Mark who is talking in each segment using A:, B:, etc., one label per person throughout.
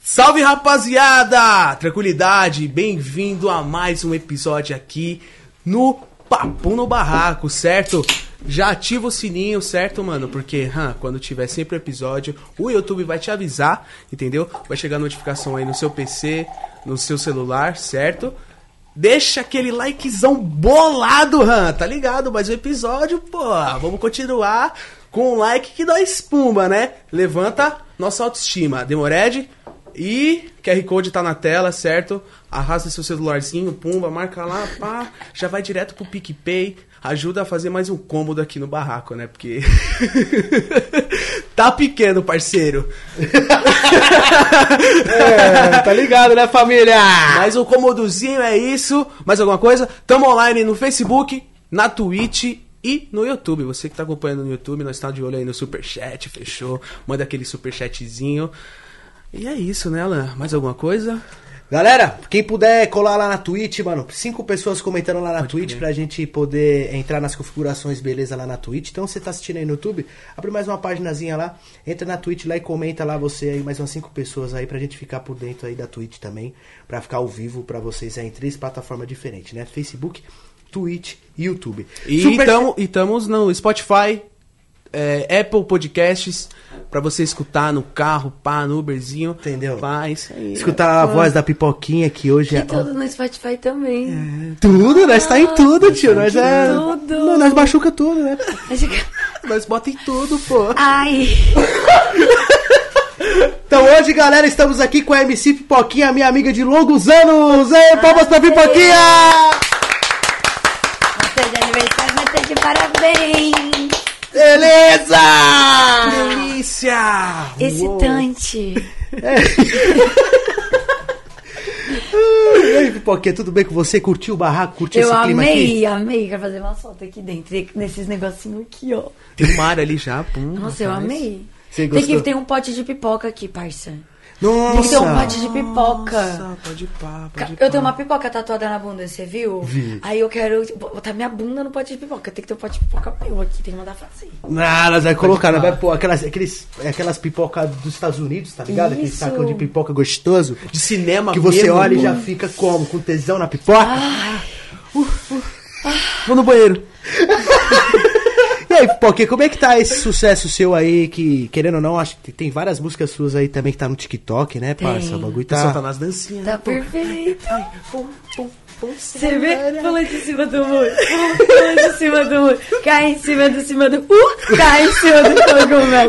A: Salve, rapaziada! Tranquilidade, bem-vindo a mais um episódio aqui no Papo no Barraco, certo? Já ativa o sininho, certo, mano? Porque quando tiver sempre o episódio, o YouTube vai te avisar, entendeu? Vai chegar a notificação aí no seu PC, no seu celular, certo? Deixa aquele likezão bolado, tá ligado? Mas o episódio, pô, vamos continuar com um like que dá espuma, né? Levanta nossa autoestima. Demored? E QR Code tá na tela, certo? Arrasta seu celularzinho, pumba, marca lá, pá, já vai direto pro PicPay. Ajuda a fazer mais um cômodo aqui no barraco, né? Porque tá pequeno, parceiro.
B: Tá ligado, né, família?
A: Mais um cômodozinho, é isso. Mais alguma coisa? Tamo online no Facebook, na Twitch e no YouTube. Você que tá acompanhando no YouTube, nós tá de olho aí no Superchat, fechou? Manda aquele Superchatzinho. E é isso, né, Alan? Mais alguma coisa?
B: Galera, quem puder colar lá na Twitch, mano, 5 pessoas comentando lá na Twitch pra gente poder entrar nas configurações, beleza, lá na Twitch. Então você tá assistindo aí no YouTube, abre mais uma paginazinha lá, entra na Twitch lá e comenta lá você aí, mais umas 5 pessoas aí pra gente ficar por dentro aí da Twitch também, pra ficar ao vivo pra vocês aí em 3 plataformas diferentes, né? Facebook, Twitch e YouTube.
A: E estamos no Spotify, Apple Podcasts, pra você escutar no carro, pá, no Uberzinho.
B: Entendeu?
A: Pá, isso aí.
B: Escutar a voz da Pipoquinha que hoje
C: E tudo no Spotify também.
B: Tudo, nós tá em tudo, tio. Nós
C: tudo.
B: Não, nós machuca tudo, né?
A: Nós bota em tudo, pô.
C: Ai.
B: Então hoje, galera, estamos aqui com a MC Pipoquinha, minha amiga de longos anos. Ei, palmas pra Pipoquinha!
C: Você de aniversário, mas tá de parabéns.
B: Beleza!
A: Delícia!
C: Excitante.
B: E aí, Pipoquinha, tudo bem com você? Curtiu o barraco? Curtiu esse clima aqui?
C: Amei. Quero fazer uma foto aqui dentro, nesses negocinhos aqui, ó.
A: Tem um mar ali já, pum.
C: Nossa, eu amei.
B: Você
C: Tem
B: gostou?
C: que ter um pote de pipoca aqui, parça.
B: Nossa!
C: Tem que ter um pote de pipoca.
A: Nossa, pode pá.
C: Eu tenho uma pipoca tatuada na bunda, você viu?
B: Vi.
C: Aí eu quero botar minha bunda no pote de pipoca. Tem que ter um pote de pipoca meu aqui, tem que mandar fazer.
B: Não, nós vai colocar, nós vai pôr aquelas pipocas dos Estados Unidos, tá ligado? Aquele
C: Isso.
B: sacão de pipoca gostoso.
A: De cinema
B: Que você
A: mesmo,
B: olha e
A: pô.
B: já fica como? Com tesão na pipoca?
A: Vou no banheiro.
B: E aí, Pipoquinha, como é que tá esse sucesso seu aí, que, querendo ou não, acho que tem várias músicas suas aí também que tá no TikTok, né, parça?
C: Tem.
B: O bagulho
A: O pessoal tá
B: tá...
A: nas dancinhas.
C: Tá
A: pô.
C: perfeito.
A: Ai, pum, pum, pum.
C: Você vê? Pula de cima do muro. Pula de cima do muro. Cai em cima do cai em cima do cogumelo.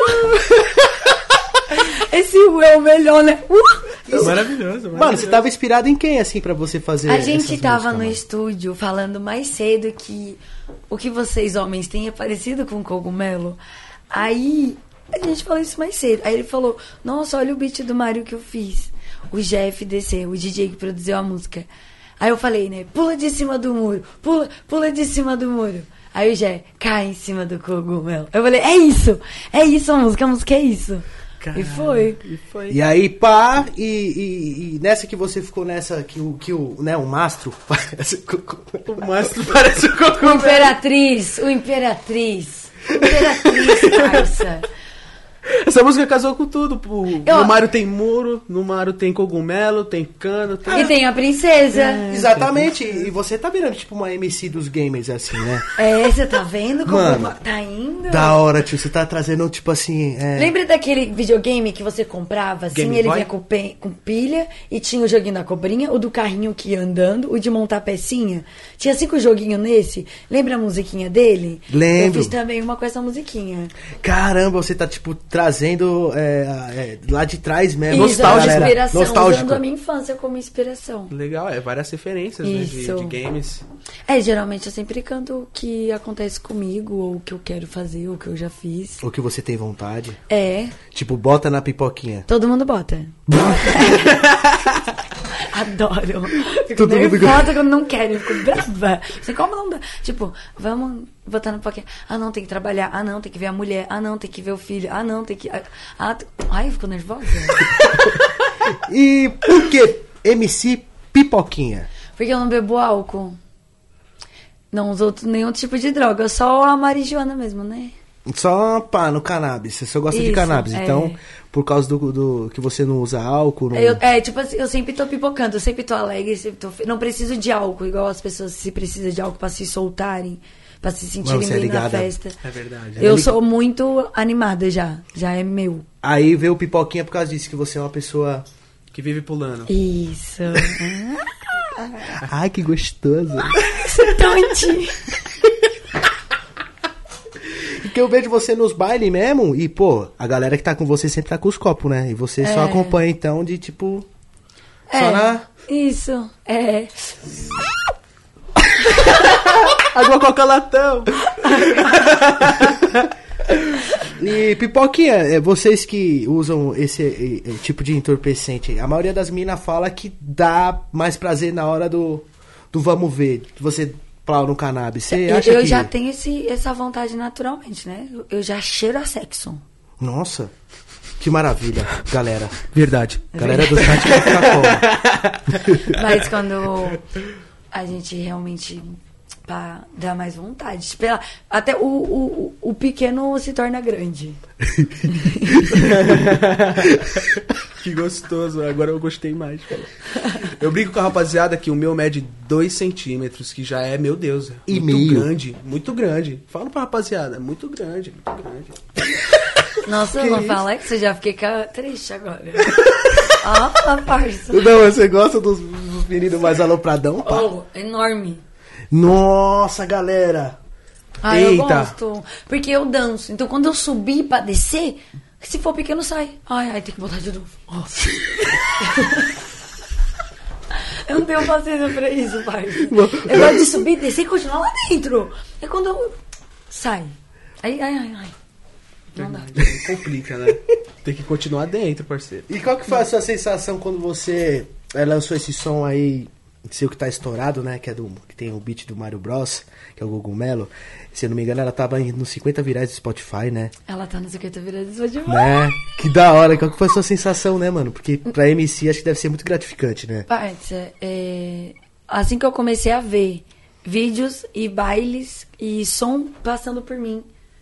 C: Esse é o melhor, né?
A: Maravilhoso.
B: Mano, você tava inspirado em quem, assim, pra você fazer
C: A gente
B: essas
C: tava
B: músicas,
C: no
B: mano?
C: estúdio falando mais cedo que o que vocês homens têm é parecido com cogumelo. Aí a gente falou isso mais cedo. Aí ele falou: nossa, olha o beat do Mário que eu fiz. O Jeff desceu, o DJ que produziu a música. Aí eu falei, né? Pula de cima do muro, pula de cima do muro. Aí o Jeff cai em cima do cogumelo. Eu falei, é isso a música é isso.
A: Caralho,
C: E foi.
B: E aí, pá, e nessa que você ficou nessa, que o né, o mastro parece
A: O mastro parece o
C: O
A: cogumelo.
C: Imperatriz, parça.
A: Essa música casou com tudo. Pô.
C: Eu-
A: No Mario tem muro, no Mario tem cogumelo, tem cano, tem...
C: E tem a princesa.
B: Exatamente, e você tá virando tipo uma MC dos gamers, assim, né?
C: Você tá vendo como
B: Mano,
C: tá indo?
B: Da hora, tio, você tá trazendo, tipo assim...
C: Lembra daquele videogame que você comprava, assim,
A: Game
C: ele
A: Boy?
C: vinha com pilha e tinha o joguinho da cobrinha, o do carrinho que ia andando, o de montar pecinha? Tinha 5 joguinhos nesse? Lembra a musiquinha dele?
B: Lembro.
C: Eu fiz também uma com essa musiquinha.
B: Caramba, você tá, tipo, trazendo lá de trás mesmo.
C: Isso, a
B: galera.
C: inspiração,
B: Nostálgico.
C: usando a minha infância como inspiração.
A: Legal, várias referências, né,
C: Isso.
A: de games.
C: Geralmente eu sempre canto o que acontece comigo, ou o que eu quero fazer, ou o que eu já fiz.
B: O que você tem vontade.
C: É,
B: Tipo, bota na pipoquinha.
C: todo mundo bota. Adoro. Fico
B: Todo mundo
C: nervosa quando não quero, eu fico brava. Você como não dá? Tipo, vamos botar no paquete. Ah, não, tem que trabalhar. Ah, não, tem que ver a mulher. Ah, não, tem que ver o filho. Ah, não, tem que... Ai, eu fico nervosa.
B: E por que MC Pipoquinha?
C: Porque eu não bebo álcool. Não uso nenhum tipo de droga. Só a marijuana mesmo, né?
B: Só pá, no cannabis. Você só gosta de
C: Isso,
B: cannabis.
C: é.
B: Então, por causa do que você não usa álcool? Não...
C: Tipo assim, eu sempre tô pipocando, eu sempre tô alegre, não preciso de álcool, igual as pessoas se precisam de álcool pra se soltarem, pra se sentirem bem na festa.
A: É verdade.
C: Eu sou muito animada já é meu.
B: Aí veio o Pipoquinha por causa disso, que você é uma pessoa...
A: Que vive pulando.
C: Isso.
B: Ai, que gostoso.
C: Tonte.
B: Porque eu vejo você nos bailes mesmo e, pô, a galera que tá com você sempre tá com os copos, né? E você só acompanha, então, de tipo... Só na...
C: Isso,
B: Água coca-latão. E, Pipoquinha, vocês que usam esse tipo de entorpecente, a maioria das minas fala que dá mais prazer na hora do vamos ver, você plau no cannabis. Você acha
C: eu
B: que...
C: já tenho essa vontade naturalmente, né? Eu já cheiro a sexo.
B: Nossa, que maravilha, galera.
A: Verdade.
B: Galera do chat vai ficar como?
C: Mas quando a gente realmente... Pra dar mais vontade. Tipo, até o pequeno se torna grande.
A: Que gostoso. Agora eu gostei mais, cara. Eu brinco com a rapaziada que o meu mede 2 centímetros, que já é, meu Deus,
B: e
A: muito
B: meio.
A: grande. Muito grande. Fala pra rapaziada, muito grande, muito grande.
C: Nossa,
B: Que
C: eu vou
B: isso?
C: falar que você já fiquei triste agora. Ó, parça.
B: Não, você gosta dos meninos mais alopradão, pá?
C: Oh, enorme.
B: Nossa, galera.
C: Ah, eu
A: Eita.
C: gosto. Porque eu danço. Então, quando eu subir pra descer, se for pequeno, sai. Ai, tem que botar de novo. Oh. Eu não tenho paciência pra isso, pai. Eu gosto de subir, descer e continuar lá dentro. É quando eu... Sai. Ai. Não dá.
A: Complica, né? Tem que continuar dentro, parceiro.
B: E qual que foi a sua sensação quando você lançou esse som aí, seu que tá estourado, né? Que tem o beat do Mario Bros, que é o Cogumelo. Se eu não me engano, ela tava nos 50 virais do Spotify, né?
C: Ela tá no 50 virais do Spotify.
B: Né? Que da hora. Qual que foi a sua sensação, né, mano? Porque pra MC acho que deve ser muito gratificante, né?
C: Parça, assim que eu comecei a ver vídeos e bailes e som passando por mim,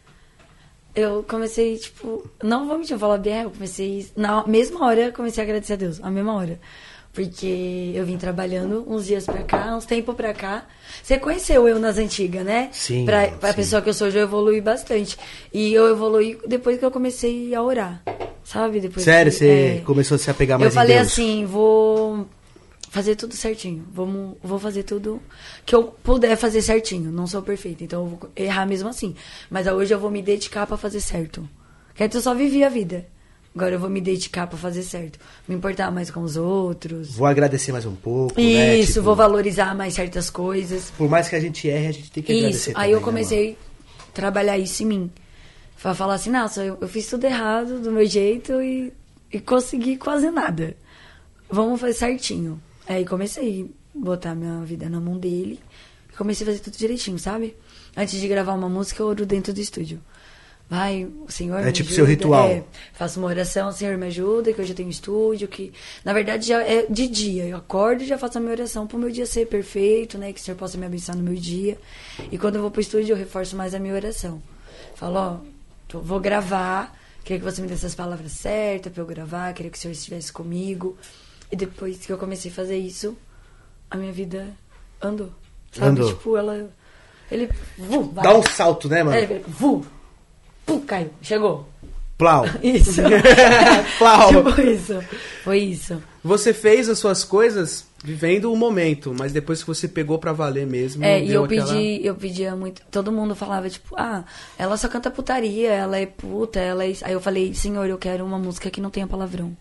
C: eu comecei, tipo... Não vou mentir, eu falar bem, eu comecei... Na mesma hora, eu comecei a agradecer a Deus. Na mesma hora. Porque eu vim trabalhando uns dias pra cá, uns tempos pra cá. Você conheceu eu nas antigas, né?
B: Sim.
C: Pra
B: sim.
C: pessoa que eu sou, eu evolui bastante. E eu evoluí depois que eu comecei a orar, sabe? Depois
B: Sério?
C: que,
B: Você começou a se apegar mais
C: eu falei
B: em Deus?
C: assim, vou fazer tudo certinho. Vou fazer tudo que eu puder fazer certinho. Não sou perfeita, então eu vou errar mesmo assim. Mas hoje eu vou me dedicar pra fazer certo. Porque antes eu só vivia a vida. Agora eu vou me dedicar pra fazer certo. Me importar mais com os outros.
B: Vou agradecer mais um pouco, né?
C: Isso,
B: Tipo,
C: vou valorizar mais certas coisas.
B: por mais que a gente erre, a gente tem que agradecer
C: Isso, aí
B: também,
C: eu
B: né,
C: comecei a trabalhar isso em mim. Pra falar assim, nossa, eu fiz tudo errado do meu jeito e consegui quase nada. Vamos fazer certinho. Aí comecei a botar minha vida na mão dele. Comecei a fazer tudo direitinho, sabe? Antes de gravar uma música, eu oro dentro do estúdio. Vai, o Senhor me
B: tipo
C: ajuda.
B: seu ritual.
C: Faço uma oração, Senhor me ajuda, que hoje eu tenho estúdio, que na verdade já é de dia. Eu acordo e já faço a minha oração pro meu dia ser perfeito, né? Que o Senhor possa me abençoar no meu dia. E quando eu vou pro estúdio, eu reforço mais a minha oração. Falo, ó, vou gravar, queria que você me desse as palavras certas pra eu gravar, queria que o Senhor estivesse comigo. E depois que eu comecei a fazer isso, a minha vida andou. Sabe?
B: Andou.
C: Tipo, ele vai.
B: Dá um salto, né, mano?
C: Ele pum, caiu, chegou.
B: Plau.
C: Isso.
B: Plau.
C: Tipo isso. Foi isso.
A: Você fez as suas coisas vivendo o momento, mas depois que você pegou pra valer mesmo...
C: E
A: deu
C: eu pedia muito. Todo mundo falava, tipo, ela só canta putaria, ela é puta, ela é. Aí eu falei, Senhor, eu quero uma música que não tenha palavrão.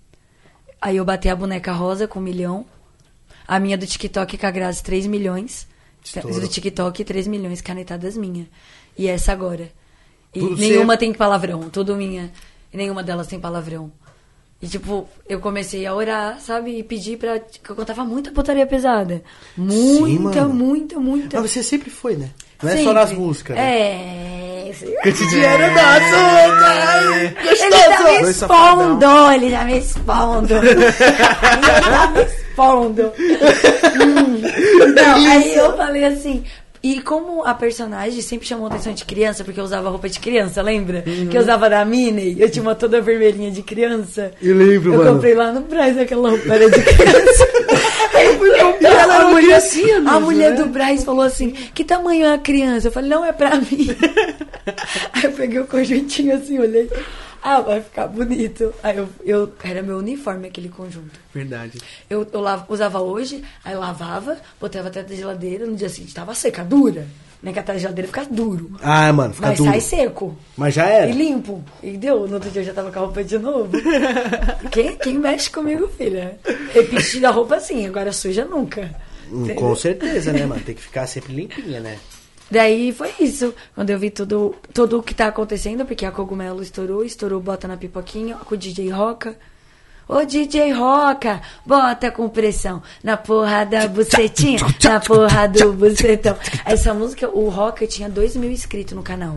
C: Aí eu bati a boneca rosa com 1 milhão. A minha do TikTok com a Grazi, 3 milhões.
B: Estouro.
C: Do TikTok, 3 milhões, canetadas minha. E essa agora. E
B: Tudo
C: nenhuma
B: seu?
C: tem palavrão, tudo minha. E nenhuma delas tem palavrão. E tipo, eu comecei a orar, sabe? E pedir pra. Que eu contava muita putaria pesada. Muita,
B: mano.
C: muita.
B: Mas você sempre foi, né? Não é
C: Sempre.
B: só nas músicas, né?
C: Esse
B: dinheiro é nosso, cara!
C: Ele tá me
A: Dois
C: expondo, ele tá me expondo. Ele tá me expondo. Não, aí eu falei assim, E como a personagem sempre chamou a atenção de criança, porque eu usava roupa de criança, lembra? Que eu usava da Minnie, eu tinha uma toda vermelhinha de criança.
B: Eu lembro, mano.
C: Eu comprei lá no Braz aquela roupa, era de criança. Aí eu fui comprar,
A: Ela era uma criancinha mesmo,
C: a mulher
A: né?
C: do Braz falou assim, que tamanho é a criança? Eu falei, não, é pra mim. Aí eu peguei o conjuntinho assim, olhei. Ah, vai ficar bonito. Aí eu era meu uniforme aquele conjunto.
A: Verdade.
C: Eu usava hoje, aí lavava, botava até da geladeira, no dia seguinte tava seca, dura. Né, que até da geladeira fica duro.
B: Ah, mano, fica
C: Mas
B: duro.
C: sai seco.
B: Mas já era.
C: E limpo. E deu. No outro dia eu já tava com a roupa de novo. Quem mexe comigo, filha? Repetir a roupa assim, agora suja nunca.
B: Com certeza, né, mano? Tem que ficar sempre limpinha, né?
C: Daí foi isso. Quando eu vi tudo o que tá acontecendo, porque a Cogumelo estourou, bota na pipoquinha, com o DJ Roca. Ô DJ Roca, bota com pressão na porra da bucetinha, na porra do bucetão. Essa música, o Roca tinha 2.000 inscritos no canal.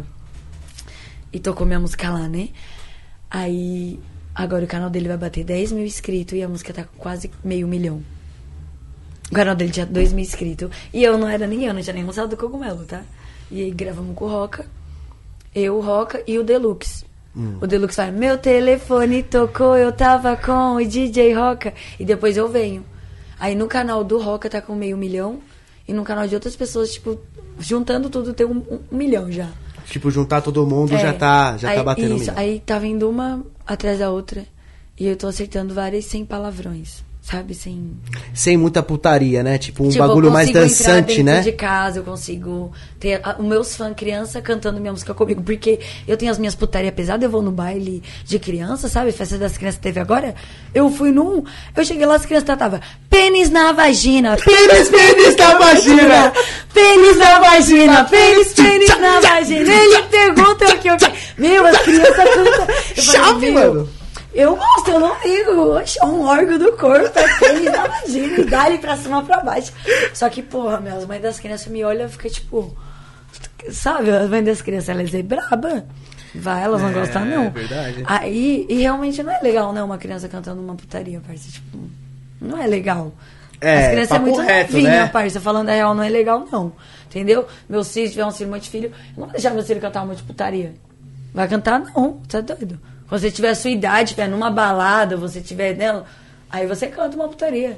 C: E tocou minha música lá, né? Aí, agora o canal dele vai bater 10.000 inscritos e a música tá com quase 500 mil. O canal dele tinha 2.000 inscritos. E eu não era ninguém, eu não tinha nem lançado do Cogumelo, tá? E aí gravamos com o Roca, eu, o Roca e o Deluxe. O Deluxe fala, meu telefone tocou, eu tava com o DJ Roca. E depois eu venho. Aí no canal do Roca tá com 500 mil. E no canal de outras pessoas, tipo, juntando tudo tem 1 milhão já.
B: Tipo, juntar todo mundo já tá batendo
C: isso,
B: milhão.
C: aí tá vindo uma atrás da outra. E eu tô acertando várias sem palavrões. Sabe,
B: sem muita putaria, né? Tipo,
C: tipo,
B: bagulho mais dançante,
C: entrar
B: né?
C: dentro de casa, eu consigo ter os meus fãs criança cantando minha música comigo, porque eu tenho as minhas putarias pesadas, eu vou no baile de criança, sabe? Festa das crianças teve agora. Eu cheguei lá, as crianças tratavam pênis na vagina, pênis na vagina, pênis na vagina, pênis na vagina. Ele pergunta o que eu quero. Meu, as crianças cantam.
B: Chave, mano.
C: Eu gosto, eu não ligo. Oxe, é um órgão do corpo, é pênis na vagina e dá-lhe pra cima pra baixo. Só que, porra, as mães das crianças me olham e ficam tipo. Sabe, as mães das crianças, elas é braba. Vai, elas não gostam, não.
A: É verdade.
C: Aí, e realmente não é legal, né? Uma criança cantando uma putaria, parça. Tipo, não é legal. As crianças é muito
B: reto,
C: novinha,
B: né?
C: parça. Falando a real, não é legal, não. Entendeu? Meu filho, se tiver um filho, um monte de filho, eu não vou deixar meu filho cantar um monte de putaria. Vai cantar, não. Você é doido. Quando você tiver a sua idade, estiver numa balada, você tiver nela, aí você canta uma putaria.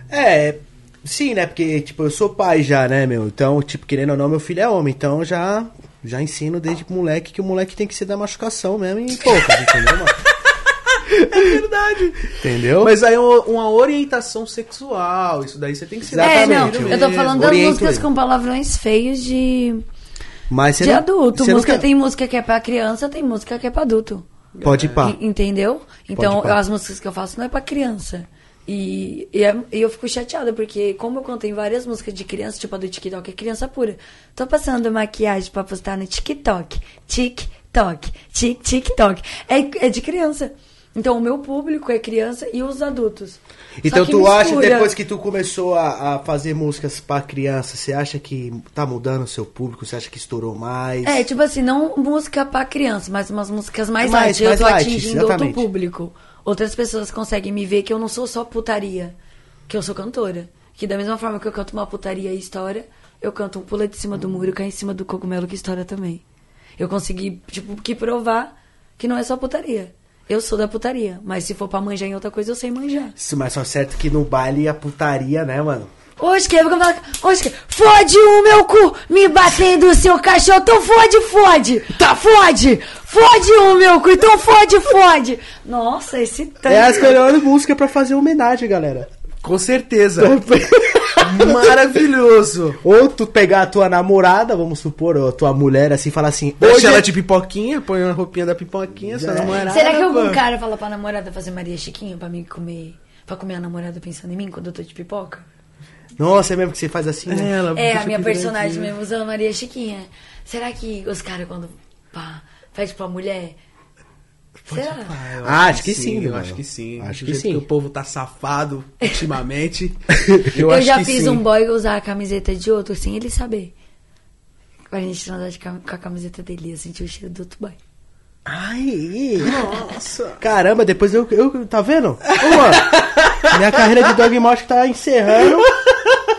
B: Sim, né? Porque, tipo, eu sou pai já, né, meu? Então, tipo, querendo ou não, meu filho é homem. Então, já ensino desde moleque que o moleque tem que ser da machucação mesmo e poucas, entendeu, mano?
A: É verdade.
B: Entendeu?
A: Mas aí é uma orientação sexual. Isso daí você tem que ser.
B: Exatamente.
C: Eu tô falando das
B: Oriento
C: músicas
B: ele.
C: com palavrões feios de
B: Mas
C: adulto.
B: você
C: Música
B: nunca...
C: tem música que é pra criança, tem música que é pra adulto.
B: Pode ir pá.
C: Entendeu? Então,
B: Pode pá.
C: as músicas que eu faço não é pra criança. E eu fico chateada, porque como eu contei várias músicas de criança, tipo a do TikTok, é criança pura. Tô passando maquiagem pra postar no TikTok. TikTok. É de criança. Então, o meu público é criança e os adultos.
B: Então,
C: Só que
B: tu acha,
C: mistura.
B: depois que tu começou a fazer músicas pra criança, você acha que tá mudando o seu público? Você acha que estourou mais?
C: É, tipo assim, não música pra criança, mas umas músicas mais
B: Mais
C: light. Eu tô
B: light,
C: atingindo
B: exatamente.
C: outro público. Outras pessoas conseguem me ver que eu não sou só putaria, que eu sou cantora. Que da mesma forma que eu canto uma putaria e história, eu canto um pula de cima do muro e cai em cima do cogumelo que história também. Eu consegui, tipo, que provar que não é só putaria. Eu sou da putaria, mas se for pra manjar em outra coisa, eu sei manjar.
B: Mas só certo que no baile a putaria, né, mano?
C: Hoje que fode o meu cu, me batendo o seu cachorro, então fode. Tá, fode o meu cu, então fode. Nossa, esse tanto.
B: É as melhores músicas pra fazer homenagem, galera.
A: Com certeza. Maravilhoso.
B: Ou tu pegar a tua namorada, vamos supor, ou a tua mulher, assim, falar assim...
A: Deixa ela de pipoquinha, põe uma roupinha da pipoquinha, sua namorada.
C: Será que algum
A: pô.
C: cara fala pra namorada fazer Maria Chiquinha pra mim comer... Pra comer a namorada pensando em mim quando eu tô de pipoca?
B: Nossa, é mesmo que você faz assim, né?
A: Ela
C: É,
A: puxa
C: a minha
A: aqui
C: personagem
A: direitinho.
C: mesmo usando Maria Chiquinha. Será que os caras quando pede pra mulher... Será?
A: Eu
B: Acho que sim,
A: eu
B: mano.
A: acho que sim.
B: Acho
A: Do
B: que
A: jeito
B: sim.
A: que o povo tá safado ultimamente.
C: Eu
A: acho
C: já
A: que
C: fiz
A: sim.
C: um boy usar a camiseta de outro sem ele saber. Pra gente transar com a camiseta dele, eu senti o cheiro do outro boy.
B: Ai,
A: Nossa.
B: caramba, depois eu tá vendo? Ô, mano, minha carreira de Dogmático tá encerrando.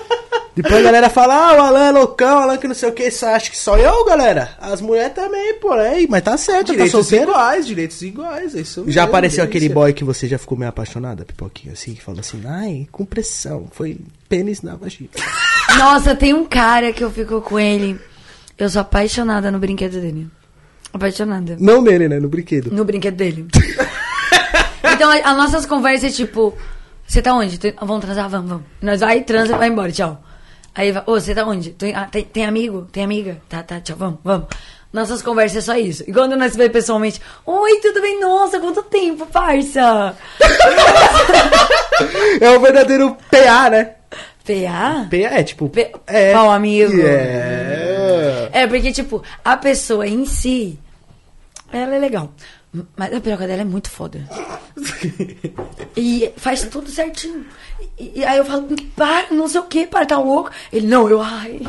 B: Depois a galera fala, o Alan é loucão, Alan que não sei o que, você acha que só eu, galera? As mulheres também, pô, mas tá certo, tá solteiro.
A: Direitos iguais, é isso mesmo.
B: Já apareceu aquele boy que você já ficou meio apaixonada, Pipoquinha, assim, que falou assim, ai, com pressão, foi pênis na vagina.
C: Nossa, tem um cara que eu fico com ele, eu sou apaixonada no brinquedo dele. Apaixonada.
B: Não nele, né, no brinquedo.
C: No brinquedo dele. Então, as nossas conversas é tipo, você tá onde? Vamos transar? Vamos. Nós vai, transa, vai embora, tchau. Aí, você tá onde? Tem amigo? Tem amiga? Tá, tchau, vamos. Nossas conversas é só isso. E quando nós vemos pessoalmente, oi, tudo bem? Nossa, quanto tempo, parça?
B: É o verdadeiro PA, né?
C: PA?
B: PA é tipo...
C: Pau amigo.
B: É,
C: porque, tipo, a pessoa em si, ela é legal. Mas a piroca dela é muito foda. E faz tudo certinho. E aí eu falo, para, não sei o que, para, tá louco? Ele, não, ai.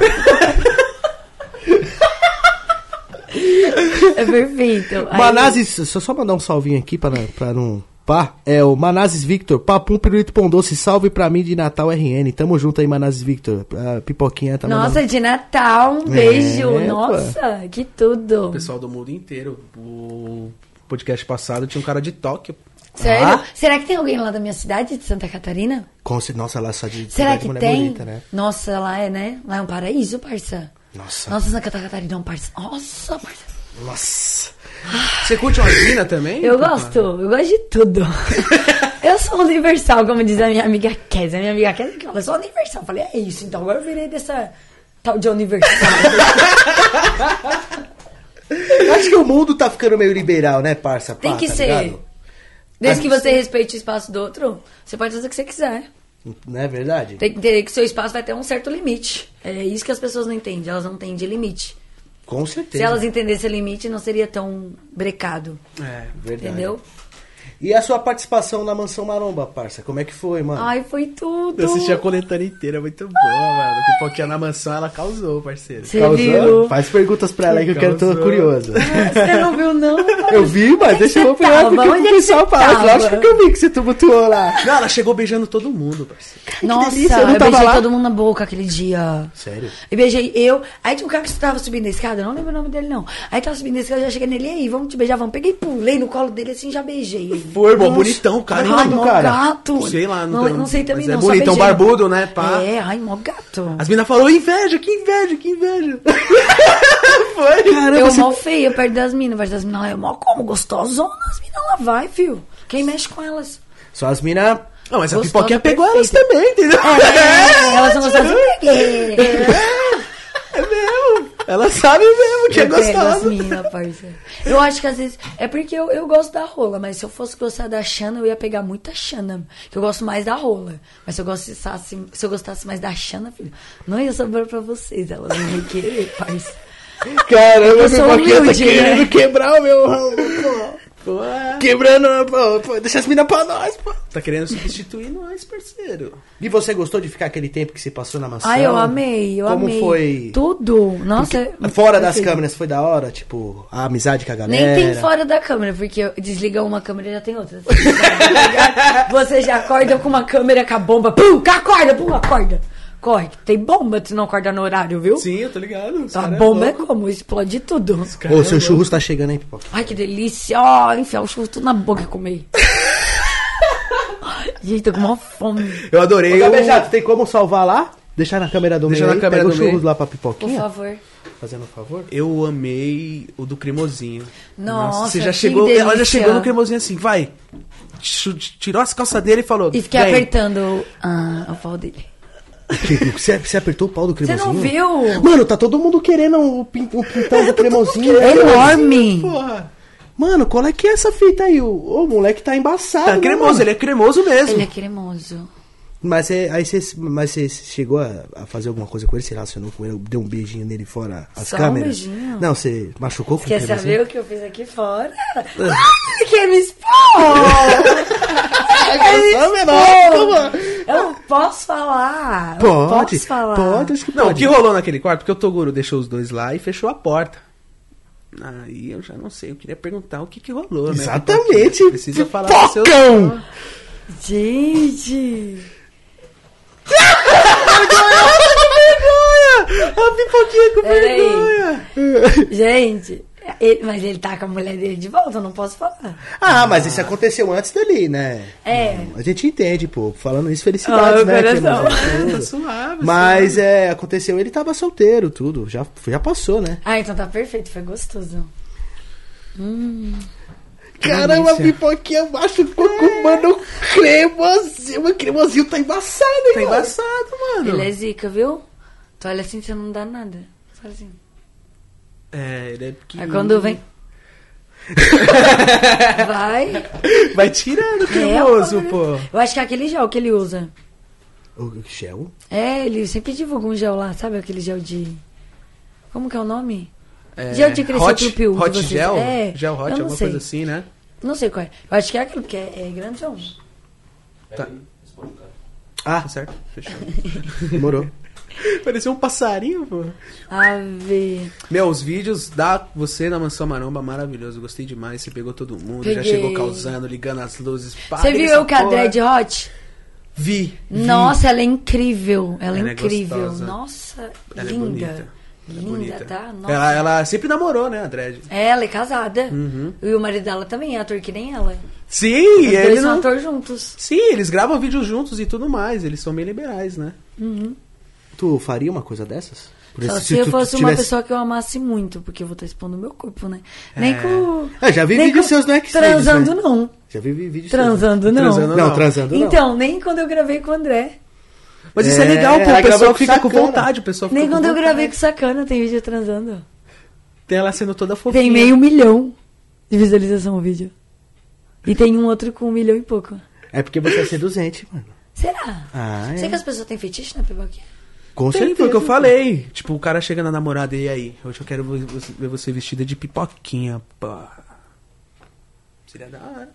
C: É perfeito.
B: Manazes, deixa eu só mandar um salvinho aqui pra não... Pá, é o Manazes Victor, Papum Pirulito Pão Doce, salve pra mim de Natal RN. Tamo junto aí, Manazes Victor. A Pipoquinha tá
C: Nossa,
B: mandando...
C: de Natal, um beijo. Nossa, pô. Que tudo.
A: O pessoal do mundo inteiro. O podcast passado tinha um cara de Tóquio.
C: Sério? Ah? Será que tem alguém lá da minha cidade, de Santa Catarina?
B: Nossa, lá só de
C: será que tem?
B: Bonita, né?
C: Nossa, lá é, né? Lá é um paraíso, parça.
B: Nossa,
C: Santa Catarina é um parça. Nossa, parça.
B: Nossa.
A: Você curte uma mina também?
C: Eu gosto de tudo. Eu sou universal, como diz a minha amiga Kézia. A minha amiga Kézia que fala, eu sou universal. Eu falei, é isso, então agora eu virei dessa tal de universal.
B: Eu acho que o mundo tá ficando meio liberal, né, parça?
C: Tem que ser. Ligado? Desde que você respeite o espaço do outro, você pode fazer o que você quiser.
B: Não é verdade?
C: Tem que entender que o seu espaço vai ter um certo limite. É isso que as pessoas não entendem, elas não entendem de limite.
B: Com certeza.
C: Se elas entendessem o limite, não seria tão brecado.
A: É,
B: verdade.
C: Entendeu?
B: E a sua participação na Mansão Maromba, parça? Como é que foi, mano?
C: Ai, foi tudo.
A: Eu assisti a coletânea inteira, muito boa, mano. Pipoquinha na mansão, ela causou, parceiro.
C: Você viu?
B: Faz perguntas pra ela aí que eu quero, tô curioso.
C: Você não viu, não?
B: Eu vi, mas deixa eu ver porque o pessoal fala. Lógico que eu vi que você tumultuou lá.
A: Não, ela chegou beijando todo mundo, parceiro.
C: Nossa,
B: delícia,
C: eu beijei todo mundo na boca aquele dia.
B: Sério?
C: E beijei eu. Aí tinha um cara que tava subindo a escada, eu não lembro o nome dele, não. Aí tava subindo a escada, eu já cheguei nele, e aí, vamos te beijar, vamos. Peguei, pulei no colo dele assim, já beijei ele.
A: Foi, bom, bonitão, cara.
C: Ai, mó gato.
A: Sei lá,
C: não sei também, não.
A: É bonitão, barbudo, né, pá.
C: É, ai, mó gato.
A: As meninas falaram, inveja, que inveja. Foi.
C: Caramba, eu mó feia perto das minas, eu mó como, gostosona. As minas lá vai, filho. Quem mexe com elas?
B: Só as minas...
A: Não, mas a Pipoquinha pegou elas também, entendeu?
C: Elas são gostosas.
A: É mesmo. Ela sabe mesmo que é gostosa.
C: Eu acho que às vezes... É porque eu gosto da rola, mas se eu fosse gostar da Xana, eu ia pegar muita Xana. Que eu gosto mais da rola. Mas se eu gostasse mais da Xana, filho, não ia sobrar pra vocês. Elas não iam querer, parça.
B: Caramba,
C: eu sou humilde,
B: tá querendo
C: né?
B: quebrar o meu ramo, pô. Quebrando, pô, deixa as minas pra nós, pô.
A: Tá querendo substituir nós, parceiro.
B: E você gostou de ficar aquele tempo que você passou na mansão?
C: Ai, eu amei,
B: Como foi?
C: Tudo. Nossa.
B: Porque fora das câmeras foi da hora? Tipo, a amizade com a galera?
C: Nem tem fora da câmera, porque desliga uma câmera e já tem outra. Você já acorda com uma câmera com a bomba. Pum, acorda. Corre, tem bomba, tu não acorda no horário, viu?
A: Sim, eu tô ligado.
C: A bomba é como? Explode tudo.
B: Ô, seu churros tá chegando aí, Pipoca.
C: Ai, que delícia. Ó, enfiar o churros tudo na boca e comer. Gente, tô com uma fome.
A: Eu adorei.
B: Ô, tem como salvar lá? Deixar na câmera do meio.
A: Deixa na câmera do meio.
B: Pega o churros lá pra Pipoquinha.
C: Por favor.
B: Fazendo um favor.
A: Eu amei o do cremosinho.
C: Nossa,
A: você já
C: que
A: chegou.
C: delícia.
A: Ela já chegou no cremosinho assim, vai. Tirou as calças dele e falou.
C: E fiquei apertando o pau dele.
B: Você apertou o pau do cremosinho?
C: Você não viu?
B: Mano, tá todo mundo querendo o pintão do cremosinho.
C: É enorme.
A: Porra.
B: Mano, qual é que é essa fita aí? O moleque tá embaçado.
A: Tá cremoso, ele é cremoso mesmo.
C: Ele é cremoso.
B: Mas você chegou a fazer alguma coisa com ele? Se relacionou com ele? Deu um beijinho nele fora as
C: Só
B: câmeras?
C: Um beijinho.
B: Não, você machucou com
C: Quer
B: o cremosinho?
C: saber o que eu fiz aqui fora? Ai, quer me expor! Eu não posso falar.
B: Pode,
C: Posso falar.
B: pode, acho que
A: Não, o
B: pode.
A: que rolou naquele quarto? Porque o Toguro deixou os dois lá e fechou a porta. Aí eu já não sei, eu queria perguntar o que rolou, né?
B: Exatamente.
A: Precisa falar com seus...
C: Gente!
A: A pipoquinha com vergonha.
C: Gente, mas ele tá com a mulher dele de volta, eu não posso falar.
B: Ah, mas isso aconteceu antes dali, né?
C: É.
B: A gente entende, pô. Falando isso, felicidades, né?
C: coração.
A: Tá suave.
B: Mas aconteceu, ele tava solteiro, tudo. Já passou, né?
C: Ah, então tá perfeito, foi gostoso.
B: Caramba, a pipoquinha machucou com o mano cremosinho. O cremosinho tá embaçado, hein,
A: Tá
B: mano?
A: embaçado, mano.
C: Ele é zica, viu? Tu olha assim, você não dá nada. Só assim.
A: É, ele é
C: Aí
A: pequenininho.
C: quando vem...
A: Vai tirando o cremoso,
C: pô.
A: pô.
C: Eu acho que é aquele gel que ele usa.
B: O gel?
C: É, ele sempre divulga um gel lá, sabe aquele gel de... Como que é o nome?
A: É,
C: Gel de crescer
A: hot,
C: pro pio. de
A: hot
C: vocês.
A: gel?
C: É,
A: Gel hot,
C: eu não
A: alguma
C: sei.
A: coisa assim, né?
C: Não sei qual é. Eu acho que é aquele, porque é grandão.
A: Tá.
B: Ah,
A: Tá certo, fechou.
B: demorou.
A: Parecia um passarinho, pô.
C: Ave.
A: Meu, os vídeos da você na Mansão Maromba, maravilhoso. Gostei demais. Você pegou todo mundo, já
C: Peguei.
A: chegou causando, ligando as luzes. Pá,
C: Você viu
A: essa
C: eu com a
A: porra.
C: Dread Hot?
A: Vi.
C: Nossa, ela é incrível. Ela é
A: Ela é
C: incrível.
A: gostosa.
C: Nossa,
A: Ela é
C: linda.
A: bonita. Ela é
C: Linda,
A: bonita.
C: tá? Nossa.
A: Ela sempre namorou, né, a Dredd?
C: Ela é casada.
A: Uhum.
C: E o marido dela também é ator que nem ela.
A: Sim,
C: Os dois
A: ele
C: são
A: não...
C: atores juntos.
A: Sim, eles gravam vídeos juntos e tudo mais. Eles são bem liberais, né?
B: Tu faria uma coisa dessas? Por
C: Só
B: esse-
C: se eu
B: tu
C: fosse uma
B: tivesse-
C: pessoa que eu amasse muito, porque eu vou estar expondo o meu corpo, né? Nem com.
B: Eu já vi
C: nem
B: vídeos
C: com-
B: seus no Xvideos,
C: Transando,
B: né?
C: não.
B: Já vi vídeos
C: Transando, não.
A: Transando,
B: Não, transando não.
C: Então, nem quando eu gravei com o André.
A: Mas isso é
B: É,
A: legal, pô.
B: ela
A: O pessoal
B: gravou com
A: fica com
B: Sacana.
A: vontade. O pessoal fica
C: Nem
A: com
C: quando eu
A: vontade.
C: gravei com o Sacana tem vídeo transando.
A: Tem ela sendo toda fofinha.
C: Tem 500 mil de visualização o vídeo. E tem um outro com 1 milhão e pouco.
B: É porque você é seduzente, mano.
C: Será?
B: Ah, é.
C: Será que as pessoas têm fetiche na pipoquinha?
B: Com
A: Tem,
B: certeza.
A: foi o que eu falei. Tipo, o cara chega na namorada e aí, hoje eu quero ver você vestida de pipoquinha, pô. Seria da hora.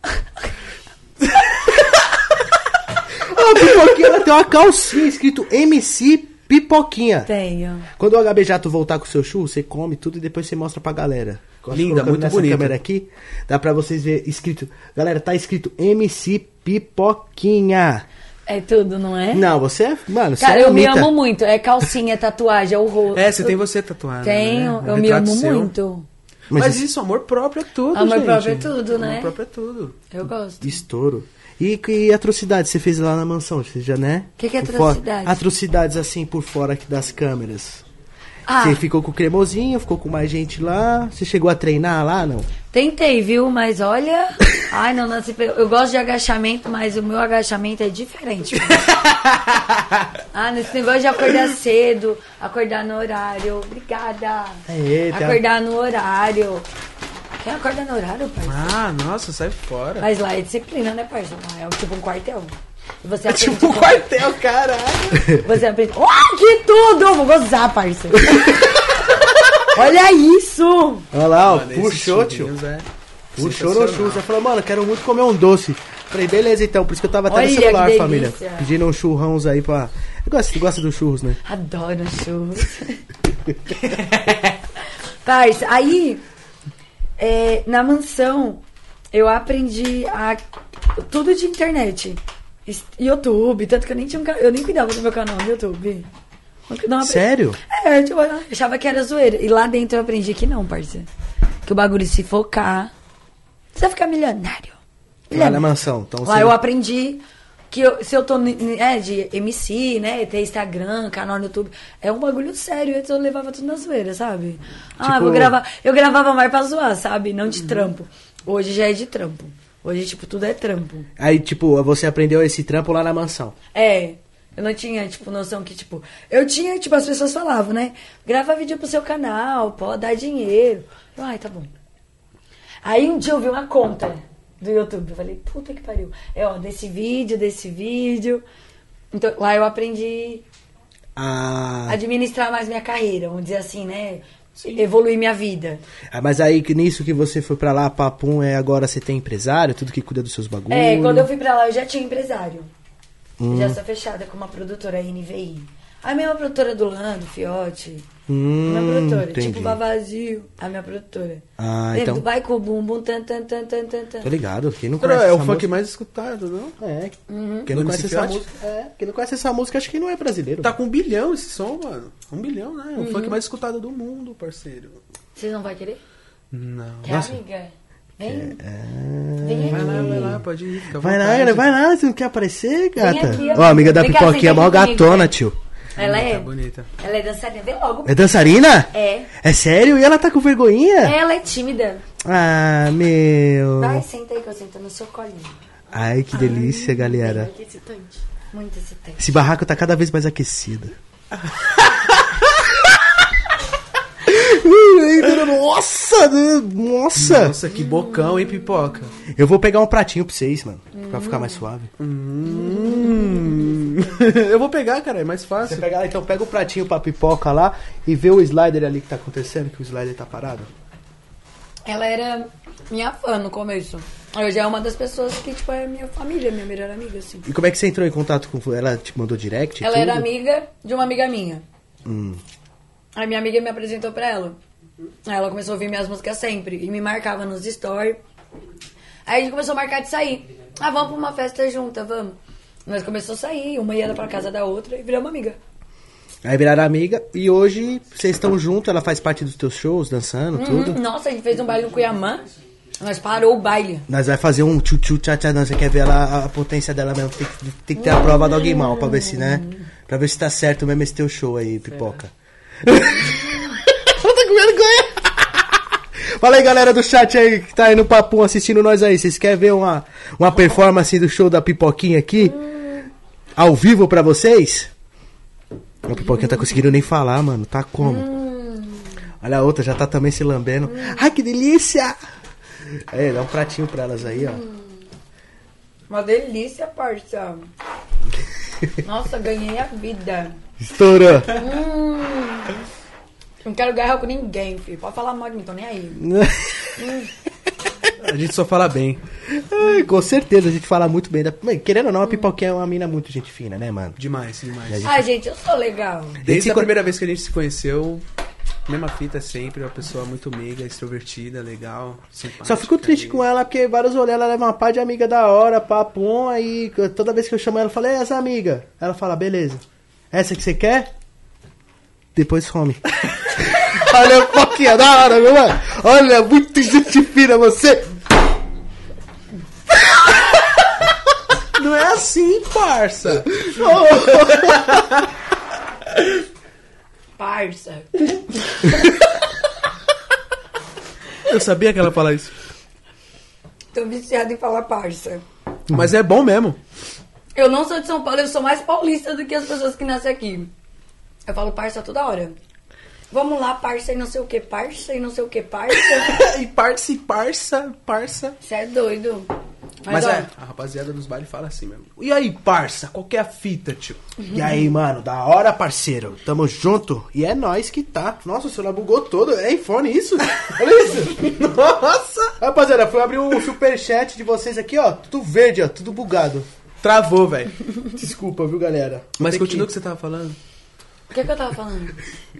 B: A pipoquinha, ela tem uma calcinha escrito MC Pipoquinha.
C: Tenho.
B: Quando o HB Jato voltar com o seu churro, você come tudo e depois você mostra pra galera. Eu acho que
A: Linda,
B: colocando
A: muito
B: nessa
A: bonita.
B: câmera aqui, dá pra vocês ver escrito. Galera, tá escrito MC Pipoquinha.
C: É tudo, não é?
B: Não, você é... Mano, você
C: Cara,
B: é
C: eu me
B: bonita.
C: amo muito. É calcinha, é tatuagem, é o rosto.
A: É, você tem você tatuado.
C: Tenho,
A: né?
C: eu
A: Um
C: me
A: retrato
C: amo
A: seu.
C: muito.
A: Mas isso, amor próprio é tudo,
C: Amor
A: gente.
C: próprio é tudo, né?
A: Amor próprio é tudo.
C: Eu gosto.
B: Estouro. E atrocidade você fez lá na mansão, você já, né?
C: Que é
B: Por fora-
C: atrocidade?
B: Atrocidades assim por fora aqui das câmeras.
C: Ah,
B: Você ficou com o cremosinho, ficou com mais gente lá. Você chegou a treinar lá, não?
C: tentei, viu? Mas olha... Ai, não, não se pre- eu gosto de agachamento, mas o meu agachamento é diferente. Ah, nesse negócio de acordar cedo, acordar no horário. Obrigada.
B: Eita.
C: Acordar no horário. Quem acorda no horário, parceiro?
A: Ah, nossa, sai fora.
C: Mas lá é disciplina, né, parceiro? Lá é tipo um quartel. E você
A: É
C: aprende
A: tipo um
C: com-
A: quartel, caralho.
C: Você aprende... Oh, que tudo! Vou gozar, parceiro. Olha isso!
B: Olha lá, ó,
A: Mano, esses
B: puxou, tio.
A: churrinhos é
B: Puxou no
A: sensacional.
B: churro. Você falou, mano, quero muito comer um doce. Falei, beleza então, por isso que eu tava até
C: Olha,
B: no
C: que
B: celular,
C: delícia.
B: família. Pedindo uns churrões aí pra... Tu gosta dos churros, né?
C: Adoro churros. Parça, aí... na mansão, eu aprendi tudo de internet. YouTube, tanto que eu nem tinha eu nem cuidava do meu canal no YouTube. Não,
B: Sério?
C: É, tipo, eu achava que era zoeira. E lá dentro eu aprendi que não, parceiro. Que o bagulho se focar, você vai ficar milionário.
B: Lá na mansão. Então,
C: Lá
B: você...
C: eu aprendi que se eu tô de MC, né, ter Instagram, canal no YouTube, é um bagulho sério. Antes eu levava tudo na zoeira, sabe? Ah,
B: Tipo-
C: vou gravar. Eu gravava mais pra zoar, sabe? Não de trampo. Hoje já é de trampo. Hoje, tipo, tudo é trampo.
B: Aí, tipo, você aprendeu esse trampo lá na mansão.
C: É. Eu não tinha, tipo, noção que, tipo... Eu tinha, tipo, as pessoas falavam, né? Grava vídeo pro seu canal, pode dar dinheiro. Eu, ai, tá bom. Aí um dia eu vi uma conta do YouTube. Eu falei, puta que pariu. Ó, desse vídeo. Então, lá eu aprendi a
B: Ah,
C: administrar mais minha carreira, vamos dizer assim, né? Evoluir minha vida.
B: mas aí que nisso que você foi pra lá, papum, agora você tem empresário, tudo que cuida dos seus bagulhos.
C: É, quando eu fui pra lá, eu já tinha empresário. Já sou fechada com uma produtora, a NVI. A mesma produtora do Lando, Fiote. Minha produtora.
B: Entendi.
C: Tipo, Vavazio, a minha produtora.
B: Ah,
C: Lembra
B: então.
C: do Vai com o bumbum, tan, tan, tan, tan, tan, tan.
B: Tô ligado. Quem não
A: Cara,
B: conhece
A: é o
B: essa
A: funk
B: música...
A: mais escutado, não?
B: É, quem não
A: Do
B: conhece
A: MC
B: essa
A: Fiote?
B: música... Quem não conhece essa música, acho que não é brasileiro.
A: Tá com 1 bilhão esse som, mano. 1 bilhão, né? É o funk mais escutado do mundo, parceiro.
C: Vocês não vão querer?
A: Não.
C: Quer, amiga? Vem. Vem
A: Vai lá,
C: aqui.
A: pode ir. Fica à
B: Vai lá,
A: vontade.
B: cara, vai lá. Você não quer aparecer, gata?
C: aqui,
B: Ó, a amiga da
C: vem cá,
B: pipoquinha é
C: senta
B: mó
C: aqui comigo,
B: gatona,
C: vem.
B: tio.
C: Ela é?
A: Bonita.
C: Ela é dançarina. Vem logo.
B: É dançarina?
C: É.
B: É sério? E ela tá com vergonhinha?
C: Ela é tímida.
B: Ah, meu.
C: Vai, senta aí que eu sento no seu colinho.
B: Ai, que delícia, galera.
C: Que excitante. Muito excitante.
B: Esse barraco tá cada vez mais aquecido. Nossa, nossa.
A: Nossa, que bocão, hein, pipoca?
B: Eu vou pegar um pratinho pra vocês, mano. Pra ficar mais suave.
A: Eu vou pegar, cara, é mais fácil.
B: Você pega lá, então pega o pratinho pra pipoca lá e vê o slider ali que tá acontecendo, que o slider tá parado.
C: Ela era minha fã no começo. Hoje é uma das pessoas que, tipo, é minha família, minha melhor amiga, assim.
B: E como é que você entrou em contato com ela? Te mandou direct? e
C: Ela
B: tudo?
C: era amiga de uma amiga minha. Aí minha amiga me apresentou pra ela. Aí ela começou a ouvir minhas músicas sempre. E me marcava nos stories. Aí a gente começou a marcar de sair. Ah, vamos pra uma festa junta, vamos. Nós começamos a sair, uma ia pra casa da outra e viramos amiga.
B: Aí viraram amiga e hoje vocês estão juntos, ela faz parte dos teus shows, dançando, tudo.
C: Nossa, a gente fez um baile no Cuiamá. Nós parou o baile.
B: Nós vai fazer um tchu-tchu tchá-tchá, não, você quer ver ela, a potência dela mesmo, tem que ter a prova do alguém mal pra ver se, né? Pra ver se tá certo mesmo esse teu show aí, pipoca. Ela tá com vergonha. Fala aí, galera do chat aí que tá aí no papum assistindo nós aí. Vocês querem ver uma performance do show da pipoquinha aqui? Ao vivo pra vocês? A pipoquinha tá conseguindo nem falar, mano. Tá como? Olha a outra, já tá também se lambendo. Ai, que delícia! É, dá um pratinho pra elas aí, ó.
C: Uma delícia, parça. Nossa, ganhei a vida.
B: Estourou.
C: Não quero guerra com ninguém, filho. Pode falar mal de mim, tô nem aí.
A: A gente só fala bem.
B: Ai, com certeza, a gente fala muito bem da... Querendo ou não, a pipoquinha é uma mina muito gente fina, né, mano?
A: Demais, demais.
C: Ai, gente, eu sou legal.
A: Desde a primeira vez que a gente se conheceu, mesma fita sempre, uma pessoa muito meiga, extrovertida, legal, simpática.
B: Só fico triste com ela, porque vários olhos ela leva uma pá de amiga da hora, papum, aí toda vez que eu chamo ela, eu falo, essa amiga. Ela fala, beleza. Essa que você quer? Depois some. Olha a pouquinho da hora, meu mano. Olha, muito gente fina você.
A: Não é assim, parça.
C: Parça.
A: Eu sabia que ela ia falar isso.
C: Tô viciada em falar parça.
A: Mas é bom mesmo.
C: Eu não sou de São Paulo, eu sou mais paulista do que as pessoas que nascem aqui. Eu falo parça toda hora. Vamos lá, parça e não sei o que, parça e não sei o que, parça.
A: E parça.
C: Você é doido.
A: Mas
C: ó,
A: é, a rapaziada dos bailes fala assim mesmo. E aí, parça, qual que é a fita, tio?
B: E aí, mano, da hora, parceiro. Tamo junto. E é nóis que tá. Nossa, o celular bugou todo. É iPhone isso? Olha isso.
A: Nossa!
B: Rapaziada, fui abrir o superchat de vocês aqui, ó. Tudo verde, ó. Tudo bugado.
A: Travou, velho.
B: Desculpa, viu, galera?
A: Mas
B: Tem
A: continua o que você tava falando.
C: o que eu tava falando?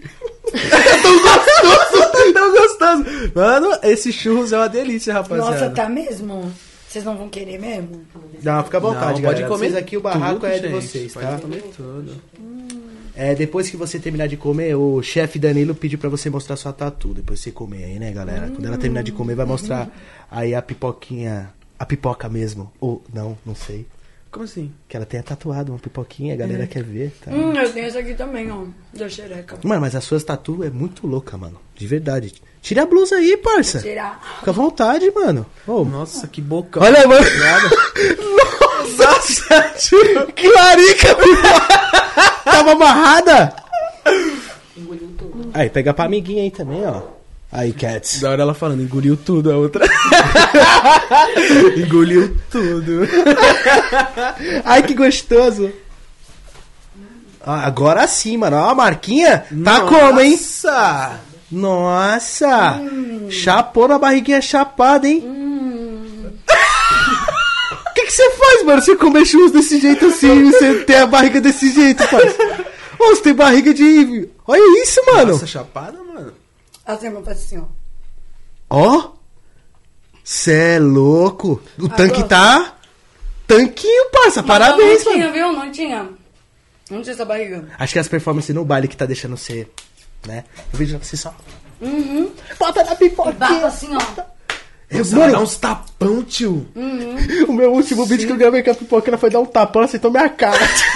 A: Tão gostoso. Mano, esse churros é uma delícia, rapaziada.
C: Nossa, tá mesmo? Vocês não vão querer mesmo?
B: Não, fica à vontade,
A: Não, pode
B: galera.
A: comer
B: Vocês aqui, o barraco
A: tudo,
B: é de
A: gente.
B: vocês, tá?
A: Pode comer tudo.
B: É, depois que você terminar de comer, o chefe Danilo pediu pra você mostrar sua tatu. Depois você comer aí, né, galera? Quando ela terminar de comer, vai mostrar aí a pipoquinha. A pipoca mesmo. Ou, não sei.
A: Como assim?
B: Que ela tenha tatuado uma pipoquinha, a galera quer ver, tá?
C: Eu tenho essa aqui também, ó. Da xereca.
B: Mano, mas as suas tatu é muito louca, mano. De verdade. Tira a blusa aí, parça.
C: Tirar.
B: Fica à vontade, mano. Ô,
A: Nossa, que bocão.
B: olha, mano. Nossa, tio. Que larica, pipoca. Tava amarrada. Aí, pega pra amiguinha aí também, ó. Aí, Cats.
A: Da hora ela falando, engoliu tudo a outra. Engoliu tudo.
B: Ai, que gostoso. Ah, agora sim, mano. Ó, a marquinha tá como, hein?
A: Nossa!
B: Nossa! Chapou na barriguinha chapada, hein? O que você faz, mano? Você comer churros desse jeito assim, você tem a barriga desse jeito, parça. Ô, você tem barriga de... Olha isso, mano.
A: Nossa, chapada, mano.
C: Assim, eu vou fazer assim, ó.
B: Ó. Cê é louco. O tanque tá... Tanquinho, parça. Parabéns,
C: não
B: mano.
C: Não tinha, viu? Não tinha. Não tinha essa barriga.
B: Acho que as performances no baile que tá deixando você, né? Eu vejo você só... Bota na pipoca.
C: Bata assim, ó.
A: Nossa, vai dar uns tapão, tio.
B: O meu último vídeo que eu gravei com a pipoca, ela foi dar um tapão, ela aceitou minha cara.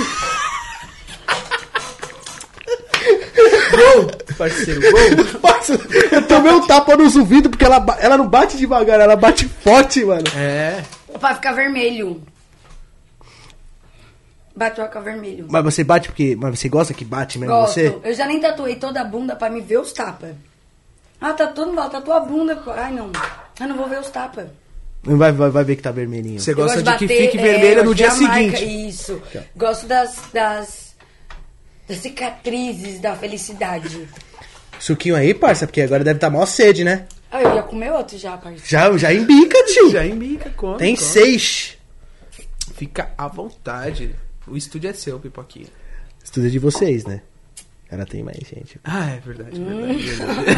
A: Gol, parceiro, gol.
B: Parça, eu tomei um tapa nos ouvidos porque ela não bate devagar, ela bate forte, mano.
A: É.
C: Pra ficar vermelho. Bate pra ficar vermelho.
B: Mas você bate porque... Mas você gosta que bate mesmo
C: Gosto.
B: você?
C: Eu já nem tatuei toda a bunda pra me ver os tapas. Ah, tatua a bunda. Ai, não. Eu não vou ver os tapas.
B: Vai ver que tá vermelhinho.
A: Você
C: Eu
A: gosta
C: gosto
A: de que
C: bater,
A: fique vermelha
C: eu
A: no
C: gosto
A: dia
C: de a marca,
A: seguinte.
C: Isso. Gosto das cicatrizes da felicidade.
B: Suquinho aí, parça, porque agora deve tá mó sede, né?
C: Ah, eu ia comer outro já, parceiro.
B: Já embica, tio.
A: Já embica, come.
B: Tem
A: come.
B: 6.
A: Fica à vontade. O estúdio é seu, Pipoquinha.
B: Estudo de vocês, né? Ela tem mais gente.
A: Ah, é verdade, verdade.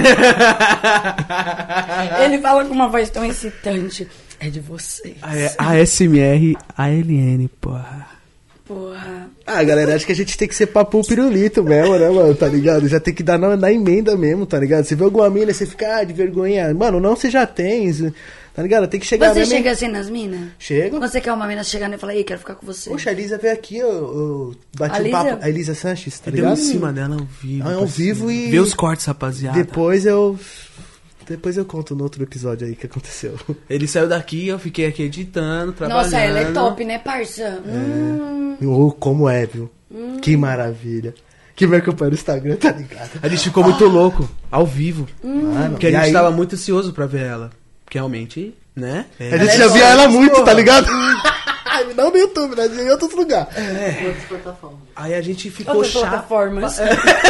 C: Ele fala com uma voz tão excitante. É de vocês.
A: ASMR ALN, porra.
C: Porra.
B: Ah, galera, acho que a gente tem que ser papo pirulito mesmo, né, mano? Tá ligado? Já tem que dar na emenda mesmo, tá ligado? Você vê alguma mina, você fica, de vergonha. Mano, não, você já tem, tá ligado? Tem que chegar
C: Você
B: mesmo.
C: chega assim nas minas?
B: Chega.
C: Você quer uma mina chegando e falar, ei, quero ficar com você.
B: Poxa, a Elisa veio aqui, eu bati
C: A
B: um
C: Elisa?
B: papo. A Elisa Sanches, tá
A: Deu
B: ligado?
A: em cima dela ao vivo.
B: Ah, ao
A: parceiro.
B: vivo e-
A: Vê os cortes, rapaziada.
B: Depois eu conto no outro episódio aí o que aconteceu.
A: Ele saiu daqui, eu fiquei aqui editando, trabalhando.
C: Nossa, ela é top, né, parça?
B: Oh, como é, viu? Que maravilha. Que vai acompanhar no Instagram, tá ligado?
A: A gente ficou muito louco, ao vivo.
B: Mano,
A: Porque a
B: e
A: gente
B: aí,
A: tava muito ansioso pra ver ela. Porque realmente, né? É.
B: a gente
C: é
B: já via
C: top,
B: ela muito,
A: porra.
B: tá ligado? Não no YouTube, né? Em outros lugares.
A: Aí a gente ficou
C: Outras
A: chato.
C: plataformas.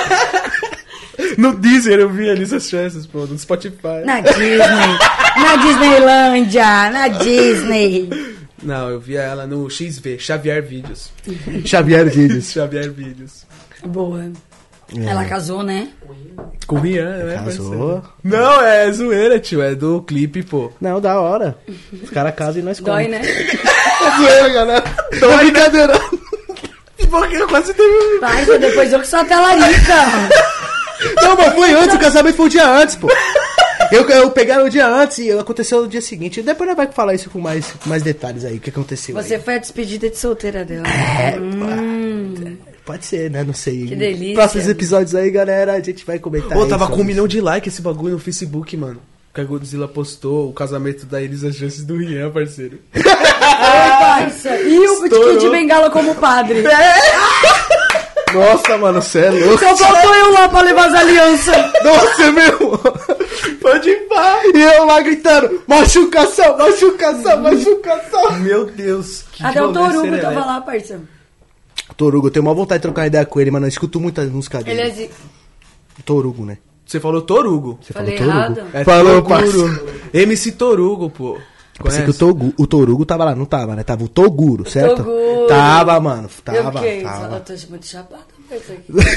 A: No Deezer eu vi ali essas chances, pô, no Spotify.
C: Na Disney. Na Disneylândia. Na Disney.
A: Não, eu via ela no XV, Xavier Vídeos.
B: Xavier Vídeos.
A: Xavier Vídeos.
C: Boa. Ela casou, né?
A: Com o Rian, né?
B: Casou.
A: parceiro? Não, é zoeira, tio. É do clipe, pô.
B: Não, da hora. Os caras casam e nós
C: Dói,
B: comemos.
C: né?
B: É zoeira, galera. Tô brincadeira.
A: Porque eu quase teve.
C: Parça, depois eu que sou a talarica.
B: Não, mas foi antes, o casamento foi um dia antes, pô. Eu peguei no dia antes e aconteceu no dia seguinte. Depois nós vai falar isso com mais detalhes aí, o que aconteceu
C: Você
B: aí.
C: foi a despedida de solteira dela.
B: Pode ser, né? Não sei.
C: Que delícia.
B: Próximos episódios aí, galera, a gente vai comentar.
A: Pô,
B: aí
A: tava
B: sobre
A: com 1 milhão
B: isso.
A: de likes esse bagulho no Facebook, mano. Que a Godzilla postou o casamento da Elisa Chances do Rian, parceiro.
C: Oi, parça. E o
A: Estourou.
C: Kid Bengala como padre.
B: Nossa, mano, você é louco.
C: Só faltou eu lá pra levar as alianças.
B: Nossa, meu.
A: Pode ir pá.
B: E eu lá gritando, machucação, machucação, machucação.
A: Meu Deus. Que
C: Até o
A: rolê
C: Torugo
A: serelepe.
C: tava lá, parça.
B: Torugo, eu tenho uma vontade de trocar uma ideia com ele, mano. Eu escuto muitas músicas
C: Ele
B: dele.
C: é de...
B: Torugo, né?
A: Você falou Torugo.
B: Você
C: Falei
B: falou
C: errado?
B: Torugo?
A: É
B: Falou,
A: Toguro.
B: parceiro.
A: MC Torugo, pô.
B: Pensei que
A: Conhece?
B: o Torugo tava lá, não tava, né? Tava o Toguro, certo?
C: Toguro.
B: Tava, mano. Tava,
C: Eu fiquei...
B: tava.
C: Eu tô muito chapada, parça.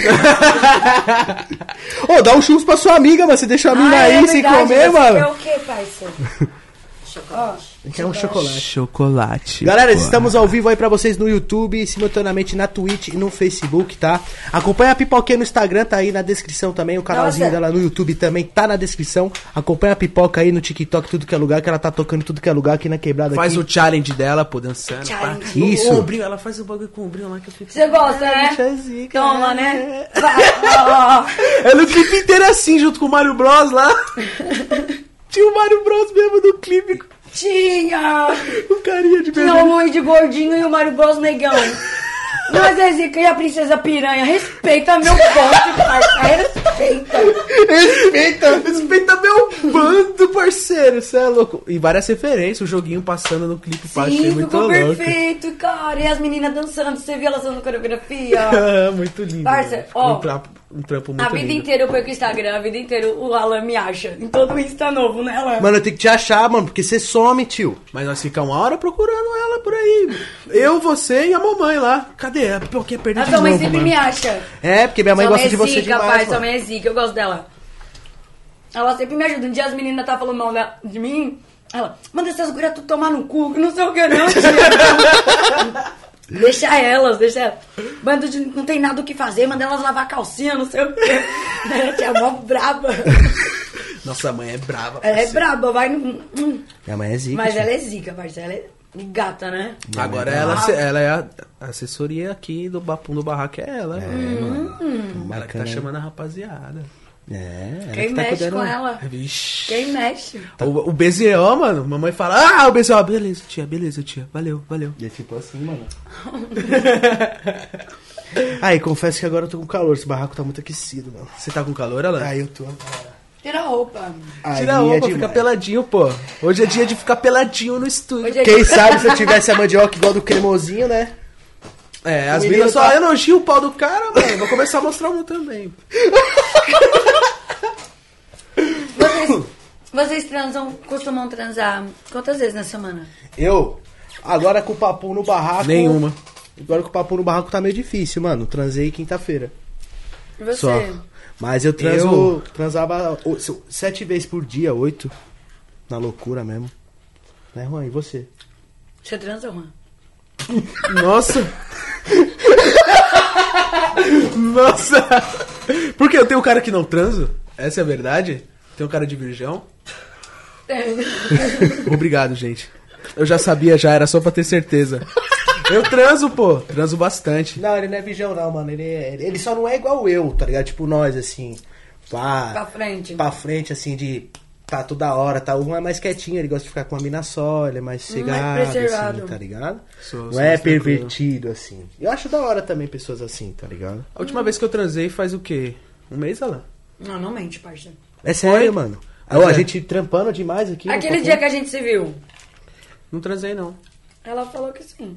B: Ô, dá um churros pra sua amiga, mano. Você deixa a mina aí sem comer,
C: Você
B: mano.
C: quer o quê, parça?
B: Quer um chocolate.
A: Chocolate.
B: Galera,
A: pô.
B: estamos ao vivo aí pra vocês no YouTube, simultaneamente na Twitch e no Facebook, tá? Acompanha a Pipoquinha no Instagram, tá aí na descrição também. O canalzinho
C: Nossa.
B: dela no YouTube também tá na descrição. Acompanha a Pipoca aí no TikTok, tudo que é lugar, que ela tá tocando em tudo que é lugar aqui na quebrada.
A: Faz
B: aqui.
A: o challenge dela, pô, dançando.
C: Challenge.
A: pá.
B: Isso.
A: O ombrinho, ela faz o bagulho com o ombrinho lá que eu fico...
C: Você gosta, né?
B: bicha zica,
C: Toma,
B: né?
C: né? Vai, ó.
A: Ela o clipe inteiro assim, junto com o Mario Bros lá. Tinha o Mario Bros mesmo no clipe.
C: Tinha!
A: O carinha de bebê.
C: Tinha o Luigi Gordinho e o Mario Bros Negão. Mas é Zica e a Princesa Piranha. Respeita meu pote, parça. Respeita.
A: Respeita meu bando, parceiro. Você é louco. E várias referências, o joguinho passando no clipe. pá, achei
C: Sim,
A: muito
C: ficou
A: louco.
C: perfeito, cara. E as meninas dançando. Você viu elas dando coreografia?
A: Muito lindo.
C: Parça,
A: mano.
C: ó.
A: um trampo muito
C: A vida
A: lindo.
C: inteira eu perco o Instagram, a vida inteira o Alan me acha. Em todo Insta novo, né, Alan?
B: Mano, eu tenho que te achar, mano, porque você some, tio.
A: Mas nós ficamos uma hora procurando ela por aí. Eu, você e a mamãe lá. Cadê? A pipoquinha perdeu
C: A
A: de
C: sua mãe
A: novo,
C: sempre
A: mano.
C: me acha.
B: É, porque minha mãe
C: Sua
B: gosta de você
C: zica,
B: demais,
C: pai,
B: mano.
C: sua mãe é zica, eu gosto dela. Ela sempre me ajuda. Um dia as meninas tá falando mal de mim. Ela, manda essas gurias tudo tomar no cu, que não sei o que não, tia. Deixa elas. Bando de não tem nada o que fazer, manda elas lavar a calcinha, não sei o que. Tia é mó braba.
A: Nossa mãe é brava.
C: Ela é
A: parceiro.
C: braba, vai no...
B: Minha mãe é zica.
C: Mas
B: tio.
C: ela é zica, parceiro. Ela é gata, né?
A: Agora ela é a assessoria aqui do Papum do Barraco, é ela. Ela que
B: Bacana.
A: tá chamando a rapaziada.
B: É, ela
C: Quem
B: que tá
C: mexe
B: cuidando.
C: com ela?
A: Vixe.
C: Quem mexe?
A: O BZO, mano, mamãe fala, o BZO, beleza, tia, valeu.
B: E é tipo assim, mano. Aí, confesso que agora eu tô com calor, esse barraco tá muito aquecido, mano.
A: Você tá com calor, Alan?
B: Aí eu tô agora.
C: Tira a roupa.
A: Tira a
B: Aí
A: roupa,
B: é
A: fica
B: demais.
A: peladinho, pô. Hoje é dia de ficar peladinho no estúdio.
C: Hoje é
B: Quem sabe se eu tivesse a mandioca igual do cremosinho, né?
A: É, as
B: O
A: meninas
B: menino
A: só
B: tá-
A: elogiam o pau do cara, mano. Vou começar a mostrar o meu também.
C: Vocês costumam transar quantas vezes na semana?
B: Eu, agora com o papo no barraco...
A: Nenhuma.
B: Agora com o papo no barraco tá meio difícil, mano. Transei quinta-feira.
C: E você?
B: Só. Mas eu transava 7 vezes por dia, 8. Na loucura mesmo. Né, Juan? E você?
C: Você transa, Juan?
A: Nossa. Nossa. Por que eu tenho um cara que não transo? Essa é a verdade? Tem um cara de virgão? Obrigado, gente. Eu já sabia, era só pra ter certeza. Eu transo, pô. Transo bastante.
B: Não, ele não é virgão não, mano. Ele só não é igual eu, tá ligado? Tipo nós, assim.
C: Pra frente.
B: Pra frente, assim, de... Tá toda hora, tá? Um é mais quietinho, ele gosta de ficar com uma mina só, ele é mais sossegado,
C: preservado.
B: assim, tá ligado?
A: Sou
B: não é
A: mais tranquilo.
B: pervertido, assim. Eu acho da hora também pessoas assim, tá ligado?
A: A última vez que eu transei faz o quê? Um mês, Alan?
C: Não mente, parça.
B: É sério,
A: Foi?
B: mano.
A: Mas
B: Ó, a
A: é.
B: gente trampando demais aqui.
C: Aquele
B: no
C: dia
B: papo.
C: que a gente se viu,
A: Não transei, não.
C: ela falou que sim.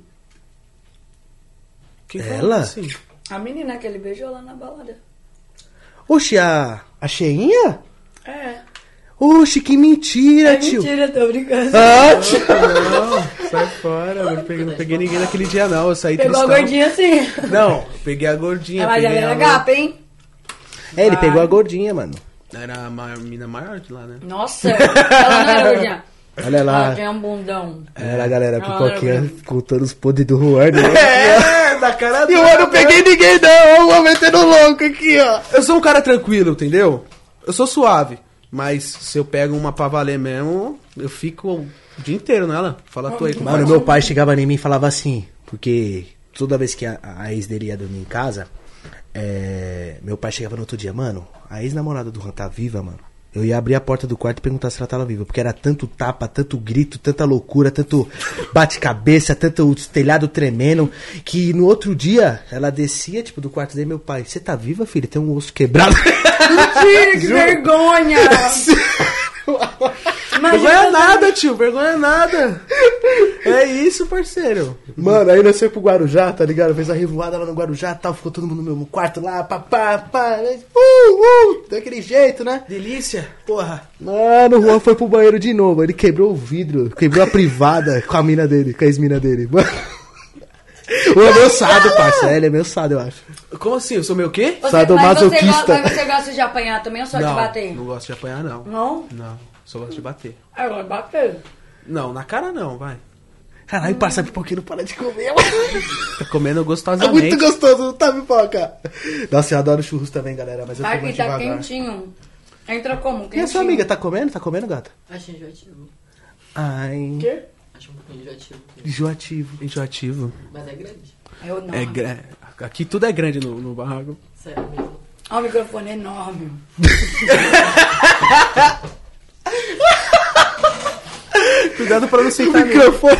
A: Quem falou
B: Ela?
A: assim?
C: A menina que ele beijou lá na balada.
B: Oxi, a cheinha?
C: É.
B: Oxi, que mentira,
C: É
B: tio.
C: mentira, tô brincando.
B: Ah, tio.
A: Não, sai fora. Eu não peguei ninguém naquele dia, não. Eu saí
C: Pegou a
A: tristão.
C: gordinha assim.
A: Não, peguei a gordinha.
C: Ela já
A: peguei
C: era
A: a...
C: gata, hein?
B: É, ele
C: Vai.
B: pegou a gordinha, mano.
A: Era a mina maior de lá, né?
C: Nossa, ela não era gordinha.
B: Olha lá.
C: Ela tinha um bundão.
B: Olha lá, galera, a
C: Ela
B: pipoquinha
C: era
B: contando os podres do Juan, né?
A: É, da cara
B: E eu não peguei ninguém, não. Ó, metendo louco aqui, ó.
A: Eu sou um cara tranquilo, entendeu? Eu sou suave. Mas se eu pego uma pra valer mesmo, eu fico o dia inteiro nela. Fala tu aí,
B: Mano,
A: compadre.
B: meu pai chegava em mim e falava assim, porque toda vez que a ex dele ia dormir em casa, meu pai chegava no outro dia, mano, a ex-namorada do Juan tá viva, mano. Eu ia abrir a porta do quarto e perguntar se ela tava viva, porque era tanto tapa, tanto grito, tanta loucura, tanto bate-cabeça, tanto telhado tremendo, que no outro dia ela descia, tipo, do quarto dele, meu pai, você tá viva, filha? Tem um osso quebrado.
C: Mentira, que vergonha!
A: Vergonha nada, tio. Vergonha nada. É isso, parceiro.
B: Mano, aí nós fomos pro Guarujá, tá ligado? Fez a revoada lá no Guarujá e tal, ficou todo mundo no mesmo quarto lá, pá, daquele jeito, né?
A: Delícia. Porra.
B: Mano, o Juan foi pro banheiro de novo, ele quebrou o vidro, quebrou a privada com a mina dele, com a ex-mina dele. Mano, o Juan é meu sado, parça, ele é meu sado, eu acho.
A: Como assim? Eu sou meu quê?
B: Sadomasoquista.
C: Mas você gosta de apanhar também ou só de bater?
A: Não gosto de apanhar, não.
C: Não?
A: Não, só gosto de bater.
C: Eu gosto de bater.
A: Não, na cara não, vai.
B: Caralho, parça, a pipoquinha não para de comer, mano.
A: Tá comendo
B: É
A: gostosamente.
B: muito gostoso, tá, pipoca? Nossa, eu adoro churros também, galera, mas eu tô
C: Aqui
B: mais
C: tá
B: devagar.
C: quentinho. Entra como?
B: E
C: Quentinho.
B: a sua amiga, tá comendo? Tá comendo, gata?
D: Acho enjoativo.
B: Ai,
C: Quê?
D: Acho um pouquinho enjoativo.
B: enjoativo.
A: Enjoativo.
D: Mas é grande.
C: Eu não.
A: Aqui tudo é grande no barraco.
D: Sério mesmo.
C: Olha o microfone enorme.
A: Cuidado pra não sentar nele.
B: Microfone.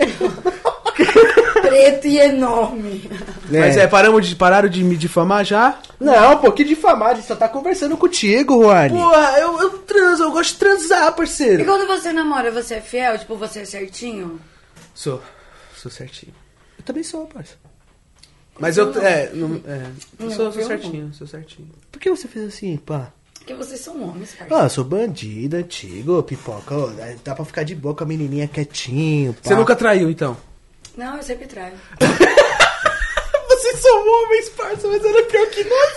C: Preto e enorme.
A: Mas pararam de me difamar já?
B: Não, pô, que difamar, a gente só tá conversando contigo, Juani.
A: Porra, eu transo, eu gosto de transar,
C: E
A: parceiro.
C: quando você namora, você é fiel? Tipo, você é certinho?
A: Sou certinho.
B: Eu também sou, parça.
A: Mas eu.
C: Não.
A: Sou
C: Não,
A: certinho, sou certinho.
B: Por que você fez assim, pá?
C: Porque vocês são homens, parceiro.
B: Ah, sou bandido, antigo, pipoca. Ó, dá pra ficar de boa com a menininha quietinho, pá.
A: Você nunca traiu, então?
C: Não, eu sempre traio.
A: Vocês são homens, parça, mas era pior que nós.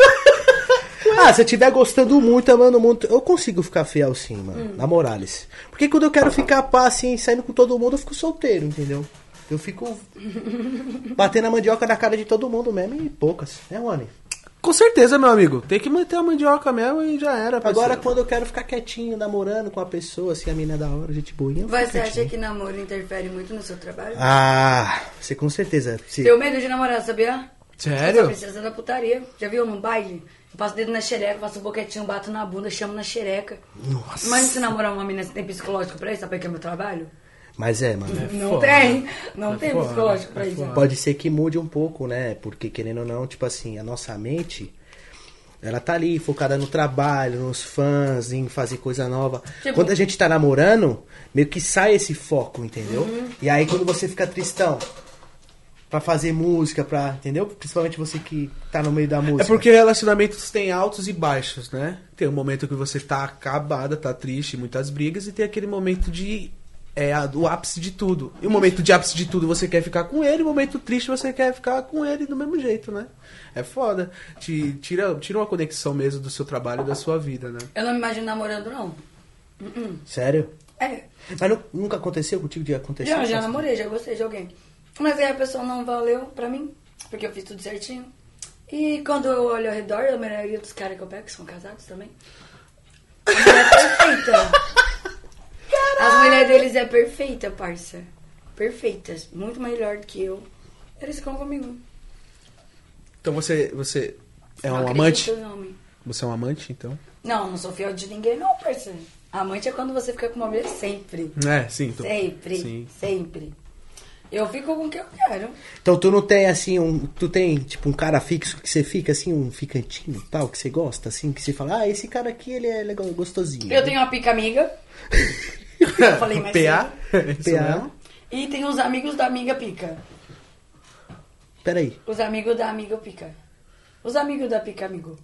B: Ah, se eu estiver gostando muito, amando muito, eu consigo ficar fiel sim, mano. Na Morales. Porque quando eu quero ficar pá, assim, saindo com todo mundo, eu fico solteiro, entendeu? Eu fico batendo a mandioca na cara de todo mundo mesmo e poucas, né, Rony?
A: Com certeza, meu amigo. Tem que manter a mandioca mesmo e já era, parceiro.
B: Agora, quando eu quero ficar quietinho, namorando com a pessoa, assim, a mina é da hora, gente boinha, eu fico
C: Você acha
B: quietinho.
C: que namoro interfere muito no seu trabalho?
B: Ah, você com certeza.
C: Tenho medo de namorar, sabia?
A: Sério?
C: Eu sou princesa da putaria. Já viu num baile? Eu passo o dedo na xereca, faço um boquetinho, bato na bunda, chamo na xereca.
B: Nossa.
C: Mas se namorar uma menina, você tem psicológico pra isso? Sabe que é meu trabalho?
B: Mas mano.
C: Não
A: foda.
C: tem. Não tem
A: foda,
C: psicológico pra isso.
B: Pode ser que mude um pouco, né? Porque, querendo ou não, tipo assim, a nossa mente, ela tá ali focada no trabalho, nos fãs, em fazer coisa nova.
C: Tipo-
B: Quando a gente tá namorando, meio que sai esse foco, entendeu? E aí, quando você fica tristão, pra fazer música, entendeu? Principalmente você que tá no meio da música.
A: É porque relacionamentos têm altos e baixos, né? Tem um momento que você tá acabada, tá triste, muitas brigas, e tem aquele momento de... o ápice de tudo. E o momento de ápice de tudo você quer ficar com ele, e o momento triste você quer ficar com ele do mesmo jeito, né? É foda. Tira uma conexão mesmo do seu trabalho e da sua vida, né?
C: Eu não me imagino namorando, não.
B: Sério?
C: É.
B: Mas nunca aconteceu contigo de acontecer?
C: Já
B: essas-
C: namorei, já gostei de alguém. Mas aí a pessoa não valeu pra mim, porque eu fiz tudo certinho. E quando eu olho ao redor, a maioria dos caras que eu pego, que são casados também, a mulher é perfeita. As mulheres deles é perfeita, parça. Perfeitas. Muito melhor do que eu. Eles ficam comigo.
A: Então você é
C: Não
A: um
C: acredito
A: amante?
C: em homem.
A: Você é um amante, então?
C: Não, não sou fiel de ninguém, não, parceiro. Amante é quando você fica com uma mulher sempre.
A: É, sim.
C: Sempre.
A: Sim.
C: Sempre. Eu fico com o que eu quero.
B: Então tu não tem assim, tu tem tipo um cara fixo que você fica assim, um ficantinho tal, que você gosta, assim, que você fala, ah, esse cara aqui ele é legal, gostosinho.
C: Eu tenho uma pica amiga. Eu falei mais
A: PA?
C: cedo.
A: Isso mesmo?
C: E tem os amigos da amiga pica.
B: Peraí.
C: Os amigos da amiga pica. Os amigos da pica amigo.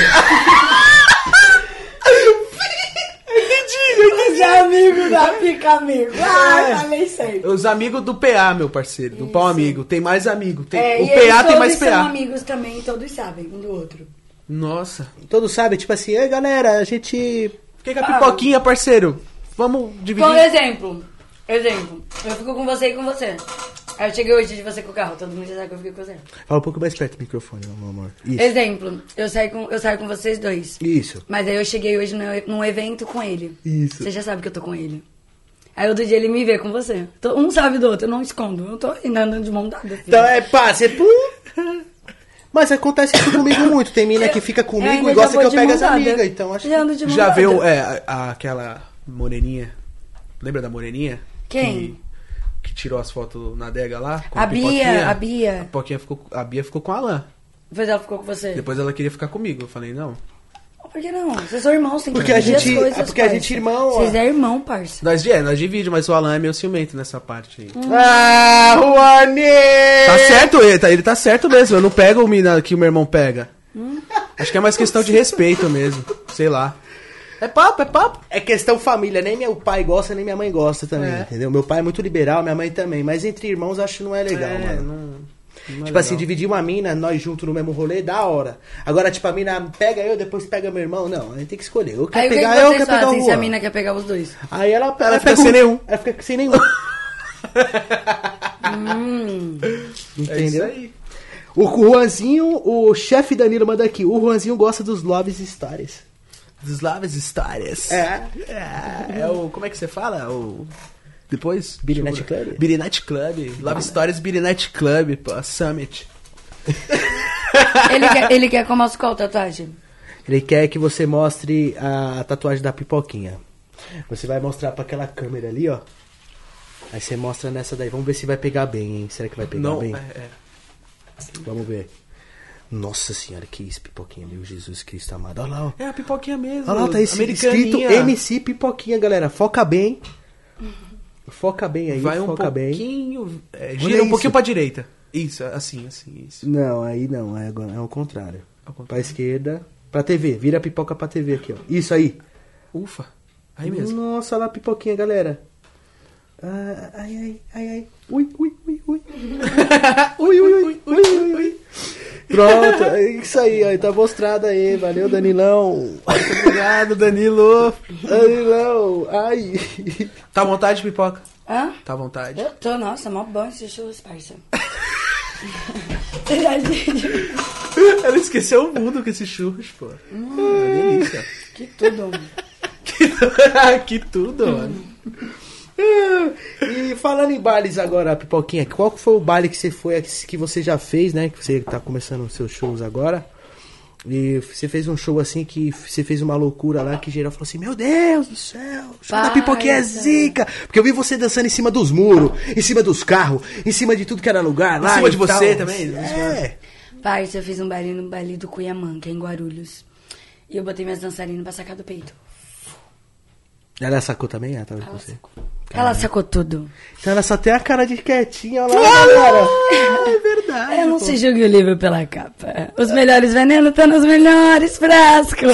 C: Os amigos da pica amigo. Ah, falei certo.
A: Os amigos do PA, meu parceiro, do pau amigo. Tem mais amigo. O
C: e
A: PA
C: eles
A: tem mais
C: todos são
A: PA.
C: amigos também, todos sabem um do outro.
A: Nossa.
B: Todos sabem, tipo assim, ei galera, a gente...
A: Fiquei com a pipoquinha, parceiro. Vamos dividir.
C: Por exemplo, eu fico com você e com você. Aí eu cheguei hoje de você com o carro, todo mundo já sabe que eu fiquei com você.
B: Fala um pouco mais perto do microfone, meu amor. Isso.
C: Exemplo, eu saio com vocês dois.
B: Isso.
C: Mas aí eu cheguei hoje num evento com ele.
B: Isso.
C: Você já sabe que eu tô com ele. Aí outro dia ele me vê com você. Um sabe do outro, eu não escondo. Eu tô ainda andando de mão dada. Filho.
B: Então é pá, você... Pum. Mas acontece isso comigo muito. Tem mina que fica comigo
C: ainda
B: e
C: já
B: gosta
C: vou
B: que eu
C: de
B: pegue
C: mão
B: as
C: dada.
B: amigas. Então acho
C: Já ando de mão
A: Já
C: dada.
A: viu aquela moreninha? Lembra da moreninha?
C: Quem?
A: Que tirou as fotos na adega lá? Com
C: A Bia,
A: pipoquinha?
C: a Bia.
A: A Bia ficou com a Alan.
C: Depois ela ficou com você.
A: Depois ela queria ficar comigo. Eu falei, não.
C: Por que não? Vocês são irmãos, tem que
B: Porque a
C: dividir
B: gente-
C: as coisas,
B: é porque a gente
C: parça.
B: é irmão, ó.
C: Vocês é irmão, parça.
A: Nós dividimos, mas o Alan é meio ciumento nessa parte aí.
B: Ah, Juani!
A: Tá certo, ele tá certo mesmo. Eu não pego o mina que o meu irmão pega. Acho que é mais questão de respeito mesmo. Sei lá. É papo, é papo.
B: É questão família, nem meu pai gosta, nem minha mãe gosta também,
A: É.
B: entendeu? Meu pai é muito liberal, minha mãe também. Mas entre irmãos acho que não é legal, mano.
A: Não é
B: Tipo assim,
A: legal.
B: dividir uma mina, nós juntos no mesmo rolê, da hora. Agora, tipo, a mina pega eu, depois pega meu irmão. Não, a gente tem que escolher. Eu
C: Aí
B: quero
C: o que,
B: pegar
C: que
B: eu,
C: vocês
B: quero pegar o
C: fazem se a
B: Juan.
C: mina quer pegar os dois?
B: Aí ela
A: fica
B: pega
A: sem nenhum.
B: Ela fica sem nenhum.
A: É isso
B: Entendeu?
A: aí.
B: O Juanzinho, o chefe Danilo manda aqui. O Juanzinho gosta dos Loves Stories.
A: Dos Loves Stories.
B: É.
A: É o... Como é que você fala? O... Depois?
B: Billy
A: Deixa eu
B: Night
A: ver.
B: Club?
A: Billy Night Club. Love Stories Billy Night Club, pô. Summit.
C: Ele quer como qual tatuagem?
B: Ele quer que você mostre a tatuagem da pipoquinha. Você vai mostrar pra aquela câmera ali, ó. Aí você mostra nessa daí. Vamos ver se vai pegar bem, hein? Será que vai pegar
A: Não,
B: bem?
A: é.
B: Vamos ver. Nossa senhora, que isso, pipoquinha, meu Jesus Cristo amado. Olha lá, ó.
A: É a pipoquinha mesmo.
B: Olha lá, tá escrito
A: americaninha.
B: MC Pipoquinha, galera. Foca bem. Foca bem aí,
A: Vai um
B: foca bem.
A: pouquinho...
B: Olha
A: gira um pouquinho
B: isso.
A: pra direita. Isso, assim, isso.
B: Não, aí não, é o contrário.
A: Ao contrário.
B: Pra esquerda, pra TV, vira a pipoca pra TV aqui, ó. Isso aí.
A: Ufa. Aí mesmo.
B: Nossa, olha lá a pipoquinha, galera. Ai. Ui. Ui. Pronto, é isso aí, ó. Tá mostrado aí. Valeu, Danilão.
A: Muito obrigado, Danilo.
B: Danilão. Ai.
A: Tá à vontade, pipoca?
C: Hã?
A: Tá à vontade.
C: Eu tô, nossa, mó bom esse churros, parça.
A: Ela esqueceu o mundo com esses churros, pô. Delícia.
C: Que tudo.
A: Que tudo, mano.
B: E falando em bailes agora, Pipoquinha, qual que foi o baile que você foi, que você já fez, né? Que você tá começando os seus shows agora. E você fez um show assim que você fez uma loucura lá que geral falou assim: Meu Deus do céu, o show da Pipoquinha é zica. Porque eu vi você dançando em cima dos muros, em cima dos carros, em cima de tudo que era lugar lá.
A: Em cima de
B: tal.
A: você também?
B: É.
C: Parça, eu fiz um baile no baile do Cunhamã, que é em Guarulhos. E eu botei minhas dançarinas pra sacar do peito.
B: Ela sacou também? Ela tava com
C: Ela
B: você.
C: sacou. Ela sacou tudo.
B: Então ela só tem a cara de quietinha lá, galera.
A: É verdade.
C: Eu não se julgue o livro pela capa. Os melhores venenos estão nos melhores frascos.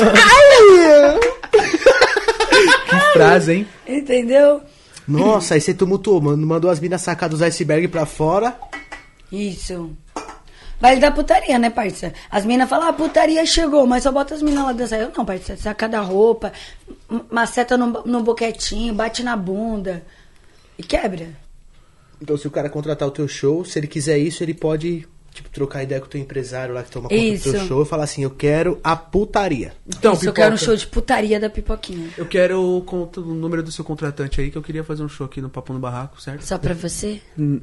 A: Que frase, hein?
C: Entendeu?
B: Nossa, aí você tumultuou, mano. Mandou as minas sacar dos iceberg pra fora.
C: Isso. Baile da putaria, né, parça? As minas falam, a putaria chegou, mas só bota as minas lá dançar. Eu não, parça, saca da roupa, maceta no boquetinho, bate na bunda e quebra.
B: Então, se o cara contratar o teu show, se ele quiser isso, ele pode, tipo, trocar ideia com o teu empresário lá que toma conta do teu show e falar assim, eu quero a putaria.
A: Então,
C: Isso, eu quero um show de putaria da Pipoquinha.
A: Eu quero o número do seu contratante aí, que eu queria fazer um show aqui no Papo no Barraco, certo?
C: Só pra você?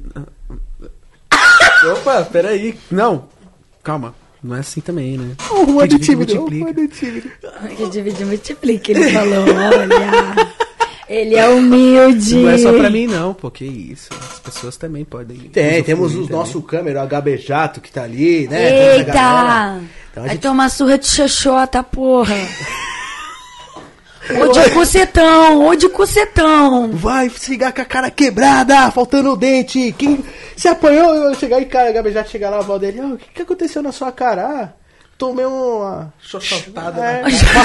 A: Opa, peraí. Não, calma. Não é assim também, né?
B: O Juan
A: Quem
B: de
A: divide,
B: tímido,
A: multiplica.
C: Que divide multiplica, ele falou, olha. Ele é humilde.
A: Não é só pra mim, não, pô, que isso. As pessoas também podem.
B: Temos
A: usufruir
B: o
A: também.
B: nosso câmera, o HB Jato, que tá ali, né? Temos a
C: Eita!
B: galera. Então a
C: Vai
B: gente...
C: tomar surra de xoxota, porra. Ô de cucetão.
B: Vai chegar com a cara quebrada, faltando o dente. Quem se apanhou, eu chegar em cara, o HB Jato chegar lá, a avó dele, o que aconteceu na sua cara? Ah, tomei uma
A: Xoxotada.
B: É.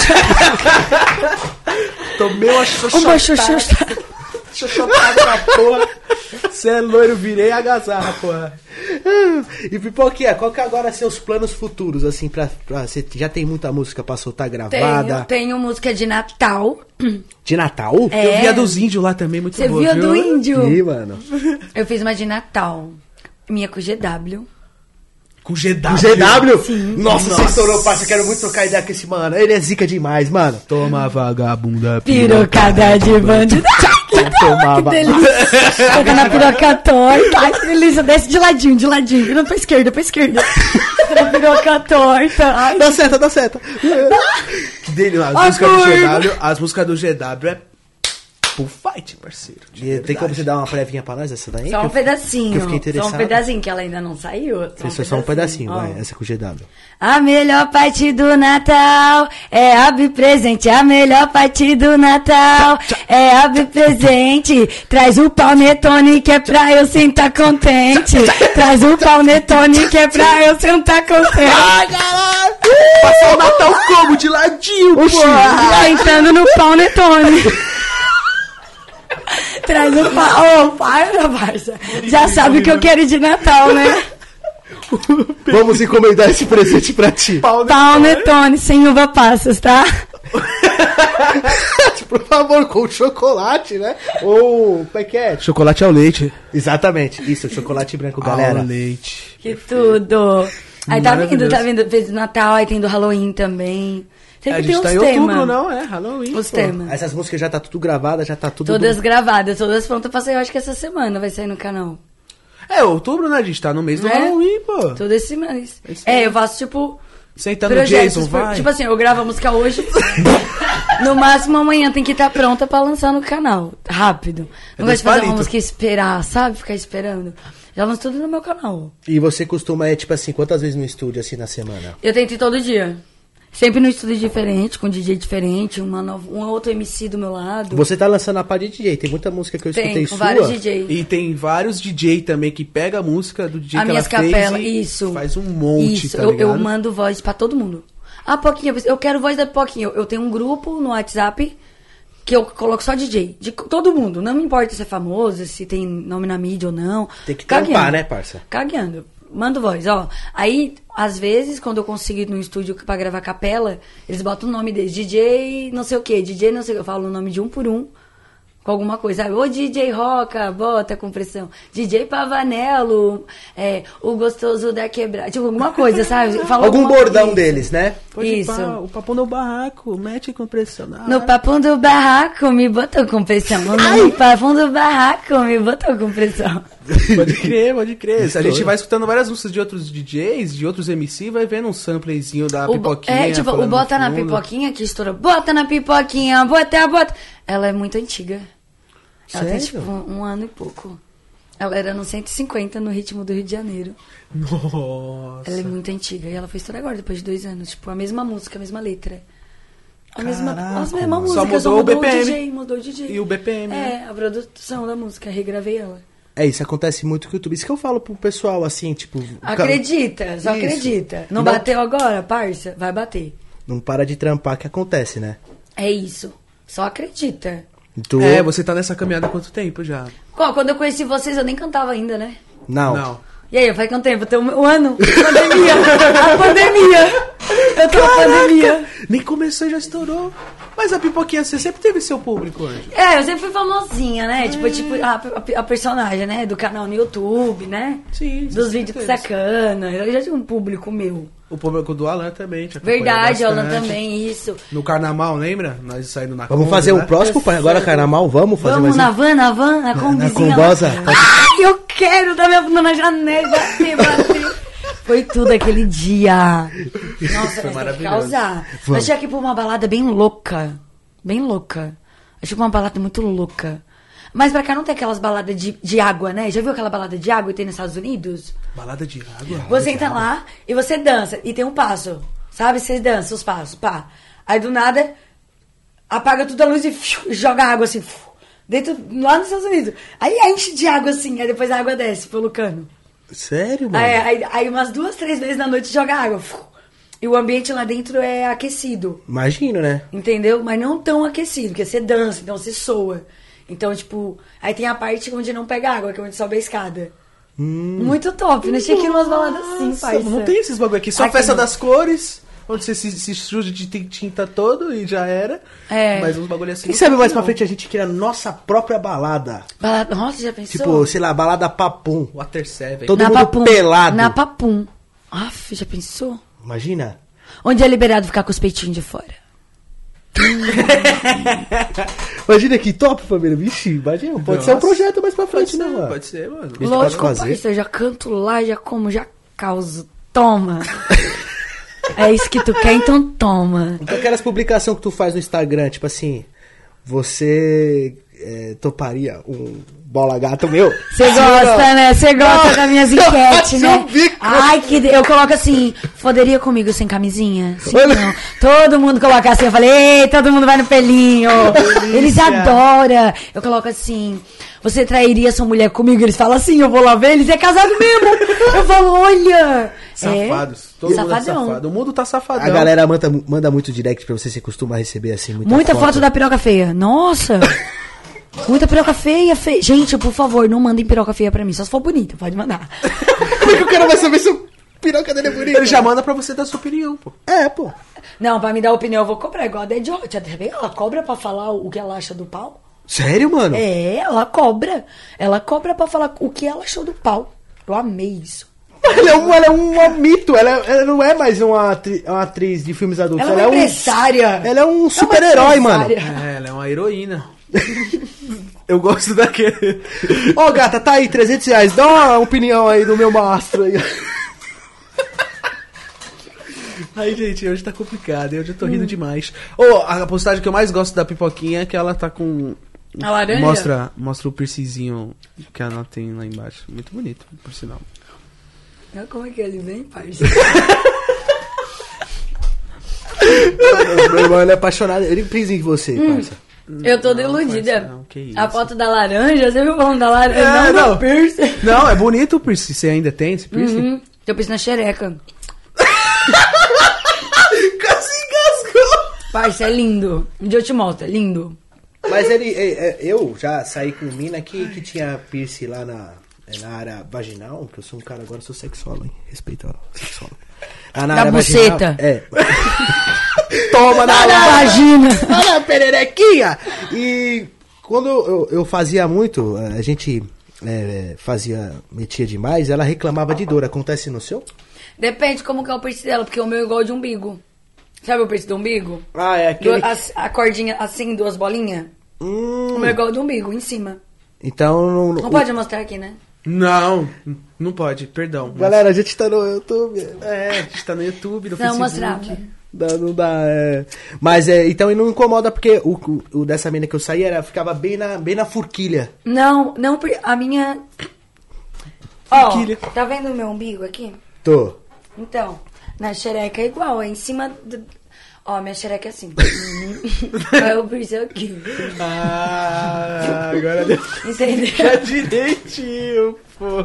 A: Tomei uma
C: Uma xoxota.
A: xoxotada na porra. Você é loiro, virei agasalha, porra.
B: E Pipoquinha, qual que é agora seus planos futuros, assim, pra você já tem muita música pra soltar gravada?
C: Tenho música de Natal.
B: De Natal?
C: É.
A: Eu vi a dos índios lá também, muito
C: Você
A: boa.
C: viu a do índio?
B: Ih, mano.
C: Eu fiz uma de Natal. Minha com GW.
A: Com GW.
B: O GW? Sim. Nossa, você estourou, parça. Eu quero muito trocar ideia com esse mano. Ele é zica demais, mano.
A: Toma, vagabunda.
C: Pirocada de bandido.
B: Tomava.
C: Que delícia. Toca na piroca torta. Ai, que delícia. Desce de ladinho. Virando pra esquerda. Na piroca torta. Ai,
B: Dá seta.
A: Dele, as músicas do GW é full fight, parceiro. de
B: Tem
A: verdade.
B: como você dar uma prévinha pra nós, essa daí?
C: só um pedacinho.
B: que eu fiquei interessado.
C: Só um pedacinho, que ela ainda não saiu.
B: Só um pedacinho,
C: Ó.
B: vai. Essa com o GW.
C: A melhor parte do Natal é abrir presente. A melhor parte do Natal é abrir presente. Traz o panetone que é pra eu sentar contente. Traz o panetone que é pra eu sentar contente.
A: Ai, caralho! Passar o Natal como? De ladinho, pô!
C: Sentando no panetone. Traz o pau. Ô, para, parça. Já sabe o que eu quero de Natal, né?
B: Vamos encomendar esse presente pra ti.
C: Panetone sem uva passas, tá?
B: Por favor, com chocolate, né? Ou, como é que é?
A: Chocolate ao leite.
B: Exatamente. Isso, chocolate branco, galera.
A: Ao leite.
C: Que tudo. Aí
A: Maravilhoso.
C: tá vindo, fez do Natal, aí tem do Halloween também.
A: A
C: Sempre tem
A: gente
C: uns
A: tá em outubro,
C: temas.
A: não, é? Halloween.
C: Os
A: pô.
C: temas.
B: Essas músicas já tá tudo gravada, já tá tudo...
C: Todas gravadas, todas prontas pra sair, eu acho que essa semana vai sair no canal.
A: É, outubro, né? A gente tá no mês do
C: É?
A: Halloween, pô.
C: Todo esse mês.
A: Isso aí.
C: Eu faço tipo.
A: Senta no
C: projetos
A: Jason, vai.
C: Tipo assim, eu gravo a música hoje. No máximo amanhã tem que estar pronta pra lançar no canal. Rápido. Não vai
A: desse
C: fazer uma
A: palito.
C: música e esperar, sabe? Ficar esperando. Já lanço tudo no meu canal.
B: E você costuma, tipo assim, quantas vezes no estúdio, assim, na semana?
C: Eu tento ir todo dia. Sempre no estúdio diferente, com DJ diferente, um outro MC do meu lado.
B: Você tá lançando a pá de DJ, tem muita música que eu escutei
C: Tem,
B: sua.
C: vários DJ.
A: E tem vários DJ também que pega a música do DJ
C: A
A: que
C: minhas
A: ela fez
C: capelas,
A: e
C: isso.
A: faz um monte,
C: Isso,
A: tá
C: eu
A: ligado?
C: mando voz pra todo mundo. Ah, Poquinha, eu quero voz da Poquinha. Eu tenho um grupo no WhatsApp que eu coloco só DJ, de todo mundo. Não me importa se é famoso, se tem nome na mídia ou não.
B: Tem que trampar,
C: Cagueando.
B: né, parça?
C: Cagueando. Mando voz, ó. Aí, às vezes, quando eu consigo ir no estúdio pra gravar capela, eles botam o nome deles. DJ não sei o quê, DJ não sei o quê. Eu falo o nome de um por um, com alguma coisa. Ô, DJ Roca, bota com pressão. DJ Pavanello, o gostoso da quebrada. Tipo, alguma coisa, sabe? Eu falo
B: Algum
C: alguma
B: bordão
C: coisa.
B: deles, né?
C: Isso.
A: O papo no barraco, mete com pressão.
C: No papo do barraco, me botou com pressão. No papo do barraco, me botou com pressão.
A: Pode crer, pode crer. A gente vai escutando várias músicas de outros DJs, de outros MC, vai vendo um samplezinho da pipoquinha.
C: Tipo, o
A: falando
C: Bota
A: no
C: na
A: fundo.
C: Pipoquinha que estourou. Bota na Pipoquinha, bota. Ela é muito antiga. Ela tem,
B: Sério?
C: tipo, um ano e pouco. Ela era no 150 no ritmo do Rio de Janeiro.
A: Nossa.
C: Ela é muito antiga. E ela foi estourar agora, depois de 2 anos. Tipo, a mesma música, a mesma letra. A mesma música,
A: mudou o BPM.
C: DJ, mudou o DJ.
A: E o BPM, né?
C: É, a produção da música, regravei ela.
B: É, isso acontece muito com o YouTube. Isso que eu falo pro pessoal, assim, tipo...
C: Acredita, só
B: Isso.
C: acredita. Não
B: Não-
C: bateu agora, parça? Vai bater.
B: Não para de trampar que acontece, né?
C: É isso. Só acredita.
B: Tu...
A: É, você tá nessa caminhada há quanto tempo já?
C: Quando eu conheci vocês, eu nem cantava ainda, né?
B: Não.
C: E aí, faz quanto tempo? Tem um ano? Pandemia. A pandemia. Eu tô na pandemia.
A: Nem começou e já estourou. Mas a pipoquinha, você sempre teve seu público, Anjo.
C: É, eu sempre fui famosinha, né? Tipo a personagem, né? Do canal no YouTube, né?
A: Sim,
C: Dos
A: você
C: vídeos
A: sempre
C: sacana. Eu já tinha um público meu.
A: O público do Alan também. te acompanha
C: Verdade, Alan
A: bastante.
C: também, isso.
A: No carnaval, lembra? Nós saindo na
B: Vamos
A: Kombi,
B: fazer
A: né?
B: o próximo, pai. Agora carnaval, vamos fazer
C: Vamos
B: mais um?
C: na van, na combizinha.
B: Combosa?
C: lá. Ai, eu quero dar minha bunda na janela, bater. Foi tudo aquele dia. Nossa,
A: Foi
C: mas tem que
A: maravilhoso.
C: causar. Nós tinha que ir pra uma balada bem louca. Bem louca. Achei uma balada muito louca. Mas pra cá não tem aquelas baladas de água, né? Já viu aquela balada de água que tem nos Estados Unidos?
A: Balada de água.
C: Você entra lá e você dança. E tem um passo. Sabe? Você dança os passos. Pá. Aí do nada, apaga tudo a luz e joga água assim. Dentro, lá nos Estados Unidos. Aí enche de água assim. Aí depois a água desce pelo cano.
B: Sério, mano?
C: Aí umas 2, 3 vezes na noite joga água. E o ambiente lá dentro é aquecido.
B: Imagino, né?
C: Entendeu? Mas não tão aquecido, porque você dança, então você soa. Então, tipo, aí tem a parte onde não pega água, que é onde sobe a escada. Muito top, né? Tinha que ir umas baladas assim,
A: Nossa,
C: parça.
A: não tem esses bagulho aqui. Só
C: Aqui
A: festa
C: não.
A: das cores, onde você se suja de tinta todo e já era.
C: É.
A: Mas uns bagulho assim.
B: Quem
A: não
B: sabe
A: tem,
B: mais pra
A: não.
B: frente a gente cria a nossa própria balada.
C: Balada... Nossa, já pensou?
B: Tipo, sei lá, balada papum.
A: Water 7.
B: Todo
C: na
B: mundo
C: Papum.
B: pelado.
C: Na Papum. Aff, já pensou?
B: Imagina.
C: Onde é liberado ficar com os peitinhos de fora.
B: Imagina que top, família. Vixe, imagina. Pode ser um
A: Nossa.
B: projeto mais pra frente, né, mano?
A: Pode ser, mano.
B: Isso pode
C: Lógico,
B: fazer.
C: parça, eu já canto lá, já como, já causo. Toma. É isso que tu quer, então toma.
B: Então, aquelas publicações que tu faz no Instagram, tipo assim, você toparia um bola gato meu?
C: Você gosta, né? Você gosta das minhas enquetes,
B: Seu
C: né?
B: bico.
C: Ai, eu coloco assim, foderia comigo sem camisinha? Sim,
B: Olha.
C: não. Todo mundo coloca assim, eu falei, ei, todo mundo vai no pelinho. Eles adoram. Eu coloco assim, você trairia sua mulher comigo? Eles falam assim, eu vou lá ver, eles é casado mesmo. Eu falo, olha.
A: Safados. Todo mundo é
C: Safadão.
A: safado. O mundo tá safadão.
B: A galera manda muito direct pra você, você costuma receber assim
C: Muita foto da piroca feia. Nossa. Muita piroca feia, feia. Gente, por favor, não mandem piroca feia pra mim. Só se for bonita, pode mandar.
B: Como é que o cara vai saber se o piroca dele é bonito?
A: Ele já manda pra você dar sua opinião, pô.
B: É, pô.
C: Não, pra me dar opinião, eu vou cobrar. Igual a Dead Hot. Ela cobra pra falar o que ela acha do pau?
B: Sério, mano?
C: É, ela cobra. Ela cobra pra falar o que ela achou do pau. Eu amei isso.
B: Ela é um mito. Ela não é mais uma atriz de filmes adultos.
C: Ela é uma empresária.
B: Ela é um super-herói, mano.
C: empresária.
A: É, ela é uma heroína. Eu gosto daquele.
B: Ô, gata, tá aí, R$300. Dá uma opinião aí do meu mastro aí.
A: Ai, gente, hoje tá complicado. Eu já tô rindo demais. Ô, a postagem que eu mais gosto da pipoquinha é que ela tá com.
C: A laranja?
A: Mostra o piercingzinho que ela tem lá embaixo. Muito bonito, por sinal.
C: Olha como é que ele vem, parceiro.
B: Meu irmão, ele é apaixonado. Ele pisa em você, parça.
C: Eu tô deludida.
A: Não, que isso.
C: A foto da laranja, você viu falando da laranja?
A: É,
C: não,
A: não.
C: piercing.
A: Não, é bonito o piercing. Você ainda tem esse piercing?
C: Uhum. Eu piercing na xereca.
A: Quase engasgou.
C: Parça, é lindo. Um dia eu te mostro, é lindo.
B: Mas eu já saí com mina que tinha piercing lá na área vaginal, que eu sou um cara agora, sou sexólogo, hein? Respeita o sexólogo. Na
C: Da
B: área
C: buceta.
B: vaginal, é. Toma na
C: vagina.
B: Olha a pererequinha! E quando eu fazia muito, a gente metia demais, ela reclamava de dor. Acontece no seu?
C: Depende como que é o piercing dela, porque o meu é igual de umbigo. Sabe o piercing do umbigo?
B: Ah, é aquele...
C: A cordinha assim, 2 bolinhas. O meu é igual do umbigo, em cima.
B: Então...
C: Não pode mostrar aqui, né?
A: Não, não pode, perdão.
B: Galera, a gente tá no YouTube.
A: É, a gente tá no YouTube, no
C: Não,
A: Facebook.
C: mostrava.
B: Não dá, Mas então ele não incomoda porque o dessa mina que eu saí ficava bem na forquilha.
C: Não, a minha... Ó,
A: Forquilha.
C: tá vendo o meu umbigo aqui?
B: Tô.
C: Então, na xereca é igual, é em cima do... Ó, minha xereca é assim. É o piercing aqui.
A: Ah, agora deu
C: Entendeu?
A: ficar direitinho, pô.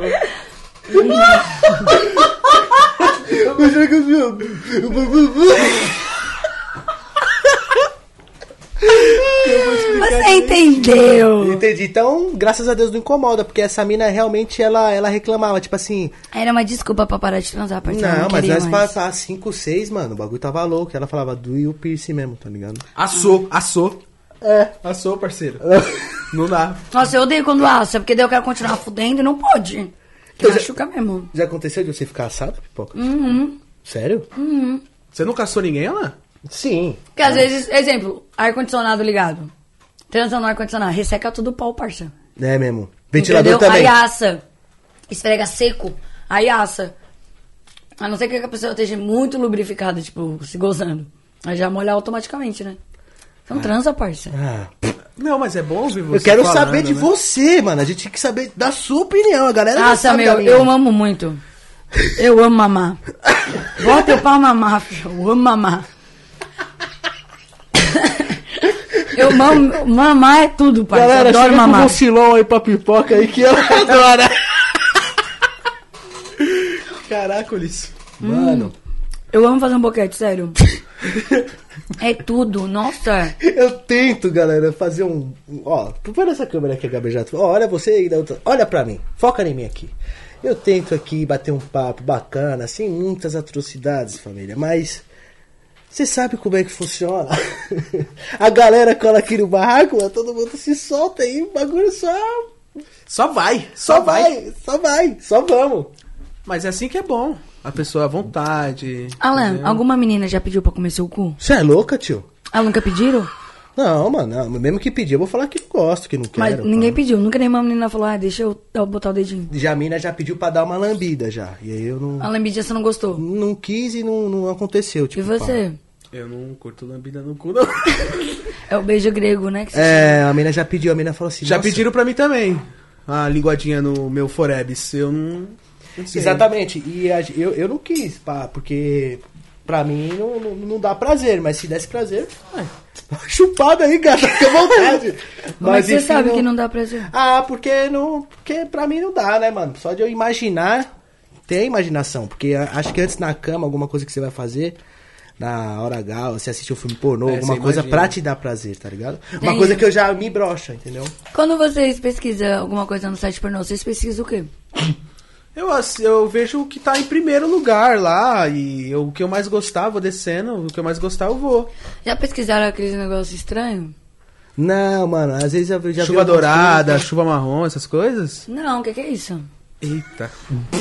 C: Você entendeu?
B: Entendi. Então, graças a Deus não incomoda, porque essa mina realmente ela reclamava, tipo assim.
C: Era uma desculpa pra parar de transar, parceiro.
B: Não, mas
C: queria
B: nós
C: mais.
B: pra 5, 6, mano, o bagulho tava louco. Ela falava do e o piercing mesmo, tá ligado?
A: Assou.
B: É.
A: Assou, parceiro. Não dá.
C: Nossa, eu odeio quando assa, porque daí eu quero continuar fudendo e não pode.
B: Então,
C: Machuca mesmo.
B: Já aconteceu de você ficar assado, pipoca?
C: Uhum.
B: Sério?
A: Você não caçou ninguém, Ana?
B: Sim.
C: Porque às vezes, exemplo, ar-condicionado ligado. Transando no ar-condicionado, resseca tudo o pau, parça.
B: É mesmo. Ventilador
C: Entendeu?
B: também.
C: Aí assa. Esfrega seco, aí assa. A não ser que a pessoa esteja muito lubrificada, tipo, se gozando. Aí já molha automaticamente, né? Então transa, parça.
B: Ah,
A: Não, mas é bom ouvir você
B: eu quero
A: falando,
B: saber de
A: né?
B: você, mano. A gente tem que saber da sua opinião. A galera não
C: Nossa,
B: sabe da
C: meu,
B: minha.
C: eu amo muito. Eu amo mamar. Bota eu pra mamar, filho. Eu amo mamar. Eu amo, mamar é tudo, pai.
B: Galera,
C: Eu adoro
B: chega com
C: mamar.
B: um vacilão aí pra pipoca aí que ela adora.
A: Caraca, Ulisses.
B: Mano,
C: Eu amo fazer um boquete, sério. É tudo, nossa.
B: eu tento, galera, fazer ó, põe nessa câmera aqui, a Gabi já. Ó, olha você aí da outra. Olha pra mim, foca em mim aqui. Eu tento aqui bater um papo bacana, sem muitas atrocidades, família, mas você sabe como é que funciona? A galera cola aqui no barraco, mano, todo mundo se solta aí, o bagulho
A: Só vai.
B: só vamos.
A: Mas é assim que é bom. A pessoa à vontade.
C: Alan,
A: entendeu?
C: alguma menina já pediu pra comer seu cu?
B: Você é louca, tio?
C: Ah, nunca pediram?
B: Não, mano, não. Mesmo que pedir, eu vou falar que não gosto, que não
C: Mas
B: quero.
C: ninguém
B: pá.
C: pediu, nunca nenhuma menina falou, deixa eu botar o dedinho.
B: Já a mina já pediu pra dar uma lambida já. E aí eu
C: A lambidinha você não gostou.
B: não quis e não aconteceu. Tipo,
C: E você?
A: Eu não curto lambida no cu, não.
C: É o beijo grego, né? Que você
B: A mina já pediu, a mina falou assim.
A: Já
B: "Nossa."
A: pediram pra mim também. A linguadinha no meu Forebs. Eu não sei.
B: Exatamente. E eu não quis, pá, porque pra mim não dá prazer. Mas se desse prazer, chupada aí, gata, fica à vontade.
C: Como é que você
B: enfim,
C: sabe que não dá prazer?
B: Porque pra mim não dá, né, mano? Só de eu imaginar, ter imaginação. Porque acho que antes na cama, alguma coisa que você vai fazer, na hora H, você assistir um filme pornô, alguma
A: você
B: coisa
A: imagina.
B: pra te dar prazer, tá ligado? Uma
C: Entendi.
B: coisa que eu já me brocha, entendeu?
C: Quando vocês pesquisam alguma coisa no site pornô, vocês pesquisam o quê?
A: Eu vejo o que tá em primeiro lugar lá. E o que eu mais gostar, vou descendo. O que eu mais gostar, eu vou.
C: Já pesquisaram aqueles negócios estranhos?
B: Não, mano, às vezes eu já vi
A: Chuva
B: algumas
A: dourada,
B: coisas-
A: chuva marrom, essas coisas.
C: Não, o que é isso?
A: Eita.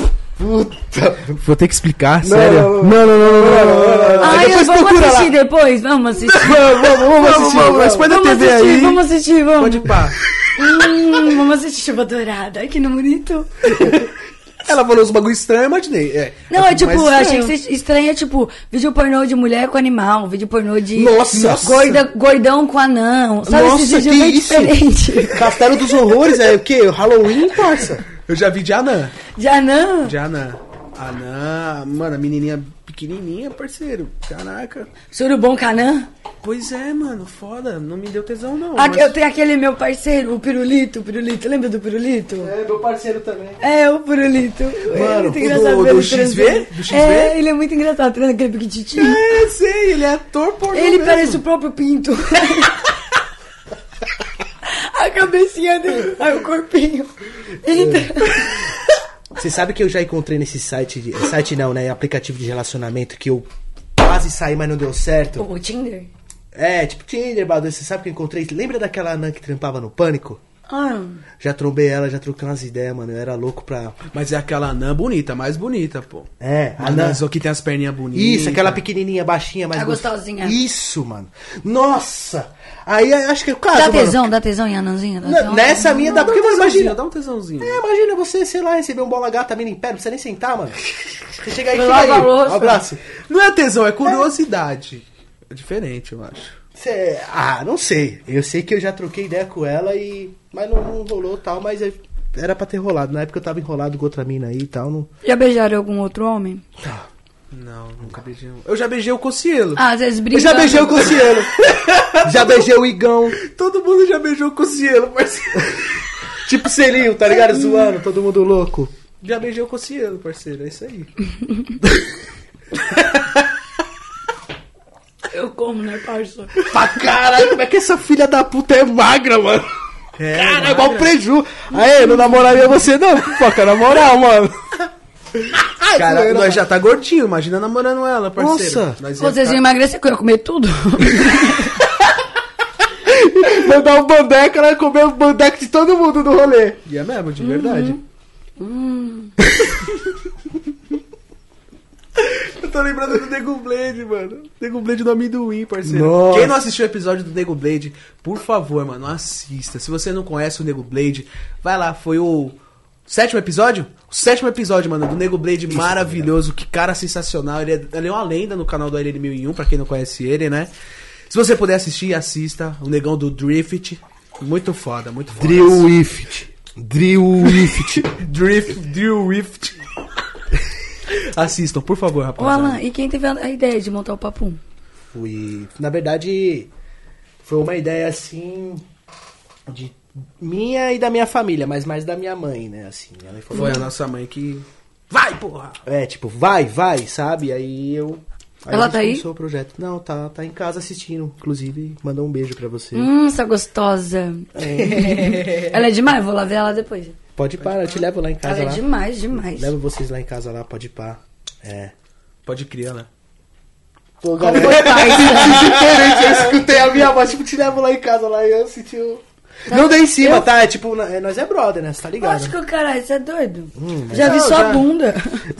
A: Vou ter que explicar,
B: Não,
A: sério.
B: não.
C: Ai,
B: depois
C: vamos
B: procura lá.
C: assistir depois? Vamos assistir.
B: Vamos assistir.
A: Mas põe na
C: Vamos
A: TV
C: assistir,
A: aí.
C: vamos assistir, vamos.
A: Pode pá.
C: Vamos assistir Chuva Dourada. Ai, que bonito.
A: Ela falou uns bagulho estranho, eu imaginei.
C: Não, é tipo,
A: mais
C: eu achei que
A: estranho.
C: você estranha, tipo, vídeo pornô de mulher com animal, vídeo pornô de
B: Nossa!
C: gordão com anão. Sabe esses
B: Nossa,
C: vídeos
B: que
C: bem
B: isso?
C: diferentes?
B: Castelo dos Horrores é o quê? O Halloween, parça?
A: Eu já vi de anã.
C: De anão?
A: De anã. Anã, mano, a menininha pequenininha, parceiro. Caraca.
C: Surubom Canã.
A: Pois é, mano, foda. Não me deu tesão, não.
C: Aqui, eu tenho aquele meu parceiro, o Pirulito. Lembra do Pirulito?
B: É, meu parceiro também.
C: É, o Pirulito.
B: Mano,
C: muito engraçado
A: do
C: ver ele
A: XV?
C: transando.
A: Do XV?
C: É, ele é muito engraçado, treinando aquele piquititinho.
A: É, sei, ele é ator pornô
C: Ele
A: mesmo.
C: parece o próprio Pinto. A cabecinha dele, aí o corpinho. Então...
B: Você sabe que eu já encontrei nesse site, site não, né, aplicativo de relacionamento que eu quase saí, mas não deu certo.
C: O Tinder?
B: É, tipo Tinder, Badu, você sabe que eu encontrei? Lembra daquela anã que trampava no Pânico?
C: Ah,
B: Já trombei ela, já troquei umas ideias, mano, eu era louco pra...
A: Mas é aquela anã bonita, mais bonita, pô.
B: É,
A: A anã só que tem as perninhas bonitas.
B: Isso, aquela pequenininha, baixinha, mais
C: A gostosinha.
B: Isso, mano. Nossa! Aí acho que é o caso,
C: dá
B: mano.
C: tesão em anãzinha?
B: Nessa minha dá,
A: Dá um
B: porque, mano,
A: tesãozinho,
B: imagina...
A: dá um tesãozinho.
B: É, imagina você, sei lá, receber um bola gata, mina em pé, não precisa nem sentar, mano. Você chega aí,
C: Lava
B: chega aí.
C: a louça.
B: Um abraço.
A: Não é tesão, é curiosidade. É diferente, eu acho.
B: Não sei. Eu sei que eu já troquei ideia com ela e... Mas não rolou tal, mas era pra ter rolado. Na época eu tava enrolado com outra mina aí e tal, não...
C: Já beijaram algum outro homem?
A: Não, nunca beijei um. Eu já beijei o Cocielo.
C: Ah, às vezes
B: Eu
C: brincando.
B: já beijei o Cocielo. Já beijei o Igão.
A: Todo mundo já beijou o Cocielo, parceiro.
B: Tipo selinho, tá ligado? Zoando, todo mundo louco.
A: Já beijei o Cocielo, parceiro, é isso aí.
C: Eu como, né, parça?
B: Pra caralho, como é que essa filha da puta é magra, mano?
A: É,
B: Cara, é igual preju. Aí, não namoraria você não, foca, na moral, mano.
A: Cara,
B: zoeira,
A: nós já tá gordinho, imagina namorando ela, parceiro.
B: Nossa.
A: Nós ia
C: Vocês
A: ficar-
C: iam emagrecer que eu ia comer tudo?
B: Mandar um bandeca, ela ia comer o bandeca de todo mundo do rolê.
A: Ia mesmo, de verdade. Eu tô lembrando do Nego Blade, mano. Nego Blade do amendoim, parceiro.
B: Nossa.
A: Quem não assistiu o episódio do Nego Blade, por favor, mano, assista. Se você não conhece o Nego Blade, vai lá, foi o 7º episódio? O 7º episódio, mano, do Nego Blade maravilhoso. Que cara sensacional. Ele é uma lenda no canal do LN1001, pra quem não conhece ele, né? Se você puder assistir, assista. O negão do Drift. Muito foda, muito foda.
B: Drill Wift.
A: Drill Rift. Assistam, por favor,
C: Ô,
A: rapaziada.
C: Alan, e quem teve a ideia de montar o Papum?
B: Na verdade, foi uma ideia assim de minha e da minha família, mas mais da minha mãe, né? Assim, ela falou,
A: Foi a nossa mãe que... Vai, porra!
B: é, tipo, vai, sabe? Aí eu.
C: Ela
B: a gente
C: tá aí?
B: começou o projeto. Não, tá em casa assistindo. Inclusive, mandou um beijo pra você.
C: Essa gostosa. Ela é demais, vou lá ver ela depois.
B: Pode ir para, eu te levo lá em casa
C: Ela é
B: lá.
C: demais.
B: Levo vocês lá em casa lá, pode ir pá. É.
A: Pode criar, né?
B: Pô, galera, diferente, eu escutei a minha voz, tipo, te levo lá em casa lá e eu senti o... Não dei em cima, tá? É tipo, nós é brother, né? Você tá ligado?
C: Acho que o caralho, você é doido. Já vi
B: não,
C: sua
B: já.
C: bunda.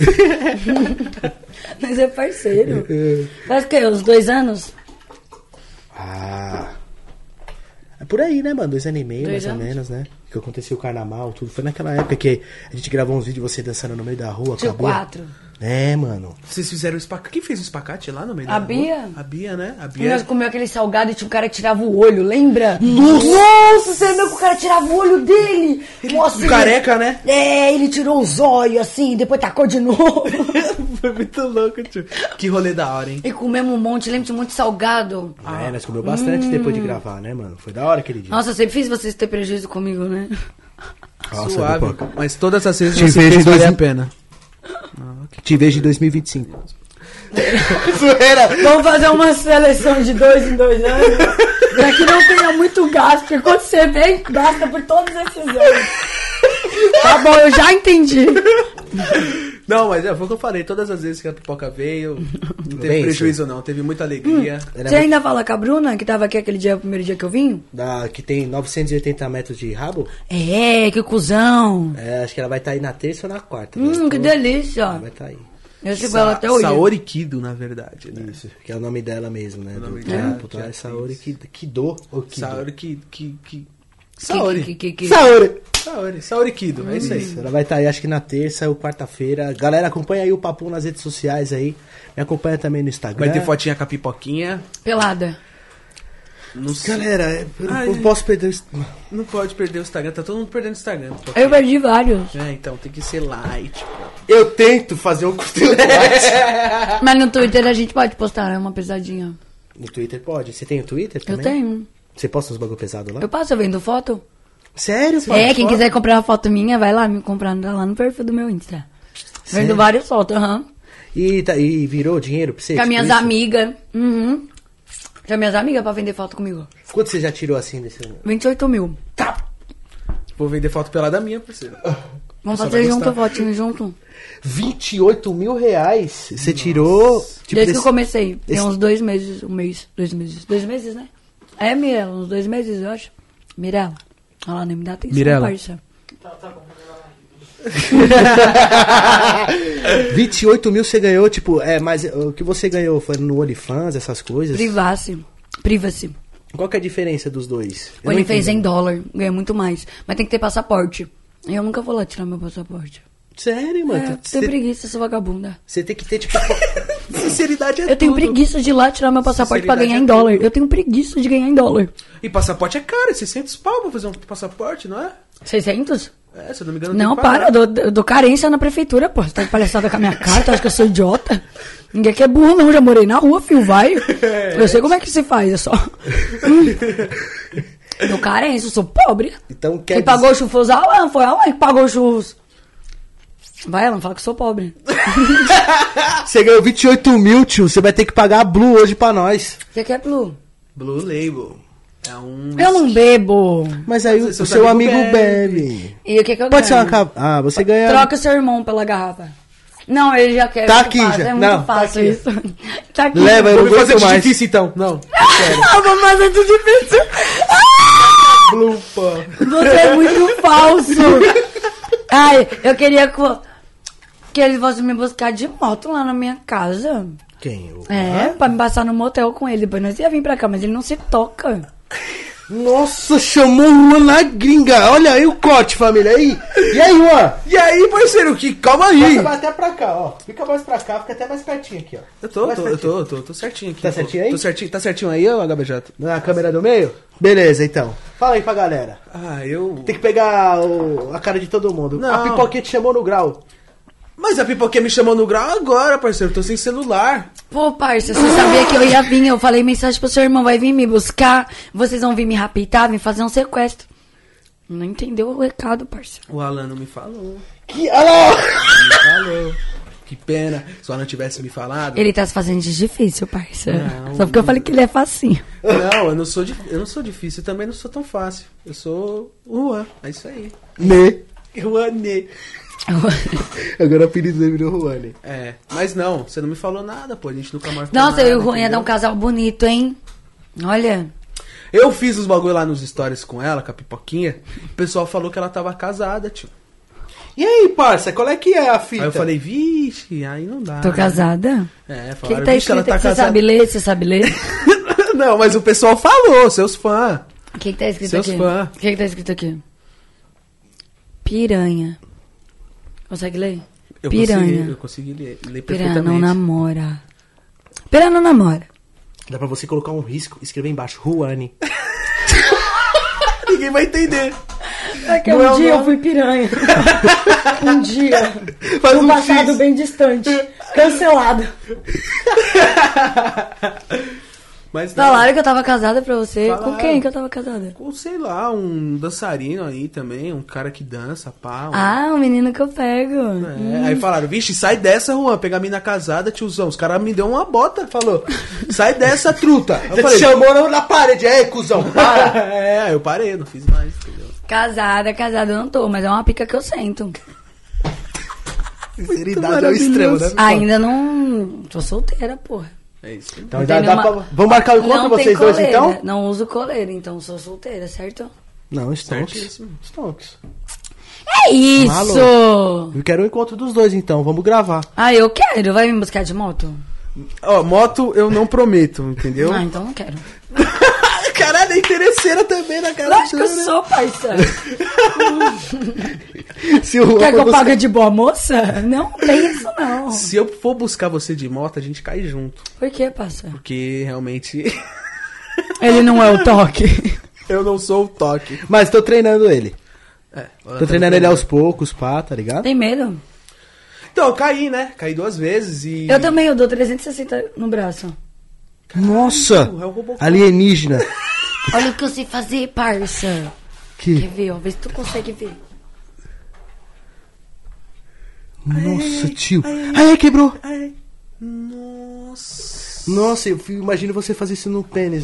C: Mas é parceiro. Faz o quê? Uns 2 anos?
B: Ah. É por aí, né, mano? 2 anos e meio,
C: 2
B: mais ou
C: anos?
B: menos, né? Que aconteceu o carnaval, tudo. Foi naquela época que a gente gravou uns vídeos de você dançando no meio da rua.
C: Tio
B: acabou.
C: 4.
B: É, mano.
A: Vocês fizeram o espacate. Quem fez o espacate lá no meio
C: A
A: da rua?
C: Bia.
A: A Bia, né? A
C: E
A: Bia.
C: nós comeu aquele salgado e tinha um cara que tirava o olho, lembra? Nossa, você lembra que o cara tirava o olho dele? Nossa,
A: O careca, né?
C: É, ele tirou os olhos assim, depois tacou de novo.
A: Foi muito louco, tio. Que rolê da hora, hein?
C: E comemos um monte, lembra? Tinha muito salgado.
B: É, nós comeu bastante depois de gravar, né, mano? Foi da hora aquele dia.
C: Nossa, eu sempre fiz vocês ter prejuízo comigo, né?
B: Nossa,
A: Suave.
B: Pipoca.
A: Mas todas as vezes
B: Te
A: você
B: vejo
A: fez
B: em
A: valer a
B: 2000.
A: pena.
B: Te vejo em 2025. Zoeira.
C: Vamos fazer uma seleção de 2 em 2 anos. Pra que não tenha muito gasto, porque quando você vem, gasta por todos esses anos. Tá bom, eu já entendi.
A: Não, mas foi o que eu falei. Todas as vezes que a pipoca veio, não teve
B: Bem,
A: prejuízo, não. Teve muita alegria.
C: Você ainda fala com a Bruna, que tava aqui aquele dia, o primeiro dia que eu vim?
B: Que tem 980 metros de rabo.
C: É, que cuzão.
B: É, acho que ela vai estar aí na terça ou na quarta. né?
C: Que delícia.
B: Ela vai estar aí.
C: Eu sigo ela até hoje.
A: Saori Kido, na verdade, né?
B: Isso, que é o nome dela mesmo, né? Do
A: nome
B: trampo,
A: dela,
B: tá? É
A: que
B: Saori
A: atriz.
B: Kido ou Kido?
A: Saori que... Saori.
C: Saori.
A: Saori Kido, é isso aí.
B: Isso, ela vai estar aí acho que na terça ou quarta-feira. Galera, acompanha aí o Papo nas redes sociais aí. Me acompanha também no Instagram.
A: Vai ter fotinha com a pipoquinha.
C: Pelada.
A: Não sei.
B: Galera, eu
A: Ai.
B: não posso perder o...
A: Não pode perder o Instagram, tá todo mundo perdendo o Instagram.
C: Eu perdi vários.
A: É, então tem que ser light.
B: Eu tento fazer um conteúdo light.
C: Mas no Twitter a gente pode postar, é uma pesadinha.
B: No Twitter pode. Você tem o Twitter
C: Eu
B: também?
C: tenho.
B: Você posta uns bagulho pesado lá?
C: Eu passo, eu vendo foto.
B: Sério?
C: É, quem quiser comprar uma foto minha, vai lá me comprar lá no perfil do meu Insta.
B: Sério?
C: Vendo várias fotos, aham.
B: E virou dinheiro pra você?
C: Com as
B: tipo
C: minhas
B: isso?
C: amigas. Uhum. Com as minhas amigas pra vender foto comigo.
B: Quanto você já tirou assim desse...
C: 28 mil.
A: Vou vender foto pelada minha, parceiro.
C: Vamos
A: Só
C: fazer
A: vai
C: junto,
A: gostar.
C: fotinho junto.
B: 28 mil reais? Você tirou... tipo,
C: Desde que eu
B: desse-
C: comecei. Tem
B: esse-
C: uns 2 meses, 2 meses. 2 meses, né? É, Mirella, uns 2 meses, eu acho. Mirella. Olha lá, nem me dá atenção,
A: Mirella.
C: parça.
B: 28 mil você ganhou, tipo, mas o que você ganhou foi no OnlyFans, essas coisas?
C: Privacy.
B: Qual que é a diferença dos dois? Eu
C: O
B: não
C: OnlyFans é
B: entendo.
C: em dólar, ganha muito mais. Mas tem que ter passaporte. Eu nunca vou lá tirar meu passaporte.
B: Sério, mano?
C: É, tenho preguiça, sua vagabunda.
B: Você tem que ter, tipo...
A: Sinceridade é
C: Eu tenho
A: tudo.
C: preguiça de ir lá tirar meu passaporte pra ganhar em
A: Sinceridade é
C: dólar. Eu tenho preguiça de ganhar em dólar.
A: E passaporte é caro, é 600 pau pra fazer um passaporte, não é?
C: 600?
A: É, se eu não me engano,
C: Não,
A: tem que pagar.
C: para, eu dou carência na prefeitura, pô. Você tá de palhaçada com a minha cara, tu acha que eu sou idiota? Ninguém aqui é burro, não. Já morei na rua, filho, vai. Eu sei como é que se faz, é só. Dou carência, eu sou pobre.
B: Então quer
C: Quem pagou o churros foi o Alan, foi a Alan que pagou os churros. Vai, Alan, fala que eu sou pobre.
B: Você ganhou 28 mil, tio. Você vai ter que pagar a Blue hoje pra nós.
C: Você quer Blue?
A: Blue Label. É um...
C: Eu não bebo.
B: Mas aí
A: Mas
B: o
A: seus
B: seu amigo
A: amigos
B: bebe.
C: E o que que eu
B: Pode ser
C: ganho?
B: uma... você ganha...
C: Troca seu irmão pela garrafa. Não, ele já quer.
B: Tá
C: é muito
B: aqui
C: fácil,
B: já.
C: É muito
B: Não, tá
C: fácil
B: aqui.
C: isso. Tá aqui.
B: Leva, eu não
A: Vamos fazer
B: aguento
A: de
B: mais.
A: difícil então. Não.
C: Ah, vou fazer de difícil.
A: Blue, pô.
C: Você é muito falso. Ai, eu queria que eles fossem me buscar de moto lá na minha casa.
B: Quem?
C: Pra me passar no motel com ele. Depois nós ia vir pra cá, mas ele não se toca.
B: Nossa, chamou o Juan na gringa. Olha aí o corte, família. Aí. E aí, Juan?
A: E aí, parceiro, que calma aí.
B: Você vai até pra cá, ó. Fica mais pra cá, fica até mais pertinho aqui, ó.
A: Eu tô certinho aqui.
B: Tá certinho aí?
A: Tá certinho aí, ô HBJ?
B: Na câmera do meio? Beleza, então. Fala aí pra galera.
A: Ah, eu...
B: Tem que pegar a cara de todo mundo.
A: Não.
B: A pipoquinha te chamou no grau.
A: Mas a pipoquinha me chamou no grau agora, parceiro. Eu tô sem celular.
C: Pô, parça, você sabia que eu ia vir? Eu falei mensagem pro seu irmão, vai vir me buscar. Vocês vão vir me raptar, vir fazer um sequestro. Não entendeu o recado, parça.
A: O Alan não me falou.
B: Olha lá!
A: Me falou. Que pena. Se o Alan tivesse me falado...
C: Ele tá se fazendo de difícil, parça.
A: Não,
C: Só porque eu falei que ele é facinho.
A: Não, eu não sou difícil. Eu também não sou tão fácil. Eu sou o Juan. É isso aí.
B: Né?
A: Juanê.
B: Agora o apelido dele virou Juane.
A: É, mas não, você não me falou nada, pô. A gente nunca mais falou
C: Nossa,
A: nada,
C: eu e o Juan ia
A: entendeu?
C: dar um casal bonito, hein? Olha.
A: Eu fiz os bagulho lá nos stories com ela, com a pipoquinha. O pessoal falou que ela tava casada, tio.
B: E aí, parça, qual é que é a fita?
A: Aí eu falei, vixe, aí não dá.
C: Tô
A: né?
C: casada?
A: É,
C: O que,
A: falaram,
C: tá
A: vixe, ela
C: escrito
A: tá
C: aqui? Você
A: casada.
C: sabe ler? Você sabe ler?
A: Não, mas o pessoal falou, seus fãs.
C: O que tá escrito
A: Seus
C: aqui?
A: fãs.
C: O que tá escrito aqui? Piranha. Consegue ler? Piranha.
A: Eu consegui ler
C: Piranha
A: perfeitamente.
C: não namora. Piranha não namora.
B: Dá pra você colocar um risco e escrever embaixo, Juane.
A: Ninguém vai entender.
C: É que
A: Não é
C: um
A: o
C: dia eu
A: nome.
C: fui piranha. Um dia.
A: Faz
C: Um
A: um
C: passado
A: X.
C: bem distante. Cancelado.
A: Mas não,
C: Falaram que eu tava casada pra você. Com
A: Falaram.
C: quem que eu tava casada?
A: com, sei lá, um dançarino aí também, um cara que dança, pá.
C: Ah, o menino que eu pego.
A: É, aí falaram, vixe, sai dessa, Juan, pegar a mina casada, tiozão. Os caras me deu uma bota, falou, sai dessa, truta. Eu
B: Você
A: falei,
B: te chamou na parede, aí, cuzão, para.
A: é, aí eu parei, não fiz mais, entendeu?
C: Casada eu não tô, mas é uma pica que eu sento.
B: Sinceridade é o extremo, né?
C: Ainda não. Tô solteira, porra.
A: É isso.
B: Então
C: Não
B: dá,
C: tem
B: dá
C: nenhuma-
B: pra... Vamos marcar o encontro
C: Não tem
B: vocês dois,
C: coleira,
B: então?
C: Não uso coleira, então sou solteira, certo?
B: Não, Stonks.
A: Certíssimo.
B: Stonks.
C: É isso!
B: Maluco. Eu quero o encontro dos dois, então. Vamos gravar.
C: Ah, eu quero. Vai me buscar de moto?
A: Ó, moto eu não prometo, entendeu?
C: Ah, então não quero.
A: Caralho, é interesseira também na cara
C: Lógico que eu sou, parça.
B: Se o
C: Quer que eu pague de boa moça? Não, tem isso não.
A: Se eu for buscar você de moto, a gente cai junto.
C: Por que, parça?
A: Porque realmente.
C: Ele não é o toque.
A: Eu não sou o toque.
B: Mas tô treinando ele.
A: É,
B: Tô treinando ele aos poucos, pá, tá ligado?
C: Tem medo?
A: Então, eu caí, né? Caí 2 vezes e...
C: Eu também, eu dou 360 no braço.
B: Nossa!
A: É o Robocop.
B: Alienígena.
C: Olha o que eu sei fazer, parça. Quer
B: Que...
C: ver, ó? Vê se tu consegue ver.
B: Nossa, tio. Ai, quebrou.
A: Ai. Nossa.
B: Nossa, eu imagino você fazer isso no pênis.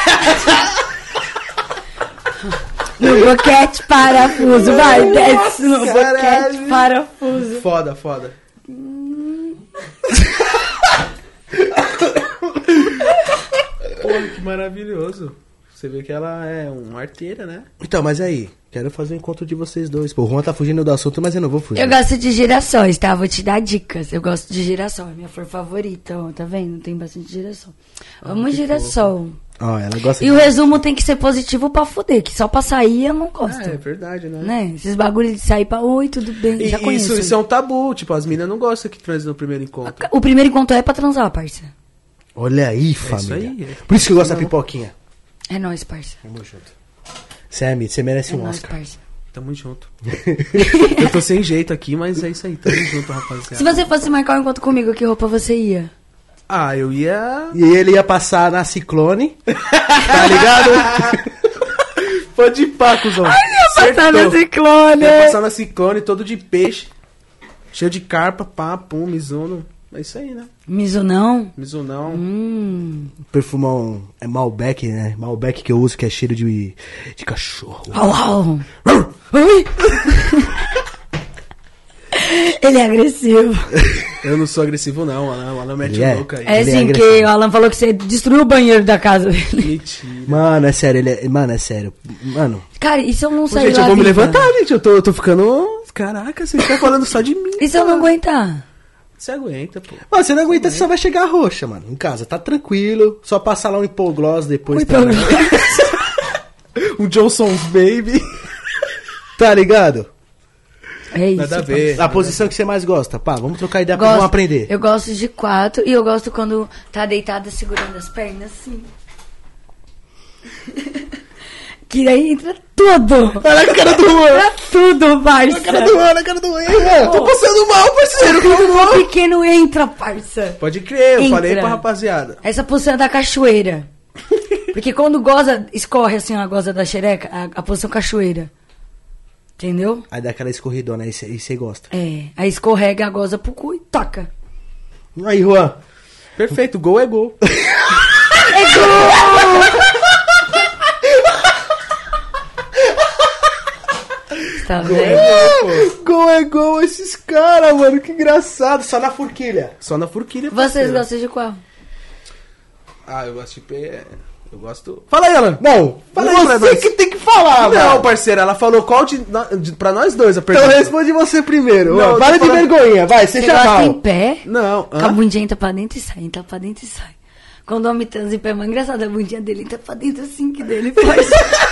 C: No boquete, parafuso. Vai, desce no
A: caralho.
C: boquete, parafuso.
A: Foda, foda. Porra, que maravilhoso. Você vê que ela é uma arteira, né?
B: Então, mas aí, quero fazer um encontro de vocês dois. Pô, o Juan tá fugindo do assunto, mas eu não vou fugir.
C: Eu gosto de girassóis, tá? Vou te dar dicas. Eu gosto de girassol, é minha flor favorita, ó. Tá vendo? Tem bastante girassol. Amo girassol.
B: Ó, ela gosta
C: E o resumo tem que ser positivo pra fuder, que só pra sair eu não gosto.
A: É verdade, né?
C: Né? Esses bagulhos de sair pra oi, tudo bem. Já conheço.
A: Isso é um tabu. Tipo, as minas não gostam que transe no primeiro encontro.
C: O primeiro encontro é pra transar, parça.
B: Olha aí,
A: isso
B: família.
A: aí.
B: Por isso que eu gosto da pipoquinha.
C: É nóis, parça.
B: Tamo junto. Sammy, você merece
C: É
B: um
C: nóis,
B: Oscar.
C: parça.
A: Tamo junto. Eu tô sem jeito aqui, mas é isso aí. Tamo junto, rapaziada.
C: Se você fosse marcar um encontro comigo, que roupa você ia?
A: Ah, eu ia...
B: E ele ia passar na Ciclone, tá ligado?
A: Pode ir pá, cuzão.
C: Passar no ciclone.
A: Ia passar na Ciclone, todo de peixe. Cheio de carpa, pá, pum, Mizuno. É isso aí, né?
C: Mizunão?
A: Mizunão.
B: Perfumão é Malbec, né? Malbec que eu uso, que é cheiro de cachorro.
C: Au, au. Ui. Ele é agressivo.
A: Eu não sou agressivo, não. O Alan mete
B: Ele é?
A: louca aí.
C: É
B: Ele é
C: assim,
B: agressivo.
C: que o Alan falou que você destruiu o banheiro da casa dele.
A: Mentira.
B: Mano, é sério, Mano, é sério. Mano,
C: Cara, e se eu não
A: Ô,
C: sair
A: gente,
C: lá
A: eu vou me
C: viva?
A: levantar, gente. Eu tô ficando... Caraca, vocês estão falando só de mim.
C: E se eu não aguentar?
A: Você aguenta, pô.
B: mano, você não aguenta, você só vai chegar roxa, mano. Em casa, tá tranquilo. Só passar lá um hipogloss depois.
C: Ui,
B: Tá,
C: pelo-
A: O Johnson's Baby.
B: tá ligado?
C: É isso.
A: Nada a ver.
B: A posição que você mais gosta. Pá, vamos trocar ideia pra
C: Gosto-
B: vamos aprender.
C: Eu gosto de 4 e eu gosto quando tá deitada segurando as pernas assim. Que aí entra tudo.
B: Olha a cara do Juan.
C: Entra tudo, parça.
B: Olha a cara do Juan, olha a cara do Juan. Eu tô
A: Passando mal, parceiro.
C: O pequeno entra, parça.
A: Pode crer, eu
C: Entra.
A: falei pra rapaziada.
C: Essa posição é da cachoeira. Porque quando goza, escorre assim a goza da xereca, a posição cachoeira. Entendeu?
B: Aí dá aquela escorridona, aí você gosta.
C: É. Aí escorrega a goza pro cu e toca.
B: Aí, Juan.
A: Perfeito, gol é gol.
C: Tá vendo?
B: Gol é gol esses caras, mano. Que engraçado. Só na forquilha.
A: Só na forquilha,
C: Vocês
A: parceiro.
C: gostam de qual?
A: Ah, eu gosto de pé. Eu gosto... Fala aí, Alan.
B: Não,
A: Fala aí pra
B: você
A: nós.
B: que tem que falar,
A: Não,
B: mano.
A: parceiro, ela falou qual pra nós dois a
B: Então
A: pergunta.
B: responde você primeiro.
A: Não,
B: Não,
A: eu
B: para
A: tô
B: de
A: falando-
B: vergonha, vai,
C: Você
B: seja
C: gosta em
B: mal.
C: pé?
A: Não,
C: Com a bundinha entra pra dentro e sai, entra pra dentro e sai. Quando o homem transa em pé, é mais engraçado, a bundinha dele entra pra dentro assim, que dele faz.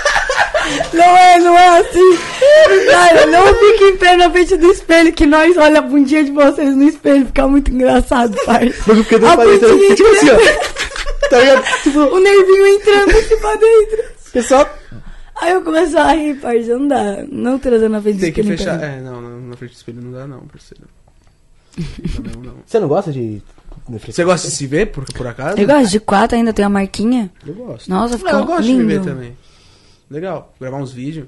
C: Não é assim. Cara, não fique em pé na frente do espelho, que nós olha a bundinha de vocês no espelho, fica muito engraçado, pai.
B: Porque
C: A
B: não parece
C: bundinha
B: tipo assim,
C: entrando,
B: ó. Tá ligado? Tipo,
C: o nervinho entrando assim pra dentro.
B: pessoal.
C: Aí eu começo a rir, parceiro, não dá. Não transando na frente do
A: Tem que
C: espelho.
A: fechar.
C: então.
A: Não, na frente do espelho não dá, não, parceiro. Não, não.
B: Você não gosta de.
A: Você gosta de se ver, por acaso?
C: Eu gosto de 4, ainda tem a marquinha.
B: Eu gosto.
C: Nossa,
A: Não,
C: ficou
A: eu gosto
C: lindo.
A: de me ver também. Legal. Gravar uns vídeos.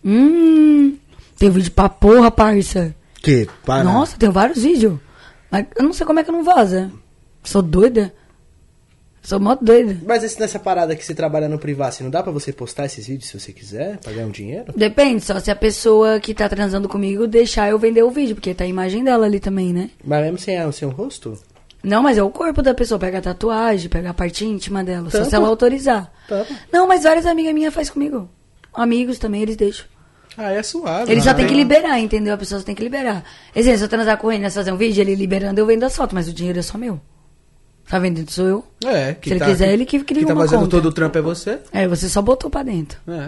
C: Tem vídeo pra porra, parça.
B: Que? Para.
C: Nossa, tem vários vídeos. Mas eu não sei como é que não vaza. Sou doida. Sou mó doida.
B: Mas nessa parada que você trabalha no privado, não dá pra você postar esses vídeos se você quiser? Pra ganhar um dinheiro?
C: Depende, só se a pessoa que tá transando comigo deixar eu vender o vídeo, porque tá a imagem dela ali também, né?
B: Mas mesmo sem um rosto?
C: Não, mas é o corpo da pessoa. Pega a tatuagem, pega a parte íntima dela. Só
B: Tampa.
C: se ela autorizar.
B: Tampa.
C: Não, mas várias amigas minhas faz comigo. Amigos também, eles deixam.
A: Ah, é suave.
C: Ele só
A: né?
C: tem que liberar, entendeu? A pessoa só tem que liberar. Exemplo, se eu transar com ele e fazer um vídeo, ele liberando, eu vendo as fotos, mas o dinheiro é só meu. Tá vendendo sou eu.
A: É,
C: Se ele quiser, ele que cria
A: Quem tá
C: uma
A: fazendo
C: conta.
A: todo o trampo é você.
C: É, você só botou pra dentro.
A: É.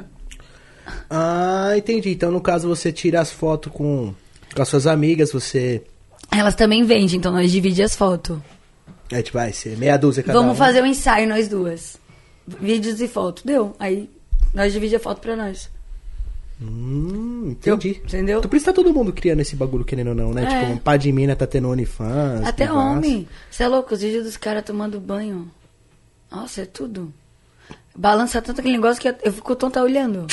B: Ah, entendi. Então, no caso, você tira as fotos com as suas amigas, você.
C: Elas também vendem, então nós dividimos as fotos.
B: É, tipo, vai ser meia dúzia cada
C: Vamos
B: um.
C: fazer um ensaio, nós duas. vídeos e fotos. Deu. Aí nós dividimos a foto pra nós.
B: Entendi.
C: Entendeu?
B: Tu precisa todo mundo criando esse bagulho, querendo ou não, né?
C: É.
B: Tipo, um pá de mina tá tendo OnlyFans.
C: Até
B: Privacy.
C: homem. Você é louco, os vídeos dos caras tomando banho. Nossa, é tudo. Balança tanto aquele negócio que eu fico tonta olhando.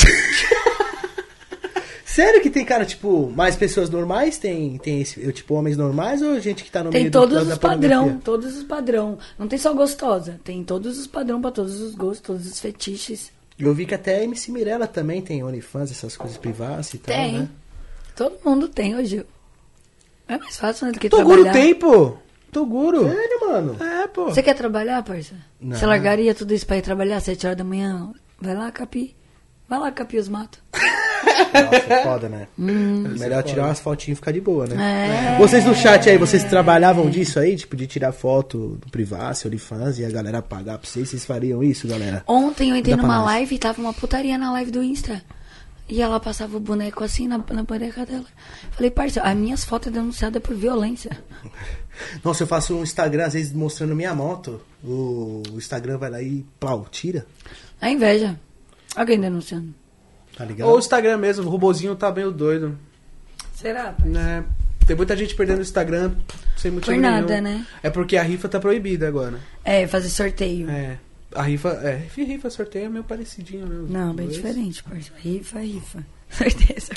B: Sério que tem, cara, tipo, mais pessoas normais? Tem esse, tipo, homens normais ou gente que tá no
C: Tem
B: meio
C: todos
B: da
C: os padrão,
B: pornografia?
C: todos os padrão. Não tem só gostosa, tem todos os padrão pra todos os gostos, todos os fetiches.
B: Eu vi que até a MC Mirella também tem OnlyFans, essas coisas privadas e tal,
C: Tem.
B: né?
C: Todo mundo tem hoje. É mais fácil, né, do que
A: Toguro
C: trabalhar.
A: tem, pô. Toguro.
B: Sério, mano?
A: É, pô.
C: Você quer trabalhar, parça?
B: Não.
C: Você largaria tudo isso pra ir trabalhar às 7 horas da manhã? Vai lá, Capi. Vai lá, Capi os matos.
B: Nossa, é foda, né? Melhor tirar umas fotinhas e ficar de boa, né?
C: É.
B: Vocês no chat aí, vocês trabalhavam disso aí? Tipo, de tirar foto do Privacy, OnlyFans e a galera pagar pra vocês fariam isso, galera?
C: Ontem eu entrei
B: Dá pra
C: numa
B: nós.
C: live e tava uma putaria na live do Insta. E ela passava o boneco assim na boneca dela. Falei, parça, as minhas fotos é denunciada por violência.
B: Nossa, eu faço um Instagram, às vezes, mostrando minha moto. O Instagram vai lá e, plau, tira.
C: É inveja. Alguém denunciando.
B: Tá ligado?
A: Ou o Instagram mesmo, o robozinho tá meio doido.
C: Será, parça?
A: Né? Tem muita gente perdendo o Instagram sem motivo
C: Por nada,
A: nenhum.
C: né?
A: É porque a rifa tá proibida agora.
C: É, fazer sorteio.
A: É. A rifa sorteio é meio parecidinho, né? Os
C: Não, bem
A: dois.
C: diferente, parça. Rifa, rifa. Certeza.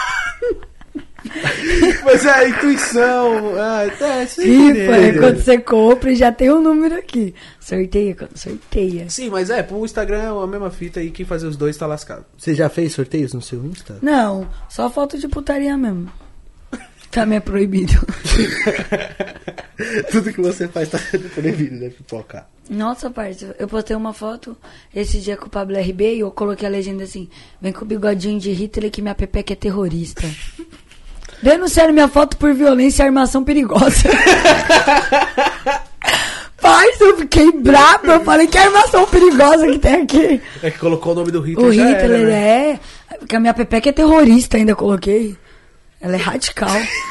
A: Mas é a intuição. Vocês
C: Rifa é
A: entenderam.
C: quando você compra e já tem um número aqui. Sorteia é quando sorteia.
A: Sim, mas pro Instagram é a mesma fita e quem fazer os dois tá lascado.
B: Você já fez sorteios no seu Insta?
C: Não, só foto de putaria mesmo. Também é proibido.
B: Tudo que você faz tá proibido, né, pipoca?
C: Nossa, parça, eu postei uma foto esse dia com o Pablo RB e eu coloquei a legenda assim: vem com o bigodinho de Hitler que minha pepeca é terrorista. Denunciaram minha foto por violência e armação perigosa. Parça, eu fiquei brava. Eu falei, que armação perigosa que tem aqui.
A: É que colocou o nome do Hitler.
C: O
A: já
C: Hitler
A: era, né?
C: porque a minha pepeca é terrorista, ainda coloquei. Ela é radical.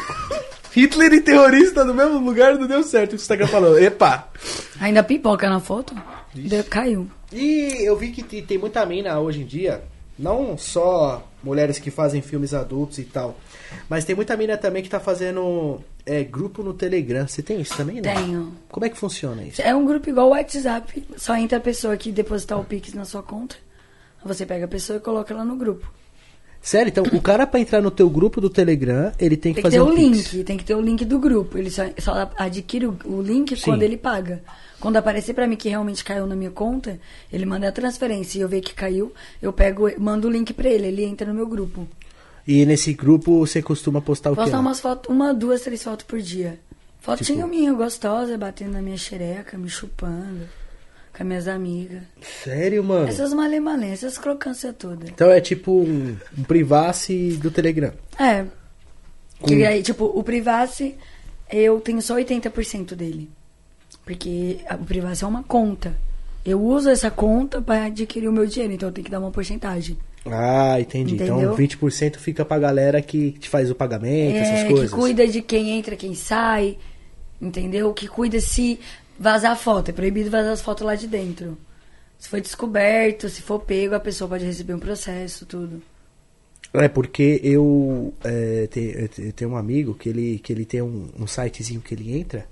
A: Hitler e terrorista no mesmo lugar não deu certo. O Instagram falou, epa.
C: Ainda pipoca na foto? Caiu.
B: E eu vi que tem muita mina hoje em dia, não só mulheres que fazem filmes adultos e tal, mas tem muita mina também que tá fazendo grupo no Telegram. Você tem isso também, né?
C: Tenho.
B: Como é que funciona isso?
C: É um grupo igual o WhatsApp. Só entra a pessoa que depositar o Pix na sua conta. Você pega a pessoa e coloca ela no grupo.
B: Sério, então o cara pra entrar no teu grupo do Telegram, ele tem que
C: Tem que
B: fazer
C: ter
B: um
C: o
B: Pix.
C: link, tem que ter o link do grupo. Ele só adquire o link
B: Sim.
C: quando ele paga. Quando aparecer pra mim que realmente caiu na minha conta, ele manda a transferência e eu ver que caiu, eu mando o link pra ele, ele entra no meu grupo.
B: E nesse grupo você costuma postar o quê?
C: Postar
B: lá?
C: umas fotos, 1, 2, 3 fotos por dia. Fotinha
B: Tipo?
C: minha, gostosa, batendo na minha xereca, me chupando, com as minhas amigas.
B: Sério, mano?
C: Essas malê-malê, essas crocâncias todas.
B: Então é tipo um Privacy do Telegram.
C: É. Que aí, tipo, o Privacy, eu tenho só 80% dele. Porque o Privacy é uma conta. Eu uso essa conta pra adquirir o meu dinheiro, então eu tenho que dar uma porcentagem.
B: Ah, entendi.
C: Entendeu?
B: Então 20% fica pra galera que te faz o pagamento, essas coisas.
C: Que cuida de quem entra, quem sai, entendeu? Que cuida se vazar foto. É proibido vazar as fotos lá de dentro. Se for descoberto, se for pego, a pessoa pode receber um processo, tudo.
B: É, porque eu tenho um amigo que ele tem um sitezinho que ele entra.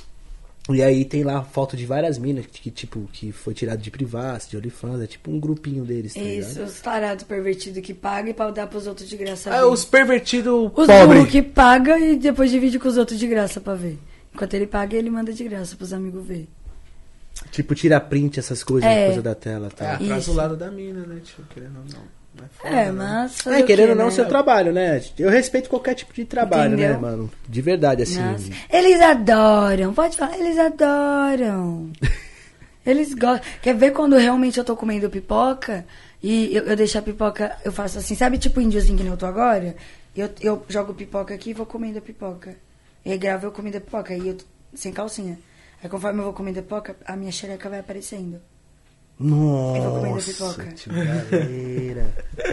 B: E aí tem lá foto de várias minas que foi tirado de Privacy, de OnlyFans. É tipo um grupinho deles, tá
C: Isso,
B: ligado?
C: os tarados pervertidos que pagam e pra dar pros outros de graça.
A: É
C: ver.
A: os pervertidos
C: Os
A: pobres.
C: burros que paga e depois divide com os outros de graça pra ver. Enquanto ele paga, ele manda de graça pros amigos ver.
B: Tipo, tira print, essas coisas, coisa da tela,
A: É,
B: tá?
A: atrás
C: Isso.
A: do lado da mina, né, tio? Querendo ou não. Não é foda,
C: É,
A: né?
C: mas... fazer o
B: Querendo
C: quê,
B: ou não,
C: né?
B: seu trabalho, né? Eu respeito qualquer tipo de trabalho,
C: Entendeu?
B: né, mano? De verdade, assim.
C: Nossa. Eles adoram, pode falar, eles adoram. Eles gostam. Quer ver quando realmente eu tô comendo pipoca e eu deixo a pipoca, eu faço assim, sabe tipo índiozinho que nem eu tô agora? Eu jogo pipoca aqui e vou comendo a pipoca. E aí gravo eu comendo a pipoca, aí eu sem calcinha. Aí conforme eu vou comendo a pipoca, a minha xereca vai aparecendo. Eu vou comendo
B: Nossa,
C: pipoca.
B: tio, galera.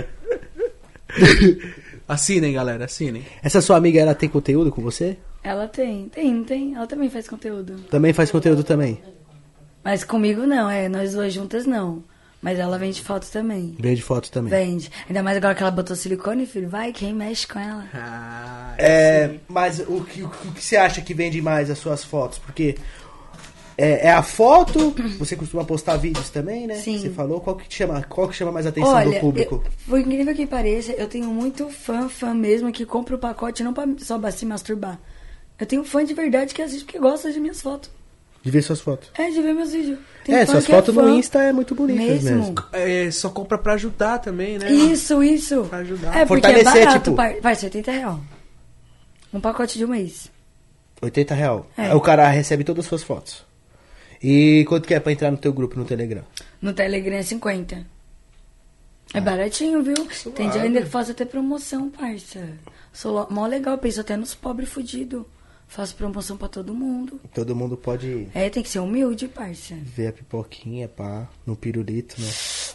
A: Assinem, galera, assinem.
B: Essa sua amiga, ela tem conteúdo com você?
C: Ela tem. Ela também faz conteúdo.
B: Também faz conteúdo também?
C: Mas comigo não, nós duas juntas não. Mas ela vende foto também.
B: Vende foto também.
C: Vende. Ainda mais agora que ela botou silicone, filho. Vai, quem mexe com ela?
A: Sim.
B: Mas o que você acha que vende mais as suas fotos? Porque é a foto, você costuma postar vídeos também, né?
C: Sim.
B: Você falou, qual que chama mais a atenção do público?
C: Por incrível que pareça, eu tenho muito fã mesmo que compra o pacote não pra só se masturbar. Eu tenho fã de verdade que assiste porque gosta de minhas fotos.
B: De ver suas fotos.
C: De ver meus vídeos. Tem fã
B: suas
C: que
B: fotos
C: fã
B: no Insta é muito bonitas mesmo.
A: Só compra pra ajudar também, né?
C: Isso.
A: Pra ajudar.
C: Porque
B: Fortalecer,
C: é barato,
B: tipo...
C: vai ser R$80. Um pacote de um mês.
B: R$80.
C: É.
B: Aí o cara recebe todas as suas fotos. E quanto que é pra entrar no teu grupo no Telegram?
C: No Telegram é 50. É baratinho, viu? Tem dia ainda que faz até promoção, parça. Sou mó legal, penso até nos pobres fudidos. Faço promoção pra todo mundo.
B: Todo mundo pode
C: Tem que ser humilde, parça.
B: ver a pipoquinha, pá, no pirulito, né?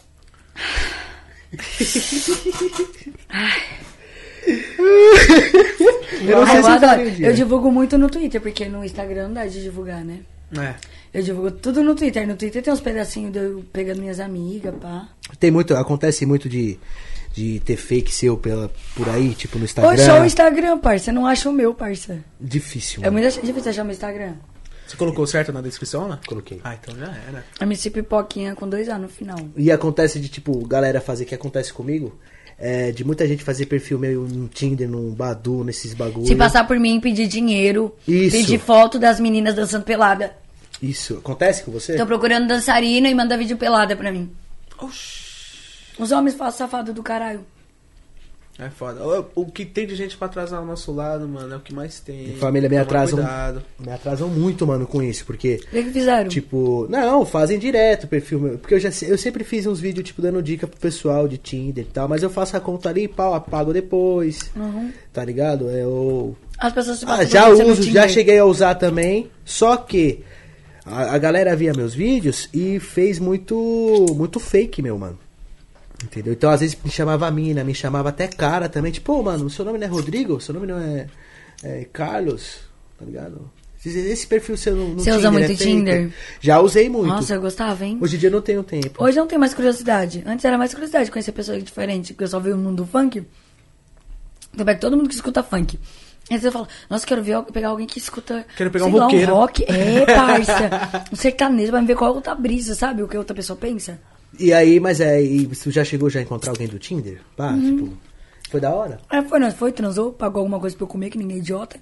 C: Eu
B: sei se
C: adoro.
B: tá em dia.
C: Eu divulgo muito no Twitter, porque no Instagram não dá de divulgar, né? Eu divulgo tudo no Twitter. No Twitter tem uns pedacinhos de eu pegando minhas amigas, pá.
B: Acontece muito de ter fake seu por aí, tipo no Instagram.
C: Poxa, o Instagram, parça. Você não acha o meu, parça.
B: Difícil.
C: É
B: Mano.
C: muito difícil achar meu Instagram.
A: Você colocou certo na descrição, né?
B: Coloquei.
A: Então já era.
C: MC Pipoquinha com 2 A no final.
B: E acontece de, tipo, galera fazer, que acontece comigo, de muita gente fazer perfil meio no Tinder, no Badu, nesses bagulho.
C: Se passar por mim, pedir dinheiro.
B: Isso.
C: Pedir foto das meninas dançando pelada.
B: Isso, acontece com você?
C: Tô procurando dançarina e manda vídeo pelada pra mim.
A: Oxi.
C: Os homens safados do caralho.
A: É foda. O que tem de gente pra atrasar o nosso lado, mano, é o que mais tem.
B: Família me
A: Toma
B: atrasam.
A: cuidado.
B: Me atrasam muito, mano, com isso, porque...
C: O que fizeram?
B: Tipo, não, fazem direto o perfil meu. Porque eu sempre fiz uns vídeos, tipo, dando dica pro pessoal de Tinder e tal. Mas eu faço a conta ali, pau, apago depois. Tá ligado?
C: As pessoas se passam
B: já
C: por você no
B: uso, já
C: Tinder.
B: cheguei a usar também. Só que a galera via meus vídeos e fez muito fake, meu, mano. Entendeu? Então, às vezes, me chamava mina, me chamava até cara também. Tipo, pô, mano, seu nome não é Rodrigo? Seu nome não é Carlos? Tá ligado? Esse perfil seu no
C: Você
B: Tinder
C: usa muito
B: é fake?
C: Tinder?
B: Já usei muito.
C: Nossa, eu gostava, hein?
B: Hoje em dia eu não tenho tempo.
C: Hoje não tem mais curiosidade. Antes era mais curiosidade de conhecer pessoas diferentes, porque eu só vi o mundo do funk. Então pega todo mundo que escuta funk. Aí você fala, nossa, quero pegar alguém que escuta...
A: Quero pegar
C: sei
A: um
C: lá,
A: roqueiro.
C: rock. parça. Um sertanejo, pra ver qual é outra brisa, sabe? O que a outra pessoa pensa.
B: E aí, e você já chegou a encontrar alguém do Tinder? Pá, tipo, foi da hora?
C: Foi, transou, pagou alguma coisa pra eu comer, que ninguém é idiota.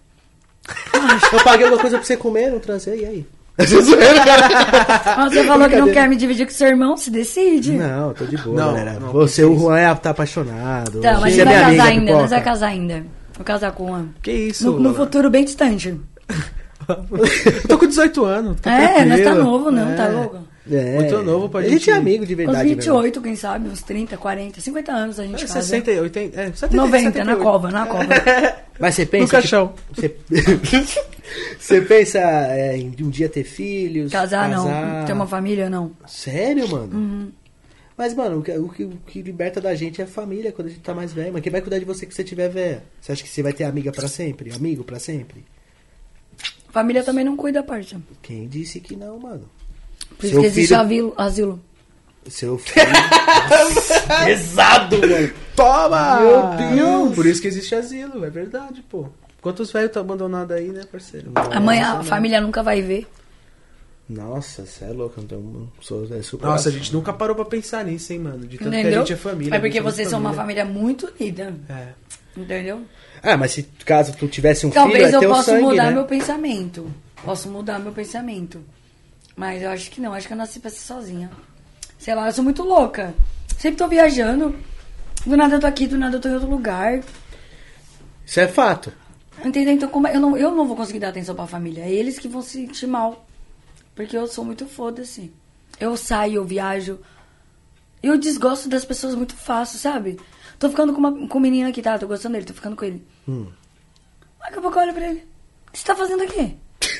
B: Eu paguei alguma coisa pra você comer, não transei, e aí?
C: Mas você falou que não quer me dividir com seu irmão, se decide.
B: Não, tô de boa,
A: Não,
B: galera.
A: não,
B: você, o Juan, tá apaixonado.
C: Tá, mas
B: Você
C: ele vai
B: minha
C: casar
B: amiga,
C: ainda,
B: pipoca.
C: nós vai casar ainda. Vou casar com o Juan.
A: Que isso?
C: No futuro bem distante.
A: Eu tô com 18 anos. Tá
C: Nós tá
A: tranquilo.
C: novo, não, tá louco?
A: Muito novo pra
B: A gente é amigo de
C: Uns
B: verdade.
C: 28, quem sabe, uns 30, 40, 50 anos a gente casa.
A: 60, 80, 70,
C: 90,
A: 78.
C: na cova.
B: Mas você pensa.
A: No caixão.
B: Você pensa em um dia ter filhos?
C: Casar não, ter uma família não.
B: Sério, mano? Mas, mano, o que liberta da gente é a família quando a gente tá mais velho. Mas quem vai cuidar de você que você tiver velho? Você acha que você vai ter amiga pra sempre? Amigo pra sempre?
C: Família também não cuida, parça.
B: Quem disse que não, mano?
C: Por isso que existe asilo.
B: Seu filho. Pesado, mano.
A: Toma!
B: Meu Deus!
A: Por isso que existe asilo, é verdade, pô. Quantos velhos tá abandonados aí, né, parceiro?
C: A família nunca vai ver.
B: Nossa, você é louco, então é super.
A: Nossa, a gente nunca parou pra pensar nisso, hein, mano. De tanto que a
C: Entendeu?
A: gente é família.
C: É porque
A: a gente
C: vocês são uma família muito unida.
A: É.
C: Entendeu?
B: Ah, mas se caso tu tivesse um
C: Talvez
B: filho, é
C: eu
B: teu
C: possa
B: sangue,
C: mudar
B: né?
C: meu pensamento. Posso mudar meu pensamento. Mas eu acho que não. Acho que eu nasci pra ser sozinha. Sei lá, eu sou muito louca. Sempre tô viajando. Do nada eu tô aqui, do nada eu tô em outro lugar.
B: Isso é fato.
C: Entendeu? Então eu não vou conseguir dar atenção pra família. É eles que vão se sentir mal. Porque eu sou muito foda-se. Eu saio, eu viajo. Eu desgosto das pessoas muito fácil, sabe? Tô ficando com um menino aqui, tá? Tô gostando dele, tô ficando com ele. Daqui a pouco eu olho pra ele. O que você tá fazendo aqui?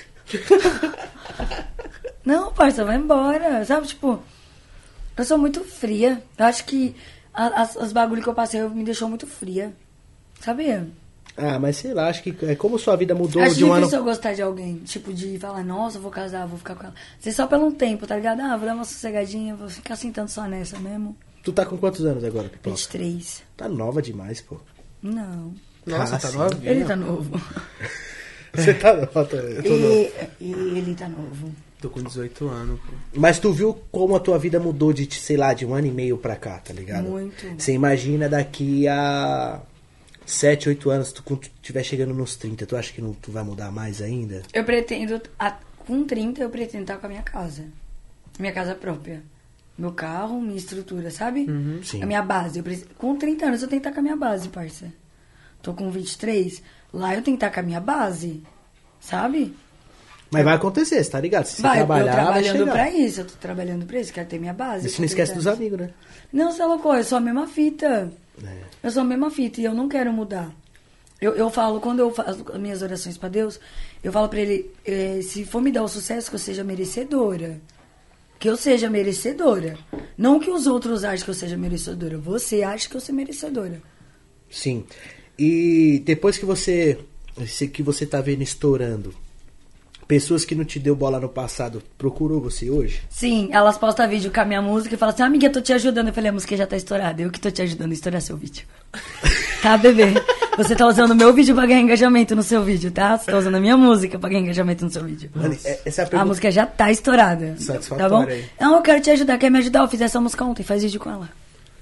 C: Não, parça, vai embora. Sabe, tipo... Eu sou muito fria. Eu acho que os bagulhos que eu passei me deixou muito fria. Sabia?
B: Ah, mas sei lá, acho que é como sua vida mudou
C: Acho
B: de um ano...
C: difícil eu gostar de alguém. Tipo, de falar, nossa, eu vou casar, vou ficar com ela. Ser só pelo um tempo, tá ligado? Ah, vou dar uma sossegadinha, vou ficar sentando só nessa mesmo.
B: Tu tá com quantos anos agora, Pipoca?
C: 23.
B: Tá nova demais, pô.
C: Não.
A: Nossa,
B: Ah,
A: tá
B: sim.
A: novinho.
C: Ele tá novo.
B: Você tá nova também, eu tô novo.
C: E ele tá novo.
A: Tô com 18 anos, pô.
B: Mas tu viu como a tua vida mudou de, sei lá, de um ano e meio pra cá, tá ligado?
C: Muito.
B: Você imagina daqui a 7, 8 anos, quando tu estiver chegando nos 30, tu acha que não, tu vai mudar mais ainda?
C: Eu pretendo, com 30, eu pretendo estar com a minha casa. Minha casa própria. Meu carro, minha estrutura, sabe?
B: Sim.
C: A minha base. Com 30 anos eu tenho que estar com a minha base, parça. Tô com 23, lá eu tenho que estar com a minha base, sabe?
B: Mas vai acontecer, você tá ligado? Se você
C: Vai,
B: trabalhar,
C: eu trabalhando
B: vai chegar.
C: pra isso, eu tô trabalhando pra isso, quero ter minha base.
B: E você não esquece dos amigos, né?
C: Não, você é louco, eu sou a mesma fita.
B: É.
C: Eu sou a mesma fita e eu não quero mudar. Eu falo, quando eu faço as minhas orações pra Deus, eu falo pra ele, se for me dar o sucesso, que eu seja merecedora. Que eu seja merecedora. Não que os outros achem que eu seja merecedora. Você acha que eu sou merecedora.
B: Sim. E depois que você tá vendo estourando, pessoas que não te deu bola no passado, procurou você hoje?
C: Sim, elas postam vídeo com a minha música e falam assim, amiga, eu tô te ajudando. Eu falei, a música já tá estourada. Eu que tô te ajudando a estourar seu vídeo. Tá, bebê? Você tá usando o meu vídeo pra ganhar engajamento no seu vídeo, tá? Você tá usando a minha música pra ganhar engajamento no seu vídeo.
B: Mano, essa é a
C: A
B: pergunta...
C: música já tá estourada.
B: Satisfatória
C: Tá bom?
B: aí.
C: Não, eu quero te ajudar. Quer me ajudar? Eu fiz essa música ontem. Faz vídeo com ela.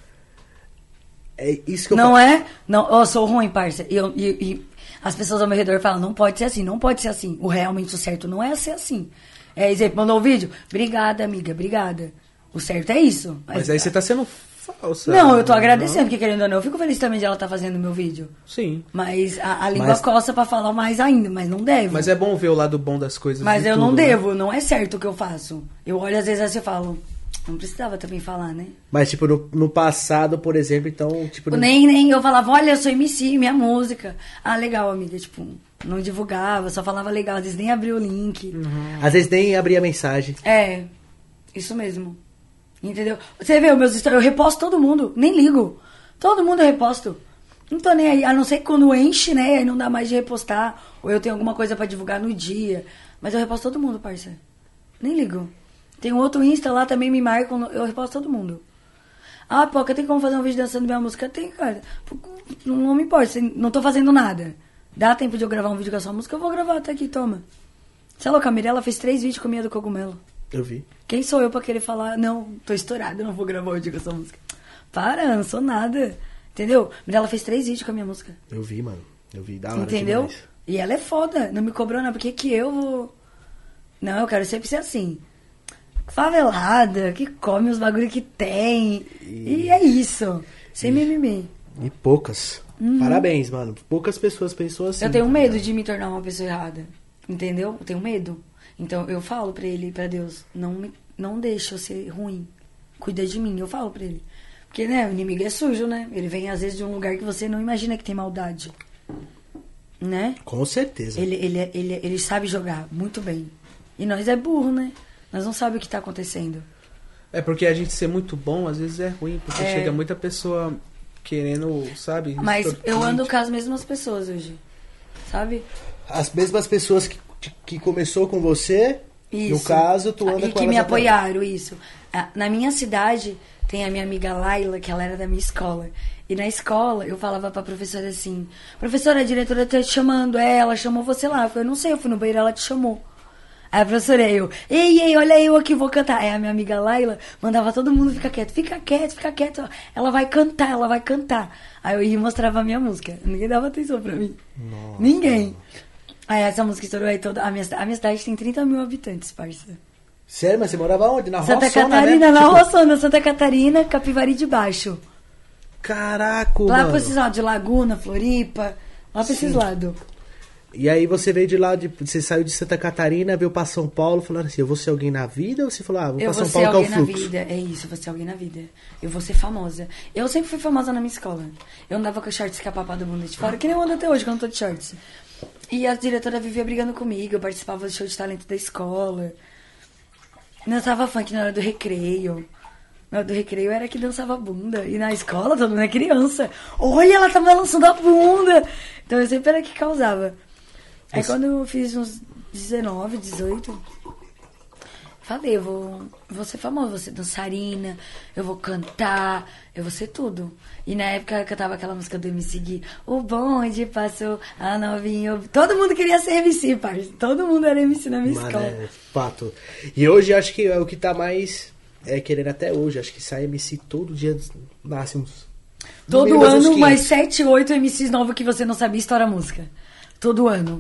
B: É isso que eu
C: Não
B: falo.
C: é? Não, eu sou ruim, parça. E as pessoas ao meu redor falam, não pode ser assim, não pode ser assim. Realmente o certo não é ser assim. É, exemplo, mandou um vídeo? Obrigada, amiga, obrigada. O certo é isso.
A: Mas aí você tá sendo falsa.
C: Não, eu tô agradecendo, porque querendo ou não, eu fico feliz também de ela estar fazendo o meu vídeo.
A: Sim.
C: Mas a língua
B: Mas-
C: coça pra falar mais ainda, mas não devo.
A: Mas é bom ver o lado bom das coisas.
C: Mas
A: de
C: eu
A: tudo,
C: não
A: né?
C: devo, não é certo o que eu faço. Eu olho às vezes assim e falo, não precisava também falar, né?
B: Mas, tipo, no passado, por exemplo, então... Tipo,
C: Nem eu falava, olha, eu sou MC, minha música. Ah, legal, amiga, tipo, não divulgava, só falava legal, às vezes nem abria o link.
B: Às vezes nem abria mensagem.
C: É, isso mesmo. Entendeu? Você vê os meus stories, eu reposto todo mundo, nem ligo. Todo mundo eu reposto. Não tô nem aí, a não ser que quando enche, né, aí não dá mais de repostar, ou eu tenho alguma coisa pra divulgar no dia. Mas eu reposto todo mundo, parceiro. Nem ligo. Tem um outro Insta lá, também me marcam, eu reposto todo mundo. Ah, pô, tem como fazer um vídeo dançando minha música? Tem, cara. Não me importa, não tô fazendo nada. Dá tempo de eu gravar um vídeo com a sua música? Eu vou gravar, tá aqui, toma. Você é louca, a Mirella fez 3 vídeos com a minha do cogumelo.
B: Eu vi.
C: Quem sou eu pra querer falar, não, tô estourada, não vou gravar um vídeo com essa música. Para, não sou nada. Entendeu? Mirella fez 3 vídeos com a minha música.
B: Eu vi, mano. Eu vi, da hora
C: Entendeu?
B: demais.
C: E ela é foda, não me cobrou nada. Por que eu vou... Não, eu quero sempre ser assim. Favelada, que come os bagulho que tem. E é isso. Sem mimimi.
B: E poucas. Parabéns, mano. Poucas pessoas pensou assim.
C: Eu tenho
B: tá
C: medo
B: ligado?
C: de me tornar uma pessoa errada. Entendeu? Eu tenho medo. Então eu falo pra ele, pra Deus, não deixa eu ser ruim. Cuida de mim. Eu falo pra ele. Porque, né, o inimigo é sujo, né? Ele vem às vezes de um lugar que você não imagina que tem maldade. Né?
B: Com certeza.
C: Ele sabe jogar muito bem. E nós é burro, né? Nós não sabemos o que tá acontecendo.
A: É porque a gente ser muito bom, às vezes é ruim, porque
C: É.
A: chega muita pessoa querendo, sabe?
C: Mas
A: extorquir.
C: eu ando com as mesmas pessoas hoje. Sabe?
B: As mesmas pessoas que começou com você, no
C: Isso.
B: caso, tu anda
C: E
B: com
C: que
B: elas
C: me
B: até hoje.
C: apoiaram, isso. Na minha cidade, tem a minha amiga Laila, que ela era da minha escola. E na escola, eu falava pra professora assim, professora, a diretora tá te chamando. Ela chamou você lá. Eu falei, não sei, eu fui no banheiro, ela te chamou. Aí a professora, ei, olha eu aqui, vou cantar. Aí a minha amiga Laila mandava todo mundo ficar quieto. Fica quieto. Ela vai cantar. Aí eu ia e mostrava a minha música. Ninguém dava atenção pra mim.
B: Nossa.
C: Ninguém. Aí essa música estourou aí toda. A minha cidade tem 30 mil habitantes, parça.
B: Sério, mas você morava onde? Na
C: Santa
B: Roçona,
C: Catarina,
B: né?
C: na
B: Tipo,
C: Roçona, Santa Catarina, Capivari de Baixo.
B: Caraca,
C: Lá
B: mano.
C: pra esses lados, de Laguna, Floripa, lá pra esses lados.
B: E aí você veio de lá, você saiu de Santa Catarina, veio pra São Paulo, falando assim, eu vou ser alguém na vida? Ou você falou, vou
C: Eu
B: pra
C: vou
B: São
C: ser
B: Paulo que é
C: alguém
B: o
C: na
B: fluxo?
C: vida, é isso, eu vou ser alguém na vida. Eu vou ser famosa. Eu sempre fui famosa na minha escola. Eu andava com shorts escapapado do mundo de fora, que nem eu ando até hoje, quando eu tô de shorts. E a diretora vivia brigando comigo, eu participava do show de talento da escola. Dançava funk na hora do recreio. Meu, do recreio era que dançava bunda. E na escola todo mundo é criança. Olha, ela tá balançando a bunda. Então eu sempre era que causava. Aí quando eu fiz uns 19, 18, falei, eu vou ser famosa, vou ser dançarina, eu vou cantar, eu vou ser tudo. E na época eu cantava aquela música do MC Gui, o bonde passou, a novinha... Todo mundo queria ser MC, parceiro. Todo mundo era MC na minha escola.
B: É fato. E hoje acho que é o que tá mais querendo até hoje. Acho que sai MC todo dia, nasce uns...
C: Todo ano, mais 7, 8 MCs novos que você não sabia estourar a música. Todo ano.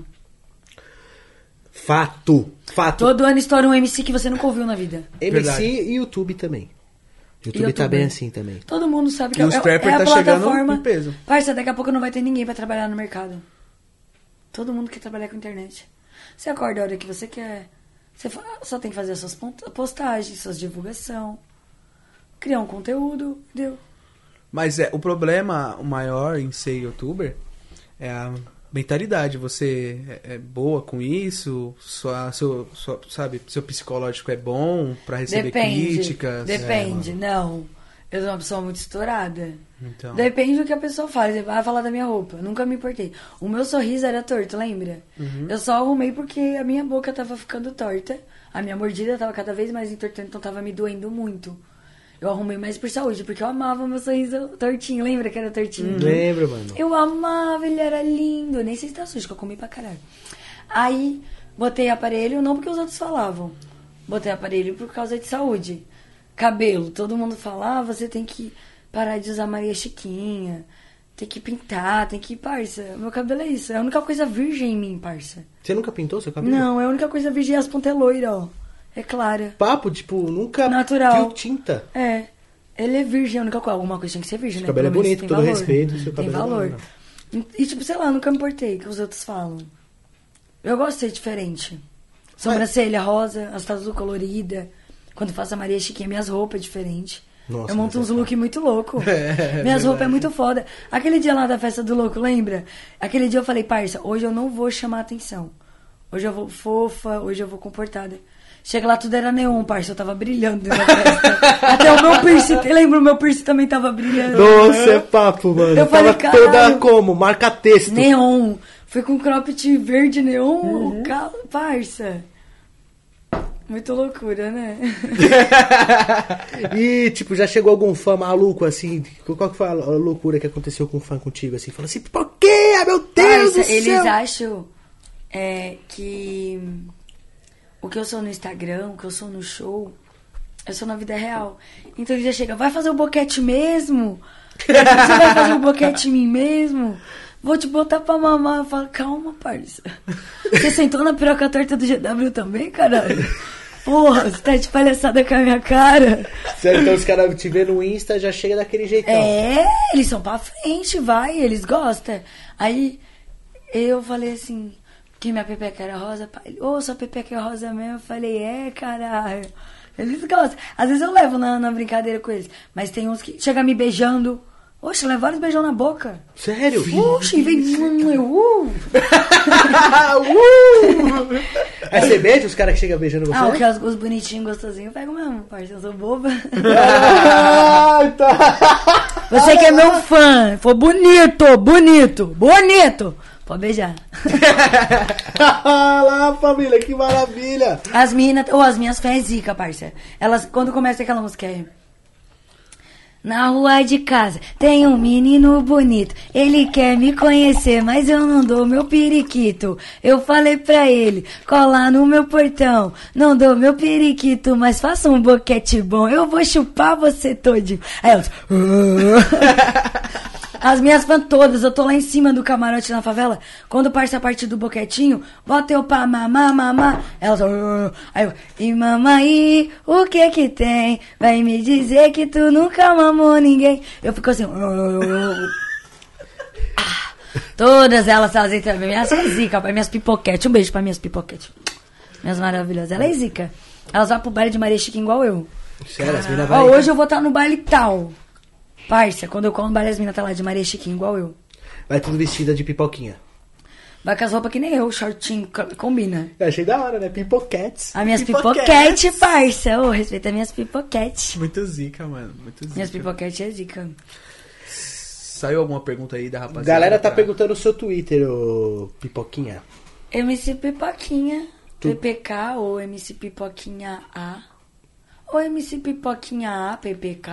B: Fato.
C: Todo ano estoura um MC que você nunca ouviu na vida.
B: MC
A: Verdade.
B: e YouTube também. YouTube tá bem assim também.
C: Todo mundo sabe que
A: E os trapper
C: a
A: tá chegando
C: plataforma.
A: em peso.
C: Parça, daqui a pouco não vai ter ninguém pra trabalhar no mercado. Todo mundo quer trabalhar com internet. Você acorda a hora que você quer. Você só tem que fazer as suas postagens, suas divulgação, criar um conteúdo, deu.
A: Mas o problema o maior em ser youtuber é a mentalidade. Você é boa com isso? Sabe, seu psicológico é bom pra receber críticas?
C: Depende, não. Eu sou uma pessoa muito estourada.
A: Então.
C: Depende do que a pessoa fala. Você vai falar da minha roupa. Nunca me importei. O meu sorriso era torto, lembra? Eu só arrumei porque a minha boca tava ficando torta. A minha mordida tava cada vez mais entortando, então tava me doendo muito. Eu arrumei mais por saúde, porque eu amava o meu sorriso tortinho. Lembra que era tortinho?
B: Lembro, mano.
C: Eu amava, ele era lindo. Nem sei se tá sujo, que eu comi pra caralho. Aí, botei aparelho, não porque os outros falavam. Botei aparelho por causa de saúde. Cabelo, todo mundo falava, você tem que parar de usar Maria Chiquinha. Tem que pintar, tem que... Parça, meu cabelo é isso. É a única coisa virgem em mim, parça.
B: Você nunca pintou seu cabelo?
C: Não, é a única coisa virgem. As pontas é loira, ó. É clara.
B: Papo, tipo, nunca
C: Natural.
B: viu tinta.
C: É. Ele é virgem, a única coisa. Alguma coisa tem que ser virgem,
B: Seu
C: né?
B: cabelo é
C: Pelo menos
B: bonito,
C: tem
B: todo
C: valor.
B: respeito, seu
C: Tem
B: cabelo é
C: valor.
B: bom,
C: E tipo, sei lá, nunca me importei que os outros falam. Eu gosto de ser diferente. Sobrancelha rosa, as tatuas colorida. Quando faço a Maria Chiquinha, minhas roupas é diferente.
B: Nossa,
C: eu monto
B: mas
C: uns look muito louco. Minhas roupas é muito foda. Aquele dia lá da festa do louco, lembra? Aquele dia eu falei, parça, hoje eu não vou chamar atenção. Hoje eu vou fofa, hoje eu vou comportada. Chega lá, tudo era neon, parça. Eu tava brilhando na festa. Até o meu piercing, lembra? O meu piercing também tava brilhando.
B: Nossa, é papo, mano.
C: Eu falei,
B: tava toda
C: caralho.
B: como? Marca texto.
C: Neon. Fui com cropped verde neon, parça. Muito loucura, né?
B: E, tipo, já chegou algum fã maluco, assim? Qual que foi a loucura que aconteceu com um fã contigo, assim? Falou assim, por quê? Meu Deus do céu!
C: Eles acham que o que eu sou no Instagram, o que eu sou no show, eu sou na vida real. Então ele já chega, vai fazer o boquete mesmo? Você vai fazer o boquete em mim mesmo? Vou te botar pra mamar. Eu falo, calma, parça. Você sentou na piroca torta do GW também, caralho? Porra, você tá de palhaçada com a minha cara.
B: Sério, então os caras te vê no Insta já chega daquele jeitão.
C: Eles são pra frente, vai, eles gostam. Aí eu falei assim, que minha pepeca era rosa, pai. Ô, sua pepeca é rosa mesmo? Eu falei, caralho. Eles gostam. Às vezes eu levo na brincadeira com eles. Mas tem uns que chegam me beijando. Oxe, levaram vários beijão na boca.
B: Sério?
C: Oxe, vem.
B: Aí você beija os caras que chegam beijando você?
C: Ah, os bonitinhos, gostosinhos, eu pego mesmo, parceiro. Eu sou boba.
B: Ah, tá.
C: Você que é meu fã, for bonito. Pode beijar.
B: Ah lá, família, que maravilha.
C: As minhas fãs é zica, parça. Elas, quando começa aquela música aí. Na rua de casa tem um menino bonito. Ele quer me conhecer, mas eu não dou meu periquito. Eu falei pra ele, colar no meu portão. Não dou meu periquito, mas faça um boquete bom. Eu vou chupar você todinho. Aí elas... As minhas fãs todas, eu tô lá em cima do camarote na favela. Quando passa a parte do boquetinho, bota eu pra mamar. Elas... Aí eu... E mamaí, o que que tem? Vai me dizer que tu nunca mamou ninguém. Eu fico assim... Todas elas fazem também. Minhas zica, minhas pipoquete. Um beijo pra minhas pipoquete. Minhas maravilhosas. Ela é zica. Elas vão pro baile de Maria Chiquinha igual eu.
B: Sério, as mina
C: Ó, hoje eu vou estar no baile tal. Parça, quando eu colo no baile, as minas tá lá de Maria Chiquinha igual eu.
B: Vai tudo vestida de pipoquinha.
C: Vai com as roupas que nem eu, shortinho, combina.
B: Eu achei da hora, né? Pipoquetes.
C: As minhas
A: Pipoquete.
C: pipoquete, parça. Ô, respeita as minhas pipoquete.
A: Muito zica, mano. Muito zica.
C: Minhas pipoquete é zica.
A: Saiu alguma pergunta aí da rapaziada?
B: Galera tá
A: pra-
B: perguntando o seu Twitter, ô Pipoquinha.
C: MC Pipoquinha, PPK ou MC Pipoquinha A. Ou MC Pipoquinha A, PPK.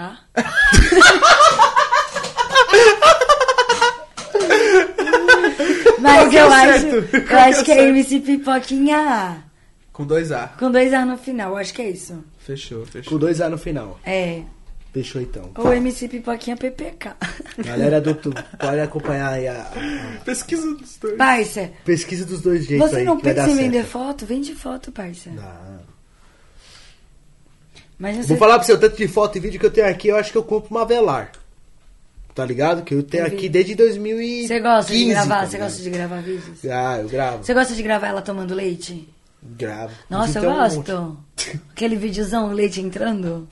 C: Mas
A: que é
C: eu
A: o
C: acho,
A: certo?
C: eu
A: Qual que é
C: acho
A: o
C: que é
A: certo?
C: MC Pipoquinha A.
A: Com 2A.
C: Com 2A no final, eu acho que é isso.
A: Fechou, fechou.
B: Com 2A no final.
C: É.
B: Fechou então.
C: Ou MC Pipoquinha PPK.
B: Galera do pode acompanhar aí a
A: Pesquisa dos dois.
C: Parça,
B: pesquisa dos dois jeitos
C: você
B: aí.
C: não
B: que vai
C: pensa
B: dar
C: em vender
B: certo.
C: foto? Vende foto, parça.
B: Não.
C: Mas não
B: Vou
C: sei-
B: falar pra você, o tanto de foto e vídeo que eu tenho aqui, eu acho que eu compro uma Velar. Tá ligado? Que eu tenho
C: Entendi.
B: aqui desde 2015.
C: Você gosta de gravar?
B: tá
C: Você
B: ligado?
C: gosta de gravar vídeos?
B: Ah, eu gravo.
C: Você gosta de gravar ela tomando leite?
B: Gravo.
C: Nossa,
B: Então,
C: eu gosto. Aquele videozão, leite entrando.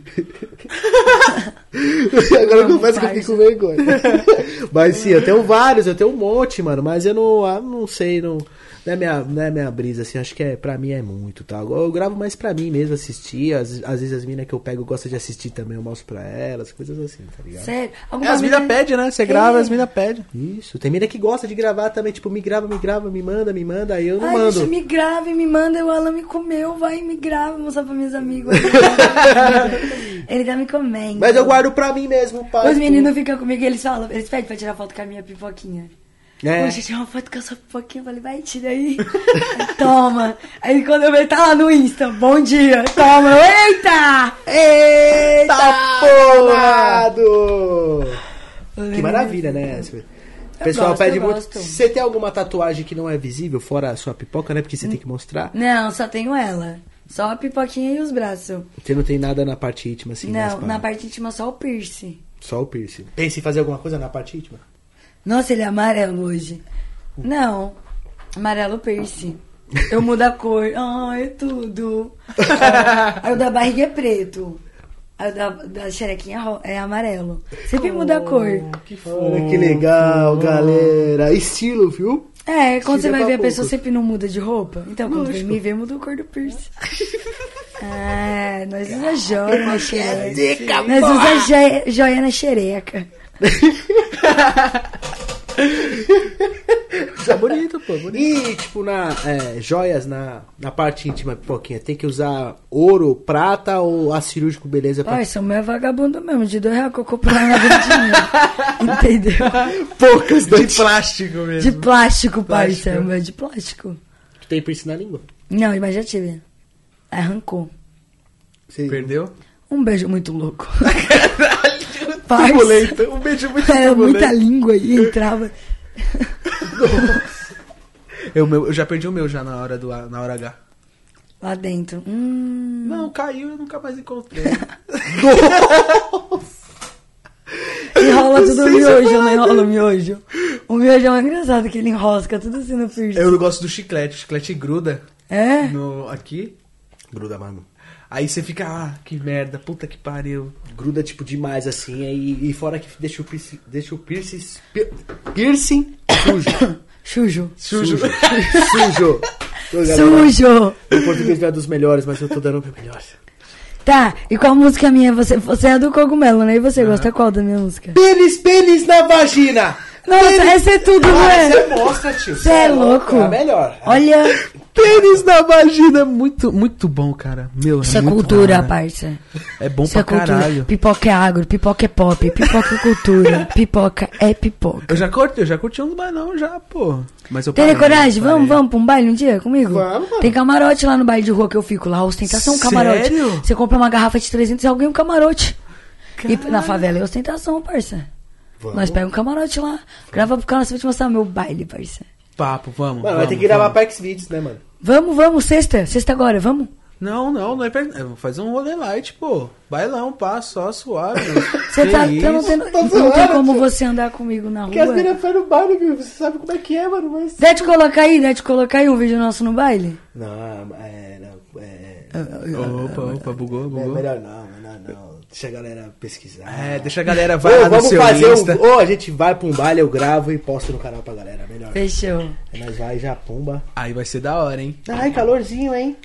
B: Agora eu
C: Não,
B: confesso que eu
C: parça.
B: fico com vergonha. Mas sim, eu tenho vários, eu tenho um monte, mano. Mas eu não sei, não é minha brisa, assim. Acho que pra mim é muito, tá? Eu gravo mais pra mim mesmo, assistir. Às vezes as minas que eu pego gostam de assistir também, eu mostro pra elas, coisas assim, tá ligado?
C: Sério?
A: É,
C: Alguma
A: as minas
C: mina-
A: pedem, né? Você grava,
C: É.
A: as minas pedem.
B: Isso, tem mina que gosta de gravar também, tipo, me grava, me manda, aí eu não
C: Ai,
B: mando.
C: bicho, me grava e me manda, o Alan me comeu, vai, me grava, vou mostrar pra meus amigos. Ele tá me comendo.
B: Mas eu guardo pra mim mesmo, pai.
C: Os meninos ficam comigo e eles falam, eles pedem pra tirar foto com a minha pipoquinha.
B: É.
C: Poxa, tira uma foto com a sua pipoquinha. Eu falei, vai, tira aí. Aí, toma. Aí quando eu vejo, tá lá no Insta, bom dia. Toma. Eu, eita!
B: Eita
A: porra!
B: porra! Que maravilha, né? O pessoal
C: gosto,
B: pede
C: eu
B: muito.
C: gosto.
B: Você tem alguma tatuagem que não é visível, fora a sua pipoca, né? Porque você tem que mostrar.
C: Não, só tenho ela. Só a pipoquinha e os braços.
B: Você não tem nada na parte íntima, assim, mais
C: Não,
B: pá.
C: na parte íntima só o piercing.
B: Só o piercing. Pensa em fazer alguma coisa na parte íntima?
C: Nossa, ele é amarelo hoje. Não, amarelo piercing. Eu mudo a cor. Ah, é tudo. Aí o da barriga é preto. Aí o da xerequinha é amarelo. Sempre muda a cor.
A: Que
B: Olha que legal, galera. Estilo, viu?
C: É, quando você
B: Tira
C: vai
B: pra
C: ver a pessoa
B: poucos.
C: sempre não muda de roupa. Então, quando vem
B: Lógico.
C: me ver, muda a cor do piercing. Ah, nós usa joia na xereca. Nós usa joia na xereca.
B: É bonito, pô, bonito. E, tipo, joias na parte íntima, pipoquinha, tem que usar ouro, prata ou a cirúrgico, beleza? Pra...
C: Parça, o meu é vagabundo mesmo, de R$2 que eu comprei na vendinha. Entendeu?
B: Poucas
A: De plástico mesmo.
C: De plástico, parça.
A: Plástico.
C: O meu é de plástico.
B: Tu tem piercing na língua?
C: Não, mas já tive. Arrancou.
B: Você...
A: Perdeu?
C: Um beijo muito louco. Parça.
A: Turbulento. Um beijo muito
C: Era
A: turbulento.
C: muita língua e entrava.
A: Eu já perdi o meu já na hora H.
C: Lá dentro.
A: Não, caiu e eu nunca mais encontrei.
C: Enrola tudo o
A: sei se
C: miojo,
A: foi
C: não enrola o miojo. O miojo é mais engraçado que ele enrosca tudo assim no piercing.
A: Eu não gosto do chiclete. O chiclete gruda
C: É?
A: aqui.
B: Gruda, mano.
A: Aí você fica, que merda, puta que pariu.
B: Gruda, tipo, demais, assim, e fora que deixa o piercing sujo.
C: Chujo.
B: Sujo. Ô, galera,
C: Sujo!
B: O português não é dos melhores, mas eu tô dando o meu melhor.
C: Tá, e qual música minha? Você é do Cogumelo, né? E você gosta qual da minha música?
B: Pênis na vagina!
C: Nossa, essa é tudo,
B: Ah,
C: né?
B: você mostra, tio.
C: Você é louco.
B: É a melhor.
C: Olha,
A: Pênis na vagina é muito, muito bom, cara. Meu,
C: isso é
A: muito
C: cultura,
A: raro.
C: parça.
A: É bom
C: Isso é
A: pra
C: cultura.
A: caralho.
C: Pipoca é agro, pipoca é pop, pipoca é cultura, pipoca é pipoca.
A: Eu já curti uns bailão já, pô. Mas eu
C: Tem
A: parei,
C: coragem?
A: parei.
C: Vamos pra um baile um dia comigo?
B: Vamos, mano.
C: Tem camarote lá no baile de rua que eu fico lá, ostentação, camarote.
A: Sério?
C: Você compra uma garrafa de 300 e alguém um camarote. E na favela é ostentação, parça.
B: Vamos.
C: Nós pegamos um camarote lá, grava pro canal, você vai te mostrar meu baile, parça.
A: Papo, vamos.
B: Mano, vai
A: vamos,
B: ter que gravar
A: vamos.
B: pra Xvideos, né, mano?
C: Vamos, sexta agora, vamos?
A: Não é faz um rolê light, pô. Bailão, pá, só suave.
C: Você
A: Que
C: tá,
A: isso?
C: não tem
B: zoando,
C: como
B: tio.
C: você andar comigo na
B: Porque as
C: rua.
B: meninas foram no baile, viu? Você sabe como é que é, mano, mas...
C: Dá de colocar aí um vídeo nosso no baile?
B: Não,
A: Opa, bugou.
B: Melhor não. Deixa a galera pesquisar.
A: Deixa a galera vai lá no
B: vamos
A: seu
B: fazer
A: Insta.
B: Ou a gente vai pra um baile, eu gravo e posto no canal pra galera. Melhor.
C: Fechou.
B: Aí nós vai já pumba.
A: Aí vai ser da hora, hein?
B: Ai, calorzinho, hein?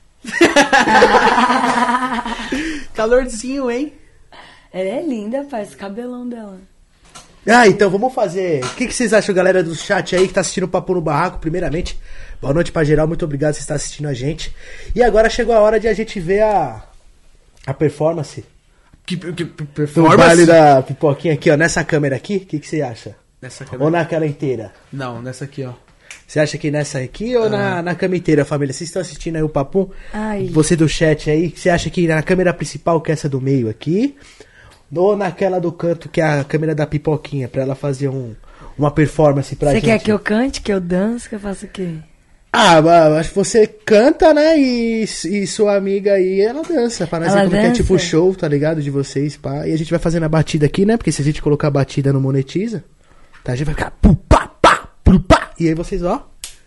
A: Calorzinho, hein?
C: Ela é linda, pai, esse cabelão dela.
B: Então vamos fazer. O que vocês acham, galera do chat aí que tá assistindo o Papo no Barraco? Primeiramente, boa noite pra geral, muito obrigado por você estar assistindo a gente. E agora chegou a hora de a gente ver a performance.
A: Que
B: Do
A: performance?
B: baile da pipoquinha aqui, ó, nessa câmera aqui. O que você acha?
A: Nessa
B: Ou
A: câmera.
B: naquela inteira?
A: Não, nessa aqui, ó.
B: Você acha que nessa aqui ou na câmera inteira, família? Vocês estão assistindo aí o Papum?
C: Ai.
B: Você do chat aí, você acha que na câmera principal, que é essa do meio aqui, ou naquela do canto, que é a câmera da pipoquinha, pra ela fazer uma performance pra
C: Você
B: gente?
C: quer que eu cante, que eu dance, que eu faça o quê?
B: Acho que você canta, né? E sua amiga aí, ela dança. Pra nós ver
C: Ela
B: como que é
C: dança?
B: tipo o show, tá ligado? De vocês, pá. E a gente vai fazendo a batida aqui, né? Porque se a gente colocar a batida não monetiza, tá? A gente vai ficar pum, pá, pá, pum, pá. E aí vocês, ó.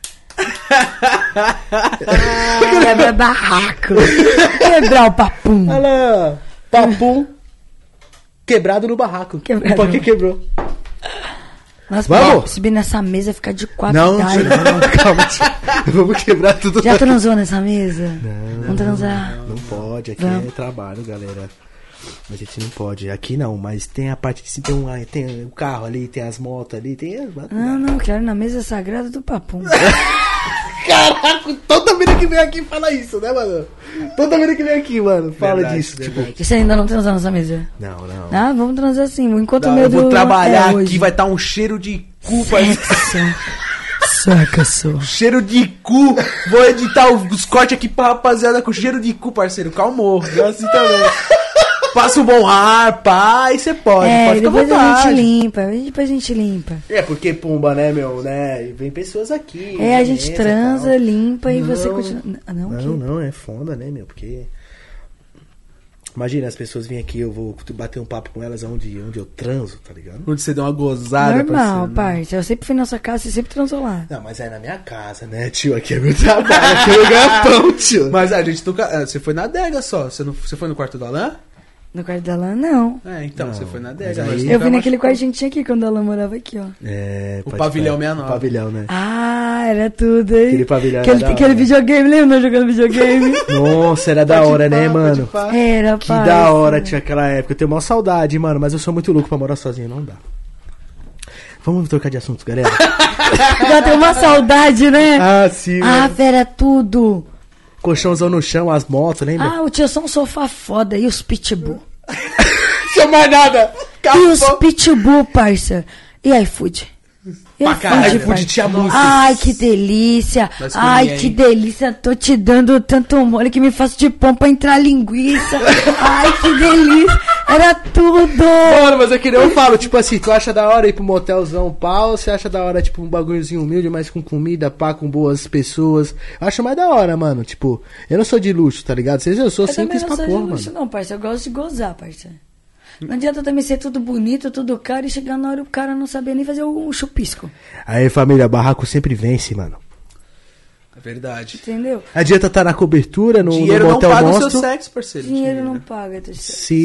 C: Quebra barraco. Quebrar o papum.
B: Olha lá. Papum. Quebrado no barraco.
C: Quebrado.
B: Por que quebrou?
C: Nossa,
B: Vamos?
C: pode subir nessa mesa e ficar de quatro.
B: Não,
C: Dai.
B: não, calma. Tio. Vamos quebrar tudo.
C: Já transou nessa mesa? Vamos transar.
B: Não pode, aqui
C: Vamos.
B: é trabalho, galera. A gente não pode. Aqui não, mas tem a parte de cima, tem o carro ali, tem as motos ali, tem as...
C: Não, quero ir na mesa sagrada do papum.
B: Caraca, toda vida que vem aqui fala isso, né, mano? Toda vida que vem aqui, mano, fala
A: Verdade,
B: disso.
A: verdade.
C: E você ainda não transou nessa mesa?
B: Tipo, não.
C: Ah, vamos transar sim. Enquanto o
A: Não,
C: meu
A: eu vou
C: do-
A: trabalhar
C: é
A: aqui,
C: hoje.
A: vai estar um cheiro de cu, parceiro.
C: Sexo.
A: Cheiro de cu. Vou editar os cortes aqui pra rapaziada com cheiro de cu, parceiro. Calmou. Eu assim também. Passa um bom ar, pá, e você pode ficar à
C: depois a
A: vontade.
C: gente limpa. Depois a gente limpa.
B: É porque, pumba, né, meu, né? Vem pessoas aqui.
C: É, a
B: né,
C: gente
B: mesa e
C: transa,
B: tal.
C: limpa e você
B: Não.
C: continua. Não,
B: Não, é foda, né, meu? Porque. Imagina, as pessoas vêm aqui, eu vou bater um papo com elas onde eu transo, tá ligado?
A: Onde você deu uma gozada,
C: normal,
A: parceiro.
C: parça. Eu sempre fui na sua casa, você sempre transou lá.
B: Não, mas é na minha casa, né, tio? Aqui é meu trabalho, aqui é meu ganha-pão, tio.
A: Mas a gente nunca... Você foi na adega só. Você foi no quarto do Alain?
C: No quarto da Lã, não.
A: É, então,
B: Não,
A: você foi na
B: mas
A: adega.
B: aí-
A: nós
C: Eu
A: nunca
C: fui naquele
A: machucou.
C: quartinho que tinha aqui, quando a Lã morava aqui, ó.
B: É,
A: O
B: pode
A: pavilhão
B: crer.
A: 69.
B: O pavilhão, né?
C: Ah, era tudo, hein?
B: Aquele pavilhão era da
C: Aquele
B: hora.
C: videogame, lembra nós jogando videogame?
B: Nossa, era da hora, né, mano?
C: Era,
B: Que
C: parça.
B: da hora tinha aquela época. Eu tenho maior saudade, mano, mas eu sou muito louco pra morar sozinho, não dá. Vamos trocar de assunto, galera?
C: Bateu uma saudade, né?
B: Ah, sim,
C: Ah,
B: mano.
C: fera, tudo.
B: Colchãozão no chão, as motos, lembra?
C: Ah, o tio só um sofá foda. E os pitbull?
B: Não mais nada!
C: E os pitbull, parça? E iFood? E
A: Pra caralho,
C: iFood,
A: iFood
C: parça?
A: tinha música.
C: Ai, que delícia.
A: Nós
C: Ai,
A: comia,
C: que
A: hein?
C: delícia. Tô te dando tanto mole que me faço de pão pra entrar linguiça. Ai, que delícia. Era tudo.
B: Mano, mas é que nem eu falo, tipo assim, tu acha da hora ir pro motelzão pá, ou você acha da hora, tipo, um bagulhozinho humilde, mas com comida, pá, com boas pessoas? Eu acho mais da hora, mano, tipo, eu não sou de luxo, tá ligado? Eu sou
C: Eu também
B: simples
C: não
B: pra
C: sou de
B: porra,
C: luxo,
B: mano.
C: não, parça. Eu gosto de gozar, parça. Não adianta também ser tudo bonito, tudo caro e chegar na hora o cara não saber nem fazer o chupisco.
B: Aí, família, barraco sempre vence, mano.
A: É verdade.
C: Entendeu?
B: Adianta tá na cobertura, no
A: Dinheiro não
B: motel
A: paga o
B: monstro,
A: seu sexo, parceiro.
C: Dinheiro não paga. Tá certo?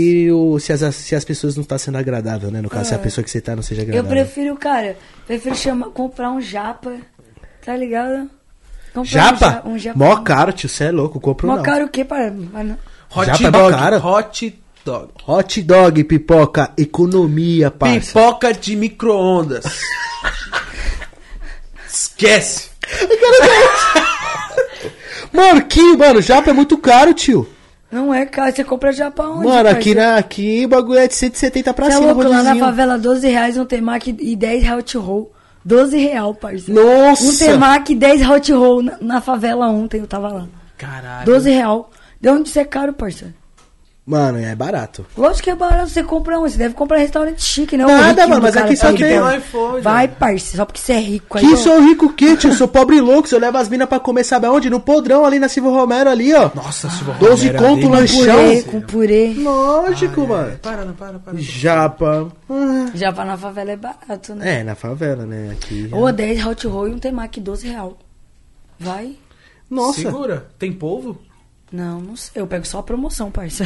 B: se as pessoas não tá sendo agradável, né? No caso, se a pessoa que você tá não seja
C: Eu
B: agradável.
C: prefiro comprar um japa, tá ligado? Comprar
B: Japa?
C: Um japa.
B: Mó caro, tio, você é louco, compro
C: Mó
B: não.
C: caro o quê, para?
A: Hot
B: Já tá
A: dog.
B: caro?
A: Hot dog.
B: Hot dog, pipoca, economia, parça.
A: Pipoca de micro-ondas. Esquece.
B: Mano, japa é muito caro, tio.
C: Não é caro, você compra japa onde?
B: Mano, aqui,
C: parceiro?
B: aqui o bagulho é de 170 pra
C: Você é
B: cima,
C: louco, lá na
B: rodizinho.
C: favela, R$12 um temaki e 10 hot roll. R$12, parceiro.
B: Nossa!
C: Um temaki e 10 hot roll na favela ontem, eu tava lá.
A: Caralho.
C: R$12. De onde isso é caro, parceiro?
B: Mano, é barato.
C: Lógico que é barato, você compra onde? Você deve comprar em restaurante chique, não?
B: Nada,
C: O riquinho
B: mano,
C: do
B: mas
C: cara
B: aqui só
C: que
B: tem
C: pega.
A: iPhone,
C: Vai,
A: já.
C: parceiro, só porque você é rico. Aí,
B: Que
C: ó.
B: sou rico o quê, tio? Sou pobre e louco. Eu levo as minas pra comer, sabe aonde? No podrão ali na Silva Romero ali, ó.
A: Nossa, Silva
B: 12
A: Romero,
B: conto
A: ali,
B: lanchão.
C: Purê, com purê.
B: Lógico, mano.
A: Para.
B: Japa.
C: Já pra na favela é barato, né?
B: É, na favela, né? Aqui.
C: Ou 10 hot roll e um temaki, R$12. Vai.
B: Nossa.
A: Segura. Tem polvo?
C: Não sei. Eu pego só a promoção, parça.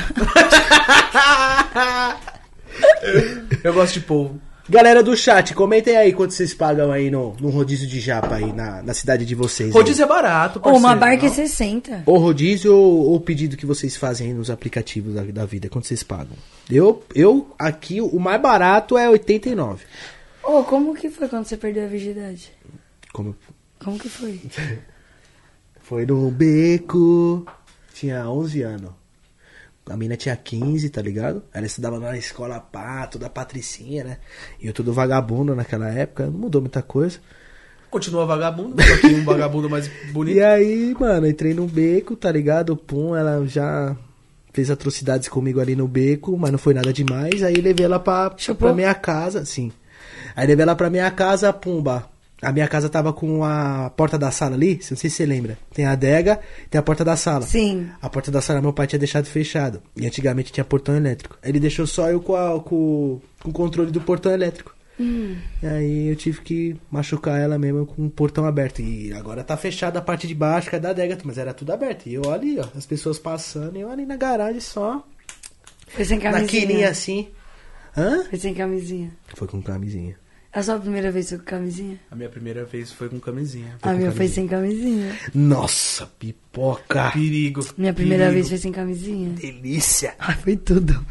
A: Eu gosto de polvo.
B: Galera do chat, comentem aí quanto vocês pagam aí no rodízio de japa aí na cidade de vocês.
A: Rodízio é barato,
C: Ou
A: parceiro.
C: uma barca é
A: não?
C: 60.
B: Ou rodízio ou o pedido que vocês fazem aí nos aplicativos da vida, quanto vocês pagam? Eu aqui, o mais barato é 89.
C: Ô, como que foi quando você perdeu a virgindade?
B: Como
C: Como que foi?
B: foi no beco, tinha 11 anos. A mina tinha 15, tá ligado? Ela estudava na escola pá, toda patricinha, né? E eu todo vagabundo naquela época, não mudou muita coisa.
A: Continua vagabundo, só que um vagabundo mais bonito.
B: E aí, mano, entrei no beco, tá ligado? Pum, ela já fez atrocidades comigo ali no beco, mas não foi nada demais. Aí levei ela pra minha casa, sim. Aí levei ela pra minha casa, pumba. A minha casa tava com a porta da sala ali, não sei se você lembra. Tem a adega, tem a porta da sala.
C: Sim.
B: A porta da sala meu pai tinha deixado fechado. E antigamente tinha portão elétrico. Ele deixou só eu com o controle do portão elétrico. E aí eu tive que machucar ela mesmo com o portão aberto. E agora tá fechada a parte de baixo, que é da adega, mas era tudo aberto. E eu ali, ó, as pessoas passando, e eu ali na garagem só.
C: Foi sem
B: Na
C: camisinha.
B: quininha assim. Hã?
C: Foi sem camisinha.
B: Foi com camisinha.
C: A sua primeira vez foi com camisinha?
A: A minha primeira vez foi com camisinha.
C: A minha foi sem camisinha.
B: Nossa, pipoca.
A: Perigo.
C: Minha primeira
A: perigo.
C: vez foi sem camisinha.
B: Delícia.
C: Ai, foi tudo.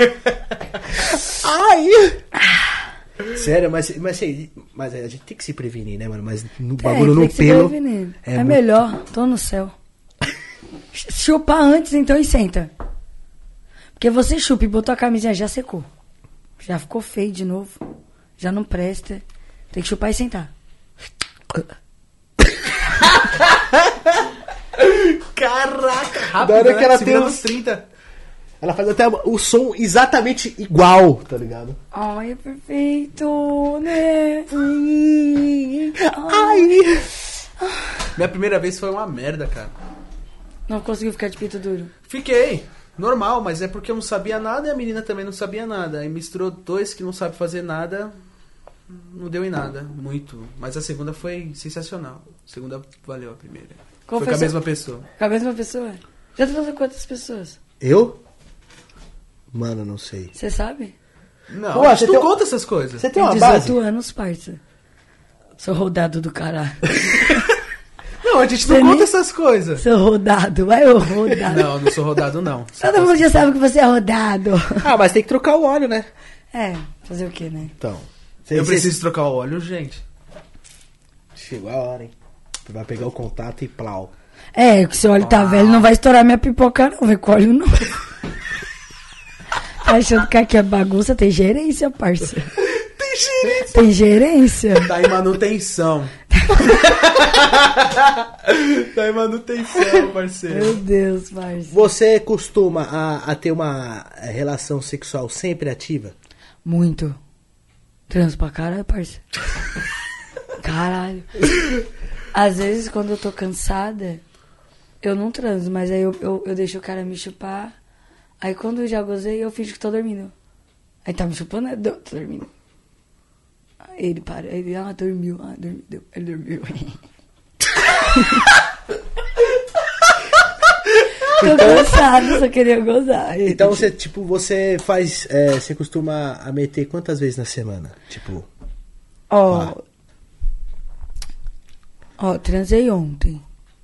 B: Ai! Sério, mas a gente tem que se prevenir, né, mano? Mas no bagulho
C: tem
B: no
C: que se
B: pelo.
C: prevenir. É
B: muito-
C: melhor, tô no céu. Chupar antes, então, e senta. Porque você chupa e botou a camisinha, já secou. Já ficou feio de novo. Já não presta. Tem que chupar e sentar.
A: Caraca, rápido,
B: Da hora
A: né?
B: que ela
A: Se
B: tem
A: vira
B: uns-
A: nos 30.
B: Ela faz até o som exatamente igual, tá ligado?
C: Ai, é perfeito, né?
B: Ai!
A: Minha primeira vez foi uma merda, cara.
C: Não conseguiu ficar de peito duro.
A: Fiquei. Normal, mas é porque eu não sabia nada e a menina também não sabia nada. Aí misturou dois que não sabem fazer nada, não deu em nada, muito. Mas a segunda foi sensacional. A segunda valeu a primeira.
C: Qual
A: foi
C: foi
A: com a
C: sua-
A: mesma pessoa.
C: Com a mesma pessoa? Já transou com quantas pessoas?
B: Eu? Mano, não sei.
C: Você sabe?
A: Não,
B: Pô,
A: a gente
B: você
A: não
B: tem-
A: conta essas coisas.
B: Você tem
C: Tem
B: uma
C: 18
B: base?
C: anos, parça. Sou rodado do caralho.
A: Não, a gente não
C: Você
A: conta
C: nem-
A: essas coisas.
C: Sou rodado, vai ô rodado.
A: Não, não sou rodado, não.
C: Todo mundo já sabe que você é rodado.
B: Ah, mas tem que trocar o óleo, né?
C: É, fazer o quê, né?
B: Então.
A: Eu preciso trocar o óleo, gente.
B: Chegou a hora, hein? Tu vai pegar o contato e plau.
C: É, que seu óleo tá velho, não vai estourar minha pipoca, não. Vai com óleo, não. Tá achando que aqui é bagunça? Tem gerência, parça.
A: Tem gerência.
C: Tem gerência.
A: Tá em manutenção. Tá em manutenção, parceiro.
C: Meu Deus, parça.
B: Você costuma a ter uma relação sexual sempre ativa?
C: Muito. Transo pra caralho, parça. Caralho. Às vezes, quando eu tô cansada, eu não transo, mas aí eu deixo o cara me chupar. Aí quando eu já gozei, eu finjo que tô dormindo. Aí tá me chupando, eu tô dormindo. Aí ele para, aí ele, dormiu, dormiu, deu, ele dormiu. Tô cansado, só queria gozar. Aí,
B: Então você, tipo, você faz. Você costuma a meter quantas vezes na semana? Tipo.
C: Ó, transei ontem.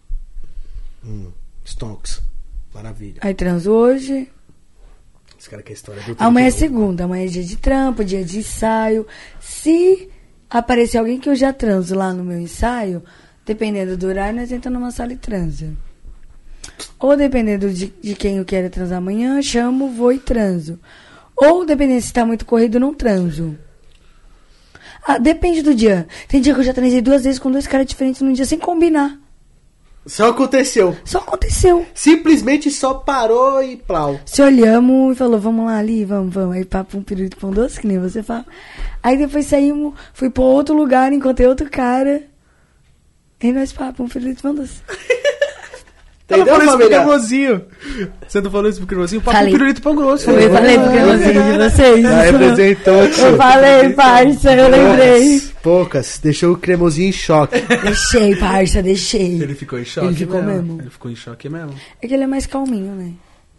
B: Stonks. Maravilha.
C: Aí transo hoje.
B: Esse cara que é a história do
C: Amanhã é
B: 31.
C: segunda, amanhã é dia de trampo, dia de ensaio. Se aparecer alguém que eu já transo lá no meu ensaio, dependendo do horário, nós entramos numa sala e transa. Ou dependendo de quem eu quero transar amanhã, chamo, vou e transo. Ou dependendo se tá muito corrido, não transo. Ah, depende do dia. Tem dia que eu já transei 2 vezes com 2 caras diferentes num dia sem combinar.
B: Só aconteceu.
C: Só aconteceu.
B: Simplesmente só parou e plau.
C: Se olhamos e falou, vamos lá ali, vamos. Aí papo, um pirulito pão doce, que nem você fala. Aí depois saímos, fui pra outro lugar, encontrei outro cara. E nós papo, um pirulito pão doce.
A: Ela
B: Entendeu,
A: falou isso pro
B: família?
A: cremosinho. Você não falou isso pro cremosinho? Papo
C: Falei.
A: pirulito pão grosso.
C: Eu falei pro cremosinho de vocês.
B: Já representou, tio.
C: Eu falei, parça, eu lembrei.
B: Poucas. Deixou o cremosinho em choque.
C: Deixei, parça, deixei.
A: Ele ficou em choque
C: Ele ficou mesmo.
A: Ele ficou em choque mesmo.
C: É que ele é mais calminho, né?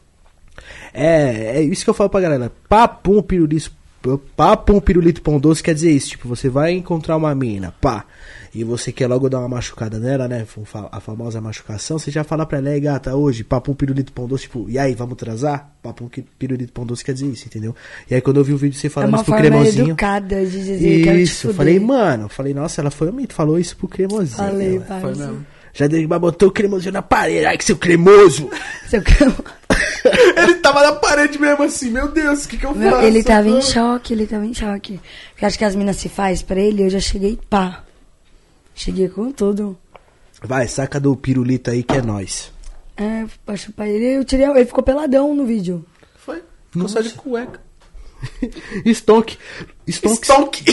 B: É isso que eu falo pra galera. Papum pirulito pão doce quer dizer isso. Tipo, você vai encontrar uma mina, pá, e você quer logo dar uma machucada nela, né? A famosa machucação. Você já fala pra ela, aí gata, hoje, papum pirulito pão doce, tipo, e aí, vamos transar? Papum pirulito pão doce quer dizer isso, entendeu? E aí quando eu vi o vídeo você
C: É
B: falando
C: uma
B: isso pro
C: forma
B: cremosinho.
C: educada de dizer que eu te
B: Isso, eu
C: fuder.
B: falei, nossa, ela foi falou isso pro cremosinho.
C: Falei,
B: né?
A: Foi
C: parça.
A: mesmo.
B: Já botou o cremosinho na parede, ai que seu cremoso!
C: Seu cremo...
A: Ele tava na parede mesmo assim, meu Deus, o que eu
C: Meu,
A: faço?
C: ele tava em choque, Porque acho que as minas se faz pra ele, eu já cheguei pá. Cheguei com tudo.
B: Vai, saca do pirulito aí que é nóis.
C: É, pra chupar ele, ele ficou peladão no vídeo.
A: Foi, ficou só de cueca.
B: Stonk.
A: Stonk.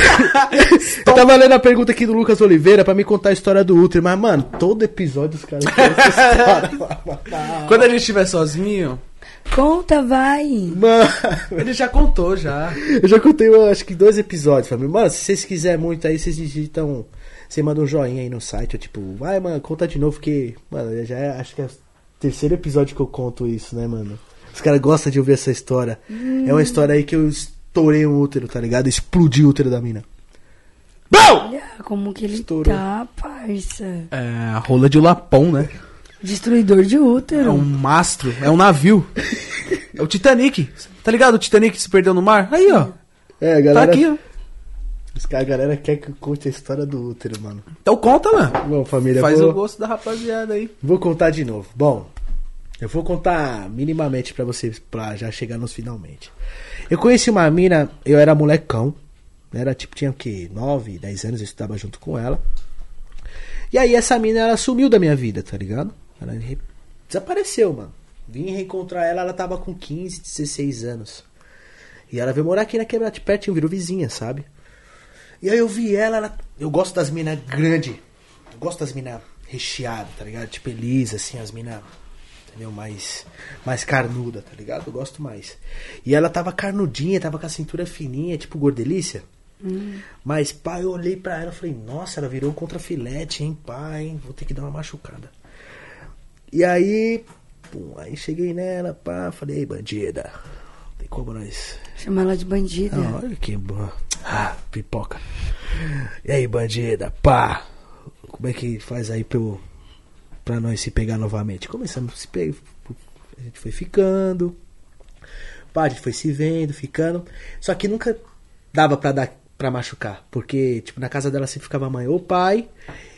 B: Eu tava lendo a pergunta aqui do Lucas Oliveira pra me contar a história do útero, mas, mano, todo episódio os caras contam essa história.
A: Quando a gente estiver sozinho,
C: Conta, vai.
B: Mano,
A: ele já contou já.
B: eu já contei, eu acho que 2 episódios, família. Mano, se vocês quiserem muito aí, vocês digitam. Você manda um joinha aí no site, eu tipo, vai, mano, conta de novo, porque, mano, acho que é o 3º episódio que eu conto isso, né, mano? Os caras gostam de ouvir essa história. É uma história aí que eu estourei um útero, tá ligado? Explodi o útero da mina. Bom!
C: Olha como que ele
B: Estourou.
C: tá, parça.
A: É a rola de Lapão, né?
C: Destruidor de
A: É
C: útero.
A: um mastro, é um navio. É o Titanic. Tá ligado? O Titanic se perdeu no mar? Aí, ó.
B: É, a
A: Tá
B: galera.
A: aqui, ó.
B: A galera quer que eu conte a história do útero, mano.
A: Então conta, mano.
B: Bom, família,
A: Faz
B: vou,
A: o gosto da rapaziada aí.
B: vou contar de novo. Bom, eu vou contar minimamente pra vocês, pra já chegar nos finalmente. Eu conheci uma mina, eu era molecão, né? Era tipo, tinha o quê? 9, 10 anos, eu estudava junto com ela. E aí essa mina, ela sumiu da minha vida, tá ligado? Ela desapareceu, mano. Vim reencontrar ela, ela tava com 15, 16 anos. E ela veio morar aqui na Quebrada, pertinho, virou vizinha, sabe? E aí eu vi ela, eu gosto das minas grandes. Eu gosto das minas recheadas, tá ligado? Tipo Elisa, assim, as minas, entendeu? Mais carnuda, tá ligado? Eu gosto mais. E ela tava carnudinha, tava com a cintura fininha, tipo gordelícia. Mas, pá, eu olhei pra ela e falei, nossa, ela virou um contrafilete, hein, pá, hein? Vou ter que dar uma machucada. E aí, pum, aí cheguei nela, pá, falei, ei, bandida, tem como nós...
C: Chama ela de bandida.
B: Ah, olha que boa. Ah, pipoca. E aí, bandida, pá. Como é que faz aí pra nós se pegar novamente? Começamos a se pegar. A gente foi ficando. Pá, a gente foi se vendo, ficando. Só que nunca dava pra machucar. Porque, tipo, na casa dela sempre ficava a mãe ou o pai.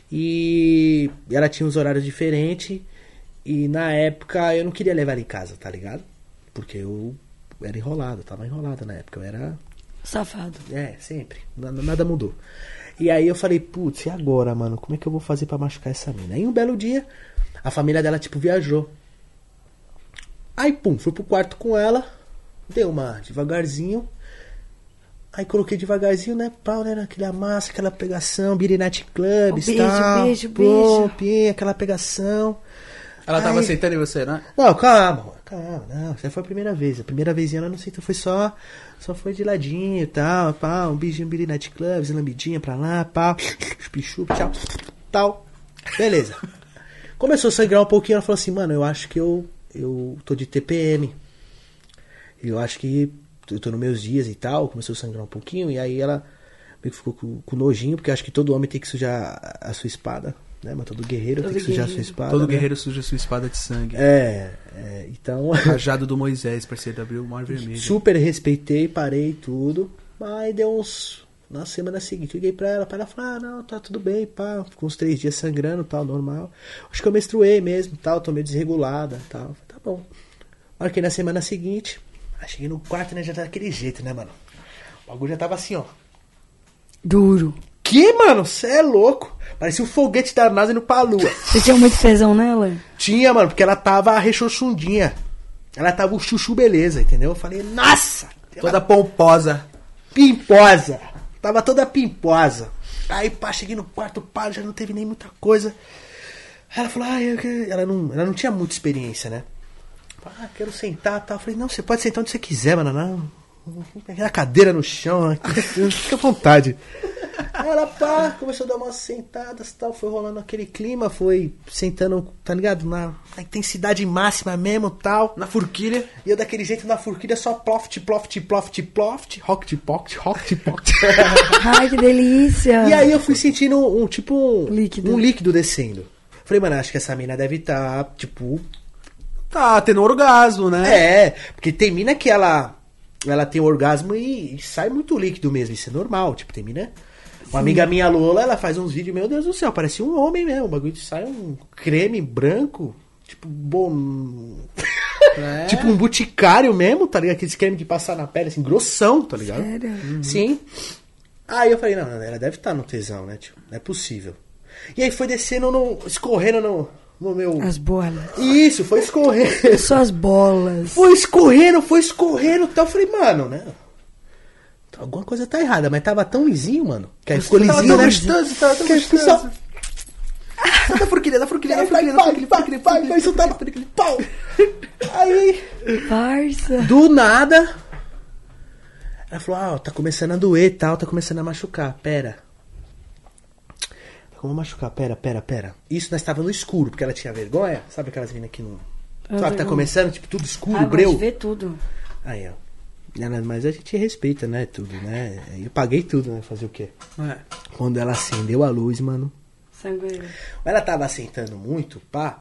B: E ela tinha uns horários diferentes. E na época eu não queria levar ela em casa, tá ligado? Porque eu era enrolado, eu tava enrolado na época. Eu era...
C: Safado.
B: É, sempre. Nada mudou. E aí eu falei, putz, e agora, mano? Como é que eu vou fazer pra machucar essa mina? Aí um belo dia, a família dela, tipo, viajou. Aí, pum, fui pro quarto com ela. Dei uma devagarzinho. Aí coloquei devagarzinho, né? Pau, né? Naquele amasso, aquela pegação, Beer Night Club,
C: Beijo,
B: tal.
C: beijo,
B: Pum,
C: beijo.
B: pim, aquela pegação.
A: Ela tava
B: Aí-
A: aceitando em você, né?
B: Não, calma, não, essa foi a primeira vez. A primeira vez ela não sentou, foi só foi de ladinho e tal, pá, um beijinho, Billy Night Clubs, lambidinha pra lá, pá, chup, tchau, tal. Beleza. Começou a sangrar um pouquinho, ela falou assim, mano, eu acho que eu tô de TPM. Eu acho que eu tô nos meus dias e tal, começou a sangrar um pouquinho, e aí ela meio que ficou com nojinho, porque eu acho que todo homem tem que sujar a sua espada, né, mas todo guerreiro
C: Todo
B: tem que sujar a sua
C: guerreiro.
B: espada.
A: Todo
B: né?
A: guerreiro suja sua espada de sangue.
B: Então...
A: Rajado do Moisés, parceiro, abriu o mar vermelho.
B: Super respeitei, parei tudo. Mas deu na semana seguinte, liguei pra ela falou, ah, não, tá tudo bem, pá. Ficou uns 3 dias sangrando, tal, normal. Acho que eu menstruei mesmo, tal, tô meio desregulada, tal. Tá bom. Marquei na semana seguinte. Aí cheguei no quarto, né, já tá daquele jeito, né, mano? O bagulho já tava assim, ó.
C: Duro.
B: Que, mano? Cê é louco. Parecia um foguete da NASA indo pra lua.
C: Você tinha muito tesão nela?
B: Tinha, mano, porque ela tava rechochundinha. Ela tava o chuchu beleza, entendeu? Eu falei, nossa!
A: Toda pomposa.
B: Pimposa. Tava toda pimposa. Aí, pá, cheguei no quarto, pá, já não teve nem muita coisa. Aí ela falou, ela não tinha muita experiência, né? Quero sentar e tal. Eu falei, não, você pode sentar onde você quiser, mano. Não. A cadeira no chão, fica à vontade. Aí ela, começou a dar umas sentadas e tal. Foi rolando aquele clima, foi sentando, tá ligado? Na intensidade máxima mesmo tal.
A: Na forquilha.
B: E eu daquele jeito na forquilha só ploft, ploft, ploft, ploft. Rock de pocket, rock de pocket.
C: Ai, que delícia.
B: E aí eu fui sentindo um líquido descendo. Falei, mano, acho que essa mina deve estar, tipo...
A: Tá tendo orgasmo, né?
B: Porque tem mina que ela tem orgasmo e sai muito líquido mesmo. Isso é normal, tipo, tem mina... Uma amiga minha, Lola, ela faz uns vídeos, meu Deus do céu, parece um homem mesmo. O bagulho sai um creme branco, tipo, bom... tipo um boticário mesmo, tá ligado? Aqueles creme de passar na pele, assim, grossão, tá ligado?
C: Sério?
B: Uhum. Sim. Aí eu falei, não, ela deve estar no tesão, né, tio? Não é possível. E aí foi descendo, escorrendo no meu...
C: As bolas.
B: Isso, foi escorrendo.
C: Só as bolas.
B: Foi escorrendo e tal. Eu falei, mano, né? Alguma coisa tá errada, mas tava tão lisinho, mano. Que aí ficou lisinho,
A: tão
B: né?
A: gostoso, tava tão gostoso.
B: Sai da forquilha. Vai, isso tava... Pau! Aí...
C: Parça.
B: Do nada... Ela falou, tá começando a doer e tal, tá começando a machucar. Pera. Como machucar? Pera. Isso nós tava no escuro, porque ela tinha vergonha. Sabe aquelas meninas que não... Sabe que tá começando, tipo, tudo escuro, breu?
C: Gosto de ver tudo.
B: Aí, ó. Mas a gente respeita, né, tudo, né? Eu paguei tudo, né? Fazer o quê? Quando ela acendeu a luz, mano...
C: Sangueiro.
B: Ela tava sentando muito,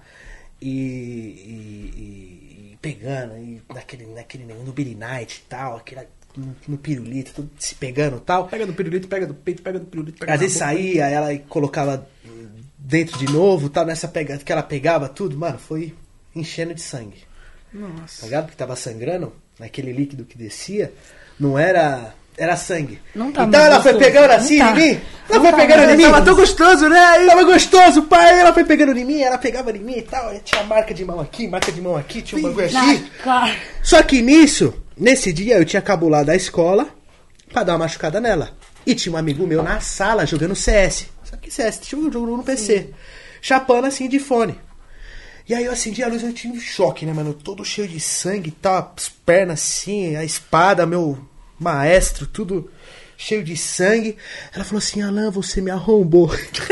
B: e pegando, e naquele no Billy Night e tal, no pirulito, tudo se pegando e tal.
A: Pega no pirulito, pega do peito, pega do pirulito, pega
B: às vezes saía, ela colocava dentro de novo, tal, nessa pegada que ela pegava tudo, mano, foi enchendo de sangue.
A: Nossa.
B: Tá ligado? Porque tava sangrando, naquele líquido que descia, não era sangue.
C: Não tá
B: então ela foi pegando assim em mim. Ela foi pegando em mim.
A: Tava tão gostoso, né? Aí...
B: Tava gostoso, pai. Ela foi pegando em mim, ela pegava em mim e tal. E tinha marca de mão aqui, tinha um bagulho aqui.
C: Claro.
B: Só que nesse dia, eu tinha cabulado a escola pra dar uma machucada nela. E tinha um amigo meu na sala jogando CS. Sabe que CS? Tinha um jogo no PC. Sim. Chapando assim de fone. E aí eu acendi a luz e eu tive um choque, né, mano? Todo cheio de sangue e tal, as pernas assim, a espada, meu maestro, tudo cheio de sangue. Ela falou assim, Alan, você me arrombou.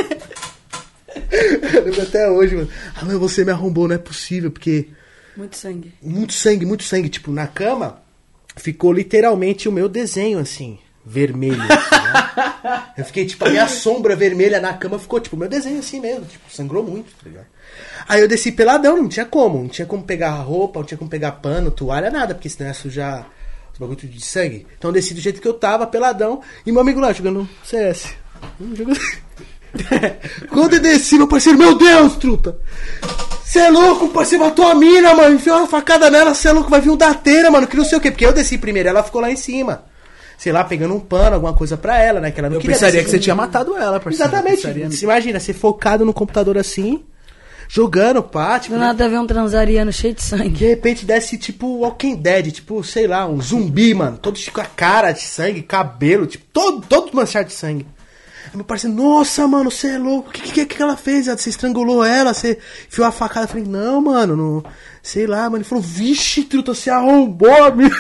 B: Eu lembro até hoje, mano. Alan, você me arrombou, não é possível, porque...
C: Muito sangue.
B: Muito sangue. Tipo, na cama, ficou literalmente o meu desenho, assim, vermelho. Né? Eu fiquei, tipo, a minha sombra vermelha na cama ficou, tipo, o meu desenho assim mesmo. Tipo, sangrou muito, tá ligado? Aí eu desci peladão, não tinha como pegar roupa, não tinha como pegar pano, toalha, nada, porque senão ia sujar os bagulho de sangue. Então eu desci do jeito que eu tava, peladão, e meu amigo lá jogando CS. Quando eu desci, meu parceiro, meu Deus, truta! Você é louco, parceiro, matou a mina, mano, enfiou uma facada nela, você é louco, vai vir um dateira, mano, que não sei o quê, porque eu desci primeiro, ela ficou lá em cima. Sei lá, pegando um pano, alguma coisa pra ela, né, que ela não queria.
A: Eu pensaria que você tinha matado ela, parceiro.
B: Exatamente, você imagina, você focado no computador assim... Jogando, pá, tipo...
C: Do nada ver um transariano cheio de sangue.
B: De repente desce, tipo, Walking Dead, tipo, sei lá, um zumbi, mano. Todo com a cara de sangue, cabelo, tipo, todo manchado de sangue. Aí meu parceiro, nossa, mano, você é louco. O que ela fez? Você estrangulou ela? Você enfiou a facada? Eu falei, não, mano, não... Sei lá, mano. Ele falou, vixe, truta, você arrombou, amigo.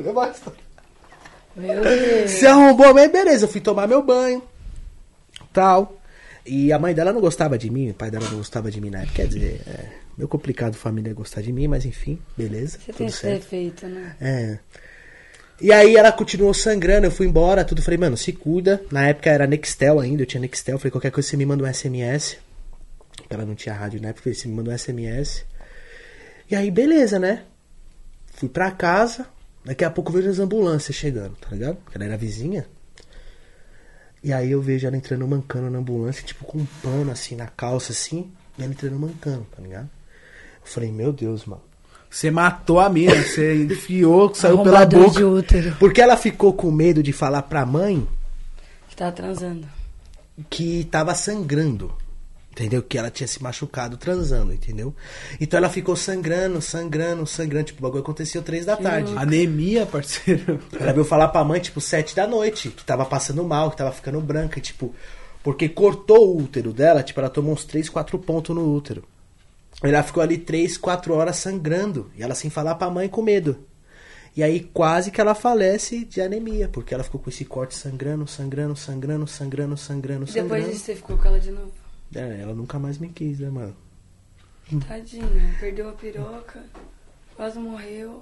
C: Meu Deus.
B: Você arrombou, mas beleza, eu fui tomar meu banho, tal... E a mãe dela não gostava de mim, o pai dela não gostava de mim na época. Quer dizer, meio complicado a família gostar de mim, mas enfim, beleza.
C: Você tem esse defeito, né?
B: É. E aí ela continuou sangrando, eu fui embora, tudo. Falei, mano, se cuida. Na época era Nextel ainda, eu tinha Nextel. Falei, qualquer coisa você me manda um SMS. Ela não tinha rádio na época, falei, você me manda um SMS. E aí, beleza, né? Fui pra casa, daqui a pouco eu vejo as ambulâncias chegando, tá ligado? Porque ela era vizinha. E aí eu vejo ela entrando mancando na ambulância, tipo com um pano assim na calça assim, e ela entrando mancando, tá ligado? Eu falei, meu Deus, mano.
A: Você matou a mina, você enfiou, saiu pela boca.
C: De útero.
B: Porque ela ficou com medo de falar pra mãe
C: que tava transando.
B: Que tava sangrando. Entendeu? Que ela tinha se machucado transando, entendeu? Então ela ficou sangrando. Tipo, o bagulho aconteceu 3 da tarde.
A: Anemia, parceiro.
B: Ela veio falar pra mãe, tipo, 7 da noite, que tava passando mal, que tava ficando branca. E, tipo, o Porque cortou o útero dela, tipo, ela tomou uns 3, 4 pontos no útero. Ela ficou ali 3, 4 horas sangrando. E ela sem falar pra mãe com medo. E aí quase que ela falece de anemia. Porque ela ficou com esse corte sangrando.
C: E depois disso você ficou com ela de novo?
B: Ela nunca mais me quis, né, mano?
C: Tadinha, perdeu a piroca. Quase morreu.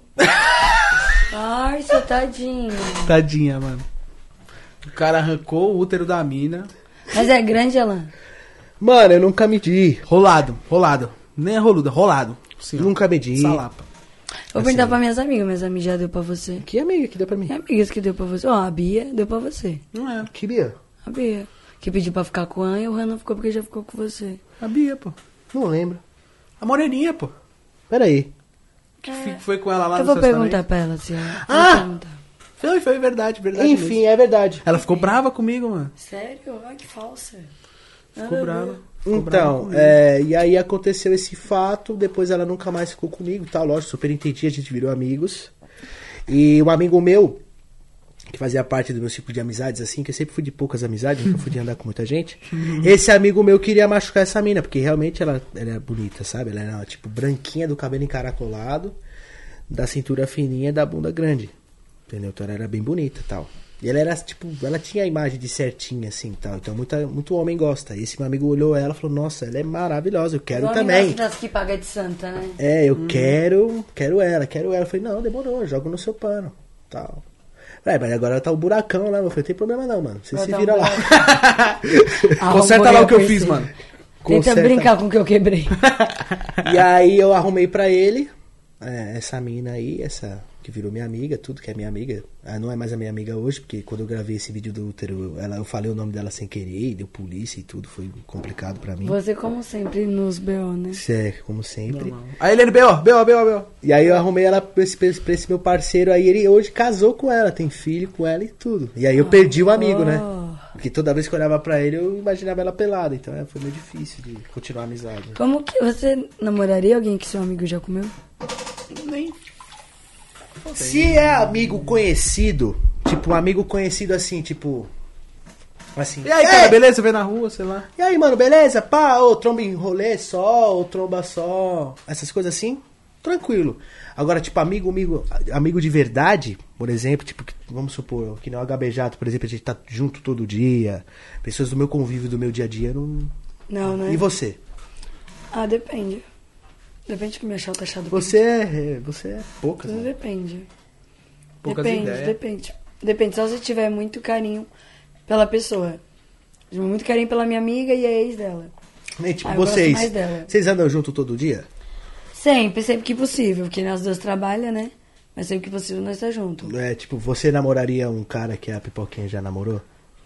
C: Ai, seu tadinho.
A: Tadinha, mano. O cara arrancou o útero da mina.
C: Mas é grande, Alan?
B: Mano, eu nunca medi.
A: Rolado. Nem é roludo, é rolado. Assim, ó.
B: Nunca medi.
A: Salapa.
C: Vou perguntar pra minhas amigas já deu pra você.
B: Que amiga que deu pra mim?
C: Que amigas que deu pra você? Ó, a Bia deu pra você.
A: Não é.
B: Que Bia?
C: A Bia. Que pediu pra ficar com a Ana e o Renan não ficou porque já ficou com você.
A: A Bia, pô.
B: Não lembro.
A: A moreninha, pô.
B: Peraí.
A: Que foi com ela lá
C: Eu
A: no
C: vou perguntar pra ela se ela.
B: Ah!
C: Vou perguntar.
A: Foi verdade
B: Enfim,
A: mesmo.
B: é verdade.
A: Ela ficou brava comigo, mano.
C: Sério? Ai, que falsa.
A: Ficou brava.
B: Então, e aí aconteceu esse fato, depois ela nunca mais ficou comigo, tá? Lógico, super entendi, a gente virou amigos. E um amigo meu, que fazia parte do meu ciclo de amizades, assim, que eu sempre fui de poucas amizades, nunca fui de andar com muita gente. Esse amigo meu queria machucar essa mina, porque realmente ela é bonita, sabe? Ela era, tipo, branquinha, do cabelo encaracolado, da cintura fininha, da bunda grande. Entendeu? Então ela era bem bonita e tal. E ela era, tipo, ela tinha a imagem de certinha, assim, tal. Então muito homem gosta. E esse meu amigo olhou ela e falou, nossa, ela é maravilhosa, eu quero também.
C: Das que paga de santa, né?
B: Eu quero ela. Eu falei, não, demorou, joga no seu pano, tal. Mas agora tá o buracão lá, eu falei, não tem problema não, mano, você se vira lá.
A: Conserta lá o que eu fiz, mano.
C: Tenta brincar com o que eu quebrei.
B: E aí eu arrumei pra ele, essa mina aí, essa que virou minha amiga, tudo que é minha amiga. Não é mais a minha amiga hoje, porque quando eu gravei esse vídeo do útero, eu falei o nome dela sem querer, deu polícia e tudo, foi complicado pra mim.
C: Você, como sempre, nos BO, né?
B: Como sempre.
A: Aí ele B.O.
B: E aí eu arrumei ela pra esse meu parceiro, aí ele hoje casou com ela, tem filho com ela e tudo. E aí eu perdi o amigo, né? Porque toda vez que eu olhava pra ele, eu imaginava ela pelada, então foi meio difícil de continuar a amizade.
C: Como que você namoraria alguém que seu amigo já comeu?
A: Nem.
B: Se é amigo conhecido, tipo, um amigo conhecido assim, tipo... Assim,
A: E aí, cara, beleza? Vê na rua, sei lá.
B: E aí, mano, beleza? Pá, tromba em rolê só, ou tromba só, essas coisas assim, tranquilo. Agora, tipo, amigo de verdade, por exemplo, tipo, vamos supor, que nem o HB Jato, por exemplo, a gente tá junto todo dia, pessoas do meu convívio, do meu dia a dia,
C: Não, né?
B: E você?
C: Depende. Depende que me achar o taxado.
B: Você é poucas, né?
C: Depende.
A: Poucas ideias.
C: Depende, só se tiver muito carinho pela pessoa. Muito carinho pela minha amiga e a ex dela.
B: E, tipo,
C: eu gosto
B: vocês
C: mais dela.
B: andam junto todo dia?
C: Sempre que possível, porque nós duas trabalham, né? Mas sempre que possível nós estamos juntos.
B: Tipo, você namoraria um cara que a Pipoquinha já namorou?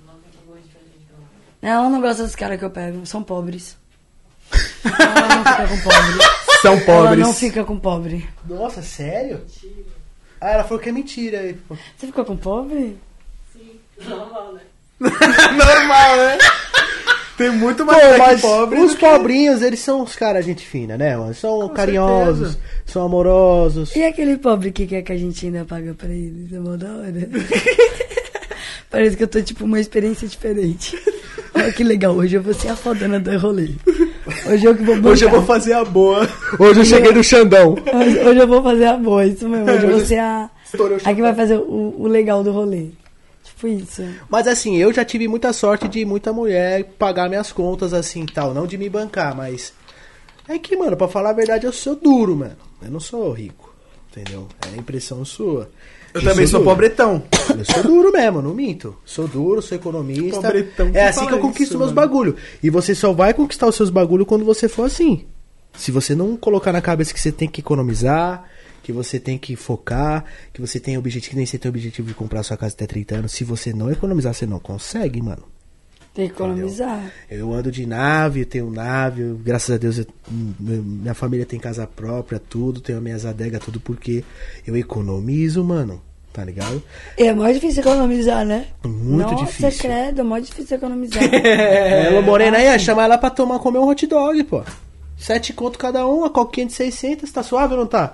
C: Ela não gosta dos caras que eu pego, são pobres. Ela não fica com pobre.
A: São pobres.
C: Ela não fica com pobre.
B: Nossa, sério? Ela falou que é mentira.
C: Você ficou com pobre?
D: Normal, né?
A: Normal, né? Tem muito mais
B: Pô,
A: moleque
B: mas
A: pobre
B: os
A: do que-
B: pobrinhos, eles são os caras gente fina, né? Mano? São carinhosos,
A: certeza.
B: são amorosos.
C: E aquele pobre que quer que a gente ainda paga pra eles? É mó da hora. Parece que eu tô tipo uma experiência diferente. Olha que legal, hoje eu vou ser a fodona do rolê. Hoje eu que vou bancar.
A: Hoje eu vou fazer a boa.
B: Hoje eu cheguei no Xandão.
C: Hoje eu vou fazer a boa, isso mesmo. Hoje eu vou ser a
B: Estourou o
C: que vai fazer o legal do rolê. Tipo isso.
B: Mas assim, eu já tive muita sorte de muita mulher pagar minhas contas assim tal. Não de me bancar, mas... É que, mano, pra falar a verdade, eu sou duro, mano. Eu não sou rico, entendeu? É a impressão sua.
A: Eu também sou
B: duro.
A: pobretão.
B: Eu sou duro mesmo, não minto. Sou duro, sou economista.
A: Pobretão que
B: É assim
A: fala
B: que eu conquisto
A: isso,
B: meus
A: mano.
B: bagulho. E você só vai conquistar os seus bagulho quando você for assim. Se você não colocar na cabeça que você tem que economizar, que você tem que focar, que você tem objetivo, que nem você tem o objetivo de comprar sua casa até 30 anos. Se você não economizar, você não consegue, mano.
C: Tem que economizar.
B: Eu ando de nave, eu tenho nave, graças a Deus minha família tem casa própria, tudo, tenho minhas adegas, tudo porque eu economizo, mano. Tá ligado?
C: É mais difícil economizar, né?
B: Muito
C: Nossa,
B: difícil.
C: credo, é mais difícil economizar.
B: Ela morena aí, chama ela pra comer um hot dog, pô. 7 conto cada um, a coquinha de 600, tá suave ou não tá?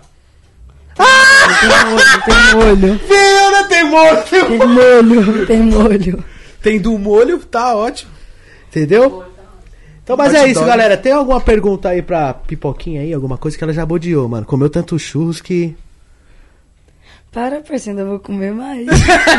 C: Tem molho.
B: Filha, tem molho!
C: Tem molho.
A: Tem do molho, tá ótimo.
B: Entendeu? Então, mas
A: Hot
B: é isso,
A: dog.
B: galera. Tem alguma pergunta aí pra Pipoquinha aí? Alguma coisa que ela já bodeou, mano? Comeu tanto churros que...
C: Para, parceiro, eu vou comer mais.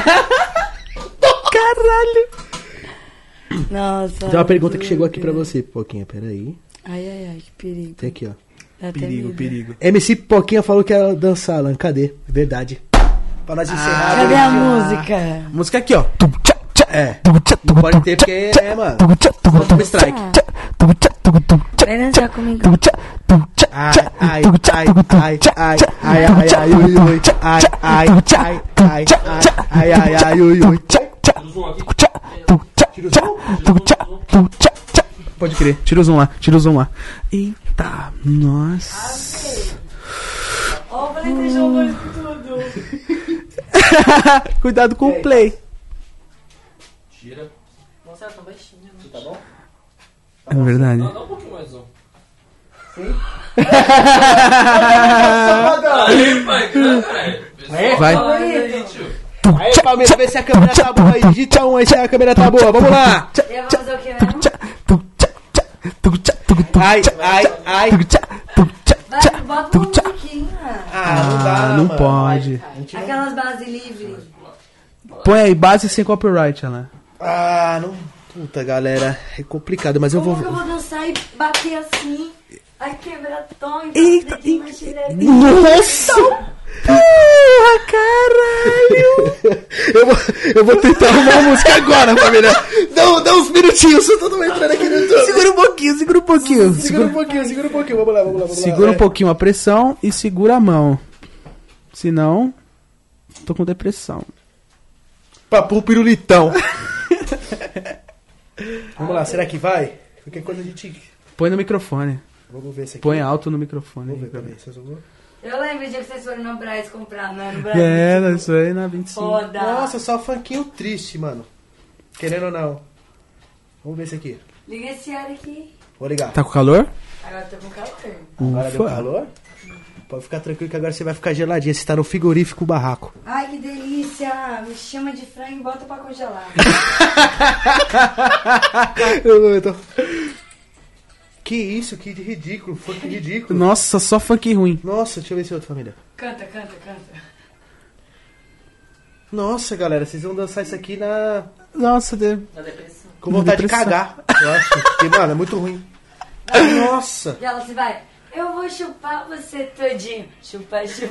B: Caralho!
C: Nossa.
B: Tem uma pergunta que chegou aqui pra você, Pipoquinha. Pera aí.
C: Ai, que perigo.
B: Tem aqui, ó.
C: Dá até
A: Perigo,
C: medo.
A: perigo.
B: MC Pipoquinha falou que ia dançar, Alan. Cadê? Verdade. Pra nós encerrar.
C: Cadê a
B: bonitinho.
C: música?
A: Música aqui, ó.
B: É. Não pode ter porque, né, mano? Senão toma strike.
C: Vem dançar comigo.
B: Ai, ai, ai, ai, ai, ai, ai, ai, ui, ui. Ai, ai, ai, ai, ai, ai, ai, ui, ui.
A: Pode crer. Tira o zoom lá, tira o zoom lá. Eita, nossa.
C: Ó, o Valente jogou isso tudo.
A: Cuidado com o play.
E: Tira.
D: Nossa, ela tá baixinha. Né?
E: Tá bom?
A: É verdade.
E: Dá um pouquinho mais um.
B: Aí,
E: pai, caralho.
A: Vai.
B: Palmeiras, vê se a câmera tá boa aí. Digita um aí se a câmera tá boa. Vamos lá.
C: Eu vou fazer o que mesmo?
B: Ai, ai, ai.
C: Vai, bota uma musiquinha.
B: Ah, não dá,
A: Ah, não
B: mano.
A: pode.
C: Aquelas bases livres.
A: Põe aí, base sem copyright, Alan.
B: Ah, não. Puta, galera. É complicado, mas eu
C: Como
B: vou...
C: que eu vou dançar e bater assim? Aí quebra tom e
A: Eita,
C: bater de machilete.
B: Nossa! Porra, caralho! Eu vou tentar arrumar a música agora, família. Dá uns minutinhos, eu tô entrando aqui no YouTube.
A: Segura um pouquinho, segura um pouquinho.
B: Segura um pouquinho. Vamos lá, vamos lá.
A: Segura um pouquinho a pressão e segura a mão. Senão, tô com depressão.
B: Papo pirulitão. Vamos lá, será que vai? Qualquer coisa a gente...
A: Põe no microfone.
B: Vamos ver se aqui.
A: Põe alto no microfone.
B: Vamos ver pra ver se eu vou...
C: Eu lembro o dia que vocês foram no Brás comprar, não é no Brás?
A: É, isso aí na 25.
C: Foda.
B: Nossa, só funkinho triste, mano. Querendo ou não. Vamos ver esse aqui.
C: Liga esse ar aqui.
B: Vou ligar.
A: Tá com calor?
C: Agora eu tô com calor.
B: Agora deu
A: Ufa.
B: calor? Pode ficar tranquilo que agora você vai ficar geladinha. Você tá no frigorífico barraco.
C: Ai, que delícia. Me chama de frango e bota pra congelar.
B: Eu tô... Que isso, que ridículo. Funk ridículo.
A: Nossa, só funk ruim.
B: Nossa, deixa eu ver esse outro, família.
C: Canta.
B: Nossa, galera, vocês vão dançar isso aqui na...
A: Nossa,
D: Da depressão.
B: com vontade de
A: Depressão.
B: cagar. Eu acho. Porque, mano, é muito ruim. Nossa.
C: E ela se vai. Eu vou chupar você todinho. Chupa. Eu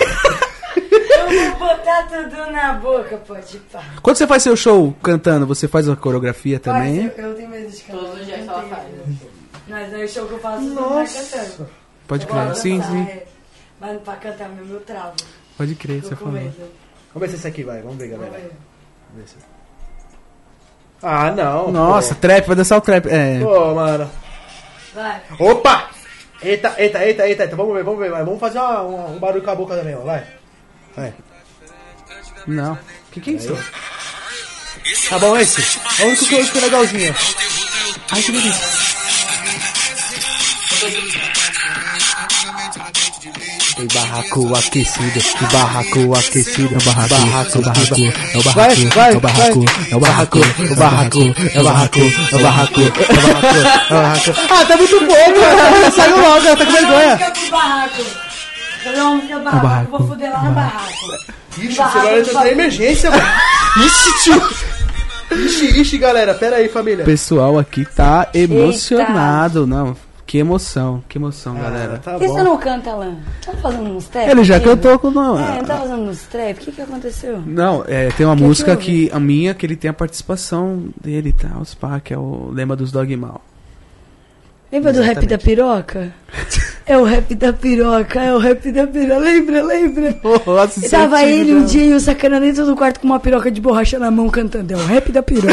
C: vou botar tudo na boca, pode pá.
A: Quando você faz seu show cantando, você faz a coreografia também?
C: Eu tenho medo de cantar.
D: Todos os dias ela faz.
C: Mas aí o show que eu faço não vai cantando.
B: Nossa.
A: Pode
C: Eu gosto
A: crer.
C: de
A: Sim,
C: dançar,
A: sim.
C: é. Mas pra cantar mesmo eu travo.
A: Pode crer,
C: Tô
A: você
C: com
A: falou.
C: medo.
B: Vamos ver se esse aqui vai. Vamos ver, galera.
C: Vamos ver.
B: Vamos ver se... Ah, não.
A: Nossa, trap, vai dançar o trap. É.
B: Pô, mano.
C: Vai.
B: Opa! Eita. Vamos ver. Vai. Vamos fazer um barulho com a boca também, ó. Vai.
A: Não. Que é isso?
B: Tá bom esse? É o único que eu acho que é legalzinho.
A: Ai, que delícia.
B: Tem barraco aquecido, barraco aquecido, barraco.
A: Vai.
B: Ah, tá muito pouco, cara. Saiu logo, ela tá com vergonha.
C: Fica pro barraco. Fazer uma música barraco.
A: barraco.
C: Eu vou foder lá no barraco.
B: Ixi, o celular entrou em emergência, mano. Ixi, tio. Ixi, galera. Pera aí, família.
A: O pessoal aqui tá emocionado. Não, que emoção, galera.
B: Tá
C: Por que você
B: bom.
C: não canta, Alan? Tá fazendo uns trap?
A: Ele já
C: comigo?
A: cantou com... Não,
C: É, não tá fazendo uns trap? O que aconteceu?
A: não, tem uma
C: Que
A: música
C: houve?
A: que a minha, que ele tem a participação dele, tá? Os pá, que é o Lema dos Dog Mal.
C: Lembra do rap da piroca? É o rap da piroca. Lembra?
A: Nossa,
C: E tava ele um dia e o Sacana dentro do quarto com uma piroca de borracha na mão cantando. É o rap da piroca.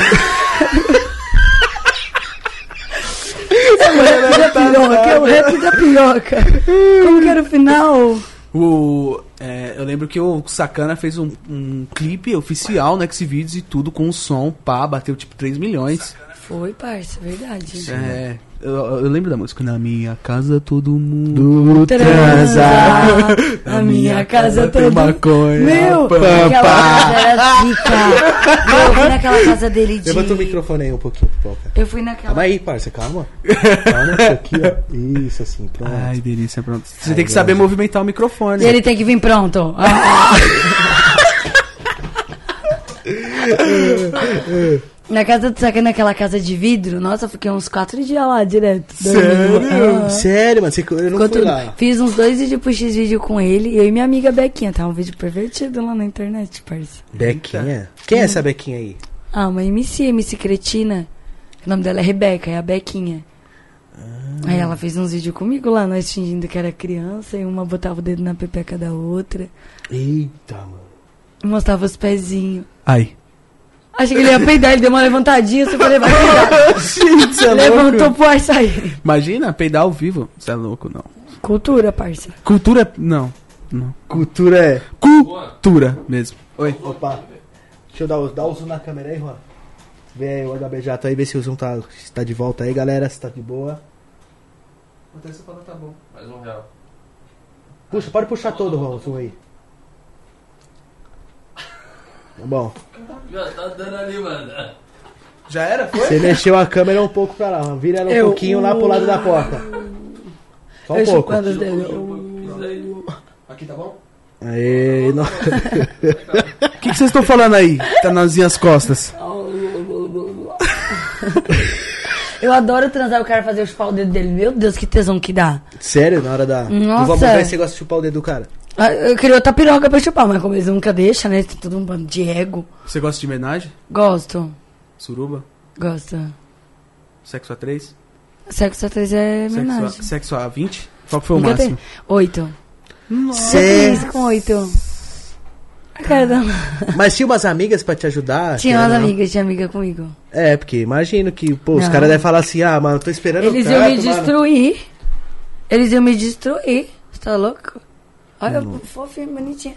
C: É o rap da piroca, é o rap da piroca. Como que era o final?
A: Eu lembro que o Sacana fez um clipe oficial no Xvideos e tudo com um som, pá, bateu tipo 3 milhões.
C: Foi, parça, verdade.
A: É, eu lembro da música. Na minha casa todo mundo
C: Transa, na minha casa
A: tem
C: todo
A: maconha.
C: Meu, aquela casa era zica. Meu, eu fui naquela casa dele de...
B: Levanta o microfone aí um pouquinho, Pipoca.
C: Eu fui naquela...
B: Calma aí, parça, calma. Calma, aqui, ó. Isso, assim, pronto.
A: Ai, delícia, pronto. Você tem que saber movimentar o microfone.
C: E ele tem que vir pronto. Na casa do Saca, naquela casa de vidro, nossa, eu fiquei uns 4 dias lá direto.
A: Sério?
B: Sério, mano, eu não
C: Ficou
B: fui
C: tudo.
B: lá.
C: Fiz uns 2 vídeos pro X-Vídeo com ele, eu e minha amiga Bequinha. Tá um vídeo pervertido lá na internet, parça.
B: Bequinha? Quem é essa Bequinha aí?
C: Ah, uma MC cretina. O nome dela é Rebeca, é a Bequinha. Aí ela fez uns vídeos comigo lá, nós fingindo que era criança, e uma botava o dedo na pepeca da outra.
B: Eita, mano.
C: E mostrava os pezinhos.
A: Ai.
C: Achei que ele ia peidar, ele deu uma levantadinha, você falei, vai peidar.
A: Gente, você é
C: Levantou
A: louco.
C: pro ar sair.
A: Imagina, peidar ao vivo. Você é louco, não.
C: Cultura, parça.
A: Cultura... Não. Não.
B: Cultura é...
A: Cultura mesmo. Oi.
B: Opa. Deixa eu dar o zoom na câmera aí, Juan. Vê aí o HBJ aí, vê se o zoom tá de volta aí, galera, se tá de boa.
E: Até você fala, tá bom. Mais R$1.
B: Puxa, pode puxar todo, Juan, o zoom aí. Tá bom.
E: Já tá dando ali, mano.
A: Já era? Foi?
B: Você mexeu a câmera um pouco pra lá, Juan. Vira ela um pouquinho lá pro lado da porta. Só um
C: Eu
B: pouco.
C: chupando os dedos.
E: Isso aí. Aqui tá bom?
B: Aí, não...
A: O que vocês estão falando aí? Tá nas minhas costas.
C: Eu adoro transar o cara fazer eu chupar o dedo dele. Meu Deus, que tesão que dá.
B: Sério, na hora da...
C: Nossa.
B: Eu vou ver se você gosta de chupar o dedo do cara.
C: Ah, eu queria outra piroca pra chupar, mas como eles nunca deixam, né? Tem todo um bando de ego.
A: Você gosta de homenagem?
C: Gosto.
A: Suruba?
C: Gosto.
A: Sexo a 3?
C: Sexo a 3 é homenagem.
A: Sexo a 20? Qual que foi o
C: Nunca
A: máximo?
C: tem. 8.
B: Cê...
C: Com 8. A cara da...
B: Mas tinha umas amigas pra te ajudar?
C: Tinha umas
B: querendo ou não?
C: amigas, tinha amiga comigo.
B: É, porque imagino que, pô, os
C: Não.
B: caras devem falar assim, ah, mano, tô esperando
C: Eles
B: o
C: iam
B: canto,
C: me
B: mano.
C: destruir. Eles iam me destruir. Você tá louco? Olha, fofinho, bonitinha.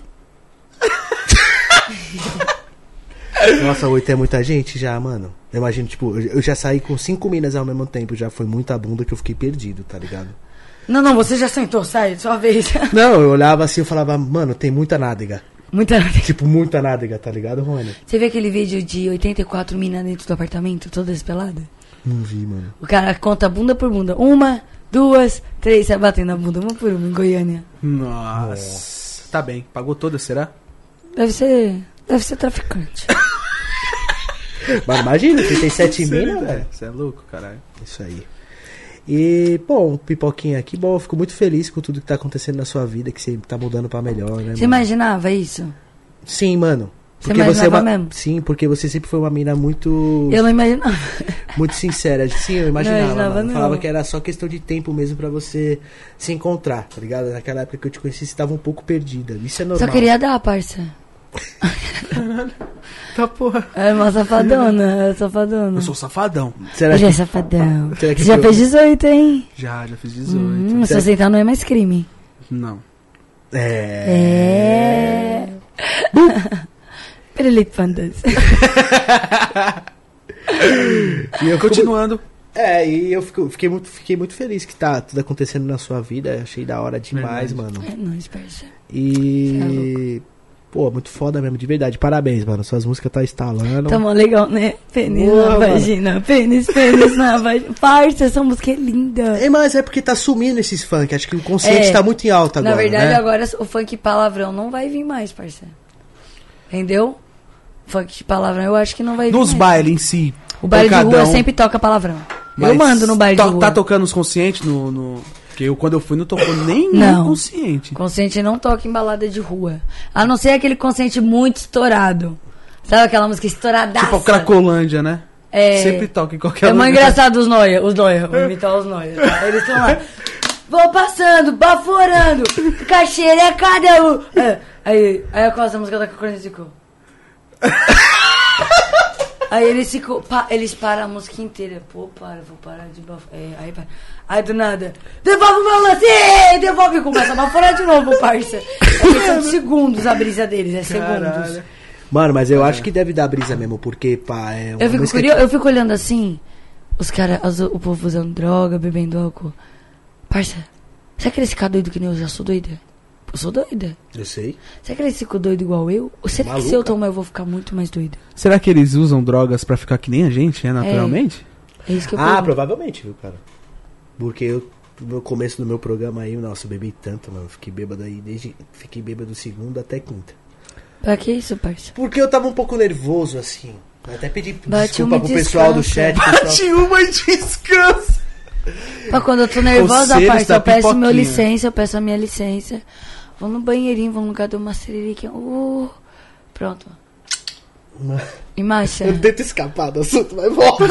B: Nossa, 8 é muita gente já, mano. Eu imagino, tipo, eu já saí com 5 minas ao mesmo tempo, já foi muita bunda que eu fiquei perdido, tá ligado?
C: Não, você já sentou, sai, sua vez.
B: Não, eu olhava assim, eu falava, mano, tem muita nádega.
C: Muita.
B: Tipo, muita nádega, tá ligado, Rony?
C: Você viu aquele vídeo de 84 minas dentro do apartamento, todas peladas?
B: Não vi, mano.
C: O cara conta bunda por bunda. 1, 2, 3, sai batendo a bunda, uma por uma, em Goiânia.
A: Nossa. Tá bem. Pagou todas, será?
C: Deve ser traficante.
B: Mas imagina, 37 minas, velho.
A: Você é louco, caralho.
B: Isso aí. E, bom, Pipoquinha, que bom, eu fico muito feliz com tudo que tá acontecendo na sua vida, que você tá mudando pra melhor, né,
C: Você
B: mano?
C: imaginava isso?
B: Sim, mano.
C: Você imaginava
B: é uma...
C: mesmo?
B: Sim, porque você sempre foi uma mina muito...
C: Eu não imaginava.
B: Muito sincera. Sim, eu imaginava.
C: Não imaginava,
B: mano.
C: não.
B: Falava que era só questão de tempo mesmo pra você se encontrar, tá ligado? Naquela época que eu te conheci, você tava um pouco perdida. Isso é normal.
C: Só queria dar, parça.
A: Tá porra.
C: É uma safadona, safadona.
A: Eu sou safadão.
B: Será
C: Hoje
B: que...
C: é safadão.
B: Será que
C: Você já
B: eu-
C: fez 18, hein?
A: Já fiz 18.
C: Se aceitar não é mais crime.
A: Não.
B: É...
C: Pirulito Pandas.
B: E eu fico-
A: Continuando.
B: E eu fiquei muito feliz que tá tudo acontecendo na sua vida. Achei da hora demais,
A: Verdade.
B: mano.
C: É nóis, parça.
B: E... Pô, muito foda mesmo, de verdade. Parabéns, mano. Suas músicas tá instalando.
C: Tá mó legal, né? Pênis
B: Boa,
C: na
B: mano.
C: vagina, pênis na vagina. Parça, essa música é linda.
B: Mas é porque tá sumindo esses funk. Acho que o consciente tá muito em alta agora,
C: Na verdade,
B: né?
C: agora o funk palavrão não vai vir mais, parceiro. Entendeu? Funk de palavrão eu acho que não vai vir
A: Nos
C: mais.
A: bailes em si.
C: O baile de
A: pancadão,
C: rua sempre toca palavrão.
A: mas
C: Eu mando no baile de rua.
A: Tá tocando os conscientes no... Porque quando eu fui não tocou nem
C: Não.
A: no consciente.
C: Consciente não toca em balada de rua. A não ser aquele consciente muito estourado. Sabe aquela música estouradaça?
A: Tipo a Cracolândia, né?
C: É.
A: Sempre toca em qualquer
C: É muito
A: lugar.
C: engraçado os noia, vou imitar os noia, tá? Eles estão lá, vou passando, baforando, caixeira é cada um. Aí eu gosto da música da Cocornet ficou. Aí eles ficam, eles param a música inteira. Pô, vou parar de baforar. Aí para. Aí do nada, devolve o meu lance, devolve e começa a baforar de novo, parça. É questão de segundos a brisa deles, é segundos.
A: Caralho.
B: Mano, mas eu acho que deve dar brisa mesmo, porque, pá, é uma
C: Eu fico
B: música
C: curioso, eu fico olhando assim, os caras, o povo usando droga, bebendo álcool. Parça, você quer ficar doido que nem eu já sou doida? Eu sou doida.
B: Eu sei.
C: Você quer ficar doido igual eu? Ou será que se eu tomar eu vou ficar muito mais doida?
A: Será que eles usam drogas pra ficar que nem a gente, naturalmente?
C: É isso que eu
B: Ah,
C: pergunto.
B: provavelmente, viu, cara? Porque eu, no começo do meu programa aí, nossa, eu bebi tanto, mano. Fiquei bêbado aí fiquei bêbado segunda até quinta.
C: Pra que isso, parça?
B: Porque eu tava um pouco nervoso, assim. Eu até pedi
C: Bate
B: desculpa
C: uma
B: pro pessoal do
C: descansa.
B: chat. Pessoal.
A: Bate uma e descansa.
C: Pra quando eu tô nervosa,
A: Conselhos
C: parça,
A: da
C: eu peço meu
A: pipoquinha.
C: licença, eu peço a minha licença. Vou no banheirinho, vou no lugar de uma sereriquinha. Pronto. E marcha.
B: Eu tento escapar do assunto, mas volta.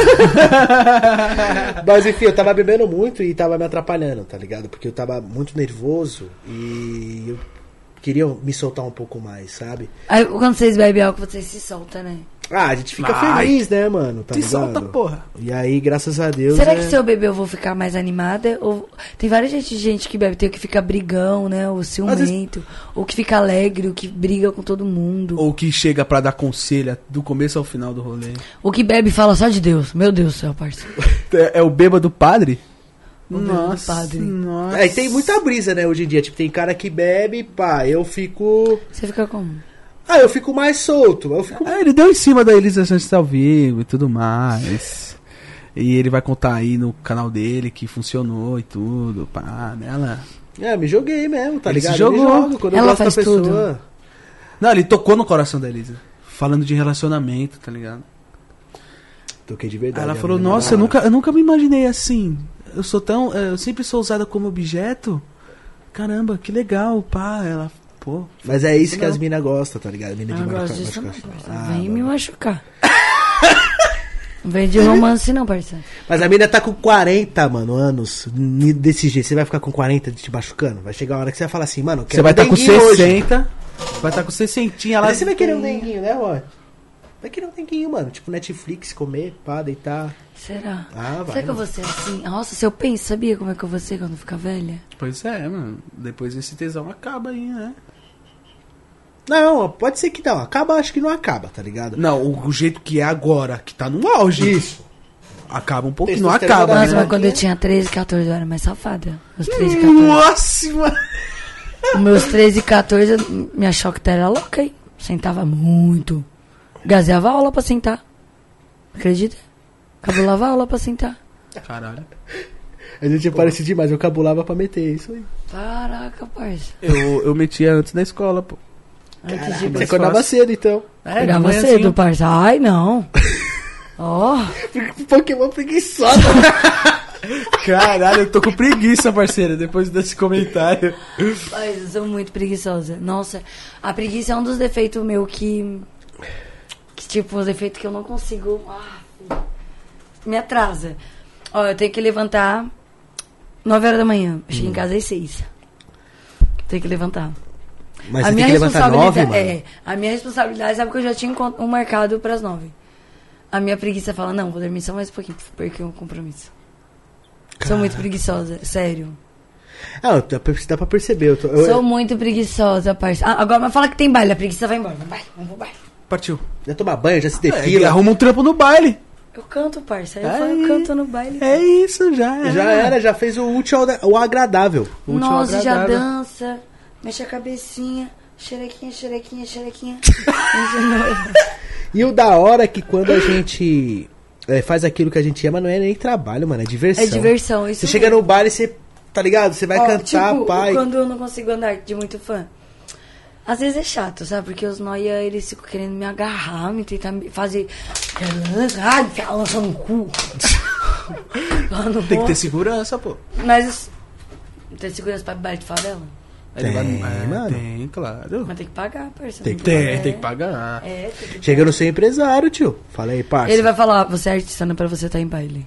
B: Mas enfim, eu tava bebendo muito e tava me atrapalhando, tá ligado? Porque eu tava muito nervoso e eu queria me soltar um pouco mais, sabe?
C: Aí quando vocês bebem álcool, vocês se soltam, né?
B: Ah, a gente fica
A: Ai.
B: feliz, né, mano? Tá
A: Se
B: ligado?
A: solta, porra.
B: E aí, graças a Deus.
C: Será que se eu beber eu vou ficar mais animada? Ou tem várias gente que bebe, tem o que fica brigão, né? O ciumento, ou que fica alegre, o que briga com todo mundo.
A: Ou que chega pra dar conselho do começo ao final do rolê.
C: O que bebe e fala só de Deus. Meu Deus do céu, parceiro.
A: É o bêbado padre?
C: O bêbado padre.
A: Nossa.
B: É, tem muita brisa, né, hoje em dia. Tipo, tem cara que bebe, pá, eu fico.
C: Você fica como?
B: Ah, eu fico mais solto. Eu fico.
A: Ele deu em cima da Elisa Sanches ao vivo e tudo mais. E ele vai contar aí no canal dele que funcionou e tudo, pá, nela.
B: É, me joguei mesmo, tá
A: Ele
B: ligado?
A: se
B: Eu me
A: jogou.
B: jogo quando
C: Ela
B: eu gosto
C: faz
B: da pessoa.
C: tudo.
A: Não, ele tocou no coração da Elisa. Falando de relacionamento, tá ligado?
B: Toquei de
A: Aí
B: verdade.
A: ela
B: a
A: falou,
B: menina
A: nossa,
B: lá.
A: eu nunca me imaginei assim. Eu sempre sou usada como objeto. Caramba, que legal, pá. Ela, pô.
B: Mas é isso que
A: Não.
B: as minas gostam, tá ligado? Mina
C: Eu
B: de
C: não gosto
B: machucar.
C: disso não,
B: machucar.
C: parceiro.
B: Ah,
C: Vem me
B: mano.
C: machucar. Não vem de romance não, parceiro.
B: Mas a mina tá com 40, mano, anos. Desse jeito. Você vai ficar com 40 te machucando? Vai chegar uma hora que você vai falar assim, mano,
A: Você vai estar com
B: denguinho hoje.
A: 60. Vai estar com 60 lá.
B: Mas você vai querer um denguinho, né, Roy? Vai querer um denguinho, mano. Tipo Netflix, comer, pá, deitar.
C: Será?
B: Ah, vai,
C: Será que eu vou ser assim? Nossa, se eu penso, sabia como é que eu vou ser quando ficar velha?
A: Pois é, mano. Depois esse tesão acaba aí, né?
B: Não, pode ser que não. Acaba, acho que não acaba, tá ligado?
A: Não, o jeito que é agora, que tá no auge.
B: Isso.
A: Acaba um pouquinho, não
B: Testosterona
A: acaba,
B: da
C: Nossa,
A: né?
C: mas quando eu tinha 13, 14 eu era mais safada. Os 13, 14.
A: Nossa, mano.
C: Os meus 13 e 14, minha choqueta era louca, hein? Sentava muito. Gazeava a aula pra sentar. Acredita? Cabulava a aula pra sentar.
A: Caralho.
B: A gente parece demais. Eu cabulava pra meter isso aí.
C: Caraca, parça.
A: Eu metia antes da escola, pô.
C: Ai, que
B: Você
C: tipo.
B: acordava
A: fácil.
B: cedo, então.
A: É,
C: Pegava
A: de manhãzinho.
C: cedo, parça. Ai, não. Ó.
B: Pokémon preguiçosa.
A: Caralho, eu tô com preguiça, parceiro, depois desse comentário.
C: Mas eu sou muito preguiçosa. Nossa, a preguiça é um dos defeitos meu que tipo, os defeitos que eu não consigo. Me atrasa. Ó, eu tenho que levantar 9 horas da manhã. Eu chego em casa às 6. Tenho que levantar.
B: Mas você tem que levantar 9, mano?
C: A minha responsabilidade, sabe que eu já tinha um marcado pras 9. A minha preguiça fala, não, vou dormir só mais um pouquinho, porque é um compromisso. Sou muito preguiçosa, sério.
B: Ah, dá pra perceber.
C: Sou muito preguiçosa, parça. Agora, mas fala que tem baile, a preguiça vai embora. Vamos pro baile.
A: Partiu.
B: Já toma banho, já se
A: Ele
B: defila.
A: arruma um trampo no baile.
C: Eu canto, parça. Eu
A: Aí.
C: falo, eu canto no baile.
A: É isso, já era.
B: Já era, já fez o útil ao agradável.
A: O útil
C: Nossa, já
A: agradável.
C: dança, mexe a cabecinha, xerequinha.
B: E o da hora é que quando a gente faz aquilo que a gente ama, não é nem trabalho, mano, é diversão.
C: É diversão, isso
B: Você chega no bar e você, tá ligado? Você vai
C: Ó,
B: cantar,
C: tipo,
B: pai.
C: quando eu não consigo andar de muito fã. Às vezes é chato, sabe? Porque os noia, eles ficam querendo me agarrar, me tentar me fazer... Ai, enfiar a lança no cu. Eu não
A: Tem que
C: vou.
A: ter segurança, pô.
C: Mas... Tem segurança pra baile de favela?
A: Ele vai-
B: Tem, mano.
A: Tem, claro.
C: Mas tem que pagar, parceiro.
B: Tem que
A: Tem que pagar.
C: É, tem que
B: Chega no seu empresário, tio. Fala aí, parça.
C: Ele vai falar, você é artista, não é pra você estar em baile.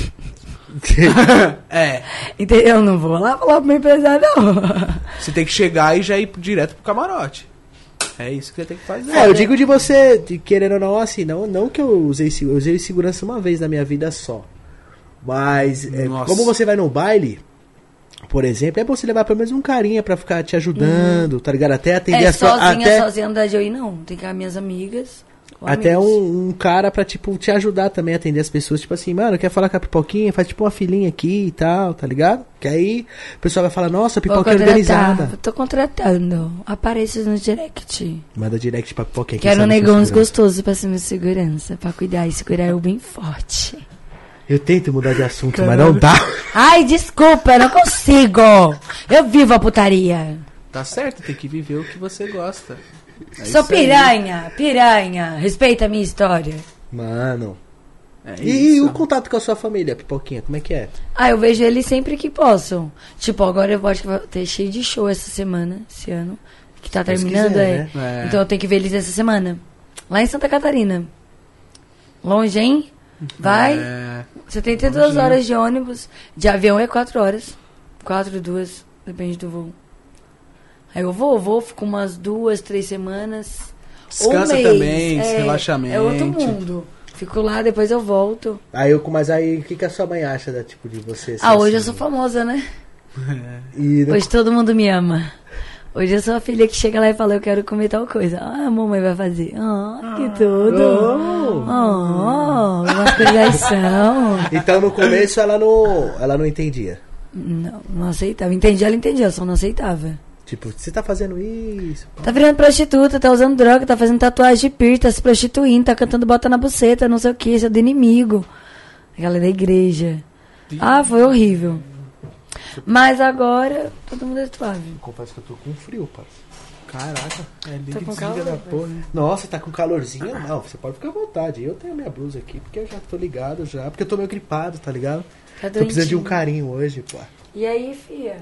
A: É.
C: Entendeu? Eu não vou lá falar pro meu empresário, não.
A: Você tem que chegar e já ir direto pro camarote. É isso que você tem que fazer.
B: Eu digo de você, querendo ou não, assim, não que eu usei segurança uma vez na minha vida só. Mas,
A: Nossa.
B: como você vai no baile, por exemplo, é bom você levar pelo menos um carinha pra ficar te ajudando, tá ligado? Até atender a sua...
C: sozinha
B: Até...
C: andar de eu ir, não. Tem que ir com minhas amigas.
B: Até um cara pra, tipo, te ajudar também a atender as pessoas. Tipo assim, mano, quer falar com a Pipoquinha? Faz tipo uma filinha aqui e tal, tá ligado? Que aí o pessoal vai falar, nossa, a Pipoca é organizada.
C: Tô contratando. Apareça no direct.
B: Manda direct pra Pipoquinha.
C: Quero negões gostosos pra ser meu segurança. Pra cuidar e segurar eu bem forte.
B: Eu tento mudar de assunto, mas não dá.
C: Ai, desculpa, eu não consigo. Eu vivo a putaria.
A: Tá certo, tem que viver o que você gosta. É
C: Sou
A: isso aí.
C: piranha. Respeita a minha história.
B: Mano.
A: É
B: E
A: isso.
B: o contato com a sua família, Pipoquinha, como é que é?
C: Ah, eu vejo ele sempre que posso. Tipo, agora eu acho que vai ter cheio de show essa semana, esse ano. Que tá
B: Deus
C: terminando,
B: quiser,
A: né? É.
C: Então eu tenho que ver eles essa semana. Lá em Santa Catarina. Longe, hein? Vai.
A: É,
C: 72
A: longinho.
C: horas de ônibus. De avião é 4 horas. 4, 2, depende do voo. Aí eu vou, fico umas 2, 3 semanas.
A: Descansa
C: mês.
A: também, relaxamento.
C: É outro mundo. Fico lá, depois eu volto.
B: Mas aí, o que a sua mãe acha da, tipo, de você?
C: Ah, hoje eu
B: assim?
C: sou famosa, né?
B: E
C: Hoje todo mundo me ama. Hoje eu sou a filha que chega lá e fala, eu quero comer tal coisa. Ah, a mamãe vai fazer. Ah, que tudo. Uma coração.
B: Então no começo ela não entendia.
C: Não aceitava. Entendi, ela entendia, só não aceitava.
B: Tipo, você tá fazendo isso?
C: Tá virando prostituta, tá usando droga, tá fazendo tatuagem de piercing, tá se prostituindo, tá cantando bota na buceta, não sei o que, isso é do inimigo. Aquela da igreja. Ah, foi horrível. Mas agora, todo mundo é suave.
B: Confesso que eu tô com frio, pai.
A: Caraca, é liga
C: com
A: e
C: calor,
A: desliga da
C: velho.
A: porra. Né?
B: Nossa, tá com calorzinho? Não, você pode ficar à vontade. Eu tenho minha blusa aqui, porque eu já tô ligado já. Porque eu tô meio gripado, tá ligado?
C: Tá
B: Tô precisando de um
C: doentinho.
B: carinho hoje, pô.
C: E aí, fia?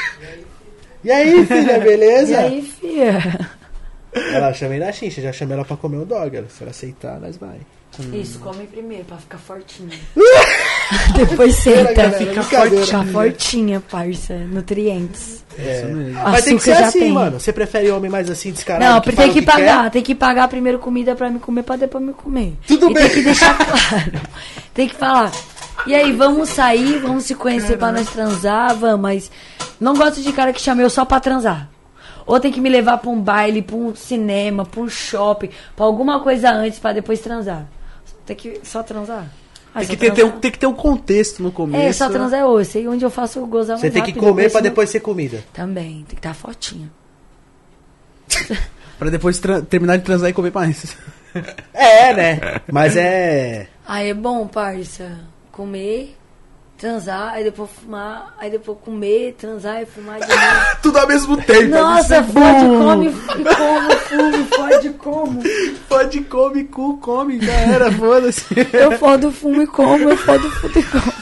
B: E aí, filha, beleza?
C: E aí, fia?
B: Ela chamei na chincha, já chamei ela pra comer o dog. Se ela aceitar, nós vai.
C: Isso, come primeiro, pra ficar fortinha. Depois senta,
B: galera,
C: fica
B: brincadeira.
C: fortinha, fortinha, parça. Nutrientes.
A: Isso mesmo.
B: Mas tem que ser
C: Açúcar já
B: assim,
C: tem.
B: mano. Você prefere homem mais assim, descarado?
C: Não,
B: fala
C: tem
B: o
C: que
B: quer?
C: pagar, tem que pagar primeiro comida pra me comer, pra depois me comer.
B: Tudo
C: E
B: bem.
C: tem que deixar claro. Tem que falar. E aí, vamos sair, vamos se conhecer pra nós transar, vamos, mas não gosto de cara que chama eu só pra transar. Ou tem que me levar pra um baile, pra um cinema, pra um shopping, pra alguma coisa antes pra depois transar. Tem que só transar. Ah,
A: Tem
C: só
A: que, ter,
C: transar.
A: tem que ter um contexto no começo.
C: É, só transar é hoje. Sei onde eu faço gozar mais
B: Você tem que
C: rápido,
B: comer pra
C: senão-
B: depois ser comida.
C: Também, tem que estar fotinha.
A: Pra depois terminar de transar e comer mais.
B: É, né? Mas é...
C: Ah, é bom, parça. Comer, transar, aí depois fumar, aí depois comer, transar e fumar de novo.
A: Tudo ao mesmo tempo.
C: Nossa, fode, come, como, fume, fode, como.
A: Pode, come, cu, come, já era, foda-se.
C: Eu fodo, fumo e como, eu fodo, fudo e como.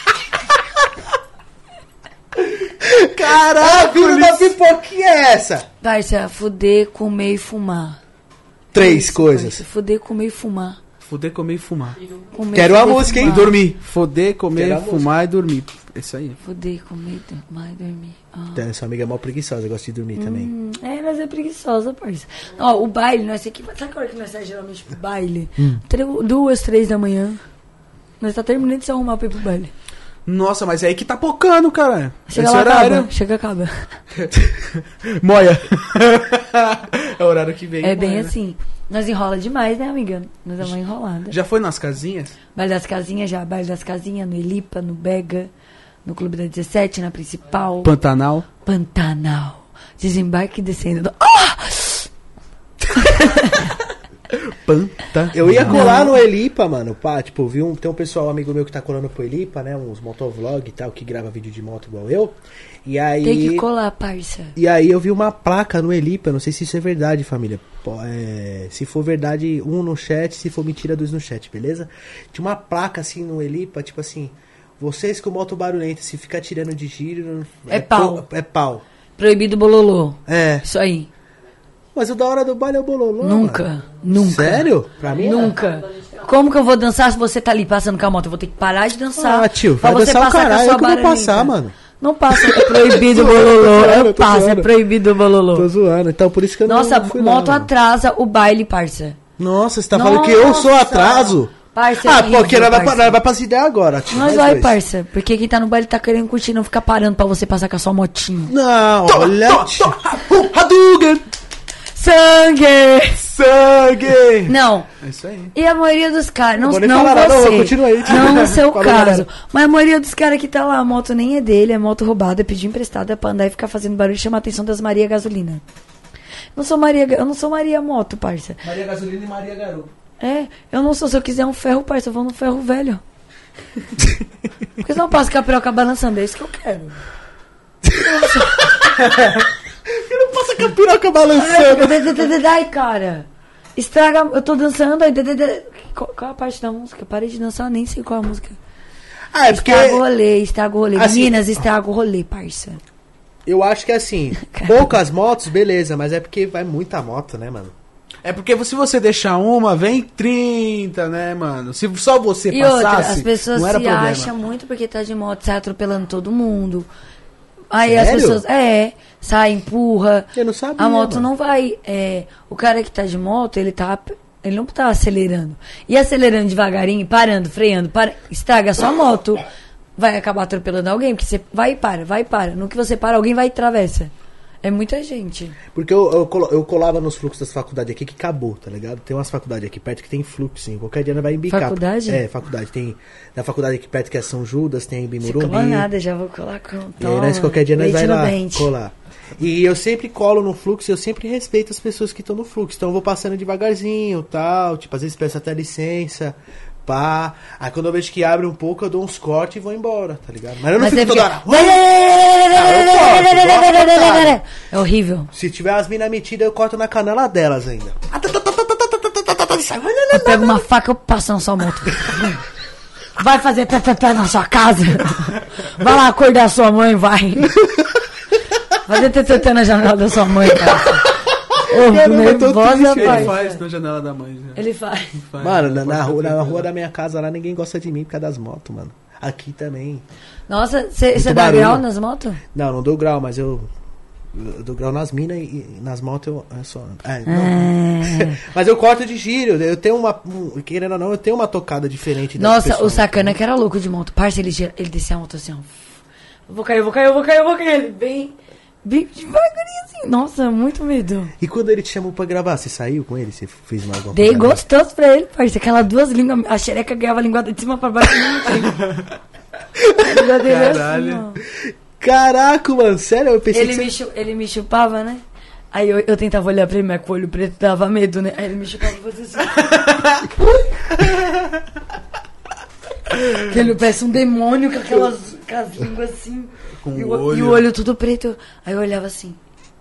B: Ah, filho da pipoquinha é essa?
C: Parça, fuder, comer e fumar.
B: Três
C: Isso,
B: coisas.
C: parça, fuder, comer e fumar.
A: Foder, comer e fumar.
C: Comer,
B: Quero a
C: fuder,
B: música, hein?
A: E
C: fumar.
A: dormir. Foder, comer,
B: Quero a
A: fumar e dormir. Isso aí.
C: Fuder, comer, fumar e dormir. Ah.
B: Então, sua amiga é mal preguiçosa, gosta de dormir também.
C: É, nós é preguiçosa, parça. Ó, o baile, nós aqui. Sabe que hora que nós saímos geralmente pro baile? 2, 3 da manhã. Nós tá terminando de se arrumar pra ir pro baile.
A: Nossa, mas é aí que tá pocando, cara.
C: Chega
A: Esse
C: lá,
A: horário.
C: acaba. Chega, acaba.
A: Moia. É o horário que vem.
C: É bem
A: moia, né?
C: assim. Nós enrola demais, né, amiga? Nós é uma enrolada.
A: Já foi nas casinhas?
C: Baile das casinhas já. Baile das casinhas, no Elipa, no Bega, no Clube da 17, na Principal.
A: Pantanal.
C: Pantanal. Desembarque e descendo. Ah!
A: Panta.
B: Eu ia colar no Elipa, mano. Pá, tipo, tem um pessoal, amigo meu que tá colando pro Elipa, né? Uns motovlog e tal, que grava vídeo de moto igual eu. E aí.
C: Tem que colar, parça.
B: E aí eu vi uma placa no Elipa, eu não sei se isso é verdade, família. Se for verdade, 1 no chat, se for mentira, 2 no chat, beleza? Tinha uma placa assim no Elipa, tipo assim, vocês com moto barulhenta, se ficar tirando de giro...
C: É pau.
B: É pau.
C: Proibido bololô.
B: É.
C: Isso aí.
B: Mas o da hora do baile é o bololô.
C: Nunca.
B: mano.
C: Nunca.
B: Sério? Pra mim?
C: Nunca. Como que eu vou dançar se você tá ali passando com a moto? Eu vou ter que parar de dançar.
B: Ah, tio,
C: pra
B: vai
C: você
B: dançar o
C: passar com a
B: caralho,
C: sua
B: eu que vou
C: barulhenta.
B: passar, mano.
C: Não passa, é proibido o
B: Tô zoando,
C: bololô.
B: tô zoando,
C: Eu
B: tô
C: passo, é
B: zoando.
C: proibido o bololô.
B: Tô zoando, então por isso que eu
C: Nossa,
B: não fui lá,
C: moto
B: mano.
C: atrasa o baile, parça.
B: Nossa, você tá falando que eu sou
C: Nossa.
B: atraso?
C: Parça, é
B: Ah,
C: horrível,
B: porque nós
C: parça.
B: vai pra ideia agora, tio.
C: Nós
B: nós
C: vai,
B: dois.
C: parça. Porque quem tá no baile tá querendo curtir, não ficar parando pra você passar com a sua motinha.
B: Não, olha, tio.
A: Hadouken!
C: Sangue!
A: Sangue!
C: Não.
A: É isso aí.
C: E a maioria dos caras, não,
B: vou nem
C: não
B: falar nada,
C: você,
B: não, continua aí.
C: não no seu
B: Falou,
C: caso,
B: galera.
C: mas a maioria dos caras que tá lá, a moto nem é dele, é moto roubada, é pedir emprestada pra andar e ficar fazendo barulho e chamar a atenção das Maria Gasolina. Eu não sou Maria Moto, parça.
A: Maria Gasolina e Maria Garoto.
C: É, eu não sou, se eu quiser um ferro, parça, eu vou no ferro velho. Porque senão eu passo com a piroca balançando, é isso que eu quero.
B: Passa com a piroca balançando.
C: Ai, cara. Estraga. Eu tô dançando aí. Qual a parte da música? Eu parei de dançar, nem sei qual a música.
B: Ah, é porque
C: Estraga o rolê.
B: Assim,
C: Meninas, estraga o rolê, parça.
B: eu acho que assim, poucas motos, beleza, mas é porque vai muita moto, né, mano?
A: É porque se você deixar uma, vem 30, né, mano? Se só você
C: E
A: passasse,
C: outra, as pessoas
A: não era
C: se
A: problema.
C: acham muito porque tá de moto, sai atropelando todo mundo. Aí
B: Sério?
C: as pessoas, sai, empurra.
B: Eu não sabia,
C: A moto
B: mano.
C: não vai. O cara que tá de moto, ele não tá acelerando. E acelerando devagarinho, parando, freando, estraga a sua moto. Vai acabar atropelando alguém, porque você vai e para. No que você para, alguém vai e atravessa. É muita gente.
B: Porque eu colava nos fluxos das faculdades aqui que acabou, tá ligado? Tem umas faculdades aqui perto que tem fluxo, sim. Qualquer dia nós vai embicar.
C: Faculdade?
B: É, faculdade. Tem na faculdade aqui perto que é São Judas, tem em
C: Você
B: Bimurumbi.
C: cola nada, já vou colar com.
B: E aí nós qualquer dia nós vai lá
C: dente.
B: colar. E eu sempre colo no fluxo e eu sempre respeito as pessoas que estão no fluxo. Então eu vou passando devagarzinho, tal. Tipo, às vezes peço até licença. Pá. Aí quando eu vejo que abre um pouco, eu dou uns cortes e vou embora, tá ligado? Mas eu não fico toda hora.
C: É horrível.
B: Se tiver as minas metidas, eu corto na canela delas ainda.
C: Eu pego uma faca e eu passo na sua moto. Vai fazer tatatá na sua casa. Vai lá acordar sua mãe, vai. Fazer tatatá na janela da sua mãe, cara.
B: Caramba, eu tô
C: nervosa,
B: triste,
A: Ele
C: pai.
A: faz na janela da mãe. Já.
C: Ele faz.
A: Faz,
B: Mano,
A: né?
B: na
A: Pode
B: rua da minha casa lá, ninguém gosta de mim por causa das motos, mano. Aqui também.
C: Nossa, você
B: Muito
C: dá grau
B: barulho.
C: nas motos?
B: Não dou grau, mas eu dou grau nas minas e nas motos eu só. Não. Mas eu corto de giro, eu tenho querendo ou não, eu tenho uma tocada diferente das
C: Nossa,
B: pessoas.
C: o sacana que era louco de moto. Parça, ele descia a moto assim, ó. Eu vou cair. Ele bem devagarinho assim. Nossa, muito medo.
B: E quando ele te chamou pra gravar, você saiu com ele? Você fez mais alguma
C: Dei
B: coisa?
C: gostoso pra ele, parça. Aquelas duas línguas. A xereca ganhava a linguada de cima pra baixo. A língua dele é
A: Caralho.
C: assim, ó.
B: Caraca, mano, sério? Eu pensei que
C: Ele me chupava, né? Aí eu tentava olhar pra ele, mas com o olho preto dava medo, né? Aí ele me chupava e fazia assim. Que ele parece um demônio com com as línguas assim.
A: Com
C: e,
A: o olho.
C: E o olho tudo preto. Aí eu olhava assim.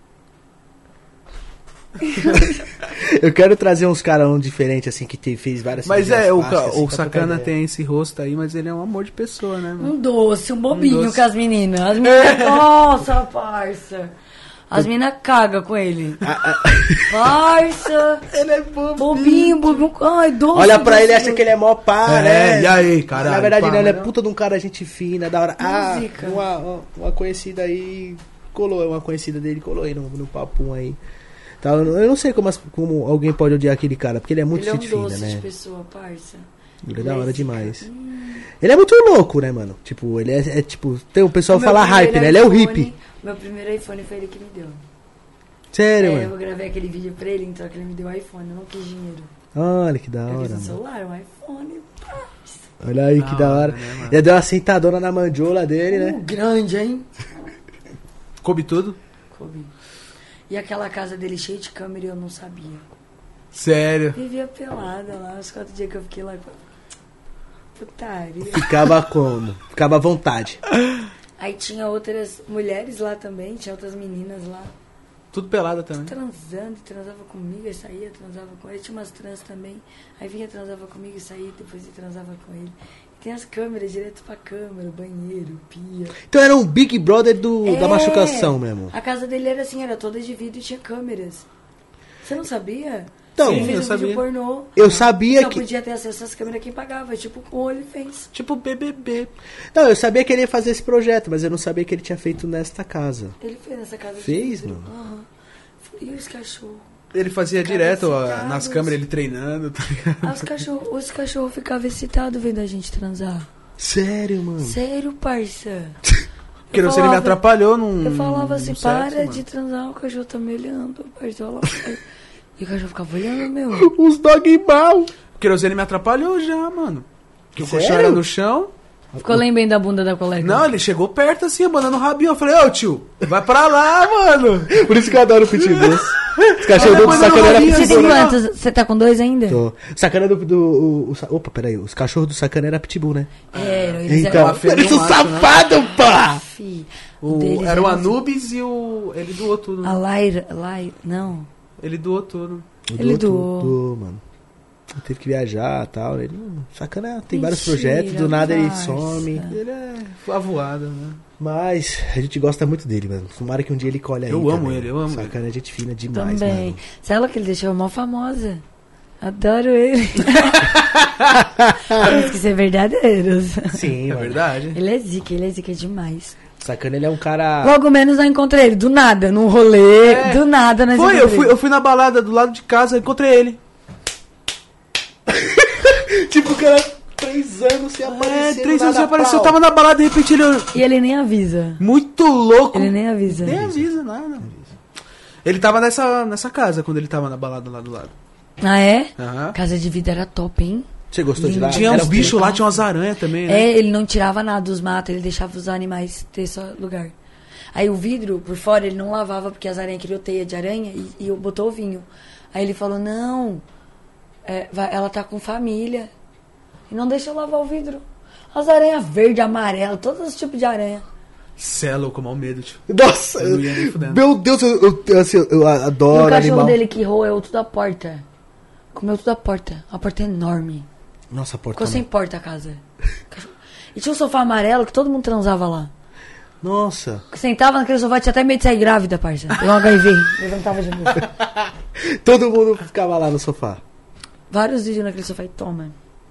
B: Eu quero trazer uns caras diferentes, assim, que fez várias
A: Mas
B: cirurgias plásticas, assim,
A: o
B: pra
A: Sacana
B: trocar ideia.
A: tem esse rosto aí, mas ele é um amor de pessoa, né, mano?
C: Um doce, um bobinho
A: doce.
C: com as meninas. As meninas. Nossa, parça. As meninas cagam com ele. Parça.
B: Ele é bobinho.
C: Bobinho. Ai, doce.
B: Olha pra
C: doce,
B: ele e acha que ele é mó pá, né?
A: E aí, caralho?
B: Na verdade,
A: pá,
B: não, ele é
A: mas
B: puta de um cara, gente fina, da hora.
C: Música.
B: Uma conhecida aí colou, uma conhecida dele colou aí no papum aí. Tá, eu não sei como alguém pode odiar aquele cara, porque ele é muito
C: Ele é um
B: gente fina,
C: doce de
B: né?
C: pessoa, parça.
B: Ele é da hora demais. Ele é muito louco, né, mano? Tipo, ele é tipo. Tem o pessoal
C: O
B: que
C: meu
B: fala hype,
C: primeiro
B: né? Ele é o
C: iPhone-
B: hippie.
C: Meu primeiro iPhone foi ele que me deu.
B: Sério,
C: Eu
B: mano.
C: gravei aquele vídeo pra ele, então que ele me deu iPhone, eu não quis dinheiro.
B: Olha que da
C: Eu
B: hora,
C: quis um
B: mano.
C: celular, um iPhone. Parça.
B: Olha aí que da hora.
A: né, mano?
B: Ele deu uma sentadona na mandiola dele, né?
C: Grande, hein?
A: Coube tudo?
C: Coube. E aquela casa dele cheia de câmera e eu não sabia.
A: Sério.
C: Vivia pelada lá, os 4 dias que eu fiquei lá. Putaria.
B: Ficava como? Ficava à vontade.
C: Aí tinha outras mulheres lá também, tinha outras meninas lá.
A: Tudo pelada também.
C: Transando, e transava comigo, e saía, transava com ele. Tinha umas trans também. Aí vinha, transava comigo e saía, depois transava com ele. E tem as câmeras, direto pra câmera, banheiro, pia.
B: Então era um Big Brother da
C: É.
B: machucação mesmo.
C: A casa dele era assim, era toda de vidro e tinha câmeras. Você não sabia?
B: Então,
C: ele
A: eu
C: fez um
A: sabia.
C: vídeo pornô.
B: Eu sabia
C: Só
B: que.
C: podia ter acesso às câmeras quem pagava, tipo o olho fez.
A: Tipo BBB.
B: Não, eu sabia que ele ia fazer esse projeto, mas eu não sabia que ele tinha feito nesta casa.
C: Ele fez nessa casa
B: Fez,
C: de vidro.
B: mano?
C: Aham. E os cachorros?
A: Ele fazia
C: Ficava
A: direto ó,
C: excitados.
A: nas câmeras, ele treinando, tá ligado?
C: Ah, os cachorros ficavam excitados vendo a gente transar.
B: Sério, mano.
C: Sério, parça?
A: Querosene me atrapalhou num.
C: Eu falava assim,
A: num sexo,
C: para
A: mano.
C: de transar, o cachorro tá me olhando. Partiu lá. E o cachorro ficava olhando, meu.
B: Os dog mal.
A: Querosene me atrapalhou já, mano. Que o
B: Sério?
A: colchão era no chão.
C: Ficou lembrando da bunda da colega.
A: Não, ele chegou perto assim, abanando o rabinho. Eu falei, ô tio, vai pra lá, mano.
B: Por isso que eu adoro o pitbull. Os cachorros
A: Olha,
B: do Sacana era
A: rabinho,
C: Você
B: pitbull.
C: tem quantos? Você tá com 2 ainda?
B: Tô. Sacana opa, peraí. Os cachorros do Sacana era pitbull, né?
C: É, eles
B: Então,
A: uma fêmea
B: eles
A: e um
B: são
A: macho, né?
B: safados, pá!
C: Fi,
A: Era
C: deles
A: o
C: era assim.
A: Anubis e o. Ele doou tudo.
C: A
A: Né?
C: Lyra, não.
A: Ele doou tudo.
C: Ele doou.
B: Doou, mano. Ele teve que viajar e tal. Ele, Sacana tem vários
C: Mentira,
B: projetos, do nada ele
C: farsa.
B: some.
A: Ele é avoado, né?
B: Mas a gente gosta muito dele, mano. Tomara que um dia ele colhe aí.
A: Eu amo
B: também.
A: ele, eu amo
B: Sacana é gente fina demais,
C: Também.
B: mano.
C: Sabe ela que ele deixou mó famosa? Adoro ele. Temos que ser verdadeiros.
B: Sim,
A: É
B: mano.
A: verdade.
C: Ele é zica demais.
B: Sacana, ele é um cara...
C: Logo menos eu encontrei ele, do nada, num rolê, do nada nós
A: Foi,
C: encontrei.
A: eu fui na balada do lado de casa, encontrei ele.
B: Tipo, o cara 3 anos sem aparecer.
A: 3 anos
B: nada,
A: sem aparecer, eu
B: pau.
A: tava na balada, de repente ele.
C: E ele nem avisa.
A: Muito louco.
C: Ele nem avisa.
A: Nem avisa nada. Ele tava nessa casa quando ele tava na balada lá do lado.
C: Ah, é?
A: Aham.
C: Casa de vida era top, hein?
B: Você gostou de lá?
A: Tinha
B: Era
A: uns
B: o quê?
A: bichos lá, tinha umas aranhas também, né?
C: É, ele não tirava nada dos matos, ele deixava os animais ter só lugar. Aí o vidro, por fora, ele não lavava porque as aranhas criou teia de aranha e botou o vinho. Aí ele falou, não, ela tá com família. E não deixa eu lavar o vidro. As aranhas verde, amarelo, todos os tipos de aranha.
A: Cê é louco, mal medo, tio.
B: Nossa,
A: Eu não ia nem fudendo.
B: meu Deus, eu
C: E
B: adoro
C: o cachorro
B: animal.
C: dele que roeu tudo a porta. Comeu tudo a porta. A porta é enorme.
B: Nossa, a porta.
C: Ficou sem porta a casa. E tinha um sofá amarelo que todo mundo transava lá.
B: Nossa.
C: Sentava naquele sofá, tinha até medo de sair grávida, parça. Pegou um HIV, levantava de novo.
B: Todo mundo ficava lá no sofá.
C: Vários vídeos naquele sofá e toma.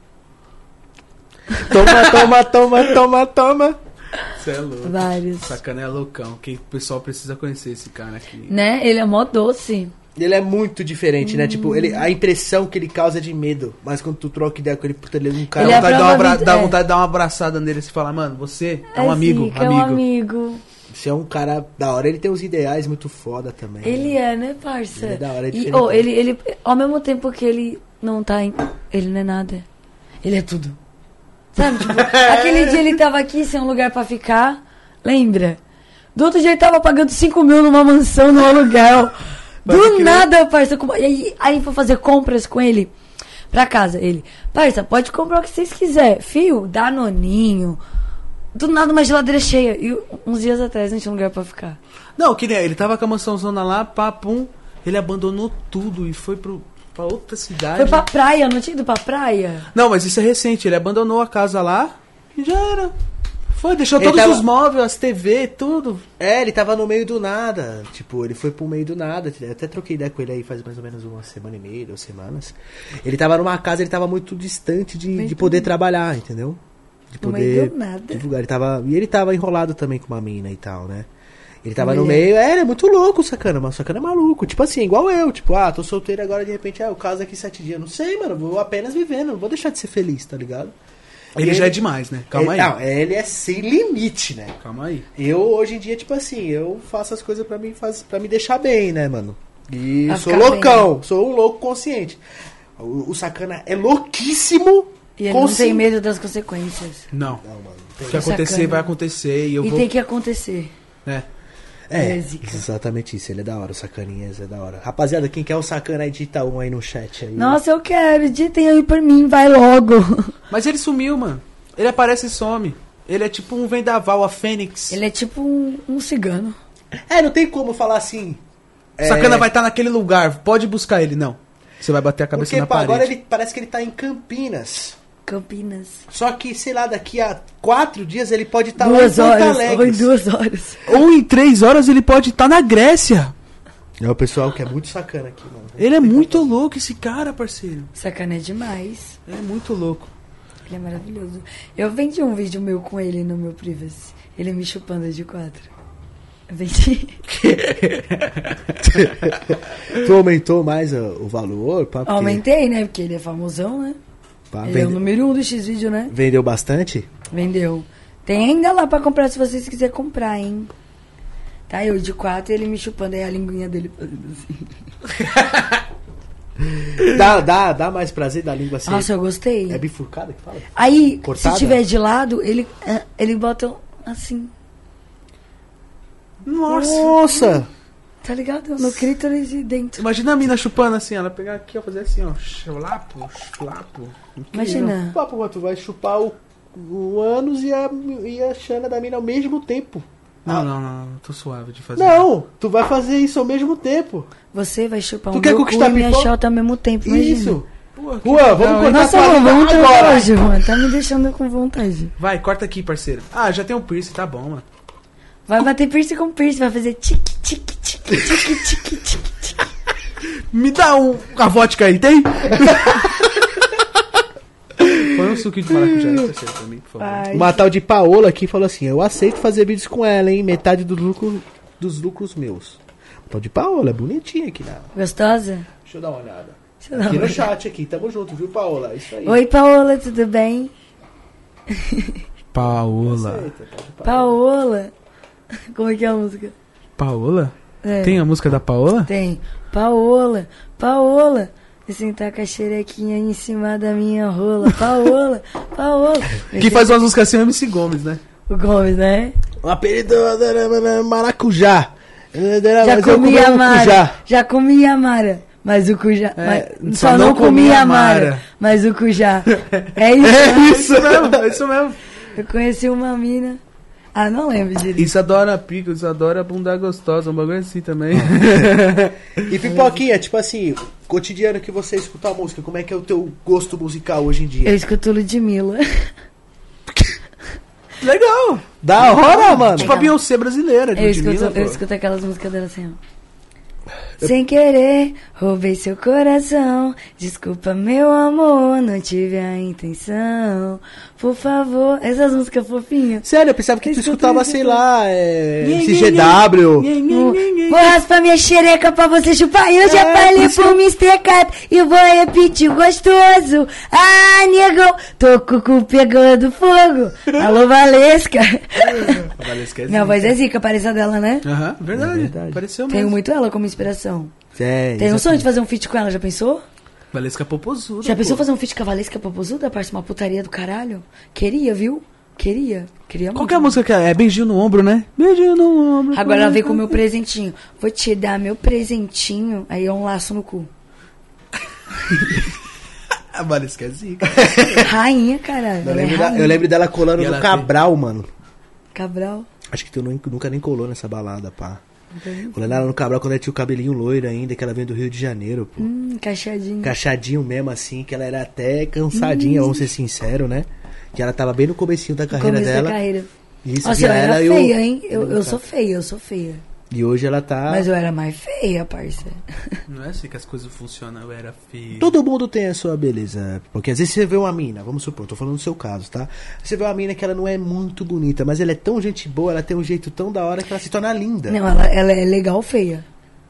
B: Toma.
A: Cê é louco.
C: Vários.
A: Sacana é loucão. Que o pessoal precisa conhecer esse cara aqui.
C: Né? Ele é mó doce.
B: Ele é muito diferente, né? Tipo, a impressão que ele causa é de medo. Mas quando tu troca ideia com ele, puta, ele é um cara...
C: Ele é
A: Dá vontade, de dar
C: prova
A: uma
C: vida-
A: dá
C: é.
A: vontade de dar uma abraçada nele e falar, mano, você é um amigo.
C: zica, é um amigo.
B: Você é um cara da hora. Ele tem uns ideais muito foda também.
C: Ele é, né, parça?
B: Ele é da hora, é
C: e,
B: diferente.
C: ele, ao mesmo tempo que ele não tá em... Ele não é nada. Ele é tudo. Sabe, tipo, aquele dia ele tava aqui sem um lugar pra ficar. Lembra? Do outro dia ele tava pagando 5 mil numa mansão, num aluguel. Do nada, parça. E aí foi fazer compras com ele pra casa. Ele, parça, pode comprar o que vocês quiserem. Fio, Danoninho. Do nada uma geladeira cheia. E uns dias atrás não tinha lugar pra ficar.
A: Não, que nem ele tava com a mansãozona lá, papum. Ele abandonou tudo e foi pra outra cidade.
C: Foi pra praia, não tinha ido pra praia?
A: Não, mas isso é recente. Ele abandonou a casa lá e já era. Foi, deixou
B: Ele
A: todos
B: tava-
A: os móveis, as TV, tudo.
B: É, ele tava no meio do nada. Tipo, ele foi pro meio do nada. Eu até troquei ideia com ele aí faz mais ou menos 1 semana e meia, 2 semanas. Ele tava numa casa, ele tava muito distante de poder trabalhar, entendeu? De
C: No
B: poder
C: meio do nada.
B: divulgar. E ele tava enrolado também com uma mina e tal, né? Ele tava no
C: Mulher.
B: meio, ele é muito louco, sacana, mas o sacana é maluco. Tipo assim, igual eu, tipo, tô solteiro agora, de repente, eu caso aqui 7 dias. Não sei, mano, vou apenas vivendo, não vou deixar de ser feliz, tá ligado?
A: Ele já é demais, né? Calma aí.
B: Não, ele é sem limite, né?
A: Calma aí.
B: Eu, hoje em dia, tipo assim, eu faço as coisas pra me deixar bem, né, mano? E
C: Pra
B: sou
C: ficar
B: loucão, sou um louco consciente. O sacana é louquíssimo.
C: E ele não tem medo das consequências.
A: Não.
B: Não, mano.
A: O que acontecer,
C: Sacana.
A: vai acontecer e eu
C: E
A: vou...
C: tem que acontecer.
A: É.
B: É,
C: É zica.
B: exatamente isso. Ele é da hora, o sacaninha é da hora. Rapaziada, quem quer o sacana aí, digita um aí no chat aí.
C: Nossa, eu quero. Ditem aí por mim, vai logo.
A: Mas ele sumiu, mano. Ele aparece e some. Ele é tipo um vendaval, a fênix.
C: Ele é tipo um cigano.
B: É, não tem como falar assim.
A: Sacana vai estar naquele lugar, pode buscar ele. Não. Você vai bater a cabeça
B: Porque,
A: na
B: pá,
A: parede.
B: agora ele parece que ele tá em Campinas.
C: Campinas.
B: Só que, sei lá, daqui a 4 dias ele pode estar lá em
C: 2
B: Porto
C: horas.
B: Alegre.
C: Ou em 2 horas.
A: Ou em 3 horas ele pode estar na Grécia.
B: É o pessoal que é muito sacana aqui, mano.
A: Ele é muito louco, esse cara, parceiro.
C: Sacana é demais.
A: Ele é muito louco.
C: Ele é maravilhoso. Eu vendi um vídeo meu com ele no meu privacy. Ele me chupando de 4. Eu vendi.
B: Tu aumentou mais o valor? Pá, porque-
C: Aumentei, né? Porque ele é famosão, né?
B: pá,
C: Ele é o número 1 do X-Vídeo, né?
B: vendeu bastante?
C: Vendeu. Tem ainda lá pra comprar se vocês quiserem comprar, hein? Tá, eu de 4 e ele me chupando aí a linguinha dele fazendo assim.
B: Dá mais prazer da língua assim.
C: Nossa, eu gostei.
B: É bifurcada que fala?
C: Aí,
B: Cortada?
C: se tiver de lado, ele bota assim,
B: Nossa!
C: tá ligado? No clítoris e dentro.
A: Imagina a mina chupando assim, ela pegar aqui, ó, fazer assim, ó. Chlapo, chlapo.
C: Imagina.
B: Papo, tu vai chupar o ânus e a chana da mina ao mesmo tempo.
A: Não, tô suave de fazer.
B: Não, tu vai fazer isso ao mesmo tempo.
C: Você vai chupar
B: Tu
C: um
B: quer
C: meu cu
B: conquistar
C: e minha
B: pipoca?
C: chota ao mesmo tempo, imagina.
B: Isso.
A: Pô, que
B: Juan,
A: legal,
B: vamos
A: hein?
B: cortar
C: Nossa,
B: tua língua
C: vamos ter
B: agora.
C: hoje, Juan. Tá me deixando com vontade.
A: Vai, corta aqui, parceiro. Ah, já tem um piercing, tá bom, mano.
C: Vai bater piercing com piercing, vai fazer tique, tique, tique, tique, tique, tique.
A: Me dá a vodka aí, tem? Põe um suquinho de maracujá aí, parceiro, pra mim, por favor.
C: Ai,
B: Uma tal de Paola aqui falou assim: eu aceito fazer vídeos com ela, hein? Metade dos lucros meus. Tal de Paola, é bonitinha aqui, né?
C: gostosa?
B: Deixa eu dar uma olhada.
C: Deixa eu dar
B: Aqui
C: uma
B: no chat, aqui, tamo junto, viu, Paola? Isso aí.
C: Oi, Paola, tudo bem?
A: Paola.
B: Aceita, tal de
C: Paola. Como é que é a música?
A: Paola?
C: É,
A: Tem a música da Paola?
C: Tem. Paola, Paola. E sentar com a xerequinha em cima da minha rola. Paola, Paola.
A: Que faz umas músicas assim, é o MC Gomes, né?
C: O Gomes, né?
B: O apelido era maracujá.
C: Já
B: Mas eu
C: comi
B: comi
C: a
B: um
C: Mara.
B: cujá.
C: Já comi a Mara. Mas o cujá.
A: É,
C: mas,
A: só
C: só
A: não
C: não
A: comi
C: comi
A: a
C: a Mara.
A: Mara.
C: Mas o cujá. É isso.
A: É
C: né?
A: isso mesmo, é isso mesmo.
C: Eu conheci uma mina. Ah, não lembro direito.
A: Isadora Pico, Isadora Bunda Gostosa, um bagulho assim também.
B: E Pipoquinha, tipo assim, cotidiano que você escuta a música, como é que é o teu gosto musical hoje em dia?
C: Eu escuto Ludmilla.
A: Legal.
B: Da hora, mano.
A: Tipo a Beyoncé brasileira, de
C: Eu
A: Ludmilla,
C: escuto, eu
A: pô.
C: escuto aquelas músicas dela assim, ó. Sem querer, roubei seu coração. Desculpa, meu amor, não tive a intenção. Por favor, essas músicas fofinhas.
B: Sério, eu pensava que
C: Eu
B: tu
C: escuto
B: escutava,
C: isso,
B: sei
C: eu
B: lá,
A: Nhe,
B: CGW.
A: nhe, nhe, nhe, nhe.
C: Vou raspar minha xereca pra você chupar. Eu já falei pro Mr. Cat e vou repetir gostoso. Ah, negão, tô com o cu pegando fogo. Alô, Valesca.
A: A Valesca é
C: Minha
A: zica.
C: voz é zica, parecida dela, né?
A: Aham, verdade.
B: É verdade.
A: Pareceu mesmo.
C: Tenho muito ela como inspiração.
B: É,
C: Tenho um sonho de fazer um feat com ela, já pensou?
A: Valesca Popozuda.
C: Já pensou
A: pô.
C: fazer um feat com a Valesca Popozuda, parça? Uma putaria do caralho? Queria, viu? Queria
A: Qual
C: muito.
A: que é a música que é? É Beijinho no Ombro, né? Beijinho no ombro.
C: Agora ela veio com o meu presentinho. Vou te dar meu presentinho. Aí é um laço no cu.
A: A Valesca é zica.
C: Rainha, caralho.
B: Eu
C: Ela é
B: lembro,
C: rainha.
B: eu lembro dela colando
A: E
B: no
A: ela
B: Cabral, mano.
C: Cabral.
B: Acho que tu nunca nem colou nessa balada, pá. Colando ela no Cabral quando ela tinha o cabelinho loiro ainda, que ela veio do Rio de Janeiro, pô.
C: Caixadinho.
B: Cachadinho mesmo, assim, que ela era até cansadinha, vamos ser sinceros, né? Que ela tava bem no comecinho da carreira
C: Começo
B: dela.
C: da carreira.
B: Isso,
C: Nossa,
B: que
C: eu era
B: ela e o-
C: feia, hein? Eu sou feia, eu sou feia.
B: E hoje ela tá...
C: Mas eu era mais feia, parça.
A: Não é assim que as coisas funcionam, eu era feio.
B: Todo mundo tem a sua beleza. Porque às vezes você vê uma mina, vamos supor, tô falando do seu caso, tá? Você vê uma mina que ela não é muito bonita, mas ela é tão gente boa, ela tem um jeito tão da hora que ela se torna linda.
C: Não, ela é legal feia.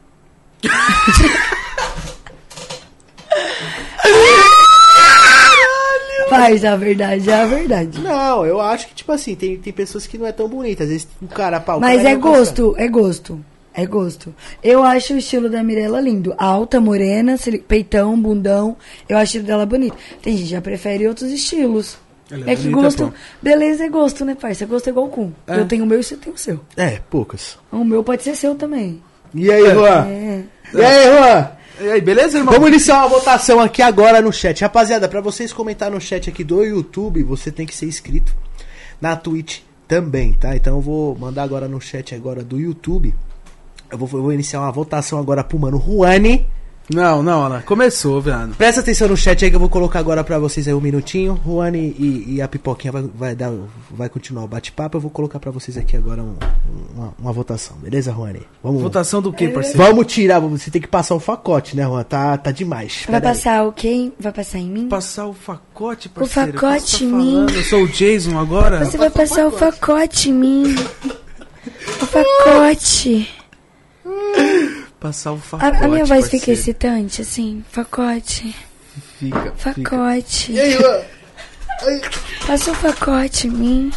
C: Faz a verdade, é a verdade.
B: Não, eu acho que, tipo assim, tem pessoas que não é tão bonita. Às vezes o cara, pá, o
C: Mas
B: cara
C: é
B: não gosta.
C: gosto, é gosto. É gosto. Eu acho o estilo da Mirella lindo. Alta, morena, peitão, bundão. Eu acho o estilo dela bonito. Tem gente que já prefere outros estilos.
A: Ela
C: É que
A: bonita,
C: gosto.
A: pô.
C: Beleza é gosto, né, parça? Gosto é igual cu.
A: É.
C: Eu tenho o meu e você tem o seu.
B: É, poucas.
C: O meu pode ser seu também.
B: E aí, Juan?
C: É.
B: E aí, Juan?
A: E aí, beleza, irmão?
B: Vamos iniciar uma votação aqui agora no chat. Rapaziada, pra vocês comentar no chat aqui do YouTube, você tem que ser inscrito. Na Twitch também, tá? Então eu vou mandar agora no chat agora do YouTube. Eu vou iniciar uma votação agora pro mano Juani.
A: Não, Ana. Começou, velho.
B: Presta atenção no chat aí que eu vou colocar agora pra vocês aí um minutinho. Juani e a Pipoquinha vai continuar o bate-papo. Eu vou colocar pra vocês aqui agora uma votação. Beleza, Juani? Vamos.
A: Votação do quê, parceiro?
B: Vamos tirar, você tem que passar o facote, né, Juan? Tá demais.
C: Vai
B: Pera aí.
C: passar o quê? Vai passar em mim?
A: Passar o facote, parceiro.
C: facote
A: O que você tá
C: em mim.
A: falando? Eu sou o Jason agora?
C: Você vai passar o facote em mim. O facote.
A: Passar o facote,
C: A minha voz fica
A: parceiro.
C: excitante, assim. Facote.
A: Fica.
C: Facote.
B: E aí, Juan?
C: Passa um pacote em mim.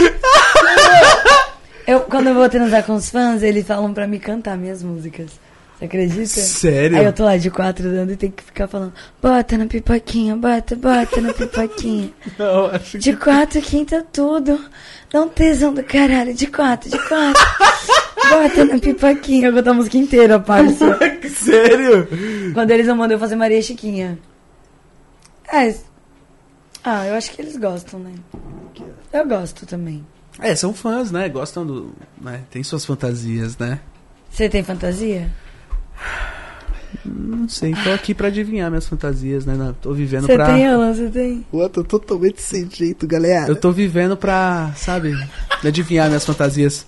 C: Quando eu vou transar com os fãs, eles falam pra me cantar minhas músicas. Você acredita?
A: Sério?
C: Aí eu tô lá de 4 dando e tem que ficar falando: bota na pipoquinha, bota na pipoquinha.
A: Não, acho
C: De 4, quinta, tudo. Dá um tesão do caralho. De 4. Bota na pipoquinha. Eu canto a música inteira, parça.
A: Sério?
C: Quando eles não mandam eu fazer Maria Chiquinha. Eu acho que eles gostam, né? Eu gosto também.
A: São fãs, né? Gostam do... Né? Tem suas fantasias, né?
C: Você tem fantasia?
A: Não sei, tô aqui pra adivinhar minhas fantasias, né? Tô vivendo
C: Você
A: pra...
C: tem, Alan? Você tem?
B: Eu tô totalmente sem jeito, galera.
A: Eu tô vivendo pra, sabe, adivinhar minhas fantasias.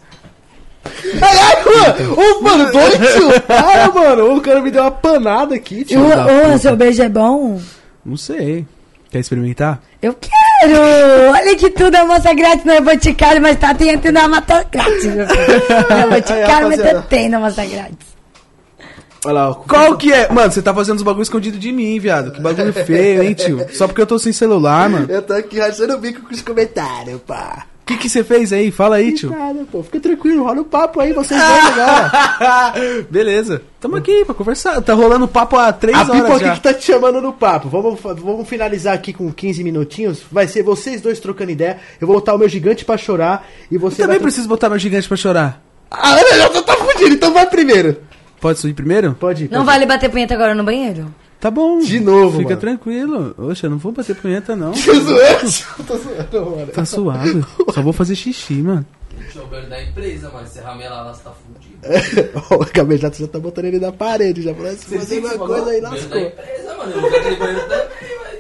B: Ai, Juan! Ô, mano, doido! Para, mano! O cara me deu uma panada aqui, tio.
C: Ô, seu beijo é bom?
A: Não sei. Quer experimentar?
C: Eu quero! Olha que tudo é almoço grátis no Boticário, mas tá tendo na mata grátis, meu filho. No Boticário, mas tá tendo almoço grátis.
B: Olha lá,
A: Qual que é? Mano, você tá fazendo os bagulho escondido de mim, viado. Que bagulho feio, hein, tio? Só porque eu tô sem celular, mano.
B: eu tô aqui rachando o bico com os comentários, pá.
A: O que você fez aí? Fala aí, tio.
B: Nada, pô. Fica tranquilo, rola o papo aí, vocês dois agora.
A: Beleza. Tamo aqui pra conversar. Tá rolando papo há 3
B: A
A: horas
B: Pipo
A: já.
B: aqui que tá te chamando no papo. Vamos finalizar aqui com 15 minutinhos. Vai ser vocês dois trocando ideia. Eu vou botar o meu gigante pra chorar e você
A: Eu também
B: vai...
A: preciso botar meu gigante pra chorar.
B: Ah, eu tô fudido, então vai primeiro.
A: Pode subir primeiro?
B: Pode ir.
C: Não vale bater punheta agora no banheiro?
A: Tá bom.
B: De novo,
A: Fica
B: mano.
A: tranquilo. Oxe, eu não vou bater punheta, não.
B: Tô zoando, mano.
A: Tá suave. Só vou fazer xixi, mano.
E: Deixa eu ver da empresa, mano. Se ramelar lá, você tá fudido.
B: Ó, o Cabejato já tá botando ele na parede. Já falou assim, fazer uma coisa aí,
E: Banheiro da
B: lascou.
E: empresa, mano. Eu vou aquele banheiro também, vai,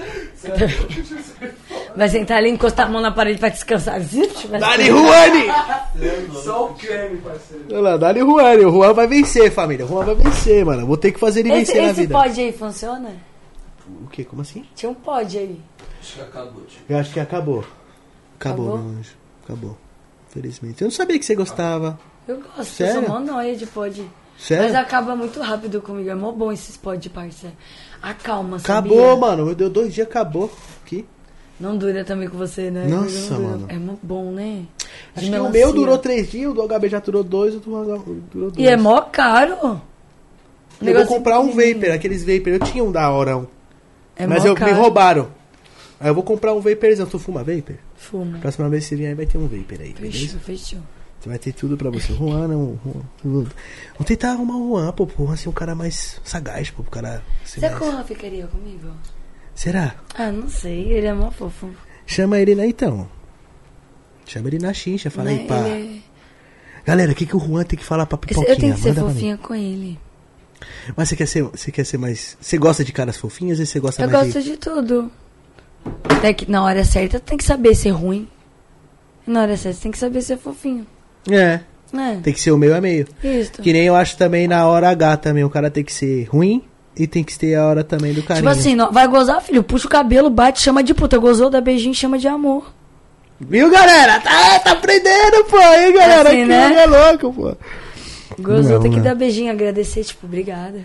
E: tio.
C: Vai sentar ali, encostar a mão na parede pra descansar.
B: Dali Ruane!
E: Só o creme, parceiro.
B: Olha lá, Dali Ruane. O Juan vai vencer, família. O Juan vai vencer, mano. Vou ter que fazer ele vencer na
C: Esse
B: vida.
C: pod aí funciona?
B: O quê? Como assim?
C: Tinha um pod aí.
E: Acho que acabou, tio.
B: Eu acho que acabou. Acabou,
C: Acabou?
B: meu anjo. Acabou. Felizmente. Eu não sabia que você gostava.
C: Eu gosto,
B: Sério?
C: eu sou mó nóia de pod.
B: Sério?
C: Mas acaba muito rápido comigo. É mó bom esses pod, parça. Acalma,
B: Acabou,
C: sabia?
B: mano. Deu 2 dias, acabou. Aqui.
C: Não dura também com você, né?
B: Nossa,
C: Não dura.
B: mano.
C: É mó bom, né? De
B: Acho que o
C: melancia.
B: meu durou 3 dias, o do HB já durou 2, o do Juan durou 2.
C: E é mó caro.
B: Eu vou
C: Negocinho
B: comprar um
C: pequenininho.
B: vapor, aqueles vapor. Eu tinha um da hora,
C: É
B: mas
C: mó
B: me
C: caro.
B: roubaram. Aí eu vou comprar um vaporzão. Tu fuma vapor?
C: Fuma.
B: Próxima vez que você vier aí vai ter um vapor aí, beleza?
C: Fechou.
B: Você vai ter tudo pra você. O Juan não. Vamos tentar arrumar o Juan, pô. O Juan ser um cara mais sagaz, pô. O cara. Ser
C: Você
B: mais...
C: com o ficaria comigo?
B: Será?
C: Ah, não sei. Ele é mó fofo.
B: Chama ele lá então. Chama ele na xincha, fala
C: Né?
B: aí, pá.
C: Ele
B: Galera, o que o Juan tem que falar pra
C: é...
B: Pipoquinha?
C: Eu tenho que ser
B: Manda pra mim.
C: fofinha com ele.
B: Mas você quer ser mais. Você gosta de caras fofinhas ou você gosta
C: Eu
B: mais
C: gosto de tudo. Até que na hora certa tem que saber ser ruim. E na hora certa tem que saber ser fofinho.
B: É.
C: Né?
B: Tem que ser o meio a meio.
C: Isso.
B: Que nem eu acho também na hora H também. O cara tem que ser ruim e tem que ter a hora também do carinho.
C: Tipo assim, vai gozar, filho? Puxa o cabelo, bate, chama de puta. Gozou, dá beijinho, chama de amor.
B: Viu, galera? Tá aprendendo, pô. Hein, galera?
C: Assim,
B: Aqui
C: né?
B: é louco, pô.
C: Gozou,
B: Não,
C: tem que
B: não.
C: dar beijinho, agradecer, tipo, obrigada.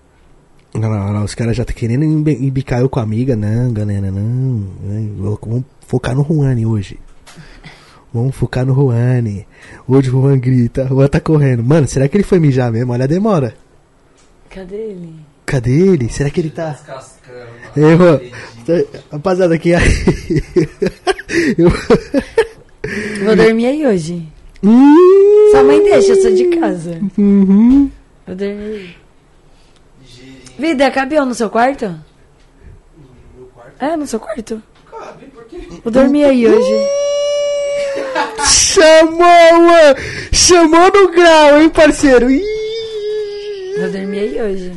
B: Não, os caras já tá querendo embicar eu com a amiga. Não, galera, não. Vamos focar no Juane hoje. Vamos focar no Juane. Hoje o Juan grita, o Juan tá correndo. Mano, será que ele foi mijar mesmo? Olha a demora.
C: Cadê ele?
B: Cadê ele? Será que ele tá...
E: Descascando,
B: Ei, Juan.
E: mano.
B: Rapaziada, aqui... eu...
C: Vou dormir aí hoje.
B: Hum.
C: Sua mãe deixa, eu sou de casa.
B: Uhum.
C: Vou dormir aí. Vida, cabelo no seu quarto?
E: Meu quarto.
C: É, no seu quarto?
E: Cabe, por quê?
C: Vou dormir aí hoje.
B: Chamou, mano. Chamou no grau, hein, parceiro? Ih.
C: Vou dormir aí hoje.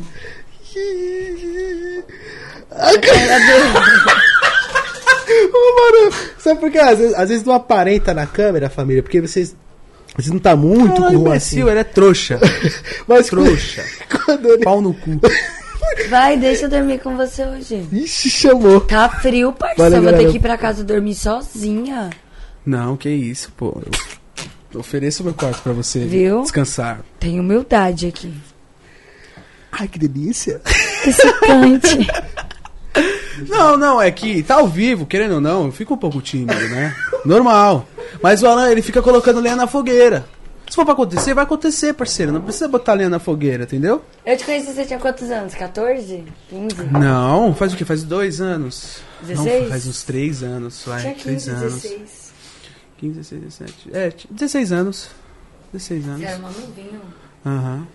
B: Ô, mano, sabe por quê? Às vezes não aparenta na câmera, família, porque vocês não tá muito
A: Não,
B: com o Juan
A: imbecil,
B: assim.
A: ele é trouxa.
B: Mas
A: Trouxa.
B: quando ele...
A: Pau no cu.
C: Vai, deixa eu dormir com você hoje.
B: Ixi, chamou.
C: Tá frio, parça.
B: Valeu,
C: Vou ter
B: galera.
C: que ir pra casa dormir sozinha.
A: Não, que isso, pô. Eu ofereço meu quarto pra você
C: Viu?
A: descansar.
C: Tem humildade aqui.
B: Ai, que delícia.
C: Excitante.
A: Não, é que tá ao vivo, querendo ou não, eu fico um pouco tímido, né? Normal. Mas o Alan, ele fica colocando lenha na fogueira. Se for pra acontecer, vai acontecer, parceiro. Não precisa botar lenha na fogueira, entendeu?
C: Eu te conheci, você tinha quantos anos? 14? 15?
A: Não, faz o quê? Faz 2 anos.
C: 16?
A: Não, faz uns 3 anos, vai.
C: Tinha
A: 3
C: 15,
A: anos.
C: 16.
A: 15, 16, 17. É, 16 anos. 16 anos.
C: Você era uma novinho.
A: Aham.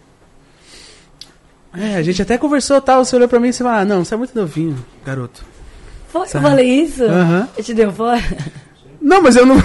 A: É, a gente até conversou, tal, você olhou pra mim e você falou, não, você é muito novinho, garoto.
C: Foi, eu
A: Sabe?
C: falei isso?
A: Aham.
C: Eu te deu fora?
A: Não, mas eu não...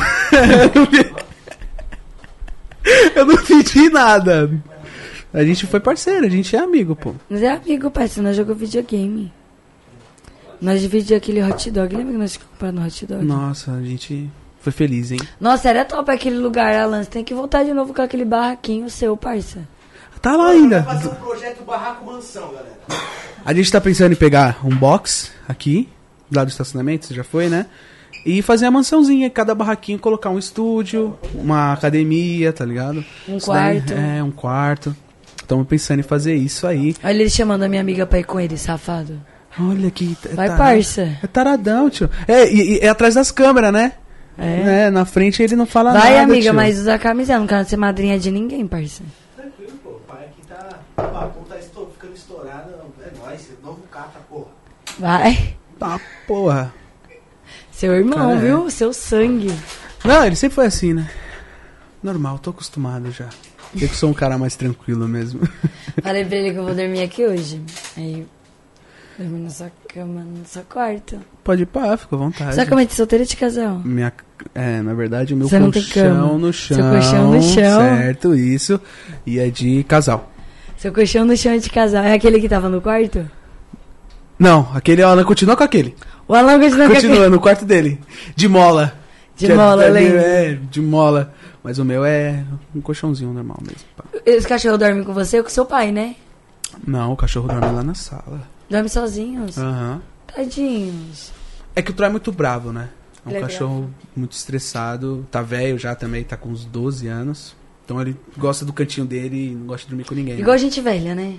A: eu não pedi nada. A gente foi parceiro, a gente é amigo, pô.
C: Nós é amigo, parceiro, nós jogamos videogame. Nós dividimos aquele hot dog. Lembra que nós ficamos comprando hot dog?
A: Nossa, a gente foi feliz, hein?
C: Nossa, era top aquele lugar, Alan. Você tem que voltar de novo com aquele barraquinho seu, parça.
A: Tá lá
B: Vai
A: ainda.
B: fazer um projeto Barraco Mansão, galera.
A: A gente tá pensando em pegar um box aqui, lá do estacionamento, você já foi, né? E fazer a mansãozinha, cada barraquinho colocar um estúdio, uma academia, tá ligado?
C: Um
A: Isso daí-
C: quarto.
A: É, um quarto. Estamos pensando em fazer isso aí.
C: Olha ele chamando a minha amiga pra ir com ele, safado.
A: Olha que...
C: Vai, parça.
A: É taradão, tio. É, e é atrás das câmeras, né?
C: É.
A: É, na frente ele não fala nada,
C: Vai, amiga,
A: tio.
C: mas usa a camiseta. Não quero ser madrinha de ninguém, parça.
B: Tranquilo, pô. O pai aqui tá... O papum tá ficando estourado. É nóis, novo cata, porra.
C: Vai.
A: Tá, porra.
C: Seu irmão,
A: Cara, é.
C: viu? Seu sangue.
A: Não, ele sempre foi assim, né? Normal, tô acostumado já. Eu que sou um cara mais tranquilo mesmo.
C: Falei pra ele que eu vou dormir aqui hoje. Aí, dormi na sua cama, no seu quarto.
A: Pode ir pá, fica à vontade.
C: Sua cama é de solteira ou de casal?
A: Na verdade, o meu
C: Você não tem
A: colchão
C: cama.
A: no chão.
C: Seu colchão no chão.
A: Certo, isso. E é de casal.
C: Seu colchão no chão é de casal. É aquele que tava no quarto?
A: Não, aquele Alan continua com aquele.
C: O Alan continua com
A: Continua no quarto dele. De mola.
C: De
A: Que
C: mola, eu lembro.
A: É, de mola. Mas o meu é um colchãozinho normal mesmo. Pá.
C: Esse cachorro dorme com você ou com seu pai, né?
A: Não, o cachorro dorme lá na sala.
C: Dorme sozinhos.
A: Aham.
C: Tadinhos.
A: É que o Troy é muito bravo, né? É um
C: Ele é
A: cachorro muito estressado. Tá velho já também, tá com uns 12 anos. Então ele gosta do cantinho dele e não gosta de dormir com ninguém.
C: Igual gente velha, né?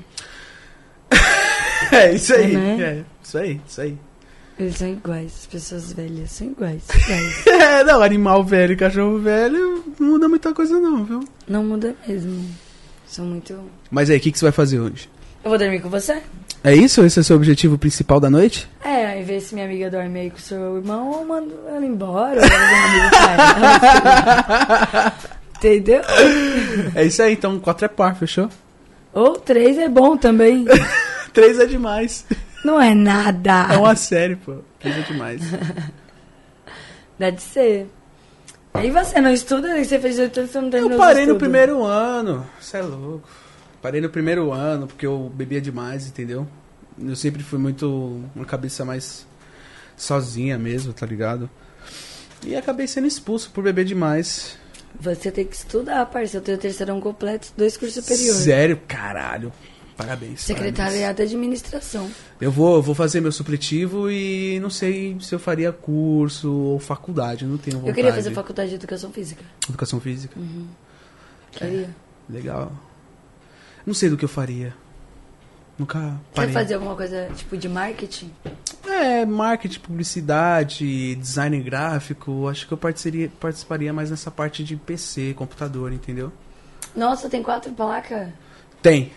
A: É, isso aí.
C: É, né?
A: É, isso aí, isso aí.
C: Eles são iguais. As pessoas velhas são iguais. iguais.
A: É, não, animal velho e cachorro velho não muda muita coisa não, viu?
C: Não muda mesmo. São muito...
A: Mas aí, o que você vai fazer hoje?
C: Eu vou dormir com você?
A: É isso? Esse é o seu objetivo principal da noite?
C: É, ao invés se minha amiga dorme aí com o seu irmão, eu mando ela embora. Eu mando minha amiga pra ela. Entendeu?
A: É isso aí, então 4 é par, fechou?
C: Ou 3 é bom também.
A: 3 é demais.
C: Não é nada.
A: É uma série, pô. 3 é demais.
C: Dá de ser. E você não estuda? Você fez 8 anos, você não terminou
A: Eu parei
C: os
A: no
C: estudos?
A: primeiro ano. Você é louco. Parei no primeiro ano porque eu bebia demais, entendeu? Eu sempre fui muito... Uma cabeça mais sozinha mesmo, tá ligado? E acabei sendo expulso por beber demais.
C: Você tem que estudar, parceiro. Eu tenho terceirão completo, 2 cursos superiores.
A: Sério? Caralho. Parabéns.
C: Secretariado de Administração.
A: Eu vou fazer meu supletivo e não sei se eu faria curso ou faculdade, não tenho vontade.
C: Eu queria fazer faculdade de Educação Física.
A: Educação física?
C: Queria.
A: Legal. Não sei do que eu faria. Nunca
C: Você
A: parei.
C: vai fazer alguma coisa tipo de marketing?
A: É, marketing, publicidade, design gráfico. Acho que eu participaria mais nessa parte de PC, computador, entendeu?
C: Nossa, tem 4 placas?
A: Tem.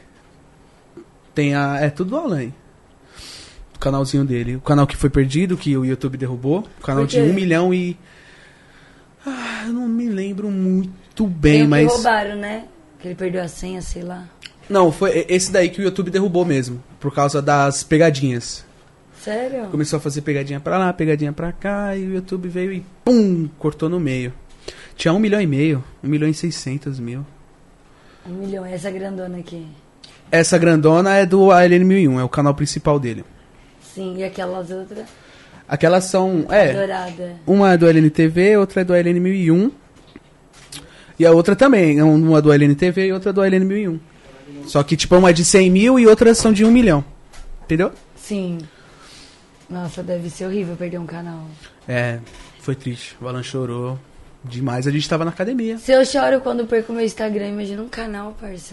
A: É tudo do Alan. O canalzinho dele. O canal que foi perdido, que o YouTube derrubou. O canal
C: Por quê?
A: de 1 milhão e... eu não me lembro muito bem,
C: Tem o que
A: mas...
C: roubaram, né? Que ele perdeu a senha, sei lá.
A: Não, foi esse daí que o YouTube derrubou mesmo. Por causa das pegadinhas.
C: Sério?
A: Começou a fazer pegadinha pra lá, pegadinha pra cá. E o YouTube veio e pum, cortou no meio. Tinha 1,5 milhão. 1.600.000.
C: 1 milhão, essa grandona aqui.
A: Essa grandona é do ALN 1001, é o canal principal dele.
C: Sim, e aquelas outras?
A: Aquelas são...
C: Dourada.
A: Uma é do LNTV, outra é do ALN 1001. E a outra também. Uma é do LNTV e outra é do ALN 1001. Só que, tipo, uma é de 100 mil e outras são de 1 milhão. Entendeu?
C: Sim. Nossa, deve ser horrível perder um canal.
A: É, foi triste. O Alan chorou demais. A gente tava na academia.
C: Se eu choro quando perco meu Instagram, imagina um canal, parça.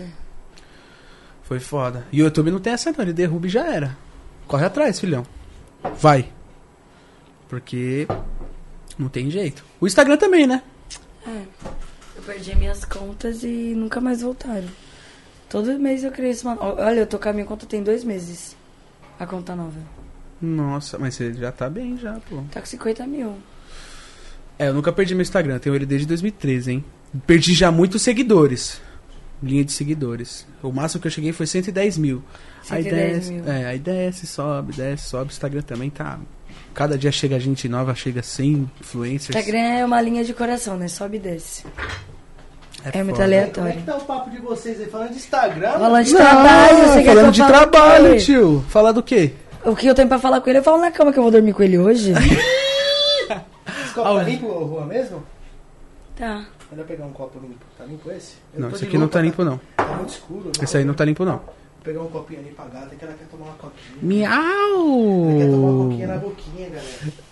A: Foi foda. E o YouTube não tem essa não, ele derruba e já era. Corre atrás, filhão. Vai. Porque não tem jeito. O Instagram também, né?
C: Eu perdi minhas contas e nunca mais voltaram. Todo mês eu cresço uma... Olha, eu tô com a minha conta tem 2 meses. A conta nova.
A: Nossa, mas você já tá bem já, pô.
C: Tá com 50 mil.
A: Eu nunca perdi meu Instagram, tenho ele desde 2013, hein? Perdi já muitos seguidores. Linha de seguidores. O máximo que eu cheguei foi 110 mil.
C: 110 mil.
A: Aí desce, sobe. O Instagram também tá... Cada dia chega gente nova, chega 100 influencers.
C: Instagram é uma linha de coração, né? Sobe e desce. É muito
A: foda.
C: aleatório.
B: Como é que tá o papo de vocês aí? Falando de Instagram?
C: Falando de
A: Não,
C: trabalho, você quer que eu
A: falando de
C: fale
A: trabalho,
C: com ele?
A: tio. Falar do quê?
C: O que eu tenho pra falar com ele, eu falo na cama que eu vou dormir com ele hoje.
B: Esse copo tá limpo, Juan, mesmo?
C: Tá.
B: Melhor pegar um copo limpo. Tá limpo esse? Eu
A: Não,
B: tô
A: esse
B: de
A: aqui não
B: lupa,
A: tá limpo, não.
B: Tá muito escuro.
A: Esse aí não tá limpo, não.
B: Vou pegar um copinho ali pra gata, que ela quer tomar uma coquinha.
A: Miau!
B: Ela quer tomar uma coquinha na boquinha, galera.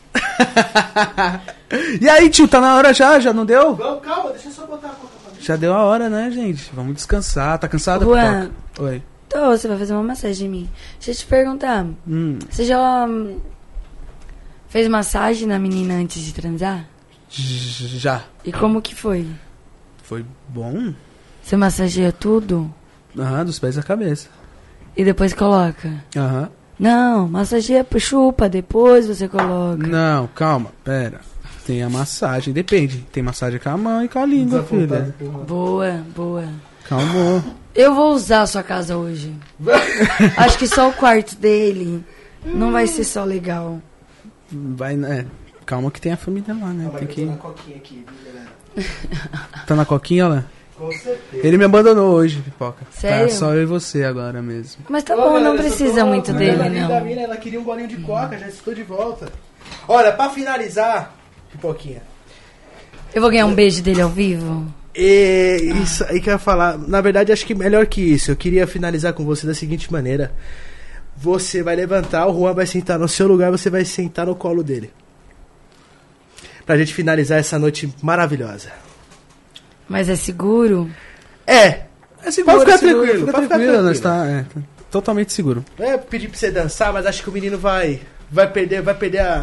A: E aí, tio, tá na hora já? Já não deu?
B: Vamos, calma, deixa eu só botar a coca pra mim.
A: Já deu a hora, né, gente? Vamos descansar. Tá cansado,
C: Juan.
A: Pipoca? Oi.
C: Então, você vai fazer uma massagem em mim. Deixa eu te perguntar. Você já fez massagem na menina antes de transar?
A: Já.
C: E como que foi?
A: Foi bom?
C: Você massageia tudo
A: Aham, dos pés à cabeça.
C: e depois coloca?
A: Aham.
C: Não, massageia pro chupa, depois você coloca.
A: Não, calma, pera. Tem a massagem, depende. Tem massagem com a mão e com a língua, filha.
C: Boa, boa.
A: Calmou.
C: Eu vou usar a sua casa hoje. Acho que só o quarto dele não vai ser só legal.
A: Vai, né? Calma que tem a família lá, né?
B: Calma
A: Tem
B: aí, eu tô
A: que...
B: na coquinha aqui, viu, galera?
A: Tá na coquinha, olha lá?
B: Com certeza.
A: Ele me abandonou hoje, Pipoca.
C: Sério?
A: Tá só eu e você agora mesmo.
C: Mas tá
B: Ô,
C: bom,
B: galera,
C: não
B: eu só
C: precisa
B: tô
C: muito
B: cuidando
C: dele,
B: da
C: não.
B: mina, ela queria um golinho de coca, já estou de volta. Olha, pra finalizar, Pipoquinha.
C: Eu vou ganhar um beijo dele ao vivo?
B: Isso aí que eu ia falar. Na verdade, acho que melhor que isso. Eu queria finalizar com você da seguinte maneira. Você vai levantar, o Juan vai sentar no seu lugar, você vai sentar no colo dele. Pra gente finalizar essa noite maravilhosa.
C: Mas é seguro?
B: É
A: seguro,
B: pode ficar
A: seguro,
B: tranquilo,
A: fica
B: pode ficar
A: tranquilo, nós
B: tranquilo.
A: tá totalmente seguro.
B: Não é pedir pra você dançar, mas acho que o menino vai perder a... Vai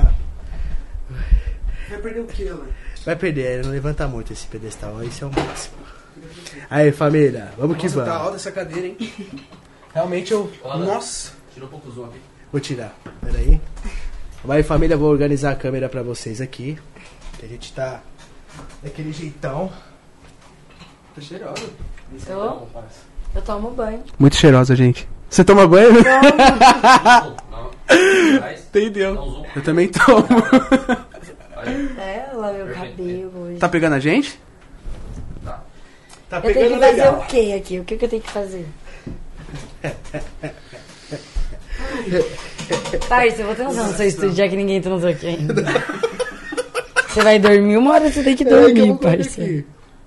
B: perder o quê, mano? Vai perder, ele não levanta muito esse pedestal, esse é o máximo. Aí, família, vamos que
A: Nossa,
B: vamos.
A: tá alta essa cadeira, hein? Realmente eu...
E: Olha.
A: Nossa!
E: Tirou um pouco o zoom aqui.
B: Vou tirar, peraí. Vai, família, vou organizar a câmera pra vocês aqui. Que a gente tá daquele jeitão.
A: Tá cheirosa.
C: Tô. Eu tomo banho.
A: Muito cheirosa, gente. Você toma banho?
E: Não. Mas,
A: Entendeu.
E: dá um zoom.
A: Eu também tomo.
E: Aí.
C: É, lá meu cabelo hoje.
A: Tá pegando a gente?
B: Tá
C: Eu tenho
B: pegando
C: que fazer
B: legal.
C: o que aqui? O que eu tenho que fazer? Parça, eu vou transar no seu estúdio, já que ninguém transou aqui ainda. Você vai dormir, uma hora você tem que
B: É, que eu
C: dormir,
B: vou colocar
C: parça.
B: aqui.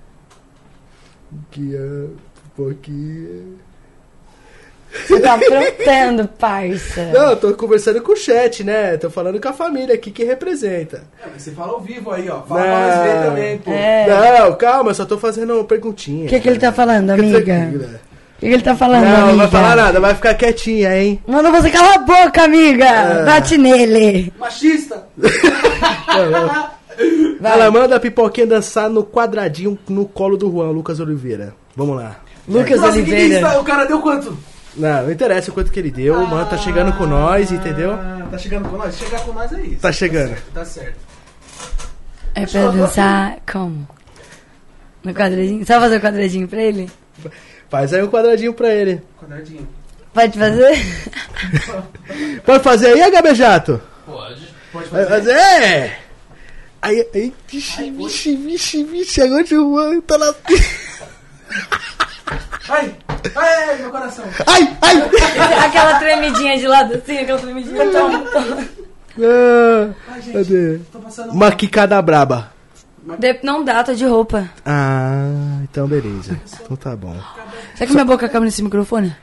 B: Aqui, ó, um pouquinho.
C: Você tá aprontando, parça.
B: Não, eu tô conversando com o chat, né? Tô falando com a família aqui que representa.
A: Mas você fala ao vivo aí, ó.
B: Fala pra nós ver também,
A: pô.
C: É.
B: Não, calma, eu só tô fazendo perguntinha.
C: O que ele tá falando,
B: Fica
C: amiga?
B: tranquila.
C: O que ele tá falando,
B: Não,
C: amiga?
B: não vai falar nada, vai ficar quietinha, hein?
C: Manda você calar a boca, amiga. Bate nele.
A: Machista!
C: Vai.
B: Ela manda a Pipoquinha dançar no quadradinho no colo do Juan, Lucas Oliveira. Vamos lá.
C: Lucas
A: Nossa, que
C: Oliveira.
A: isso? O cara deu quanto?
B: Não interessa o quanto que ele deu, o mano tá chegando com nós, entendeu?
A: Tá chegando com nós? Chegar com nós é isso.
B: Tá chegando.
A: Tá certo.
C: É pra dançar como? No quadradinho? Só fazer o quadradinho pra ele?
B: Faz aí um quadradinho pra ele.
A: Quadradinho.
C: Pode fazer?
B: Pode fazer aí, HB Jato?
E: Pode.
A: Pode
B: Vai
A: fazer.
B: fazer! Aí, vixe, agora o Juan tá na...
A: Ai, ai, meu coração.
B: Ai!
C: Aquela tremidinha de lado assim, aquela tremidinha. Toma.
A: Ai, gente.
B: Cadê?
A: Tô passando
B: Uma quicada braba.
C: Não dá, tá de roupa.
B: Ah, então beleza. Então tá bom.
C: Será que minha boca cabe nesse microfone?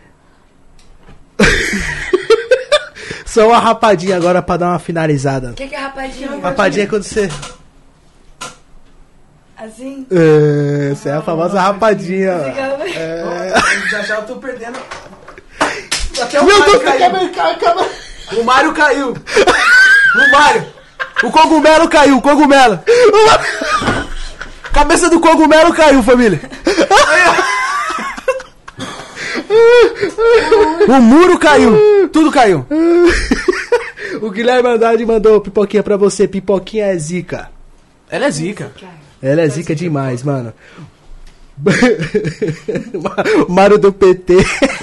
B: Só uma rapadinha agora pra dar uma finalizada.
C: O que é rapadinha?
B: Rapadinha é quando você...
C: Assim?
B: Essa é a famosa rapadinha. ó.
A: Já eu tô perdendo. Até o
B: Meu
A: Mário
B: Deus,
A: caiu.
B: acaba.
A: O Mário caiu. O Mário. O cogumelo caiu, o cogumelo. Cabeça do cogumelo caiu, família. O muro caiu. Tudo caiu.
B: O Guilherme Andrade mandou pipoquinha pra você. Pipoquinha é zica.
A: Ela é zica.
B: Ela é zica demais, mano. Mário do PT.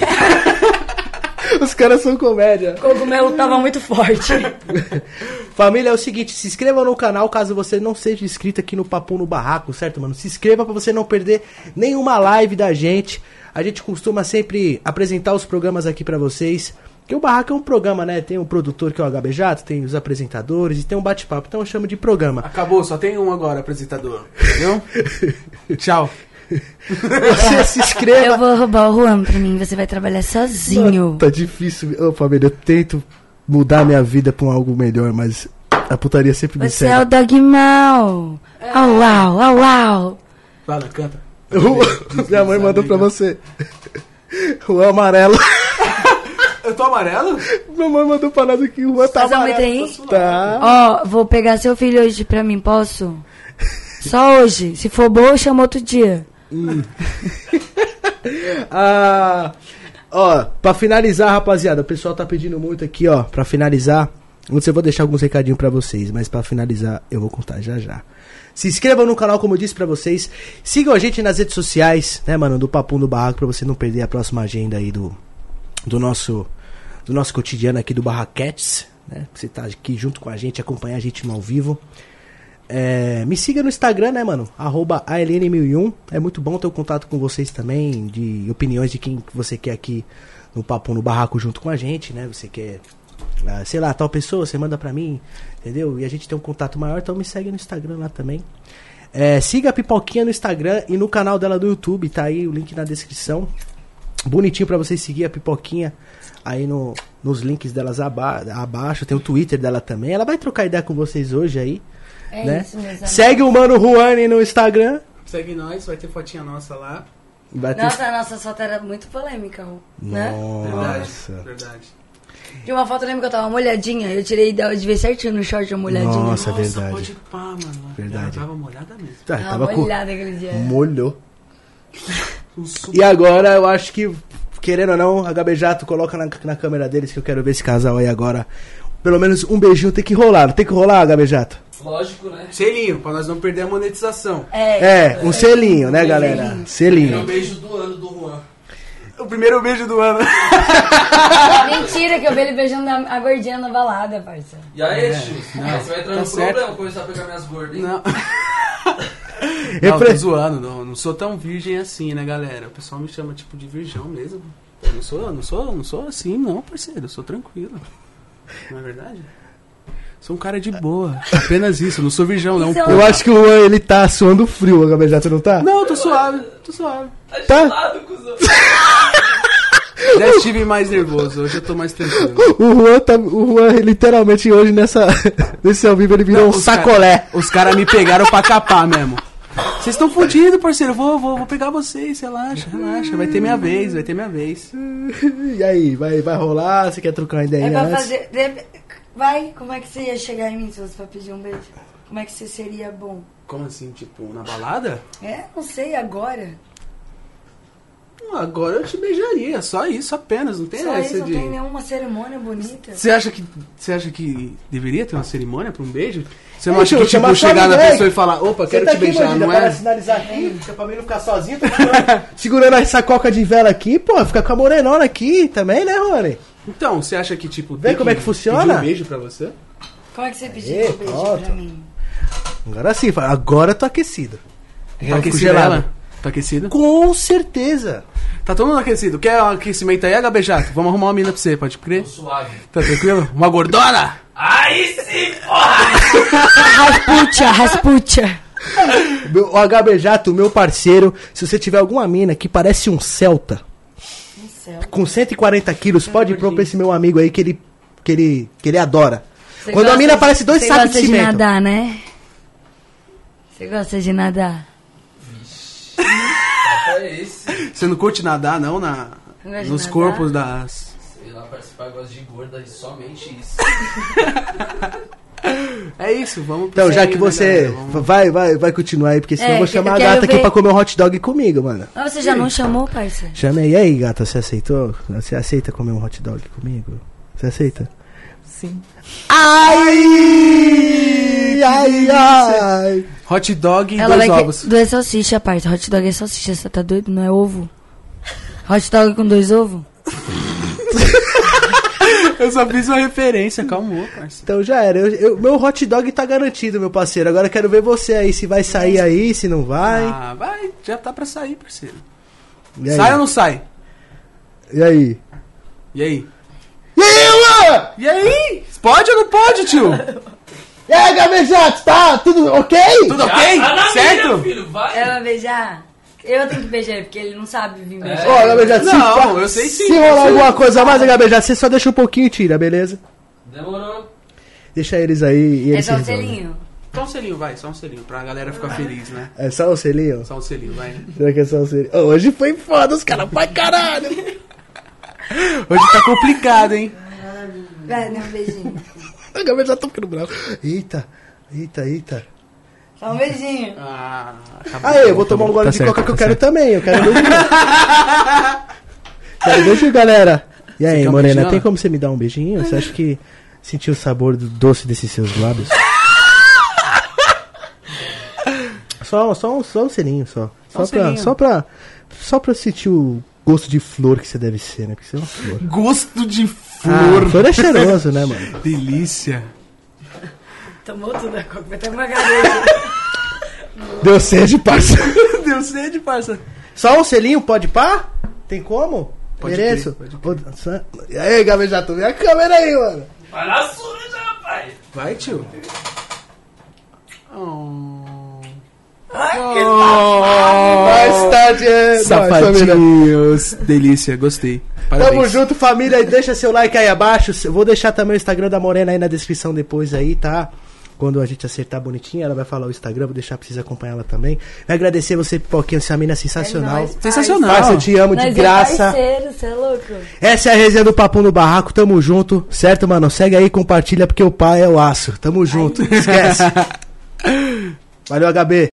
B: Os caras são comédia.
C: O cogumelo tava muito forte.
B: Família, é o seguinte, se inscreva no canal caso você não seja inscrito aqui no Papo no Barraco, certo, mano? Se inscreva pra você não perder nenhuma live da gente. A gente costuma sempre apresentar os programas aqui pra vocês. Porque o Barraco é um programa, né? Tem um produtor que é o HB Jato, tem os apresentadores e tem um bate-papo. Então eu chamo de programa.
A: Acabou, só tem um agora, apresentador. Entendeu? Tchau.
B: Você se inscreva.
C: Eu vou roubar o Juan pra mim, você vai trabalhar sozinho.
B: Mano, tá difícil. Ô, família, eu tento mudar minha vida pra um algo melhor, mas a putaria sempre me
C: Você é
B: segue.
C: o Dog Mal. Au, au, au, au.
A: Fala, canta.
B: Minha mãe mandou pra você. O amarelo.
A: Eu tô amarelo?
B: Minha mãe mandou pra nós aqui. O Juan tá
C: Fazer uma letra
B: amarelo.
C: aí?
B: Tá.
C: Ó, vou pegar seu filho hoje pra mim, posso? Só hoje. Se for boa, eu chamo outro dia.
B: Ó, pra finalizar, rapaziada, o pessoal tá pedindo muito aqui, ó, pra finalizar. Antes eu vou deixar alguns recadinhos pra vocês, mas pra finalizar eu vou contar já já. Se inscrevam no canal, como eu disse pra vocês. Sigam a gente nas redes sociais, né, mano, do Papo no Barraco, pra você não perder a próxima agenda aí do nosso cotidiano aqui do Barraquetes, né? Você tá aqui junto com a gente, acompanhar a gente no ao vivo. Me siga no Instagram, né, mano? @ALN1001. É muito bom ter um contato com vocês também, de opiniões de quem você quer aqui no Papo no Barraco junto com a gente, né? Você quer, sei lá, tal pessoa, você manda pra mim, entendeu? E a gente tem um contato maior, então me segue no Instagram lá também. Siga a Pipoquinha no Instagram e no canal dela do YouTube, tá aí o link na descrição. Bonitinho pra vocês seguir a Pipoquinha aí nos links delas abaixo. Tem o Twitter dela também. Ela vai trocar ideia com vocês hoje aí.
C: É
B: Né?
C: isso, meus amigos.
B: Segue o Mano Juani no Instagram.
A: Segue nós, vai ter fotinha nossa lá.
B: Vai ter...
C: Nossa, a nossa foto era muito polêmica, né?
B: Nossa.
A: Verdade.
C: De uma foto, eu lembro que eu tava molhadinha. Eu tirei de ver certinho no short, eu molhadinha.
B: Nossa, verdade.
A: Pode pá, mano.
B: Verdade.
A: Ela tava molhada mesmo.
B: Tá,
C: Tava
B: tava com...
C: molhada aquele dia.
B: Molhou. E agora eu acho que, querendo ou não, a HB Jato coloca na câmera deles que eu quero ver esse casal aí agora. Pelo menos um beijinho tem que rolar. Não tem que rolar, HB Jato?
E: Lógico, né?
A: Selinho, pra nós não perder a monetização.
B: Um selinho, né, galera?
E: É o
B: Selinho.
E: beijo do ano do Juan.
A: O primeiro beijo do ano.
C: Mentira, que eu vi ele beijando a gordinha na balada, parça.
E: E aí, Chico?
A: não,
E: Aí você vai entrar
A: tá
E: no
A: certo.
E: problema, começar a pegar minhas gordas, hein?
A: Não. Não, tô zoando, não sou tão virgem assim, né, galera? O pessoal me chama tipo de virgão mesmo. Eu não sou assim, não, parceiro. Eu sou tranquilo. Não é verdade? Sou um cara de boa. Apenas isso, eu não sou virgão, não.
C: Isso é
A: Pô.
B: Eu acho que o Juan, ele tá suando frio, o HB Jato não tá?
A: Não, tô suave, tô suave.
B: Tá?
E: Gelado, cuzão.
A: Já estive mais nervoso, hoje eu tô mais tranquilo.
B: O Juan literalmente hoje nesse ao vivo ele virou
A: Não,
B: um sacolé.
A: Os caras me pegaram pra capar mesmo. Vocês estão fodidos, parceiro. Vou pegar vocês, relaxa. Vai ter minha vez.
B: E aí, vai rolar? Você quer trocar uma ideia
C: É pra
B: antes?
C: fazer. Vai, como é que você ia chegar em mim se fosse pra pedir um beijo? Como é que você seria bom?
A: Como assim, tipo, na balada?
C: Não sei, agora.
A: Agora eu te beijaria, só isso apenas, não tem
C: Só
A: essa
C: isso, não
A: de...
C: tem nenhuma cerimônia bonita.
A: Você acha que deveria ter uma cerimônia pra um beijo? Você não
B: Ei,
A: acha
B: Chu,
A: que,
B: chama
A: tipo,
B: sua
A: chegar na
B: amiga aí.
A: pessoa e falar, opa, quero
B: Senta
A: te beijar,
B: bandida,
A: não
B: para
A: é?
B: sinalizar aqui, pra mim não ficar sozinho, tô segurando essa coca de vela aqui, pô, fica com a morenona aqui também, né, Rony?
A: Então, você acha que, tipo...
B: Vê
A: tem
B: como é que funciona?
A: pedir um beijo pra você?
C: Como é que você pediu um beijo
B: pronto.
C: pra mim?
B: Agora sim, agora eu tô aquecido.
A: Tá aquecida
B: gelado.
A: ela? Tá aquecida?
B: Com certeza.
A: Tá todo mundo aquecido. Quer um aquecimento aí, HB Jato? Vamos arrumar uma mina pra você, pode crer?
E: Tô suave.
A: Tá tranquilo? Uma gordona?
E: Aí sim, porra!
C: Rasputia.
B: O HB Jato, meu parceiro, se você tiver alguma mina que parece um Celta, com 140 quilos, pode ir pra esse meu amigo aí que ele adora.
C: Você
B: Quando a
C: gosta
B: mina parece 2
C: você
B: sacos
C: gosta
B: de
C: de
B: cimento.
C: nadar, né? Você gosta de nadar?
E: É esse.
A: Você não curte nadar, não,
C: Não gosta de
A: nos
C: nadar?
A: corpos das...
E: Sei lá, participar, gosta de gorda e somente isso.
A: É é isso, vamos pro
B: Então, já
A: selinho,
B: que
A: né,
B: você
A: galera?
B: vai continuar aí, porque senão
C: É,
B: eu vou
C: que-
B: chamar
C: eu
B: a
C: quero
B: gata aqui
C: ver-
B: pra comer um hot dog comigo, mano.
C: Mas você já não chamou, parça?
B: Chamei. E aí, gata, você aceitou? Você aceita comer um hot dog comigo? Você aceita?
E: Sim.
B: Ai! Ai, ai!
A: Hot dog e
C: Ela
A: dois
C: vai
A: ovos.
C: que... Dois salsicha, parça. Hot dog é salsicha, você tá doido? Não é ovo? Hot dog com 2 ovos?
A: Eu só fiz uma referência, calma, parceiro.
B: Então já era. Meu hot dog tá garantido, meu parceiro. Agora eu quero ver você aí, se vai sair aí, se não vai.
A: Ah, vai, já tá pra sair, parceiro.
B: E aí?
A: Sai ou não sai?
B: E aí?
A: E aí?
B: E aí, mano?
A: E aí? Pode ou não pode, tio?
B: E aí, Gabejato, tá? Tudo ok?
A: Tudo ok?
E: Tá na
A: Certo?
E: mira, filho, vai.
C: Ela vai beijar? Eu tenho que beijar ele, porque ele não sabe vir beijar.
B: Ó, Gabejato,
A: Não, eu sei sim,
B: Se
A: eu
B: rolar
A: sei.
B: alguma coisa a mais, Gabejato, você só deixa um pouquinho e tira, beleza?
E: Demorou.
B: Deixa eles aí e
C: É
B: eles
C: só
B: se
C: o
B: resolvem.
C: selinho.
A: Só um selinho, vai, só um selinho, pra galera ficar feliz, né?
B: É só o selinho?
A: Só um selinho, vai.
B: Será que é só o selinho? Ô, hoje foi foda, os caras pra caralho.
A: Hoje tá complicado, hein?
C: Vai, dá um beijinho.
B: A Gabejato tá ficando bravo. Eita.
C: Só um beijinho.
A: Ah, acabou.
B: Aí, eu vou tomar um gole
A: Tá
B: de
A: certo,
B: coca que eu
A: tá
B: quero
A: certo.
B: também. Eu quero beijo. Quero beijo, galera. E aí,
A: quer um
B: Morena,
A: beijinho?
B: tem como você me dar um beijinho? Você acha que sentiu o sabor do doce desses seus lábios? Só um selinho, só.
A: Só um selinho.
B: Só pra sentir o gosto de flor que você deve ser, né? Porque você é uma flor.
A: Gosto de
B: Flor.
A: flor.
B: Flor é cheiroso, né, mano?
A: Delícia.
C: Tomou tudo a coca, vai até uma garota.
B: Deu sede, parça.
A: Deu sede, parça.
B: Só um selinho, pode pá? Tem como?
A: Pode
B: Mereço?
A: crer,
B: E aí, Gabejato, vem a câmera aí, mano.
E: Vai na sua já, rapaz.
A: Vai, tio. Oh.
B: Mais tarde,
A: Safadinhos. Delícia, gostei. Parabéns.
B: Tamo junto, família. Deixa seu like aí abaixo. Eu vou deixar também o Instagram da Morena aí na descrição depois aí, tá? Quando a gente acertar bonitinho, ela vai falar o Instagram. Vou deixar pra vocês acompanhar ela também. Vai agradecer você, Pipoquinha. Você é uma mina sensacional.
C: É nóis, pai.
A: Sensacional.
B: Parça, eu te amo de
C: Nós
B: graça.
C: É parceiro, você é louco?
B: Essa é a resenha do Papo no Barraco. Tamo junto. Certo, mano? Segue aí, compartilha, porque o pai é o aço. Tamo junto. Esquece. Valeu, HB.